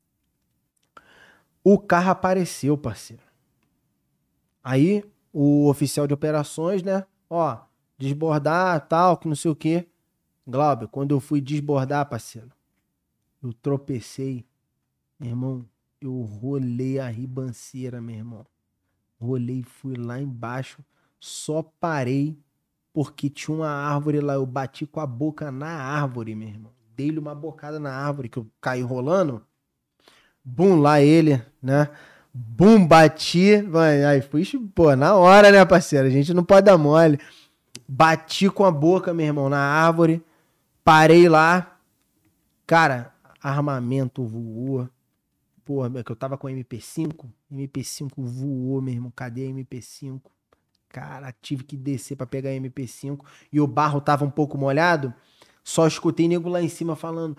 o carro apareceu, parceiro. Aí, o oficial de operações, né? Ó, desbordar, tal, que não sei o quê. Glauber, quando eu fui desbordar, parceiro, eu tropecei. Meu irmão, eu rolei a ribanceira, meu irmão. Rolei, fui lá embaixo, só parei porque tinha uma árvore lá. Eu bati com a boca na árvore, meu irmão. Dei-lhe uma bocada na árvore que eu caí rolando. Bum, lá ele, né? Bum, bati. Aí fui, pô, na hora, né, parceiro? A gente não pode dar mole. Bati com a boca, meu irmão, na árvore. Parei lá. Cara, armamento voou. Porra, que eu tava com MP5. MP5 voou, meu irmão. Cadê a MP5? Cara, tive que descer pra pegar a MP5. E o barro tava um pouco molhado. Só escutei nego lá em cima falando: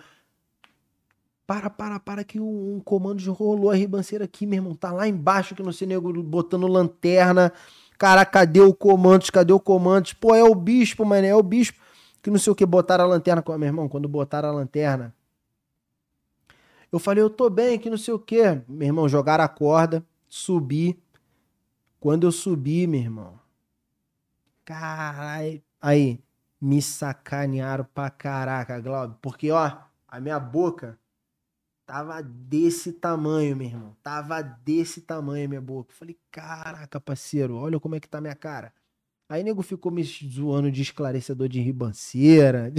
Para, que um comando rolou a ribanceira aqui, meu irmão. Tá lá embaixo, que não sei, nego botando lanterna. Cara, cadê o comando? Cadê o comando? Pô, é o bispo, mano, é o bispo. Que não sei o que, botaram a lanterna. Meu irmão, quando botaram a lanterna, eu falei, eu tô bem, que não sei o que. Meu irmão, jogaram a corda, subi. Quando eu subi, meu irmão, caralho, aí, me sacanearam pra caraca, Glauber. Porque, ó, a minha boca tava desse tamanho, meu irmão. Tava desse tamanho a minha boca. Falei, caraca, parceiro, olha como é que tá a minha cara. Aí nego ficou me zoando de esclarecedor de ribanceira.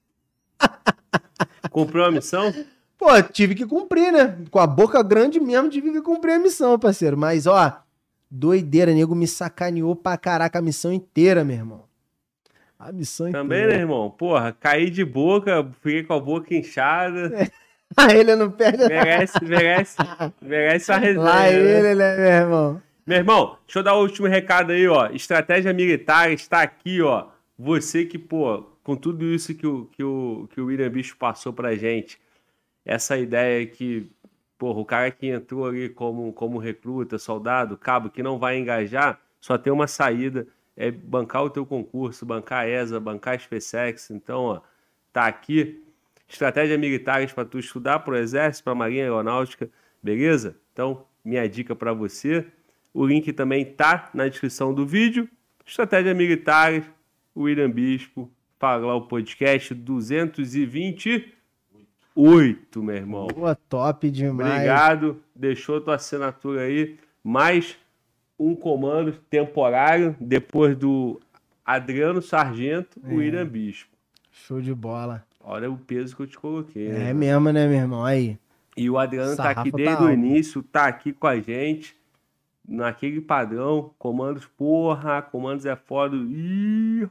Cumpriu a missão? Pô, tive que cumprir, né? Com a boca grande mesmo, tive que cumprir a missão, parceiro. Mas, ó, doideira, nego me sacaneou pra caraca a missão inteira, meu irmão. A missão inteira. Também, né, irmão? Porra, caí de boca, fiquei com a boca inchada. Aí ele não perde merece uma resenha. Lá ele, né, meu irmão? Meu irmão, deixa eu dar o último recado aí, ó. Estratégia Militar está aqui, ó. Você que, pô, com tudo isso que o William Bispo passou pra gente, essa ideia que, porra, o cara que entrou ali como recruta, soldado, cabo, que não vai engajar, só tem uma saída, é bancar o teu concurso, bancar a ESA, bancar a SpaceX. Então, ó, tá aqui. Estratégia militares para tu estudar pro Exército, para Marinha Aeronáutica, beleza? Então, minha dica para você. O link também tá na descrição do vídeo. Estratégia militares, William Bispo, Fala Glauber Podcast 228, meu irmão. Boa, top demais. Obrigado. Deixou tua assinatura aí. Mais um comando temporário depois do Adriano Sargento, o William Bispo. Show de bola. Olha o peso que eu te coloquei. É né? mesmo, né, meu irmão? Aí. E o Adriano tá aqui Sarrafo desde tá o alto. início, tá aqui com a gente, naquele padrão, comandos, porra, comandos é foda. Ih,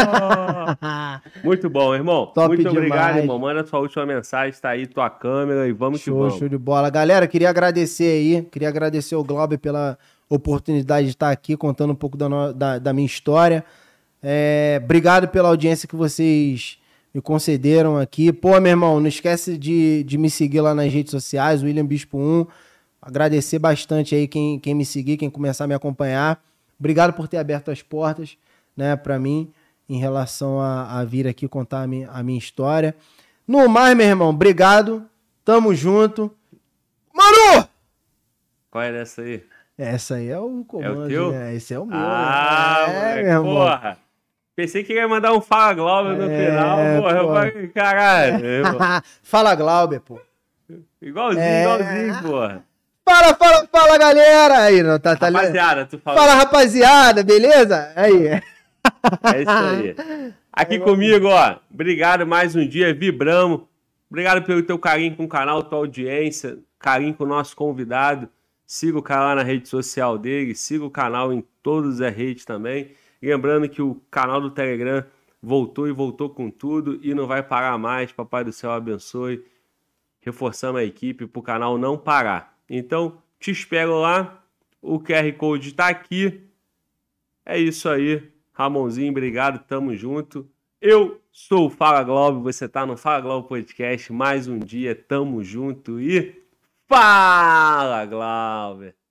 ó. Muito bom, irmão. Top Muito obrigado, demais. irmão. Manda sua última mensagem, tá aí tua câmera e vamos que Show, vamos. show de bola. Galera, queria agradecer ao Glauber pela oportunidade de estar aqui contando um pouco da minha história. Obrigado pela audiência que vocês me concederam aqui. Pô, meu irmão, não esquece de me seguir lá nas redes sociais, William Bispo 1. Agradecer bastante aí quem me seguir, quem começar a me acompanhar. Obrigado por ter aberto as portas, né, para mim, em relação a vir aqui contar a minha história. No mais, meu irmão, obrigado. Tamo junto. Manu! Qual era essa aí? Essa aí é o comando, teu? né? Esse é o meu. Ah, né? moleque, meu irmão. porra. Pensei que ia mandar um Fala Glauber no final, porra. Eu porra. falei, caralho. irmão. Fala, Glauber, pô. Igualzinho, porra. Fala, galera. Aí, não, tá ligado? Rapaziada, tu falou. Fala, rapaziada, beleza? Aí. É isso aí. Aqui comigo, ó. Obrigado mais um dia, vibramos. Obrigado pelo teu carinho com o canal, tua audiência, carinho com o nosso convidado. Siga o canal na rede social dele, siga o canal em todas as redes também. Lembrando que o canal do Telegram voltou e voltou com tudo e não vai parar mais. Papai do céu abençoe. Reforçamos a equipe para o canal não parar. Então, te espero lá. O QR Code está aqui. É isso aí. Ramonzinho, obrigado. Tamo junto. Eu sou o Fala Glauber. Você tá no Fala Glauber Podcast. Mais um dia. Tamo junto e... Fala, Glauber!